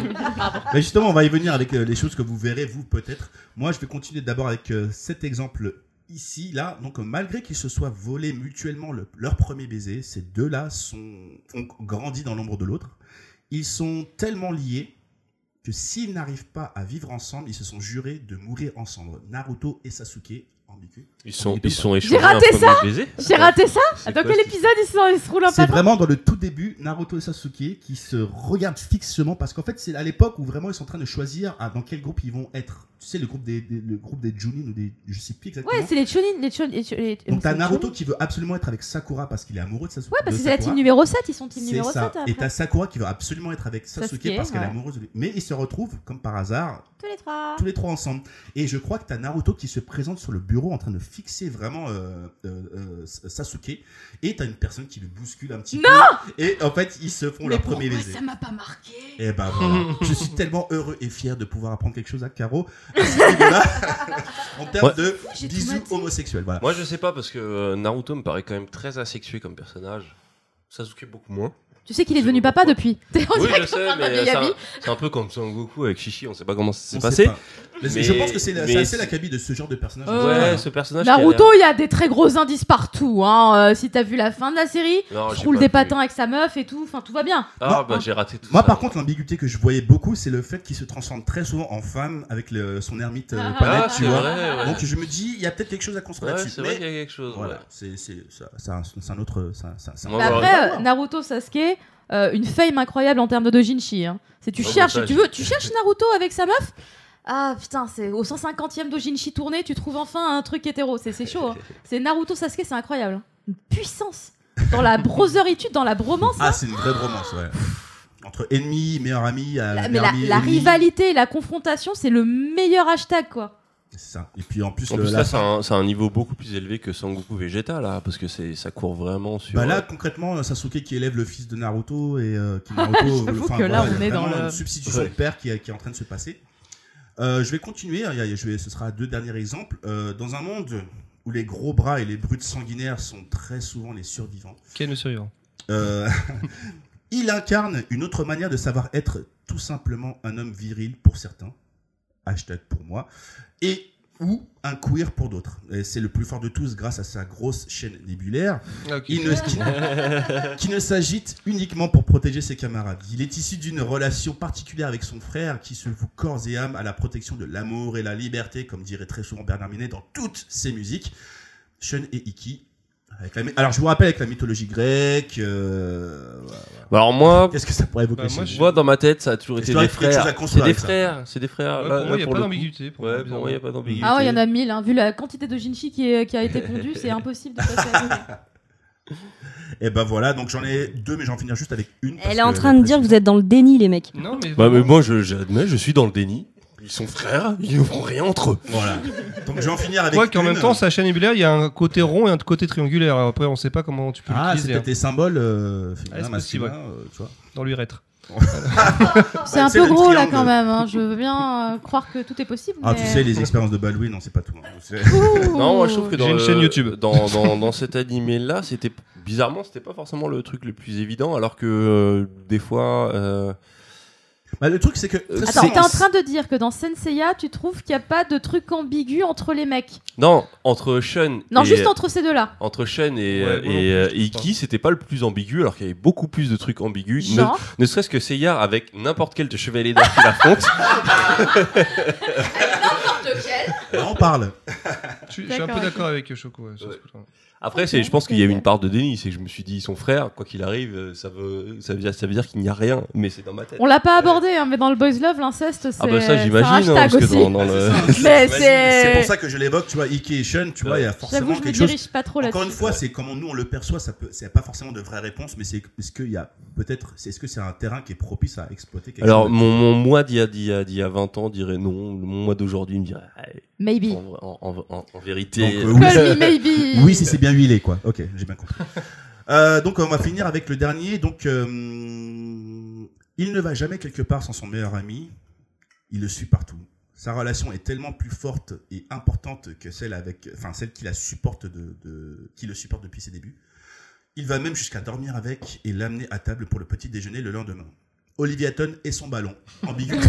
Mais justement, on va y venir avec euh, les choses que vous verrez vous peut-être. Moi, je vais continuer d'abord avec euh, cet exemple ici, là. Donc, euh, malgré qu'ils se soient volés mutuellement le- leur premier baiser, ces deux-là sont ont grandi dans l'ombre de l'autre. Ils sont tellement liés que s'ils n'arrivent pas à vivre ensemble, ils se sont jurés de mourir ensemble. Naruto et Sasuke, ambigu. Ils sont, Ambigu ils ou sont pas échangés J'ai raté un ça premier baiser. J'ai raté ça C'est Dans quoi, quel c'est- épisode ils se, ils se roulent un C'est patin vraiment dans le tout début, Naruto et Sasuke qui se regardent fixement parce qu'en fait c'est à l'époque où vraiment ils sont en train de choisir ah, dans quel groupe ils vont être. Tu sais le groupe des, des- le groupe des Junin ou des je sais plus exactement. Ouais, c'est les Chunin. Les Chunin, les Chunin- les- Donc t'as c'est les Naruto Chunin. qui veut absolument être avec Sakura parce qu'il est amoureux de Sasuke. Ouais, parce de que c'est la Sakura. team numéro sept, ils sont team C'est numéro ça. sept. Et t'as Sakura qui veut absolument être avec Sasuke, Sasuke, parce qu'elle est ouais. amoureuse de lui. Mais ils se retrouvent comme par hasard Tous les trois. tous les trois ensemble. Et je crois que t'as Naruto qui se présente sur le bureau en train de fixer vraiment euh, euh, euh, Sasuke. Et t'as une personne qui le bouscule un petit Non peu. Et en fait, ils se font Mais leur pourquoi premier baiser. ça m'a pas marqué Et ben voilà. Je suis tellement heureux et fier de pouvoir apprendre quelque chose à Caro à ce niveau-là, en termes Ouais. de J'ai bisous traumatisé. homosexuels. Voilà. Moi, je sais pas, parce que euh, Naruto me paraît quand même très asexué comme personnage. Sasuke, beaucoup moins. Tu sais qu'il est devenu papa depuis. On Oui, dirait je qu'on sais, parle d'un mais vieil c'est ami. un, c'est un peu comme Son Goku avec Shishi, on sait pas comment ça s'est On passé. sait pas. Mais Mais- je pense que c'est la- mais c'est assez c'est- l'acabit de ce genre de personnage. Euh, Ouais, Voilà. ce personnage. qui a Naruto, l'air- il y a des très gros indices partout. Hein. Euh, si t'as vu la fin de la série, Non, il j'ai roule pas des vu. patins avec sa meuf et tout. Enfin, tout va bien. Ah, Moi, bah j'ai raté tout Moi, ça. par contre, l'ambiguïté que je voyais beaucoup, c'est le fait qu'il se transforme très souvent en femme avec le- son ermite euh, Ah, Panette, Ah, tu c'est vois. vrai, ouais. Donc je me dis, il y a peut-être quelque chose à construire Ouais, là-dessus. c'est vrai Mais qu'il y a quelque chose. voilà, ouais. c'est c'est ça- c'est un, c'est un autre. ça- ça- ça- Moi, Mais bah, après, ouais. euh, Naruto, Sasuke, euh, une fame incroyable en termes de dojinshi. Hein. C'est tu Oh, cherches, bah, ça, tu j'ai- veux, tu cherches Naruto avec sa meuf. Ah putain, c'est au cent cinquantième dojinshi tourné, tu trouves enfin un truc hétéro. C'est c'est chaud. Hein. C'est Naruto, Sasuke, c'est incroyable. Une puissance dans la brotheritude, dans la bromance. Ah, c'est une vraie bromance, ouais. Entre ennemis, meilleurs amis. euh, La- mais meilleurs la, amis, la ennemis. rivalité, la confrontation, c'est le meilleur hashtag quoi. C'est ça. Et puis en plus, En le- plus, la là, c'est fin- un, c'est un niveau beaucoup plus élevé que Sangoku Vegeta, là, parce que c'est, ça court vraiment sur. Bah là, concrètement, Sasuke qui élève le fils de Naruto et euh, qui Naruto. J'avoue enfin, que là, voilà, on il y a est dans vraiment le- une substitution Ouais. de père qui, est- qui est en train de se passer. Euh, je vais continuer. Il y a- je vais, ce sera deux derniers exemples. Euh, dans un monde où les gros bras et les brutes sanguinaires sont très souvent les survivants, Quel est le survivant euh, il incarne une autre manière de savoir être tout simplement un homme viril pour certains, hashtag pour moi, et ou un queer pour d'autres. Et c'est le plus fort de tous grâce à sa grosse chaîne nébulaire. Ah, ok. Il ne, qui, qui ne s'agite uniquement pour protéger ses camarades. Il est issu d'une relation particulière avec son frère qui se voue corps et âme à la protection de l'amour et la liberté, comme dirait très souvent Bernard Minet dans toutes ses musiques. Shun et Iki, Avec la... Alors je vous rappelle avec la mythologie grecque. Euh... voilà. Bah alors moi, qu'est-ce que ça pourrait évoquer Bah, chez moi, vous je- moi dans ma tête, ça a toujours Est-ce été qu'il y aurait des quelque chose à frères. C'est construire des avec ça frères, c'est des frères. Ouais, Là, pour moi, il n'y a pour pas le coup. d'ambiguïté. pour Ouais, moi, pour moi, il n'y a pas d'ambiguïté. Ah ouais, il y en a mille. Hein. Vu la quantité de Jinchi qui, est, qui a été pondue, c'est impossible de passer à côté. Et ben voilà, donc j'en ai deux, mais j'en finir juste avec une. parce Elle est en que train de dire que vous êtes dans le déni, les mecs. Non, mais, Bah mais moi, je- j'admets, je suis dans le déni. Ils sont frères, ils ne font rien entre eux. Voilà. Donc je vais en finir avec. quoi qu'en une. même temps, sa chaîne annulaire, il y a un côté rond et un côté triangulaire. Après, on sait pas comment tu peux Ah, c'est l'utiliser peut-être hein, des symboles euh, Ah, féminins, c'est possible, masculins, euh, tu vois. dans l'urètre. C'est un c'est peu le gros là triangle. quand même. Hein. Je veux bien euh, croire que tout est possible. Ah, mais... tu sais, les expériences de Baldwin, on sait pas tout. hein. C'est- Ouh. Non, moi je trouve que dans J'ai une le- chaîne YouTube. dans, dans, dans cet animé là, c'était bizarrement, c'était pas forcément le truc le plus évident, alors que euh, des fois. Euh, Bah, le truc, c'est que. Euh, Attends, c'est- t'es en train de dire que dans Senseiya, tu trouves qu'il n'y a pas de truc ambigu entre les mecs? Non, entre Shun. Non, et, juste entre ces deux-là. Entre Shun et, Ouais, euh, moi non et, euh, plus, je trouve Iki, c'était pas le plus ambigu, alors qu'il y avait beaucoup plus de trucs ambigus. Ne, Genre ne serait-ce que Seiya avec n'importe quel de chevalier d'or qui l'affronte. Là, on parle. Je suis je suis un peu D'accord, d'accord avec Choco. ouais, sur ce coup-là. Après, c'est, je pense qu'il y a eu une part de déni, c'est que je me suis dit, ils sont frères, quoi qu'il arrive, euh, ça veut, ça veut dire, ça veut dire qu'il n'y a rien, mais c'est dans ma tête. On l'a pas abordé, hein, mais dans le Boys Love, l'inceste, c'est. Ah bah ça, c'est j'imagine, un hein, hashtag parce que aussi. dans, dans le... Mais Imagine, c'est. C'est pour ça que je l'évoque, tu vois, Iki et Shun, tu vois, il y a forcément J'avoue, je me quelque chose. dirige pas trop là-dessus. Encore une fois, c'est comment nous on le perçoit, ça peut, c'est pas forcément de vraies réponses, mais c'est est-ce qu'il y a peut-être, c'est est-ce que c'est un terrain qui est propice à exploiter quelque Alors, chose mon, mon moi d'il y a, d'il y a, d'il y a vingt ans dirait non, mon moi d'aujourd'hui me dirait, ah, Maybe. en, en, en, en vérité. Donc, euh, oui, Call c'est- me maybe. oui, si c'est bien huilé, quoi. Ok, j'ai bien compris. Euh, donc on va finir avec le dernier. Donc euh, il ne va jamais quelque part sans son meilleur ami. Il le suit partout. Sa relation est tellement plus forte et importante que celle avec, enfin celle qui la supporte de, de, qui le supporte depuis ses débuts. Il va même jusqu'à dormir avec et l'amener à table pour le petit déjeuner le lendemain. Olivia Hatton et son ballon. Ambiguïté.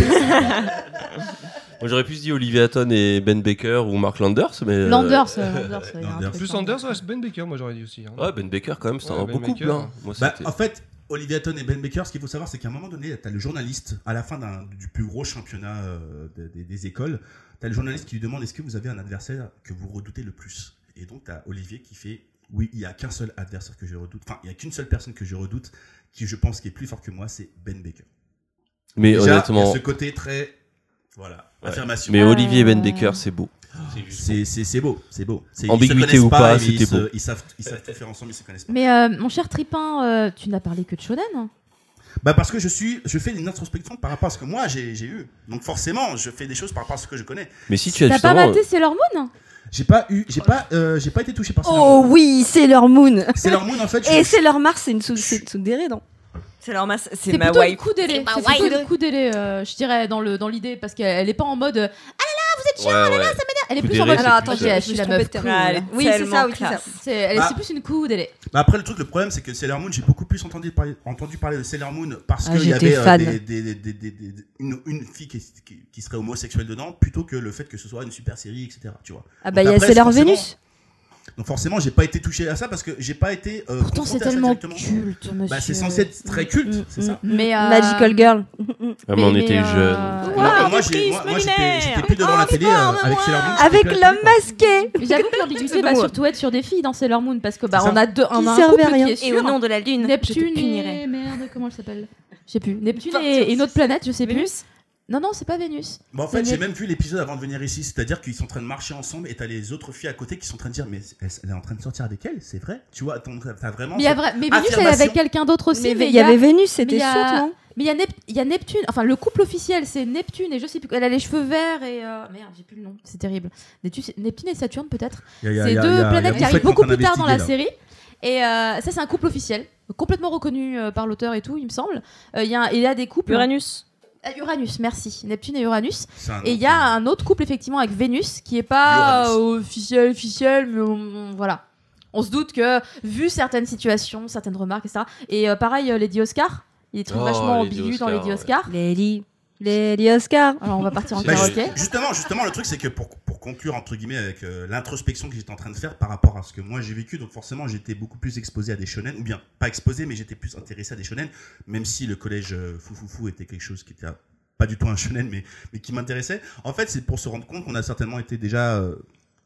Moi, j'aurais plus dit Olivia Hatton et Ben Baker ou Mark Landers, mais. euh, Landers, euh, Landers, il y a un Landers. truc Plus en- Anders, ouais, c'est Ben Baker, moi j'aurais dit aussi. hein. Ouais, Ben Baker quand même, c'est Ouais, un Ben beau couple. Baker. Hein. Moi, Bah, c'était- en fait, Olivia Hatton et Ben Baker, ce qu'il faut savoir, c'est qu'à un moment donné, tu as le journaliste, à la fin d'un- du plus gros championnat euh, des, des- des écoles, tu as le journaliste qui lui demande est-ce que vous avez un adversaire que vous redoutez le plus? Et donc, tu as Olivier qui fait oui, il n'y a qu'un seul adversaire que je redoute, enfin, il n'y a qu'une seule personne que je redoute, qui je pense qui est plus fort que moi, c'est Ben Baker. mais Déjà, il y honnêtement. a ce côté très. Voilà, Ouais. affirmation. Mais Euh, Olivier et Ben Baker, c'est beau. C'est c'est- c'est beau, c'est beau. C'est- ils se Ambiguïté connaissent ou pas, mais c'était ils se- beau. Ils savent, ils savent tout faire ensemble, ils se connaissent pas. Mais euh, mon cher Tripin, euh, tu n'as parlé que de shonen. hein. Bah parce que je suis, je fais une introspection par rapport à ce que moi j'ai j'ai eu. Donc forcément, je fais des choses par rapport à ce que je connais. Mais si tu as T'as pas justement. maté Sailor Moon? J'ai pas eu, j'ai pas, euh, j'ai pas été touché par ça. Oh oui, Sailor Moon. Sailor Moon en fait. je- Et Sailor Mars, c'est une sous- c'est tsundere, non? C'est leur masse, c'est C'est ma plutôt une wife. coup délai. C'est ma C'est plutôt wife. une coup délai, euh, je dirais, dans le dans l'idée, parce qu'elle est pas en mode. euh, Ouais, ouais. Elle est Coup plus en délai, mode. c'est Alors plus attends, ça. je suis la Je me suis meuf. trompée de cool, terme. Ah, elle là. est Oui, c'est tellement ça, oui, c'est classe. ça. C'est elle est- Bah. c'est plus une coup délai. Bah après le truc, le problème c'est que Sailor Moon, j'ai beaucoup plus entendu parler, entendu parler de Sailor Moon parce Ah, qu'il y j'étais avait euh, fan. des, des, des, des, des- des- une, une fille qui, qui, qui serait homosexuelle dedans, plutôt que le fait que ce soit une super série, et cetera. Tu vois. Ah bah il Donc y a après, Sailor forcément- Vénus. Donc forcément, j'ai pas été touché à ça parce que j'ai pas été. Euh, Pourtant, c'est confronté à ça tellement directement. culte, monsieur. Bah c'est censé être très culte, c'est ça. Mais euh, Magical Girl. Ah, mais on mais, était euh, jeunes. ouais, Non, mais moi, des j'ai- moi, prismes moi, j'étais lunaires. j'étais plus devant Oh, la télé putain, euh, avec Sailor Moon. j'étais Avec plus à la l'homme télé, quoi. masqué. Mais j'avoue que l'ambiguïté va surtout être sur des filles dans Sailor Moon parce que bah C'est on ça. a deux, on Qui a un servait couple à rien. qui est Et au sûr. nom de la lune, je te Neptune punirai. et merde, comment elle s'appelle? Je sais plus. Neptune et une autre planète, je sais plus. Vénus. Non non, c'est pas Vénus. Bah, en fait, C'est j'ai Nep- même vu l'épisode avant de venir ici, c'est-à-dire qu'ils sont en train de marcher ensemble et t'as les autres filles à côté qui sont en train de dire mais elle, elle est en train de sortir avec elle, c'est vrai? Tu vois, t'as t'as vraiment. Mais, il y a cette vrai- mais Vénus, elle est affirmation. avec quelqu'un d'autre aussi. Mais mais il y avait Vénus, mais c'était il y a- sûr, non? Mais il y, a Nep- il y a Neptune, enfin le couple officiel c'est Neptune et je sais plus, elle a les cheveux verts et euh, merde j'ai plus le nom, c'est terrible. Neptune, Neptune et Saturne peut-être. Il y a- il y a- C'est il y a- deux il y a- planètes il y qui a arrivent Moufette beaucoup qu'on plus tard dans la investigué, là. série. Et euh, ça c'est un couple officiel, complètement reconnu euh, par l'auteur et tout il me semble. Euh, Il y, a- il y a des couples. Uranus. Euh, Uranus, merci. Neptune et Uranus. C'est un Et il autre- y a un autre couple effectivement avec Vénus qui est pas Uranus. euh, officiel, officiel, mais on- on- voilà. On se doute que, vu certaines situations, certaines remarques, et cetera. Et euh, pareil, euh, Lady Oscar, il est très Oh, vachement Lady ambigu dans Oscar, Lady ouais. Oscar. Lady. Lady Oscar. Alors on va partir en Bah, karaoké. ju- justement, justement, le truc c'est que pour, pour conclure entre guillemets avec euh, l'introspection que j'étais en train de faire par rapport à ce que moi j'ai vécu, donc forcément j'étais beaucoup plus exposé à des shonen, ou bien pas exposé, mais j'étais plus intéressé à des shonen, même si le collège euh, Foufoufou était quelque chose qui était euh, pas du tout un shonen, mais, mais qui m'intéressait. En fait, c'est pour se rendre compte qu'on a certainement été déjà euh,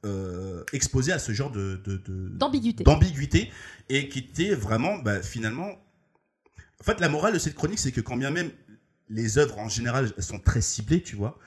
euh, exposé à ce genre de, de, de d'ambiguïté. d'ambiguïté et qui était vraiment bah, finalement. En fait, la morale de cette chronique, c'est que quand bien même les œuvres en général elles sont très ciblées, tu vois.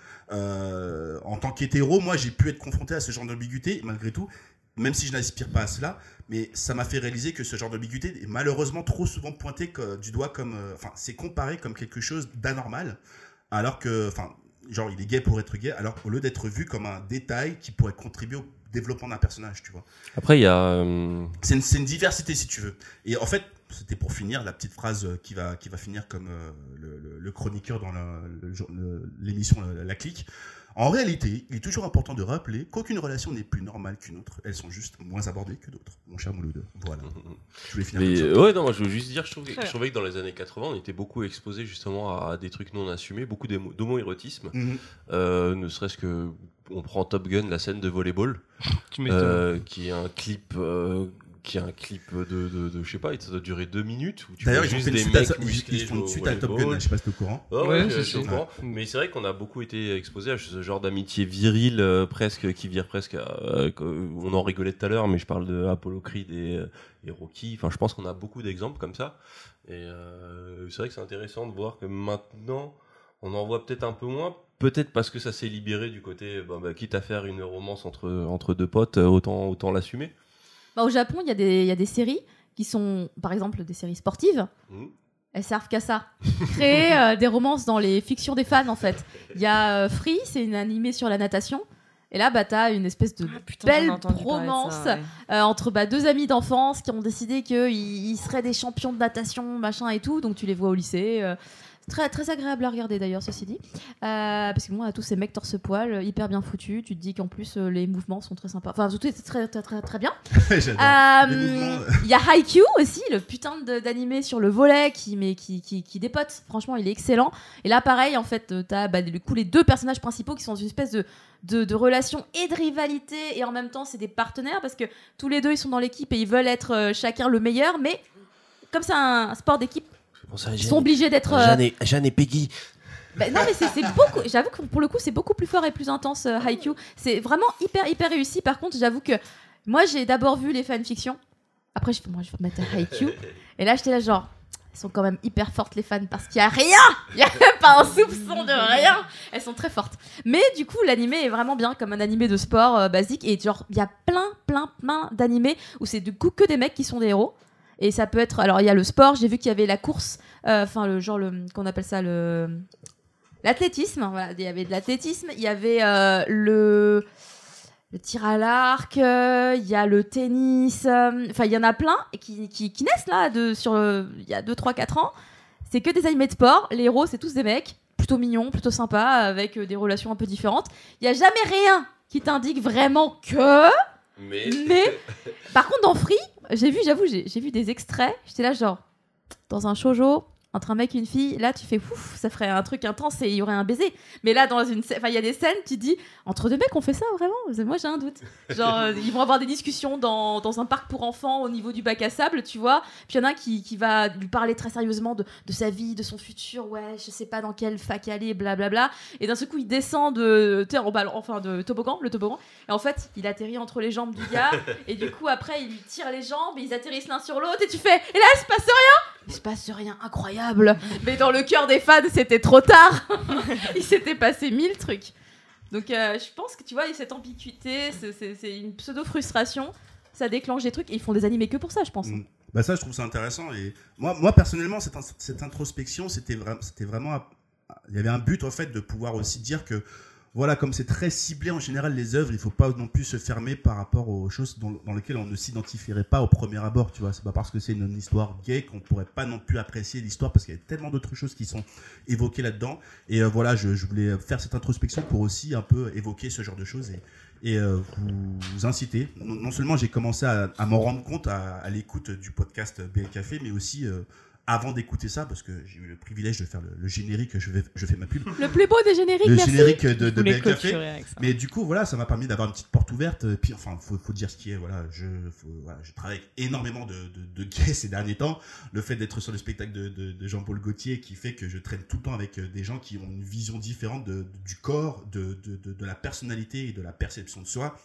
Euh, en tant qu'hétéro, moi, j'ai pu être confronté à ce genre d'ambiguïté malgré tout, même si je n'aspire pas à cela. Mais ça m'a fait réaliser que ce genre d'ambiguïté est malheureusement trop souvent pointé que, du doigt comme, euh, enfin, c'est comparé comme quelque chose d'anormal, alors que, enfin. Genre, il est gay pour être gay, alors au lieu d'être vu comme un détail qui pourrait contribuer au développement d'un personnage, tu vois. Après, il y a. Euh... C'est une, c'est une diversité, si tu veux. Et en fait, c'était pour finir la petite phrase qui va, qui va finir comme euh, le, le, le chroniqueur dans la, le, le, l'émission La, la Clique. En réalité, il est toujours important de rappeler qu'aucune relation n'est plus normale qu'une autre. Elles sont juste moins abordées que d'autres. Mon cher Mouloud. Voilà. Je voulais finir Mais comme ça. ouais, non, moi, je veux juste dire, je trouvais, je trouvais que dans les années quatre-vingts, on était beaucoup exposé justement à, à des trucs non assumés, beaucoup d'émo- d'homo-érotisme. Mhm. Euh, ne serait-ce que, on prend Top Gun, la scène de volleyball, Tu m'étonnes. euh, qui est un clip. Euh, qui est un clip de, de, de je sais pas, ça doit durer deux minutes. Où tu D'ailleurs, vois ils ont juste fait une des suite à mecs ça- ils- musclés ils font une jouer au suite à Top Gun, volleyball. je sais pas si t'es au courant. Ouais, ouais, Ouais, je, c'est je suis au sûr. courant. Mais c'est vrai qu'on a beaucoup été exposé à ce genre d'amitié virile, euh, presque, qui vire presque à, euh, on en rigolait tout à l'heure, mais je parle de Apollo Creed et, et Rocky. Enfin, je pense qu'on a beaucoup d'exemples comme ça. Et euh, c'est vrai que c'est intéressant de voir que maintenant, on en voit peut-être un peu moins. Peut-être parce que ça s'est libéré du côté, bah, bah, quitte à faire une romance entre, entre deux potes, autant, autant l'assumer. Bah, au Japon, il y, a des- il y a des séries qui sont, par exemple, des séries sportives. Mmh. Elles servent qu'à ça. Créer euh, des romances dans les fictions des fans, en fait. Il y a euh, Free, c'est une animée sur la natation. Et là, bah, t'as une espèce de Ah, putain, j'en ai belle entendu parler de ça, romance ouais. euh, entre bah, deux amis d'enfance qui ont décidé qu'ils ils seraient des champions de natation, machin et tout. Donc tu les vois au lycée. euh, Très, très agréable à regarder d'ailleurs, ceci dit. Euh, parce que moi, tous ces mecs torse-poil, euh, hyper bien foutus, tu te dis qu'en plus euh, les mouvements sont très sympas. Enfin, tout est très, très, très, très bien. J'adore. Euh, Les mouvements. Il y a Haikyuu aussi, le putain de- d'animé sur le volet qui, mais qui, qui, qui dépote. Franchement, il est excellent. Et là, pareil, en fait, euh, t'as bah, du coup les deux personnages principaux qui sont dans une espèce de, de, de relation et de rivalité, et en même temps, c'est des partenaires parce que tous les deux, ils sont dans l'équipe et ils veulent être euh, chacun le meilleur, mais comme c'est un, un sport d'équipe, ils sont obligés d'être. euh, Jeanne et, Jeanne et Peggy. bah, non mais c'est c'est beaucoup, j'avoue que pour le coup c'est beaucoup plus fort et plus intense euh, Haikyuu. C'est vraiment hyper hyper réussi. Par contre j'avoue que moi j'ai d'abord vu les fanfictions. Après je fais moi je vais remettre Haikyuu. Et là j'étais là genre elles sont quand même hyper fortes les fans parce qu'il y a rien, il y a pas un soupçon de rien. Elles sont très fortes. Mais du coup l'animé est vraiment bien comme un animé de sport euh, basique et genre il y a plein plein plein d'animés où c'est du coup que des mecs qui sont des héros. Et ça peut être, alors il y a le sport, j'ai vu qu'il y avait la course, enfin le genre le qu'on appelle ça le l'athlétisme, voilà, il y avait de l'athlétisme, il y avait euh, le le tir à l'arc, euh, il y a le tennis, euh, enfin il y en a plein et qui, qui, qui naissent là de sur euh, il y a deux trois quatre ans. C'est que des animés de sport, les héros c'est tous des mecs plutôt mignons, plutôt sympas avec euh, des relations un peu différentes. Il y a jamais rien qui t'indique vraiment que Mais, mais par contre dans Free, j'ai vu, j'avoue, j'ai, j'ai vu des extraits. J'étais là genre dans un shoujo entre un mec et une fille. Là, tu fais ouf, ça ferait un truc intense et il y aurait un baiser. Mais là, dans une, enfin, il y a des scènes, tu te dis entre deux mecs, on fait ça vraiment. Moi, j'ai un doute. Genre, euh, ils vont avoir des discussions dans, dans un parc pour enfants au niveau du bac à sable, tu vois. Puis il y en a un qui, qui va lui parler très sérieusement de, de sa vie, de son futur. Ouais, je sais pas dans quelle fac aller, blablabla. Et d'un seul coup, il descend de, tu sais, en ballon, enfin de toboggan, le toboggan. Et en fait, il atterrit entre les jambes du gars. Et du coup, après, il lui tire les jambes et ils atterrissent l'un sur l'autre. Et tu fais, et là, il se passe rien. Il se passe rien, incroyable. Mais dans le cœur des fans, c'était trop tard. Il s'était passé mille trucs. Donc, euh, je pense que tu vois, cette ambiguïté, c'est, c'est, c'est une pseudo-frustration. Ça déclenche des trucs. Et ils font des animés que pour ça, je pense. Mm. Bah ça, je trouve ça intéressant. Et moi, moi personnellement, cette, in- cette introspection, c'était, vra- c'était vraiment... Il y avait un but, en fait, de pouvoir aussi dire que voilà, comme c'est très ciblé en général les œuvres, il faut pas non plus se fermer par rapport aux choses dans, dans lesquelles on ne s'identifierait pas au premier abord, tu vois. C'est pas parce que c'est une, une histoire gay qu'on pourrait pas non plus apprécier l'histoire parce qu'il y a tellement d'autres choses qui sont évoquées là-dedans. Et euh, voilà, je, je voulais faire cette introspection pour aussi un peu évoquer ce genre de choses et, et euh, vous, vous inciter. Non, non seulement j'ai commencé à, à m'en rendre compte à, à l'écoute du podcast B L Café, mais aussi euh, avant d'écouter ça, parce que j'ai eu le privilège de faire le, le générique, je, vais, je fais ma pub. Le plus beau des génériques, Le merci. générique de, de Je voulais B L Café. clôturer avec ça. Mais du coup, voilà, ça m'a permis d'avoir une petite porte ouverte. Et puis, enfin, faut, faut dire ce qui est. Voilà, je, faut, voilà, je travaille avec énormément de, de, de gays ces derniers temps. Le fait d'être sur le spectacle de, de, de Jean-Paul Gaultier qui fait que je traîne tout le temps avec des gens qui ont une vision différente de, de- du corps, de, de, de, de la personnalité et de la perception de soi.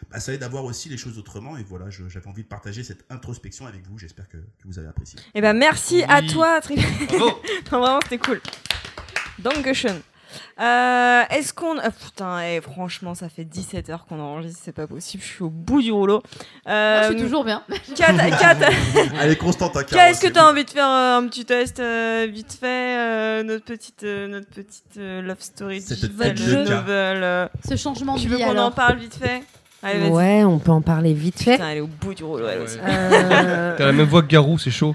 bah, ça aide à voir aussi les choses autrement. Et voilà, je, j'avais envie de partager cette introspection avec vous. J'espère que, que vous avez apprécié. Eh ben merci Oui. à toi, Tri. Non, vraiment, c'était cool. Dankeschön. Euh, est-ce qu'on... Ah, putain, eh, franchement, ça fait dix-sept heures qu'on enregistre, c'est pas possible, je suis au bout du rouleau. Euh, Moi, je suis toujours bien. Kat, Kat, Elle est constante, hein, Kat, est-ce que t'as envie de faire euh, un petit test euh, vite fait, euh, notre petite, euh, notre petite euh, love story Cette digitale, tête de novel, euh, Ce changement de Tu veux vie, qu'on en alors. parle vite fait? Allez, vas-y. Ouais, on peut en parler vite fait. Putain, elle est au bout du rouleau, elle aussi. Euh, T'as la même voix que Garou, c'est chaud.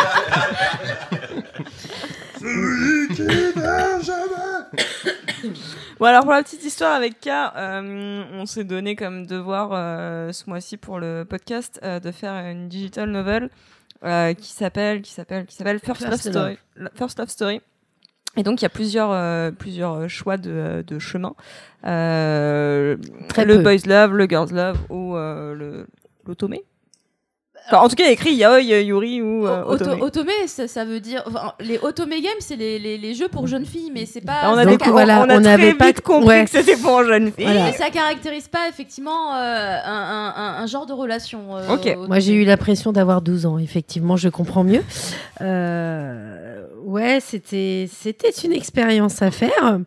Celui qui n'a jamais. Bon, alors pour la petite histoire avec K, euh, on s'est donné comme devoir euh, ce mois-ci pour le podcast euh, de faire une digital novel euh, qui s'appelle qui s'appelle qui s'appelle First, First Love Story. First Love Story. Et donc il y a plusieurs euh, plusieurs choix de de chemin. Euh, Très le peu. boys love, le girls love ou euh, le l'automé. Enfin, en tout cas, il y a écrit Yaoi, Yuri ou euh, Auto- Otome. Otome, ça, ça veut dire. Enfin, les Otome Games, c'est les, les, les jeux pour jeunes filles, mais c'est pas. on a, Donc, des- voilà, on a on très avait vite pas- compris ouais. que c'était pour jeunes filles. Voilà. Et ça caractérise pas effectivement euh, un, un, un, un genre de relation. euh, Ok. Otome. Moi, j'ai eu l'impression d'avoir douze ans. Effectivement, je comprends mieux. Euh, ouais, c'était c'était une expérience à faire.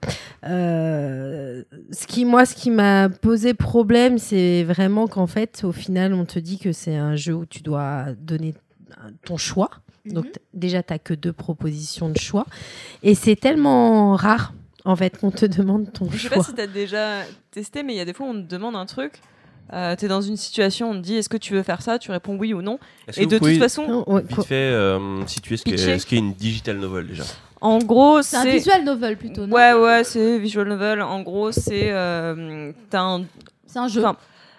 Euh, ce qui, moi, ce qui m'a posé problème, c'est vraiment qu'en fait, au final, on te dit que c'est un jeu où tu dois donner ton choix. Donc, Mhm. t- déjà, tu n'as que deux propositions de choix. Et c'est tellement rare, en fait, qu'on te demande ton Je sais choix. pas si t'as déjà testé, mais il y a des fois on te demande un truc. Euh, t'es dans une situation, on te dit est-ce que tu veux faire ça, tu réponds oui ou non. Est-ce Et que de vous pouvez toute façon, Non, ouais, vite quoi. fait euh, situer ce qu'est Pitcher. ce qu'est une digital novel déjà? en gros, C'est un c'est. visual novel plutôt. non Ouais, ouais, c'est visual novel. En gros, c'est. Euh, t'as un. C'est un jeu. Enfin,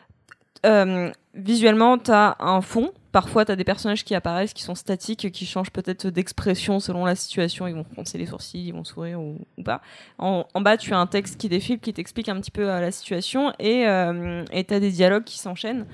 euh, visuellement, t'as un fond. Parfois, t'as des personnages qui apparaissent, qui sont statiques, qui changent peut-être d'expression selon la situation. Ils vont froncer les sourcils, ils vont sourire ou, ou pas. En, en bas, tu as un texte qui défile, qui t'explique un petit peu euh, la situation. Et euh, et t'as des dialogues qui s'enchaînent,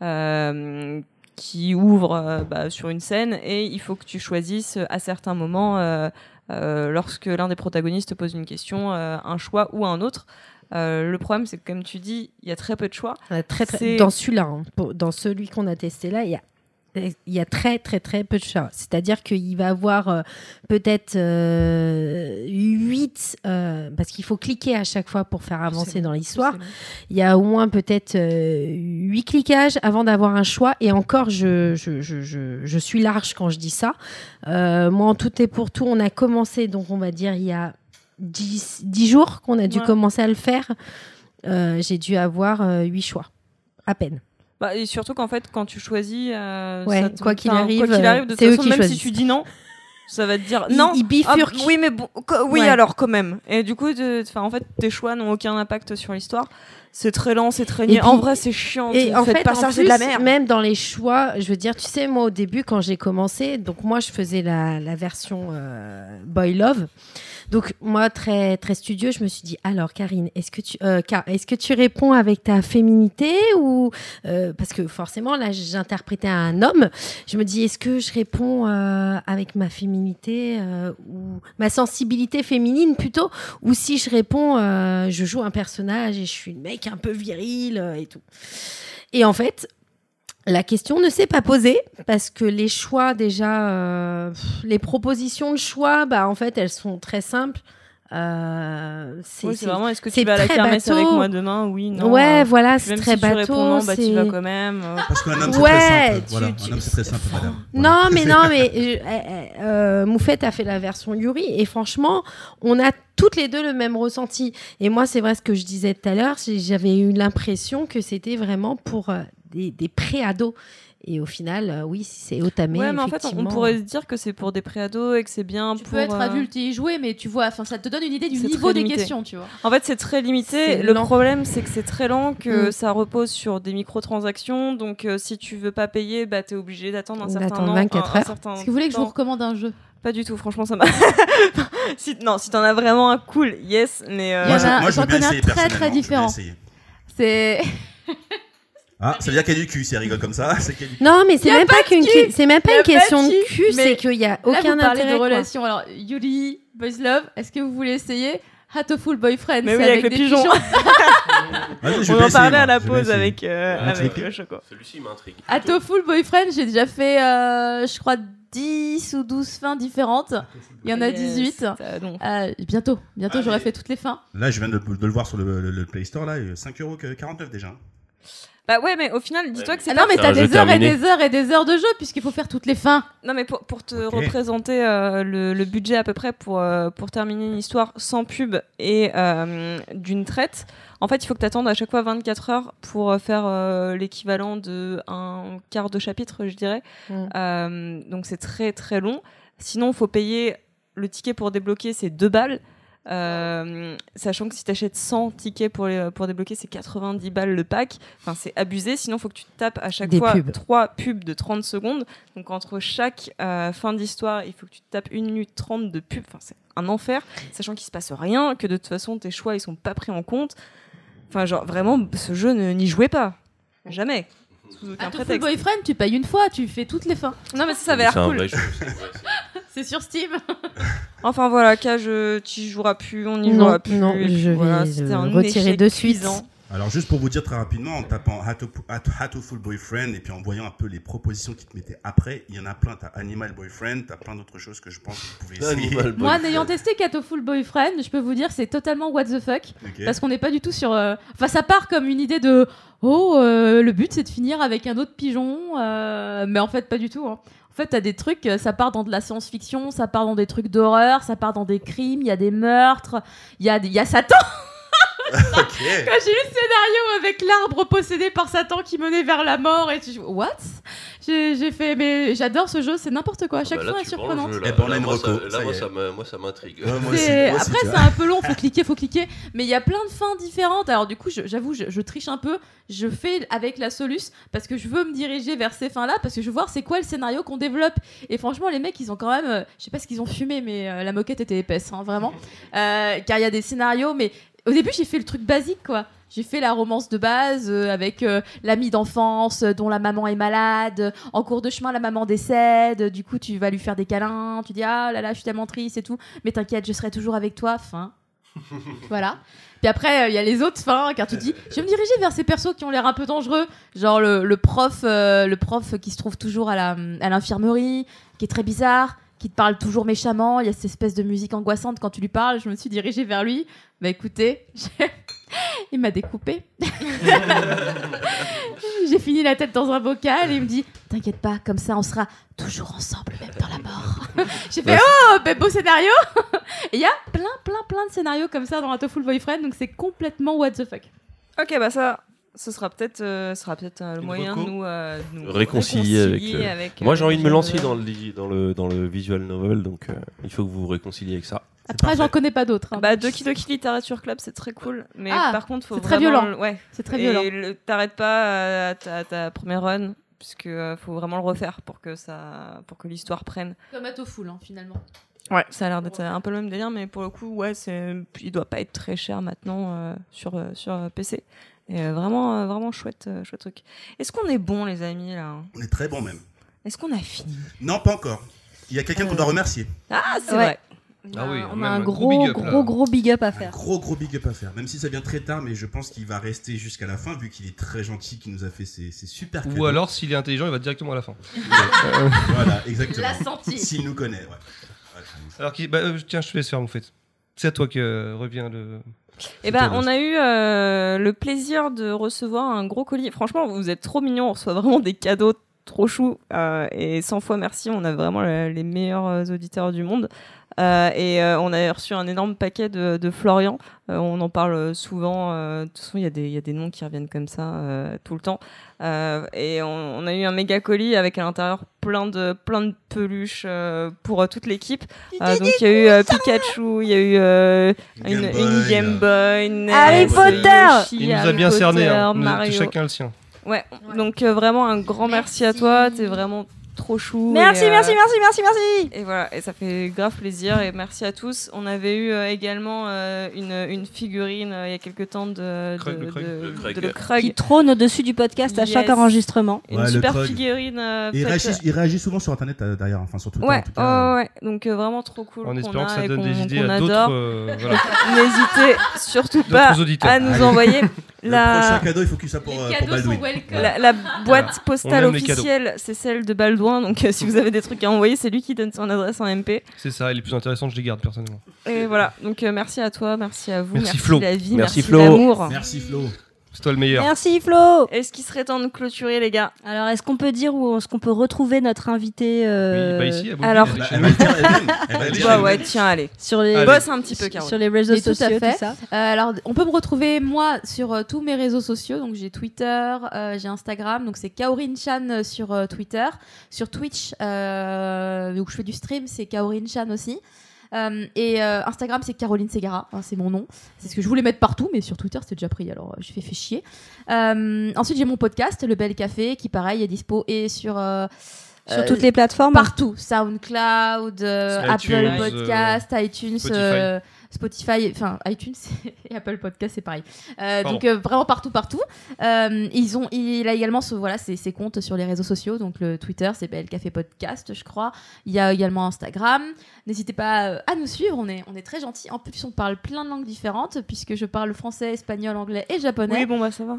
euh, qui ouvrent euh, bah, sur une scène. Et il faut que tu choisisses à certains moments, euh, euh, lorsque l'un des protagonistes pose une question, euh, un choix ou un autre. Euh, le problème, c'est que comme tu dis, il y a très peu de choix. Euh, très, très- C'est- Dans celui-là, hein, pour- dans celui qu'on a testé là, il y a il y a très très très peu de choix. C'est-à-dire qu'il va avoir euh, peut-être euh, huit, euh, parce qu'il faut cliquer à chaque fois pour faire avancer C'est dans long, l'histoire. c'est long. Il y a au moins peut-être euh, huit cliquages avant d'avoir un choix. Et encore, je, je, je, je, je suis large quand je dis ça. Euh, moi, en tout et pour tout, on a commencé, donc on va dire, il y a dix, dix jours qu'on a dû Ouais. commencer à le faire. Euh, j'ai dû avoir euh, huit choix, à peine. Bah, et surtout qu'en fait, quand tu choisis, euh, Ouais, ça te- quoi qu'il enfin, arrive, quoi qu'il arrive, de c'est toute eux façon, qui même si choisissent. tu dis non, ça va te dire Ils- non. ils bifurquent. Ah, oui, mais bon, co- oui, Ouais. alors quand même. Et du coup, de- enfin, en fait, tes choix n'ont aucun impact sur l'histoire. C'est très lent, c'est très Et niais. puis- En vrai, c'est chiant. Et tu- en faites fait, pas en ça, plus, c'est de la merde. même dans les choix, je veux dire, tu sais, moi au début, quand j'ai commencé, donc moi je faisais la, la version euh, Boy Love. Donc moi très très studieux, je me suis dit alors Karine, est-ce que tu euh, Car- est-ce que tu réponds avec ta féminité ou euh, parce que forcément là j'interprétais un homme, je me dis est-ce que je réponds euh, avec ma féminité euh, ou ma sensibilité féminine plutôt, ou si je réponds euh, je joue un personnage et je suis le mec un peu viril euh, et tout. Et en fait, la question ne s'est pas posée parce que les choix déjà, euh, pff, les propositions de choix, bah en fait elles sont très simples. Euh, c'est Oui, c'est c'est- vraiment est-ce que c'est tu vas à la très kermesse bateau. avec moi demain? Oui, non. Ouais, euh, voilà, puis c'est même très si tu bateau. réponds non, bah tu c'est- vas quand même. euh. Parce qu'un homme, c'est Ouais, très simple. tu- Voilà, tu- un homme, c'est très simple, madame. Non, mais non, mais euh, euh, euh, Moufette a fait la version Yuri et franchement, on a toutes les deux le même ressenti. Et moi, c'est vrai ce que je disais tout à l'heure, j'ai- j'avais eu l'impression que c'était vraiment pour euh, des, des pré-ados. Et au final, euh, oui, si c'est Otame, Ouais, mais en fait, on- on effectivement. pourrait se dire que c'est pour des préados et que c'est bien Tu pour. peux être euh, adulte et y jouer, mais tu vois, enfin, ça te donne une idée du C'est niveau très des limité. questions, tu vois. En fait, c'est très limité. C'est Le lent. problème, c'est que c'est très lent, que Mm. ça repose sur des microtransactions. Donc, euh, si tu veux pas payer, bah, t'es obligé d'attendre un certain D'attendre temps. vingt-quatre un- un heures. certain Est-ce que vous voulez que je vous temps. recommande un jeu? Pas du tout, franchement, ça m'a. si, non, si t'en as vraiment un cool, yes, mais. euh, Il y Moi, en je, a- moi, je j'en veux bien connais un essayer très, très personnellement. je veux bien différent. essayer. C'est. Ah, ça veut dire qu'il y a du cul si elle rigole comme ça. C'est qu'il y a du cul. Non, mais c'est Y a même pas, qu'une cul. cu- c'est même pas Y a une pas question de de cul. cul, Mais c'est qu'il y a Là, aucun vous parlez intérêt. de quoi. relations. Alors, Yuri, Boys Love, est-ce que vous voulez essayer Hatoful Boyfriend? Mais c'est oui, avec le des pigeon. pigeons. Vas-y, je On vais en essayer, parlait moi. à la Je vais pause essayer. avec, euh, Ah, tu avec l'écris euh, Choco. Celui-ci m'intrigue. Atoful Boyfriend, j'ai déjà fait, euh, je crois, dix ou douze fins différentes. Il y en a Yes, dix-huit. ça, donc. Euh, bientôt, bientôt, Allez. j'aurai fait toutes les fins. Là, je viens de, de le voir sur le, le- le Play Store, là, cinq euros quarante-neuf déjà. Bah ouais, mais au final, dis-toi que c'est Ah pas... non, mais C'est t'as un jeu des heures et terminé. des heures et des heures de jeu, puisqu'il faut faire toutes les fins. Non, mais pour, pour te Ok. représenter euh, le, le budget à peu près pour, euh, pour terminer une histoire sans pub et euh, d'une traite, en fait, il faut que tu attendes à chaque fois vingt-quatre heures pour euh, faire euh, l'équivalent de un quart de chapitre, je dirais. Mm. Euh, donc c'est très très long. Sinon, il faut payer le ticket pour débloquer, c'est deux balles. Euh, sachant que si tu achètes cent tickets pour, les, pour débloquer, c'est quatre-vingt-dix balles le pack. Enfin, c'est abusé. Sinon, il faut que tu tapes à chaque Des fois pubs. trois pubs de trente secondes. Donc, entre chaque euh, fin d'histoire, il faut que tu tapes une minute trente de pub. Enfin, c'est un enfer. Sachant qu'il se passe rien, que de toute façon, tes choix, ils sont pas pris en compte. Enfin, genre, vraiment, ce jeu, ne- n'y jouez pas. Jamais. Sous aucun Atoful prétexte. Boyfriend, tu payes une fois, tu fais toutes les fins. Non, mais ça, ça avait l'air C'est un cool. vrai jeu, c'est un vrai jeu. C'est sur Steam. Enfin voilà, Cage, tu y joueras plus, on n'y Non, jouera plus. non, et puis je vais voilà, le c'était un retirer échec de suite. cuisant. Alors, juste pour vous dire très rapidement, en tapant Hato- Hat- Hatoful Boyfriend et puis en voyant un peu les propositions qui te mettaient après, il y en a plein. T'as Animal Boyfriend, t'as plein d'autres choses que je pense que vous pouvez essayer. Animal Moi, Boyfriend. n'ayant testé Atoful Boyfriend, je peux vous dire c'est totalement what the fuck. Ok. Parce qu'on n'est pas du tout sur. euh, Enfin, ça part comme une idée de. Oh, euh, le but c'est de finir avec un autre pigeon. euh, Mais en fait, pas du tout. hein. En fait, t'as des trucs, euh, ça part dans de la science-fiction, ça part dans des trucs d'horreur, ça part dans des crimes, il y a des meurtres, il y a, des... il y a Satan. Ok. Quand j'ai lu le scénario avec l'arbre possédé par Satan qui menait vers la mort, et tu what j'ai, j'ai fait, mais j'adore ce jeu, c'est n'importe quoi. À chaque Bah là, fois, elle est tu vends le surprenante. jeu, là. Eh ben, on a Là, une moi, reco, ça- ça Là, y moi, est. ça me- moi, ça m'intrigue. Ouais, moi aussi, C'est- moi aussi, Après, tu c'est vois. un peu long, faut cliquer, faut cliquer. Mais il y a plein de fins différentes. Alors, du coup, je- j'avoue, je, je triche un peu. Je fais avec la Solus parce que je veux me diriger vers ces fins-là parce que je veux voir c'est quoi le scénario qu'on développe. Et franchement, les mecs, ils ont quand même. euh, je sais pas ce qu'ils ont fumé, mais euh, la moquette était épaisse, hein, vraiment. Euh, car il y a des scénarios, mais au début, j'ai fait le truc basique, quoi. J'ai fait la romance de base euh, avec euh, l'ami d'enfance euh, dont la maman est malade. En cours de chemin, la maman décède. Du coup, tu vas lui faire des câlins. Tu dis ah là là, je suis tellement triste et tout. Mais t'inquiète, je serai toujours avec toi. Fin. Voilà. Puis après, il y a les autres fins, car tu te dis, je vais me diriger vers ces persos qui ont l'air un peu dangereux, genre le, le prof, euh, le prof qui se trouve toujours à la à l'infirmerie, qui est très bizarre, qui te parle toujours méchamment. Il y a cette espèce de musique angoissante quand tu lui parles. Je me suis dirigée vers lui. Bah écoutez, j'ai- il m'a découpé. J'ai fini la tête dans un bocal et il me dit, t'inquiète pas, comme ça on sera toujours ensemble, même dans la mort. J'ai fait, oh, ben beau scénario. Et il y a plein, plein, plein de scénarios comme ça dans Atoful Boyfriend, donc c'est complètement what the fuck. Ok, bah ça, ce sera peut-être, euh, ce sera peut-être euh, le Une moyen de reco. nous, euh, de nous réconcilier avec, le- avec, Moi, euh, j'ai envie de me le lancer jeu. dans le, li- dans le, dans le visual novel, donc euh, il faut que vous vous réconciliez avec ça. Après, j'en connais pas d'autres. hein. Bah, Doki Doki Literature Club, c'est très cool. Mais Ah, par contre, faut c'est très vraiment violent. le- Ouais. C'est très Et violent. le- t'arrêtes pas à ta, ta première run, puisque euh, faut vraiment le refaire pour que ça, pour que l'histoire prenne. Comme Atoful, hein, finalement. Ouais, ça a l'air d'être un peu le même délire, mais pour le coup, ouais, c'est, il doit pas être très cher maintenant euh, sur euh, sur euh, P C. Et euh, vraiment, euh, vraiment chouette, euh, chouette truc. Est-ce qu'on est bon, les amis là? On est très bon même. Est-ce qu'on a fini? Non, pas encore. Il y a quelqu'un qu'on doit remercier. Ah, c'est Ouais. vrai. Ah oui, on même a un un gros, gros big up, gros, là. gros big up à Un faire. gros gros big up à faire, même si ça vient très tard, mais je pense qu'il va rester jusqu'à la fin vu qu'il est très gentil, qu'il nous a fait ses, ses super cadeaux. Ou alors, s'il est intelligent, il va directement à la fin. Voilà, exactement. La senti. S'il nous connaît, ouais. Voilà. Alors, qui, bah, euh, tiens, je te laisse faire, en fait. C'est à toi que euh, revient le. Eh ben, toi, on a eu euh, le plaisir de recevoir un gros colis. Franchement, vous êtes trop mignons. On reçoit vraiment des cadeaux trop choux. Euh, et cent fois merci. On a vraiment le- les meilleurs euh, auditeurs du monde. Euh, et euh, on a reçu un énorme paquet de, de Florian. Euh, on en parle souvent. euh, de toute façon, il y, a des- il y a des noms qui reviennent comme ça euh, tout le temps. Euh, et on, on a eu un méga colis avec à l'intérieur plein de, plein de peluches euh, pour euh, toute l'équipe. Euh, donc il y a eu euh, Pikachu, il y a eu euh, une, Game une Boy, Game euh, Boy, Ness, Harry Potter. Yoshi, Il nous a Harry bien cerné, Potter, hein. Nous a- Mario. chacun le sien. Ouais, donc euh, vraiment un grand merci. à toi, t'es vraiment trop chou. Merci, et, euh, merci, merci, merci, merci. Et voilà, et ça fait grave plaisir et merci à tous. On avait eu euh, également euh, une, une figurine euh, il y a quelques temps de, Krug, de, le Krug. de- Le Krug. de le Krug. Qui trône au-dessus du podcast à chaque Yes. enregistrement. Une Ouais, le super Krug. figurine euh, Et il, faite- réagit, il réagit souvent sur internet euh, derrière, enfin sur Twitter Ouais, en tout cas. ouais, ouais, donc euh, vraiment trop cool. En qu'on espérant a que ça et donne qu'on- des idées qu'on à adore. d'autres euh, voilà, N'hésitez surtout d'autres pas auditeurs. à nous Allez. envoyer. Le La... prochain cadeau, il faut qu'il soit pour, Les euh, cadeaux pour Baldwin. sont welcome. La, la boîte On postale aime les cadeaux. officielle, c'est celle de Baldwin. Donc, euh, si vous avez des trucs à envoyer, c'est lui qui donne son adresse en M P. C'est ça, et les plus intéressantes, je les garde personnellement. Et voilà. Donc, euh, merci à toi, merci à vous, Merci, merci, Flo. la vie, Merci, merci, Flo. l'amour. Merci Flo. C'est toi le meilleur. Merci Flo. Est-ce qu'il serait temps de clôturer, les gars? Alors, est-ce qu'on peut dire où est-ce qu'on peut retrouver notre invité euh, Oui, bah ici, à Bobby, alors- elle est Bah, chez elle nous. va le dire elle-même. Elle va le dire Bah elle-même. ouais, tiens, allez. sur les Allez. Bosse un petit peu, Caro. sur les réseaux Et tout à sociaux, fait. tout ça. Euh, alors, on peut me retrouver moi sur euh, tous mes réseaux sociaux. Donc, j'ai Twitter, euh, j'ai Instagram. Donc, c'est Kaorin Chan euh, sur euh, Twitter. Sur Twitch, euh, où je fais du stream, c'est Kaorin Chan aussi. Euh, et euh, Instagram, c'est Caroline Segara. Hein, c'est mon nom. C'est ce que je voulais mettre partout, mais sur Twitter, c'était déjà pris. Alors, euh, je fais fait chier. Euh, ensuite, j'ai mon podcast, Le Bel Café, qui pareil est dispo et sur. euh, Sur euh, toutes les plateformes. Partout, SoundCloud, euh, Sur Apple iTunes, Podcast, iTunes, Spotify. euh, Spotify, enfin iTunes et Apple Podcast, c'est pareil. Euh, Pardon. donc euh, vraiment partout, partout. Euh, ils ont, il a également ce, voilà, ses, ses comptes sur les réseaux sociaux, donc le Twitter, c'est B L Café Podcast, je crois. Il y a également Instagram. N'hésitez pas euh, à nous suivre, on est, on est très gentils. En plus, on parle plein de langues différentes puisque je parle français, espagnol, anglais et japonais. Oui, bon, bah ça va.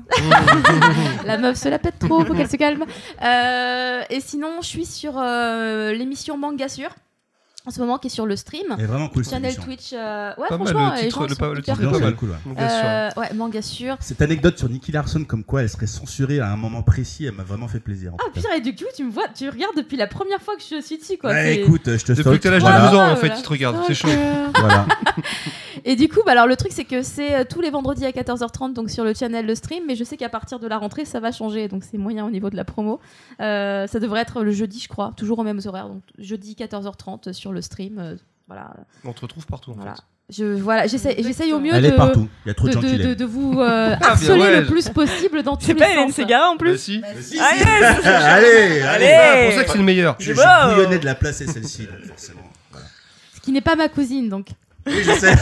La meuf se la pète trop, faut qu'elle se calme. Euh, et sinon, je suis sur euh, l'émission Manga Sûr en ce moment qui est sur le stream. Elle est vraiment cool cette Channel émission. Twitch. euh, Ouais, Pas mal, franchement, le les titre- gens le sont pa- le hyper titre est Non, pas c'est mal. cool, ouais. Donc, bien sûr. Euh, ouais, Manga Sûr. Cette anecdote sur Nicky Larson, comme quoi elle serait censurée à un moment précis, elle m'a vraiment fait plaisir. en Ah tout cas. putain, et du coup, tu me vois, tu regardes depuis la première fois que je suis dessus, quoi. Ouais, c'est- écoute, je te Depuis stalk, que t'as l'âge voilà. de douze ans, en Ah, fait, voilà. il te regarde. C'est chaud. Voilà. Et du coup, bah, alors le truc c'est que c'est euh, tous les vendredis à quatorze heures trente donc sur le channel le stream, mais je sais qu'à partir de la rentrée ça va changer, donc c'est moyen au niveau de la promo. Euh, ça devrait être le jeudi, je crois, toujours aux mêmes horaires, donc jeudi quatorze heures trente sur le stream. euh, voilà. On te retrouve partout en Voilà. fait. Je voilà, j'essaie, j'essaye au mieux Elle de, est partout. Il y a trop de de, gens qui de, de, l'aiment. de vous euh, Ah, bien, harceler ouais. le plus possible dans tous C'est les pas Hélène sens. Ségara en Bah plus? si. Ah yes. Allez, allez. Allez. C'est pour ça que c'est le meilleur. Je, je Wow. bouillonnais de la placer celle-ci, donc forcément. Voilà. Ce qui n'est pas ma cousine, donc. Oui, je sais.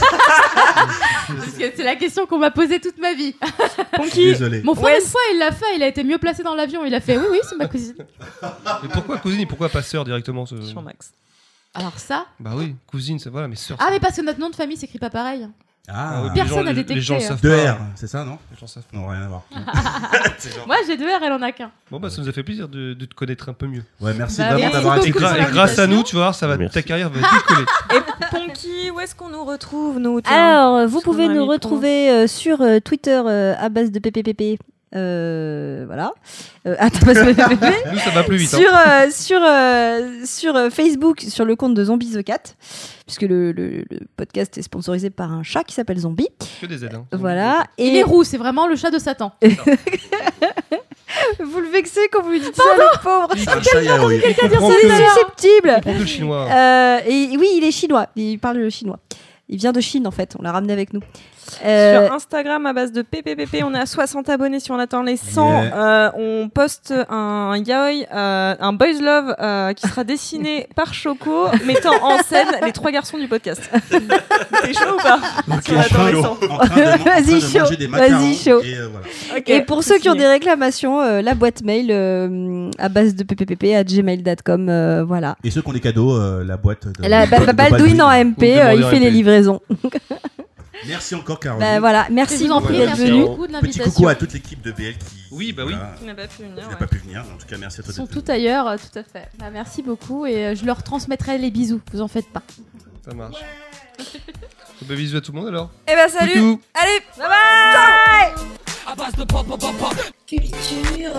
Parce que c'est la question qu'on m'a posée toute ma vie. Ponky. Désolé. Mon frère, Ouais, une fois, il l'a fait, il a été mieux placé dans l'avion. Il a fait oui, oui, c'est ma cousine. Mais pourquoi cousine et pourquoi pas sœur directement ce... Sur Max. Alors ça. Bah oui, cousine, c'est voilà, mais sœur. Ah, mais parce que notre nom de famille s'écrit pas pareil. Ah, oui, les Personne gens- n'a les- détecté, Les gens hein. savent deux pas. R, c'est ça, non Les gens savent pas. Non, rien à voir. C'est genre- Moi, j'ai deux R, elle en a qu'un. Bon bah ça nous a fait plaisir de, de te connaître un peu mieux. Ouais, merci Bah, vraiment merci d'avoir beaucoup Et, accepté pour gra- ça. et grâce à l'invitation. nous, tu vois, ça va, Merci. ta carrière va décoller. Et Ponky, où est-ce qu'on nous retrouve, nous tiens Alors, euh, vous Parce qu'on pouvez a nous mis trop. retrouver euh, sur euh, Twitter euh, à base de P P P P. Euh, voilà. Euh, attends, parce que P P P P. Nous ça va plus vite. Hein. sur euh, sur euh, sur euh, Facebook, sur le compte de Zombie the Cat, puisque le, le, le podcast est sponsorisé par un chat qui s'appelle Zombie. Que des aides. Hein. Voilà. Il est roux, c'est vraiment le chat de Satan. Vous le vexez quand vous lui dites ça, le pauvre. C'est un chat yaoi. Il comprend Il que, est susceptible. il comprend que le chinois. Euh, et oui, il est chinois. Il parle le chinois. Il vient de Chine en fait. On l'a ramené avec nous. Euh, Sur Instagram à base de P P P P, on est à soixante abonnés. Si on attend les cent, Yeah. euh, on poste un yaoi, euh, un boys love euh, qui sera dessiné par Choco, mettant en scène les trois garçons du podcast. T'es chaud ou pas? Donc, Si on en attend train les de- cent. en train de, en train Vas-y, de chaud. manger des Vas-y, macarons. chaud. Et euh, voilà. Ok, Et pour c'est ceux qui ont signé. des réclamations, euh, la boîte mail euh, à base de pppp à gmail point com. Euh, voilà. Et ceux qui ont des cadeaux, euh, la boîte de, La, de- ba- de Baldwin en M P, Vous euh, demandez il en fait M P. les livraisons. Merci encore, Caroline. Bah, voilà. Je Merci vous en beaucoup prie, d'être merci venu. beaucoup de Petit l'invitation. coucou à toute l'équipe de B L qui. Oui, bah oui. voilà, Qui n'a pas pu venir. qui n'a ouais. pas pu venir. En tout cas, merci à toi Ils sont d'être venu. tout ailleurs, euh, tout à fait. Bah, merci beaucoup et euh, je leur transmettrai les bisous, vous en faites pas. Ça marche. Bah, bisous à tout le monde alors. Eh ben salut. Toutou. Allez, bye bye. À base de pop, pop, pop, pop. Culture.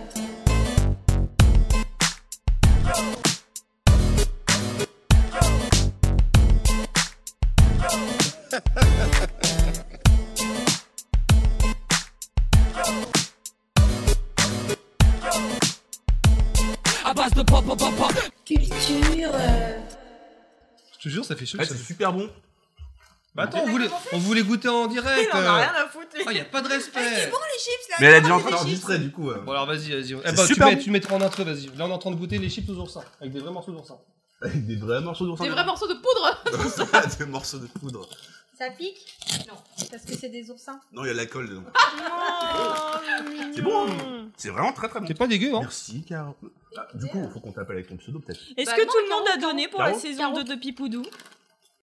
À base de pop, pop, pop, pop. Culture. Je te jure, ça fait chaud. Ouais, ça c'est fait- super bon. Bah attends, on voulait, on voulait goûter en direct. Il en euh. a rien à foutre. lui. Ah, y a pas de respect. Mais elle a déjà en train d'enregistrer du coup. euh. Bon alors vas-y, vas-y. Eh C'est bah, tu, super mets, bon. tu mettras en entrée, vas-y. Là on est en train de goûter les chips aux oursins, avec des vrais morceaux d'oursin. Avec des vrais morceaux d'oursin. Des vrais morceaux de poudre. Des morceaux de poudre. Ça pique? Non, parce que c'est des oursins. Non, il y a de l'alcool dedans. Oh, C'est bon. hein. C'est vraiment très très bon. C'est pas dégueu, hein. Merci, Caro. Ah, du coup, il faut qu'on t'appelle avec ton pseudo peut-être. Est-ce Bah que non, tout le monde Caro, a donné pour Caro. la saison Caro. deux de Pipoudou?